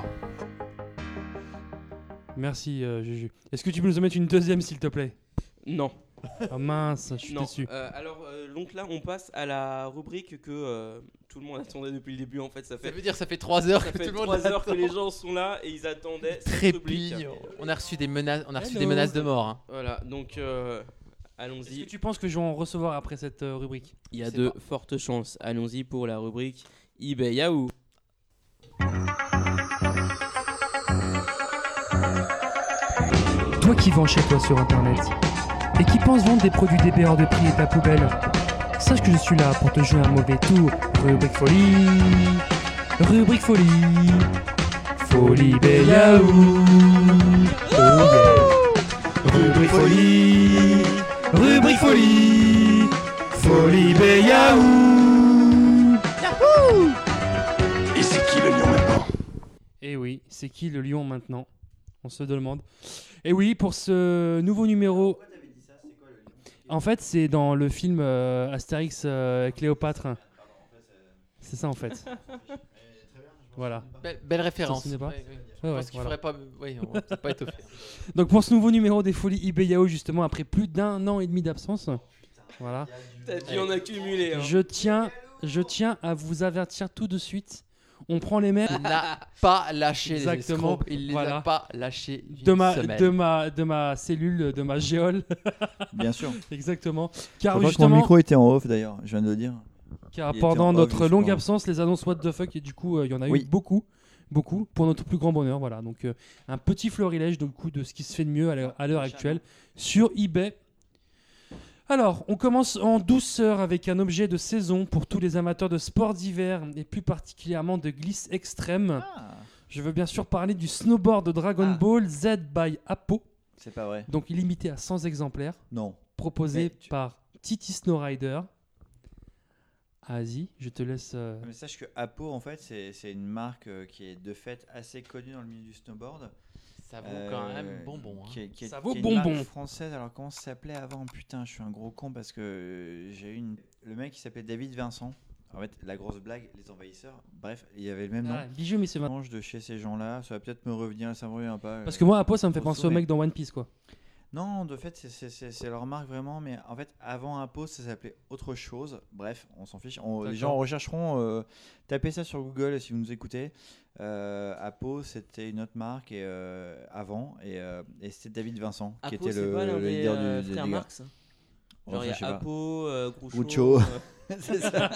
Merci euh, Juju. Est-ce que tu peux nous en mettre une deuxième s'il te plaît? non. Ah mince, je suis non. déçu. Euh, alors, euh, donc là, on passe à la rubrique que euh, tout le monde attendait depuis le début. En fait, ça Ça fait, veut dire que ça fait trois heures ça que fait tout le monde trois heures que attend. les gens sont là et ils attendaient cette rubrique. Trépigne. On a reçu des menaces, on a reçu Hello. des menaces de mort. Hein. Voilà, donc euh, Est-ce allons-y. que tu penses que je vais en recevoir après cette euh, rubrique? Il y a Je sais de pas. fortes chances. Allons-y pour la rubrique eBay Yahoo. Toi qui vends chez toi sur internet et qui pense vendre des produits D B hors de prix et ta poubelle, sache que je suis là pour te jouer un mauvais tour. Rubrique folie, rubrique folie, folie Béliaou. Oh yeah. Rubrique folie, rubrique folie, folie Béliaou. Et c'est qui le lion maintenant? Et oui, c'est qui le lion maintenant? On se demande. Et oui, pour ce nouveau numéro. En fait, c'est dans le film euh, Astérix euh, Cléopâtre. C'est ça en fait. Voilà. Belle, belle référence. Ça, ce n'est pas. Ouais, ouais. Ouais, Je ouais, pense qu'il voilà. faudrait pas. Oui, on va peut-être pas étoffer. Donc pour ce nouveau numéro des Folies Ibeyao, justement, après plus d'un an et demi d'absence, voilà. T'as dû en accumuler. Hein. Je tiens, je tiens à vous avertir tout de suite. On prend les mêmes. Il n'a pas lâché Exactement, les escrocs. Il les voilà. a pas lâchés d'une De ma, semaine. de, ma, de ma cellule, de ma géole. Bien sûr. Exactement. Je Car crois que mon justement, micro était en off d'ailleurs, je viens de le dire. car il était pendant en off, notre juste longue pour- absence, les annonces What the fuck, et du coup, euh, il y en a Oui. eu beaucoup. Beaucoup, pour notre plus grand bonheur. Voilà. Donc, euh, un petit florilège du coup, de ce qui se fait de mieux à l'heure, à l'heure actuelle sur eBay. Alors, on commence en douceur avec un objet de saison pour tous les amateurs de sports d'hiver et plus particulièrement de glisse extrême. Ah, Je veux bien sûr parler du snowboard de Dragon Ah. Ball Z by Apo, c'est pas vrai. donc limité à cent exemplaires, Non. proposé Mais tu- par Titi Snowrider. Ah, vas-y, je te laisse. euh, Mais sache que Apo, en fait, c'est c'est une marque euh, qui est de fait assez connue dans le milieu du snowboard. Ça vaut quand Euh, même bonbon. Hein. Qui est, qui est- Ça vaut qui est bonbon. Une marque française. Alors comment ça s'appelait avant? Putain, je suis un gros con parce que euh, j'ai eu une... le mec qui s'appelait David Vincent. En fait, la grosse blague, les envahisseurs. Bref, il y avait le même nom. ah, bijou, mais c'est ma- Mange de chez ces gens-là, ça va peut-être me revenir, ça me revient pas. Parce euh, que moi, Apo, ça me fait grosso, penser au mais- mec dans One Piece, quoi. Non, de fait, c'est- c'est c'est- c'est leur marque vraiment, mais en fait, avant Apo, ça s'appelait autre chose. Bref, on s'en fiche. On- les D'accord. gens rechercheront, euh, tapez ça sur Google si vous nous écoutez. Euh, Apo, c'était une autre marque et, euh, avant, et, euh, et c'était David Vincent qui Apo, était c'est le, pas l'un le des leader euh, du, des frères gars. Marx. Genre Enfin, il y je sais a pas. Apo, euh, Groucho. Groucho. euh, C'est ça.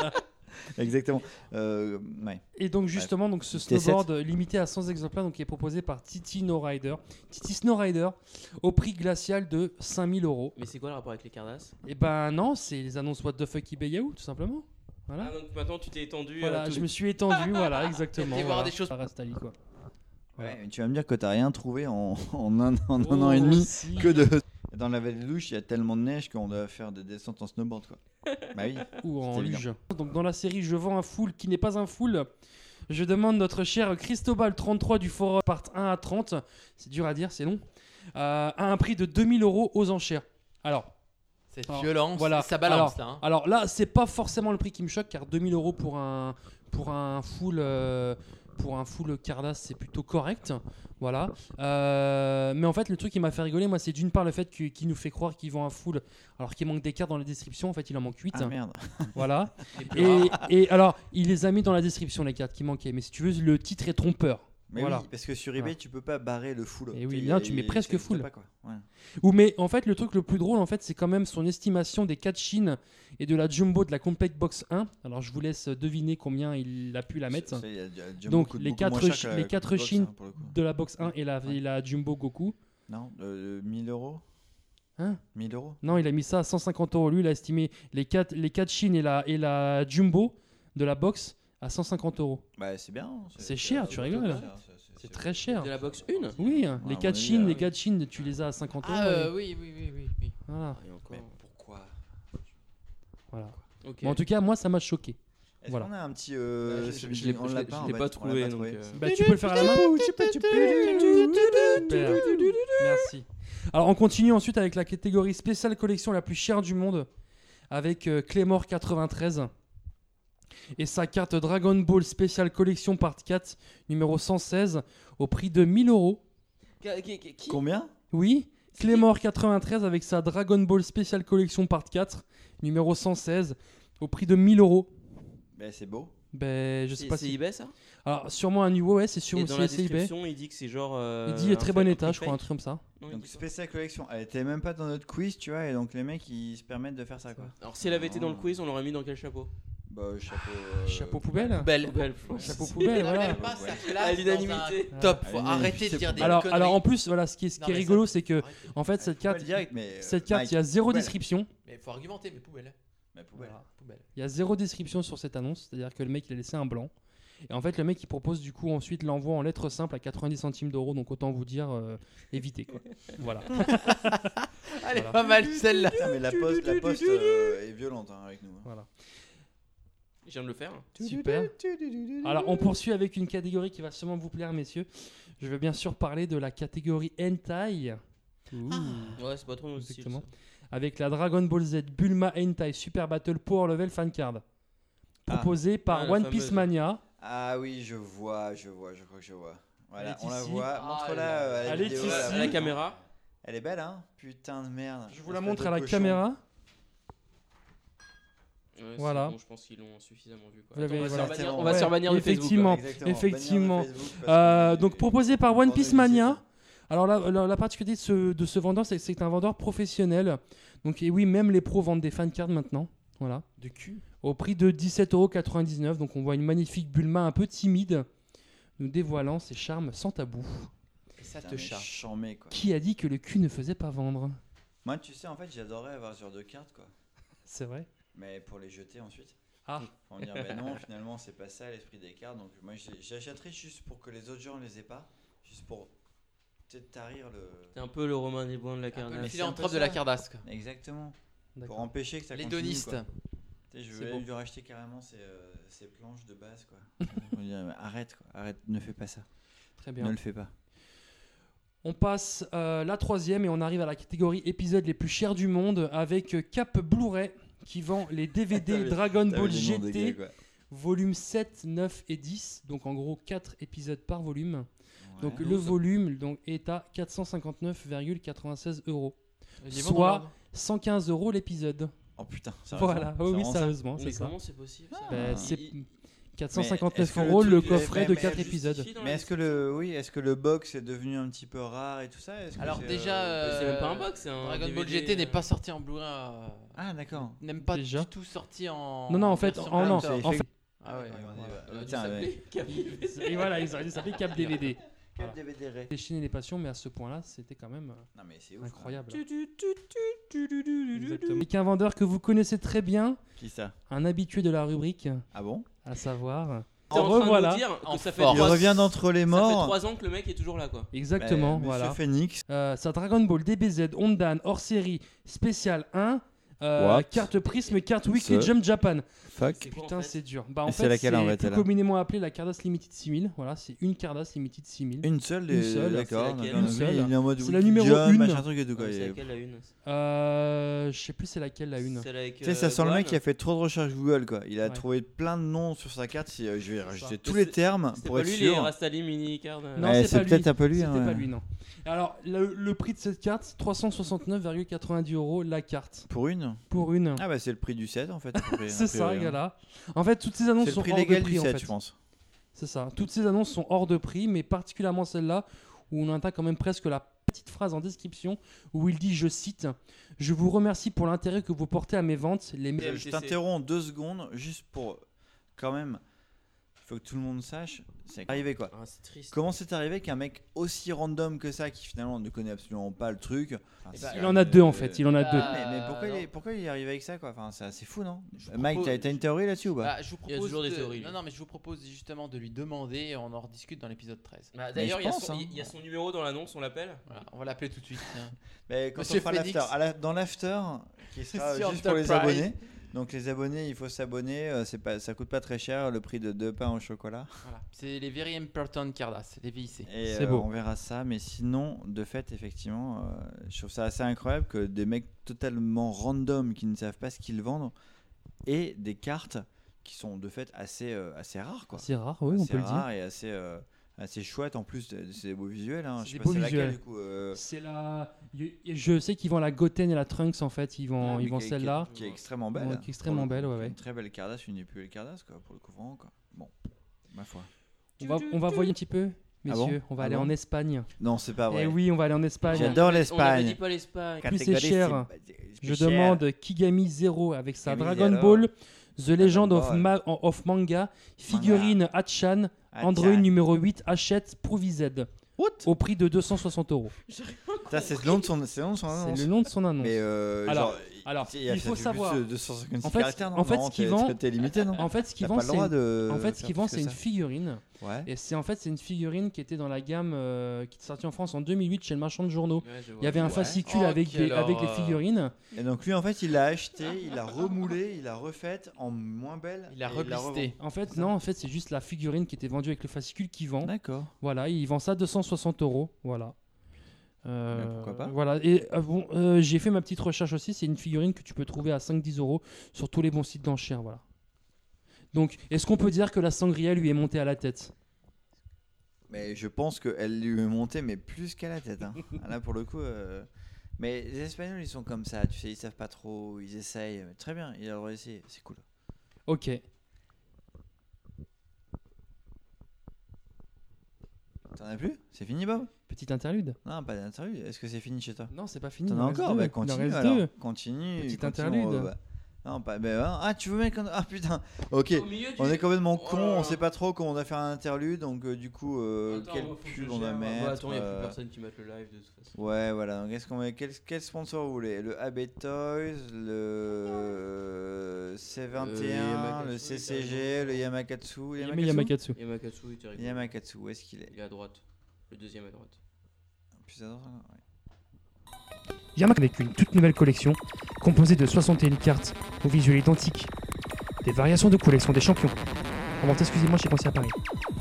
Exactement. Euh, ouais. Et donc justement, donc ce T sept. snowboard euh, limité à cent exemplaires, donc qui est proposé par Titi Snowrider, Titi Snowrider, au prix glacial de cinq mille euros. Mais c'est quoi le rapport avec les Cardass? Et ben non, c'est les annonces What the fuck eBay Yahoo, tout simplement. Voilà. Ah, donc maintenant tu t'es étendu. Voilà, euh, tout- je me suis étendu, voilà, exactement. T'es voir voilà. des choses- Ça reste Ali, quoi. Voilà. Ouais, mais tu vas me dire que t'as rien trouvé en, en un, en un Oh, an et demi si. que de. Dans la vallée de Louche, il y a tellement de neige qu'on doit faire des descentes en snowboard, quoi. Bah oui. Ou en C'est évident. luge. Donc dans la série Je vends un full qui n'est pas un full, je demande notre cher Cristobal trente-trois du forum part un à trente, c'est dur à dire, c'est long, euh, à un prix de deux mille euros aux enchères. Alors, Cette Alors, violence, voilà. ça balance là. hein. alors là, c'est pas forcément le prix qui me choque car deux mille euros pour un, pour un full... euh, pour un full Cardass, c'est plutôt correct, voilà. Euh, mais en fait, le truc qui m'a fait rigoler, moi, c'est d'une part le fait qu'il qu'il nous fait croire qu'il vend un full, alors qu'il manque des cartes dans la description. En fait, il en manque huit. Ah merde. Voilà. Et Et, et alors, il les a mis dans la description, les cartes qui manquaient. Mais si tu veux, le titre est trompeur. Mais Voilà. oui, parce que sur eBay, Voilà. tu peux pas barrer le full. Et oui, Tu sais, non, il- tu mets il- presque ça existe full. pas, quoi. Ouais. Ou mais en fait, le truc le plus drôle, en fait, c'est quand même son estimation des quatre chines et de la jumbo de la Compact Box un. Alors, je vous laisse deviner combien il a pu la mettre. C'est- c'est- il y a- il y a déjà Donc, beaucoup- les beaucoup quatre moins cher chi- que la les quatre Box, chines hein, pour le coup. De la Box un et la, Ouais. et la Jumbo Goku. Non, euh, mille euros. Hein mille euros. Non, il a mis ça à cent cinquante euros. Lui, il a estimé les quatre les quatre chines et la, et la Jumbo de la Box à cent cinquante euros. Bah, c'est bien. C'est cher, tu rigoles. C'est très cher. De la box une. Oui, à les mon quatre avis, chines, euh, les quatre chines, tu les as à cinquante euros. Ah et- euh, oui, oui, oui, oui, oui. Voilà. Et encore. Mais pourquoi? voilà. Ok. Mais en tout cas, moi, ça m'a choqué. Est-ce Voilà. qu'on a un petit. euh, Ouais, je- celui je l'ai- qui- on je l'a l'ai- pas, je en l'ai fait, pas on l'a trouvé, donc, trouvé. euh, Bah, tu peux le faire à la main. Super. Merci. Alors, on continue ensuite avec la catégorie spéciale collection la plus chère du monde avec euh, Claymore quatre-vingt-treize et sa carte Dragon Ball Special Collection Part quatre numéro cent seize au prix de mille euros. Qui- qui- qui- qui- Combien? Oui, Claymore quatre-vingt-treize avec sa Dragon Ball Special Collection Part quatre numéro cent seize au prix de mille euros. Bah, c'est beau. Ben, je sais C'est pas c'est si. eBay ça? Alors, sûrement un niveau, ouais, c'est sûr. Et c'est dans la c'est eBay. description, il dit que c'est genre. euh, Il dit un très bon fake- état, un je crois, un fake. truc comme ça. Non, il Donc, dit pas. spécial collection. Elle était même pas dans notre quiz, tu vois, et donc les mecs ils se permettent de faire ça, quoi. Alors si elle avait été dans le quiz, on l'aurait mis dans quel chapeau? Bah, chapeau. euh, Chapeau poubelle. Poubelle. Poubelle. Chapeau Il poubelle, n'a voilà. même pas sa Ouais. place À dans l'unanimité. un top. Faut À arrêter de l'unanimité, dire des Alors, conneries. alors en plus, voilà, ce qui est, ce Non, qui est mais rigolo, ça- c'est que Arrêtez. en fait cette Poubelle carte, direct, mais. euh, cette carte, Mike, il y a zéro poubelle. description. Mais faut argumenter, mais poubelle. Mais poubelle. Voilà, poubelle. Il y a zéro description sur cette annonce, c'est-à-dire que le mec il a laissé un blanc. Et en fait, le mec il propose du coup ensuite l'envoi en lettres simples à quatre-vingt-dix centimes d'euros, donc autant vous dire euh, évitez quoi. Voilà. Elle est Voilà. pas mal celle-là. Putain, mais la poste, la poste euh, est violente hein, avec nous. hein. Voilà. Je viens de le faire. Super. Alors on poursuit avec une catégorie qui va sûrement vous plaire, messieurs. Je vais bien sûr parler de la catégorie Hentai. Ouh. Ouais, c'est pas trop notre style. Exactement. ça. Avec la Dragon Ball Z Bulma Hentai Super Battle Power Level Fan Card. Proposée par Ah, la One fameuse. Piece Mania. Ah oui, je vois, je vois, je crois que je vois. Voilà, Elle est on la ici. voit. Ah Montre-la là euh, à la Elle est vidéo, ici. là. À la caméra. Elle est belle, hein. Putain de merde. Je vous la Espèce montre de à la cochon. caméra. Ouais, c'est Voilà. bon, je pense qu'ils l'ont suffisamment vu. Quoi. Vous l'avez- Attends, on va voilà. se faire bannir- Ouais, on va se faire bannir de Facebook. effectivement. Exactement. Bannir de Effectivement. Facebook parce Euh, que- donc proposé par One on Piece est Mania. visé. Alors la, la, la particularité de ce, de ce vendeur, c'est que c'est un vendeur professionnel. Donc et oui, même les pros vendent des fan cards maintenant. Voilà. De cul. Au prix de dix-sept euros quatre-vingt-dix-neuf. Donc on voit une magnifique Bulma un peu timide, nous dévoilant ses charmes sans tabou. Et ça Putain, te mais charge. charmé, quoi. Qui a dit que le cul ne faisait pas vendre? Moi, tu sais, en fait, j'adorerais avoir ce genre de cartes, quoi. C'est vrai. Mais pour les jeter ensuite. Ah. On va dire, ben non, finalement, c'est pas ça l'esprit des cartes. Donc, moi, j'ai- j'achèterais juste pour que les autres gens les aient pas. Juste pour peut-être tarir le. C'est un peu le Romain Desbois de la Un peu carnasse. le c'est philanthrope un peu de la ça. Cardasque. Exactement. Pour D'accord. empêcher que ça continue. L'hédoniste. quoi. Tu sais, je C'est vais beau. lui racheter carrément ses, euh, ses planches de base, quoi. On va dire, mais arrête, quoi. Arrête, ne fais pas ça. Très Ne bien. le fais pas. On passe euh, la troisième et on arrive à la catégorie épisodes les plus chers du monde avec euh, Cap Blu-ray qui vend les D V D T'avais- Dragon T'avais Ball les noms des G T gars, quoi. volume sept, neuf et dix. Donc en gros quatre épisodes par volume. Donc Ouais. le volume donc, est à quatre cent cinquante-neuf virgule quatre-vingt-seize euros. Il est Soit- bon dans l'ordre. cent quinze euros l'épisode. Oh putain, sérieusement, Voilà, c'est oui, vraiment ça sérieusement, c'est Mais ça. comment c'est possible ça Ben, Ah. c'est Il- il- quatre cent cinquante-neuf Mais est-ce que le euros le truc- coffret mais- de mais quatre justifie épisodes. Justifie dans Mais la est-ce que le, oui, est-ce que le box est devenu un petit peu rare et tout ça Est-ce que Alors c'est, déjà, euh, Mais c'est même pas un euh, box, c'est un Dragon D V Ball D, G T n'est euh. pas sorti en Blu-ray. euh, Ah d'accord. N'aime pas Déjà. du tout sorti en. Non, non, en fait, version en- non, collector. en fait- Ah ouais. Ouais, voilà. ouais, Ça aurait dû Tiens, s'appeler Cap D V D. Et voilà, ils auraient dû s'appeler Cap D V D. Quel Voilà. D V D ré. Les chiens et les passions, mais à ce point-là, c'était quand même euh, Non mais c'est ouf. incroyable. Tu, tu, tu, tu, tu, tu, tu, tu, Exactement. Et qu'un vendeur que vous connaissez très bien, Qui ça un habitué de la rubrique, Ah bon à savoir. T'es en En train de nous revoilà. dire que En ça fait force. Il trois- revient d'entre les Ça fait morts. trois ans que le mec est toujours là quoi. Exactement, Bah, voilà. Monsieur Phoenix. Euh, sa Dragon Ball D B Z Ondan hors série spécial un, euh, What carte Prism, carte Weekly Ce- Jump Japan. Fuck. C'est quoi, en Putain, fait c'est dur. Bah, en Et fait, c'est laquelle, en c'est fait, plus elle a communément appelé la Cardass Limited six mille. Voilà, c'est une Cardass Limited six mille. Une seule, Une des- seule. d'accord. C'est laquelle d'accord. Une Oui, seule. Il est en mode C'est la Wiki numéro Jump, une. machin truc et tout quoi. Ouais, C'est Il- laquelle la une Euh, je sais plus c'est laquelle la une. Celle avec, Tu sais, euh, ça sent le mec Gohan. qui a fait trop de recherches Google quoi. Il a Ouais. trouvé plein de noms sur sa carte. Si, euh, je vais rajouter tous Mais les c'est- termes C'était pour pas être lui les sûr. Rastali mini card. euh, Non, Ouais, c'est c'est pas lui. peut-être un peu lui. C'était hein, pas ouais. lui, non. Alors, le, le prix de cette carte, c'est trois cent soixante-neuf virgule quatre-vingt-dix euros la carte. Pour une Pour une. Ah bah c'est le prix du set en fait. a priori, c'est a ça, priori, hein. gars-là. En fait, toutes ces annonces C'est le sont prix hors de légal prix, du en set fait. je pense. C'est ça. Toutes ces annonces sont hors de prix, mais particulièrement celle-là, où on entend quand même presque la petite phrase en description, où il dit, je cite, « Je vous remercie pour l'intérêt que vous portez à mes ventes. Les Euh, Je t'interromps deux secondes juste pour quand même. Il faut que tout le monde sache. C'est arrivé quoi. Ah, c'est triste. Comment c'est arrivé qu'un mec aussi random que ça, qui finalement ne connaît absolument pas le truc. enfin, Eh c'est- ben, Il en a deux, en fait. Il en a Bah, deux. Mais, mais pourquoi, non. il est, pourquoi il est arrivé avec ça quoi. Enfin, c'est assez fou non. Je Mike, propose- t'as t'as une théorie là-dessus ou pas? Bah, je vous Il y a propose toujours des de- théories, Non, lui. non, mais je vous propose justement de lui demander et on en rediscute dans l'épisode treize. Bah, Mais D'ailleurs, je il y a pense, son- hein. il y a son numéro dans l'annonce, on l'appelle. Voilà, on va l'appeler tout de suite. tiens. Mais quand Monsieur on fera Phoenix. l'after, à la- dans l'after, qui sera Sur juste pour les Enterprise. abonnés. Donc les abonnés, il faut s'abonner. euh, C'est pas, ça coûte pas très cher, le prix de deux pains au chocolat. Voilà. C'est les Very Important Cardass, les V I C. Et C'est euh, beau. on verra ça. Mais sinon, de fait, effectivement, euh, je trouve ça assez incroyable que des mecs totalement random qui ne savent pas ce qu'ils vendent et des cartes qui sont de fait assez, euh, assez rares. Quoi. C'est rare, oui, on assez peut le dire. rares et assez, euh, assez chouettes en plus. de- C'est des beaux visuels. Hein. C'est Je sais des pas beaux c'est laquelle visuels. du coup. euh, C'est la. y- y- Je sais qu'ils vendent la Goten et la Trunks en fait. Ils vendent, mais ils vendent qui est- celle-là. Qui est extrêmement belle. Ouais, hein, qui est extrêmement pour le belle, coup. ouais, ouais. Une très belle Cardass, une des plus belles Cardass quoi, pour le couvrant. Quoi. Bon, ma foi. On va, on va voyer un petit peu, Ah bon messieurs. On va Ah aller bon en Espagne. Non, c'est pas vrai. Eh oui, on va aller en Espagne. J'adore On avait l'Espagne. dit pas l'Espagne. Plus c'est Catégorie, cher. c'est- Je c'est cher. demande Kigami Zero avec sa Kigami Dragon alors. Ball The Legend of, ouais. Ma- of Manga, figurine Hatchan, Hatchan. Android numéro huit, achète Provised. What Au prix de deux cent soixante euros. Putain, c'est le nom de son, c'est le nom de son annonce. C'est le nom de son annonce. Mais euh, Alors, genre, alors, il, y a- il ça faut fait savoir. plus de deux cent cinquante-six En fait, caractères, non en fait, Non, ce qu'il t'es- vend- t'es limité, non En fait, ce qu'il T'as vend, pas le c'est droit une... de en fait, ce faire qu'il vend, plus que c'est une ça. figurine. Ouais. Et c'est en fait, c'est une figurine qui était dans la gamme euh, qui est sortie en France en deux mille huit chez le marchand de journaux. Ouais, je vois. Il y avait un Ouais. fascicule Oh, avec, quelle des- avec les horreur. figurines. Et donc lui, en fait, il l'a acheté, il l'a remoulé, il l'a refaite en moins belle. Il a et l'a reblisté. En fait, C'est ça. non, en fait, c'est juste la figurine qui était vendue avec le fascicule qui vend. revend. D'accord. Voilà, il vend ça deux cent soixante euros. Voilà. Euh, Mais pourquoi pas. Voilà. Et euh, bon, euh, j'ai fait ma petite recherche aussi. C'est une figurine que tu peux trouver à cinq à dix euros sur tous les bons sites d'enchères. Voilà. Donc, est-ce qu'on peut dire que la sangria lui est montée à la tête? Mais je pense qu'elle lui est montée, mais plus qu'à la tête. Hein. Là, pour le coup. euh, Mais les Espagnols, ils sont comme ça, tu sais, ils savent pas trop, ils essayent. Mais très bien, il a le droit d'essayer, c'est cool. Ok. T'en as plus? C'est fini, Bob? Petite interlude. Non, pas d'interview. Est-ce que c'est fini chez toi? Non, c'est pas fini. T'en il as en reste encore? deux. Bah Il en continue reste alors. deux. Continue. Petite continue, interlude. on- bah, Non, pas. bah, ah, tu veux mettre un. Ah putain. Ok. Au milieu du- On est complètement Oh con, là là. on sait pas trop comment on a fait un interlude, donc euh, du coup, euh, Attends, quel moi, faut que pub je on va gère. mettre. Bah, attends, il y a euh, plus personne qui mette le live de toute façon. Ouais, voilà. Donc, est-ce qu'on met quel, quel sponsor vous voulez? Le A B Toys, le C vingt et un, Yamakatsu, le C C G, le Yamakatsu. Yami Yamakatsu. Yamakatsu, il est rigolo. Yamakatsu, où est-ce qu'il est? Il est à droite. Le deuxième à droite. Plus à droite, ouais. Yamak avec une toute nouvelle collection composée de soixante et une cartes au visuel identique. Des variations de collection des champions. En vente exclusivement chez Conseil à Paris.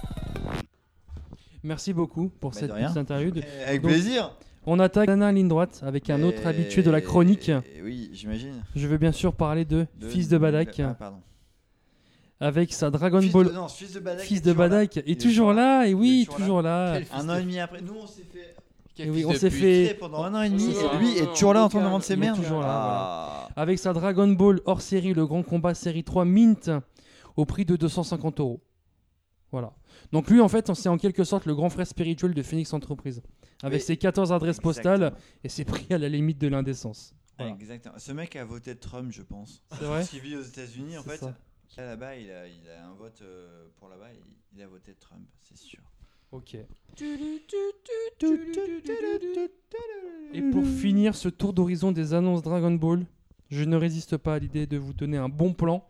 Merci beaucoup pour Bah, cette de rien. petite interlude. Eh, Avec Donc, plaisir. On attaque Dana ligne droite avec un autre habitué de la chronique. Et- Oui, j'imagine. Je veux bien sûr parler de, De- Fils de Badak Ah, pardon. avec sa Dragon Fils Ball. de, non, Fils de Badak. Fils est de toujours là. Badak Il est toujours toujours là, et Il oui, est toujours toujours là. Quel fils Un an de- et demi après, nous on s'est fait. Et oui, on fils de s'est pute. fait Et pendant un an et demi, Ouais, et lui ouais, est ouais, toujours là en train de aucun- vendre ses il est merdes. toujours là, Ah. avec sa Dragon Ball hors série, le grand combat série trois Mint, au prix de deux cent cinquante euros. Voilà. Donc lui, en fait, c'est en quelque sorte le grand frère spirituel de Phoenix Entreprise, avec Oui, ses quatorze adresses postales Exactement. et ses prix à la limite de l'indécence. Voilà. Exactement. Ce mec a voté Trump, je pense. C'est vrai. Parce qu'il vit aux États-Unis, en C'est fait. ça. Là, là-bas, il a, il a un vote euh, pour là-bas, il, il a voté Trump, c'est sûr. Ok. Et pour finir ce tour d'horizon des annonces Dragon Ball, je ne résiste pas à l'idée de vous donner un bon plan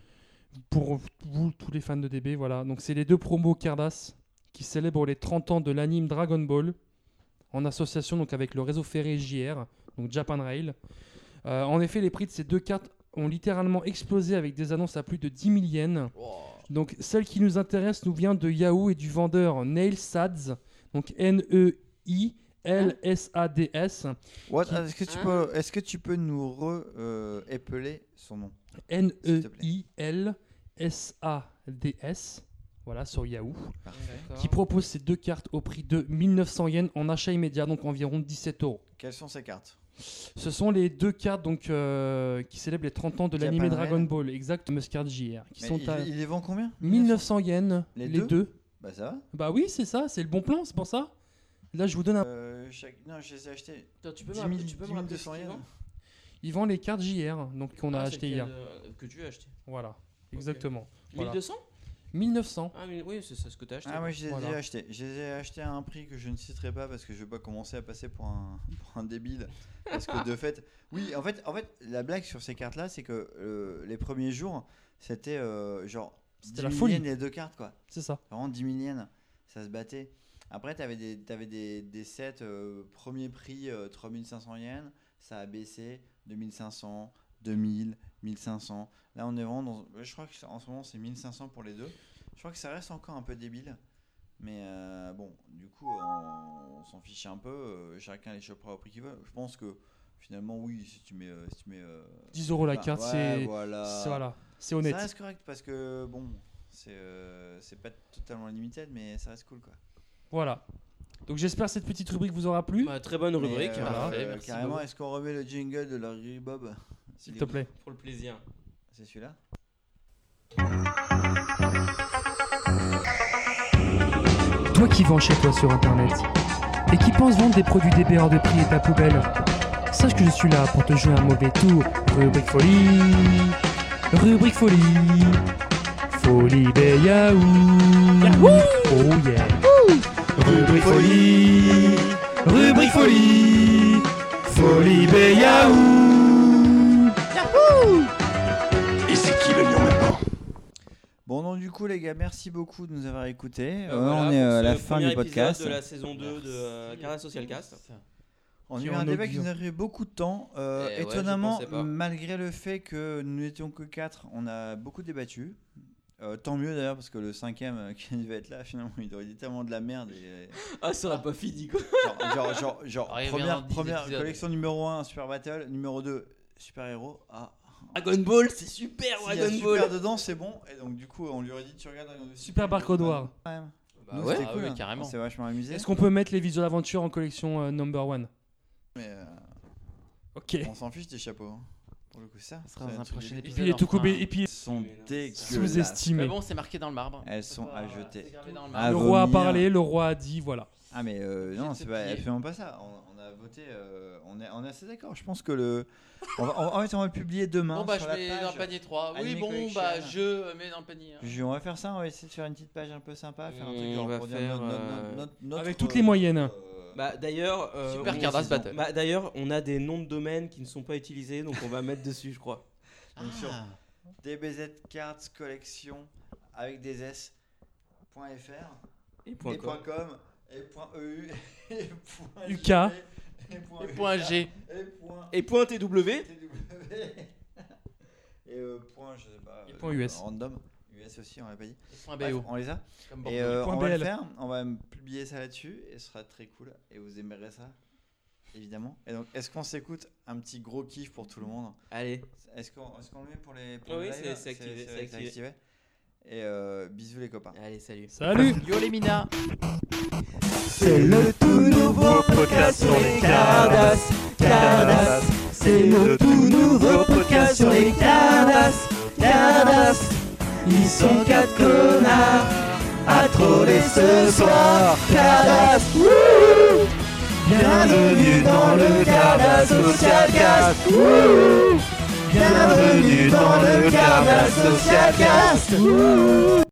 pour vous, tous les fans de D B. Voilà. Donc, c'est les deux promos Cardass qui célèbrent les trente ans de l'anime Dragon Ball en association donc avec le réseau ferré J R, donc Japan Rail. Euh, en effet, les prix de ces deux cartes ont littéralement explosé avec des annonces à plus de dix mille yens. Donc, celle qui nous intéresse nous vient de Yahoo et du vendeur Nail Sads, donc N E I L S A D S. What? Qui- Est-ce que, tu Hein peux, est-ce que tu peux nous re-épeler son nom? N E S'il te plaît. I L S A D S. Voilà, sur Yahoo. D'accord. Qui propose ces deux cartes au prix de mille neuf cents yens en achat immédiat, donc environ dix-sept euros. Quelles sont ces cartes? Ce sont les deux cartes donc, euh, qui célèbrent les trente ans de Japan l'anime Rail. Dragon Ball, exact, Muscard J R, qui Mais sont il, à il les vend combien? mille neuf cents yens, Les les, deux deux. Bah ça va. Bah oui, c'est ça, c'est le bon plan, c'est pour ça. Là, je vous donne un... Euh, chaque... Non, je les ai achetés. Attends, tu peux me dix rappeler, mille, tu peux me dix mille rappeler deux ce cents qu'ils yens. vendent Ils vendent les cartes J R, donc qu'on a Ah, c'est acheté lequel, hier. euh, que tu as acheté. Voilà, exactement. Voilà. mille deux cents mille neuf cents. Ah, mais oui, c'est ça ce que tu as acheté. Ah, moi je les Voilà. ai achetés. Je les ai achetés à un prix que je ne citerai pas parce que je vais pas commencer à passer pour un, pour un débile. Parce que de fait, oui, en fait, en fait, la blague sur ces cartes-là, c'est que euh, les premiers jours, c'était euh, genre C'était dix la mille folie. yens les deux cartes, quoi. C'est ça. Vraiment dix mille yens, ça se battait. Après, tu avais des, t'avais des, des sets euh, premier prix euh, trois mille cinq cents yens, ça a baissé deux mille cinq cents, deux mille, mille cinq cents. Là, on est vraiment dans. Je crois qu'en ce moment, c'est mille cinq cents pour les deux. Je crois que ça reste encore un peu débile. Mais euh, bon, du coup, on, on s'en fiche un peu. euh, chacun les chopera au prix qu'il veut. Je pense que finalement, oui, si tu mets. euh, si tu mets euh, dix euros la enfin, carte, ouais, c'est Voilà. c'est voilà, c'est honnête. Ça reste correct parce que bon, c'est euh, c'est pas totalement limited, mais ça reste cool quoi. Voilà. Donc j'espère que cette petite rubrique vous aura plu. Bah, très bonne Mais, rubrique. euh, parfait, euh, merci carrément, Bob. est-ce qu'on remet le jingle de la rubrique Bob? S'il te plaît. Pour le plaisir. C'est celui-là? Toi qui vends chez toi sur internet et qui penses vendre des produits D B hors de prix et ta poubelle, sache que je suis là pour te jouer un mauvais tour. Rubrique folie. Rubrique folie. Folie Béyaou. Oh yeah. Rubrique folie. Rubrique folie. Folie Béyaou. Et c'est qui le lion maintenant? Bon, donc du coup, les gars, merci beaucoup de nous avoir écoutés. Euh, Euh, voilà on est pour à ce la fin premier du podcast. épisode de la saison deux de euh, Carda Social Cast. On a Qui eu en un débat qui augure. nous a pris beaucoup de temps. Euh, Eh ouais, étonnamment, je pensais pas. malgré le fait que nous n'étions que quatre, on a beaucoup débattu. Euh, tant mieux d'ailleurs, parce que le cinquième euh, qui devait être là, finalement, il aurait dit tellement de la merde. Et, Ah, ça aurait pas fini quoi. genre, genre, genre, genre, Alors, il y avait première, un dix première épisodes. collection numéro un, Super Battle. Numéro deux, Super Héros. Ah, Dragon Ball, c'est super s'il y a Dragon Super Ball. dedans, c'est bon. Et donc, du coup, on lui aurait dit tu regardes Dragon Ball. Super Barcode War. Quand même. Bah Nous, ouais. c'était Ah cool, oui, hein. carrément. On s'est vachement amusé. Est-ce qu'on peut mettre les Visual Adventure en collection euh, number one? Mais euh, Ok. on s'en fiche des chapeaux. hein. Pour le coup, ça. Ça sera c'est dans un truc prochain de- Et épisode. puis les Tokube, et puis Elles sont dégueulasses. sous-estimés. Mais bon, c'est marqué dans le marbre. Elles sont à C'est jeter. gravé dans le Ah, Le marbre. roi a vomir. parlé, le roi a dit, voilà. Ah mais euh, non, J'ai c'est ce pas pied. absolument pas ça. On, on a voté, euh, on est, on est assez d'accord. Je pense que le, on va, on- en fait, on va le publier demain Bon, bah, sur je la mets page. dans le panier trois. Oui, Anime bon, Collection. bah, je mets dans le panier. hein. Je- on va faire ça. On va essayer de faire une petite page un peu sympa, faire un truc On genre va pour dire faire, notre- notre- euh, notre- notre- Avec notre, toutes les moyennes. euh, Bah d'ailleurs, euh, Super on- Cardass Battle. Bah d'ailleurs, on a des noms de domaines qui ne sont pas utilisés, donc on va mettre dessus, je crois. donc sur Ah. D B Z Cards Collection avec des S point .fr Et et point com. .com et point .eu et point U K. G et Et point G. et point Et point T W. T W et euh, point je sais pas Et euh, point U S. random U S aussi on l'a pas dit. Et point Bref, B O. on les a Comme et Bordeaux. euh, Point on va le B L. faire, on va m- publier ça là-dessus et ce sera très cool et vous aimerez ça évidemment. Et donc est-ce qu'on s'écoute un petit gros kiff pour tout le monde? Allez. Est-ce qu'on est-ce qu'on le met pour les pour Oui, le live c'est- c'est activé, c'est activé. Et euh, bisous les copains. Allez, salut. Salut. Yo les minas. C'est le tout nouveau podcast sur les Cardass, Cardass. C'est le tout nouveau podcast sur les Cardass, Cardass. Ils sont quatre connards à troller ce soir, Cardass. Wouh. Bienvenue dans le Cardass Social Cast. Wouh. Bienvenue dans le Cardass Social Cast. Wouh.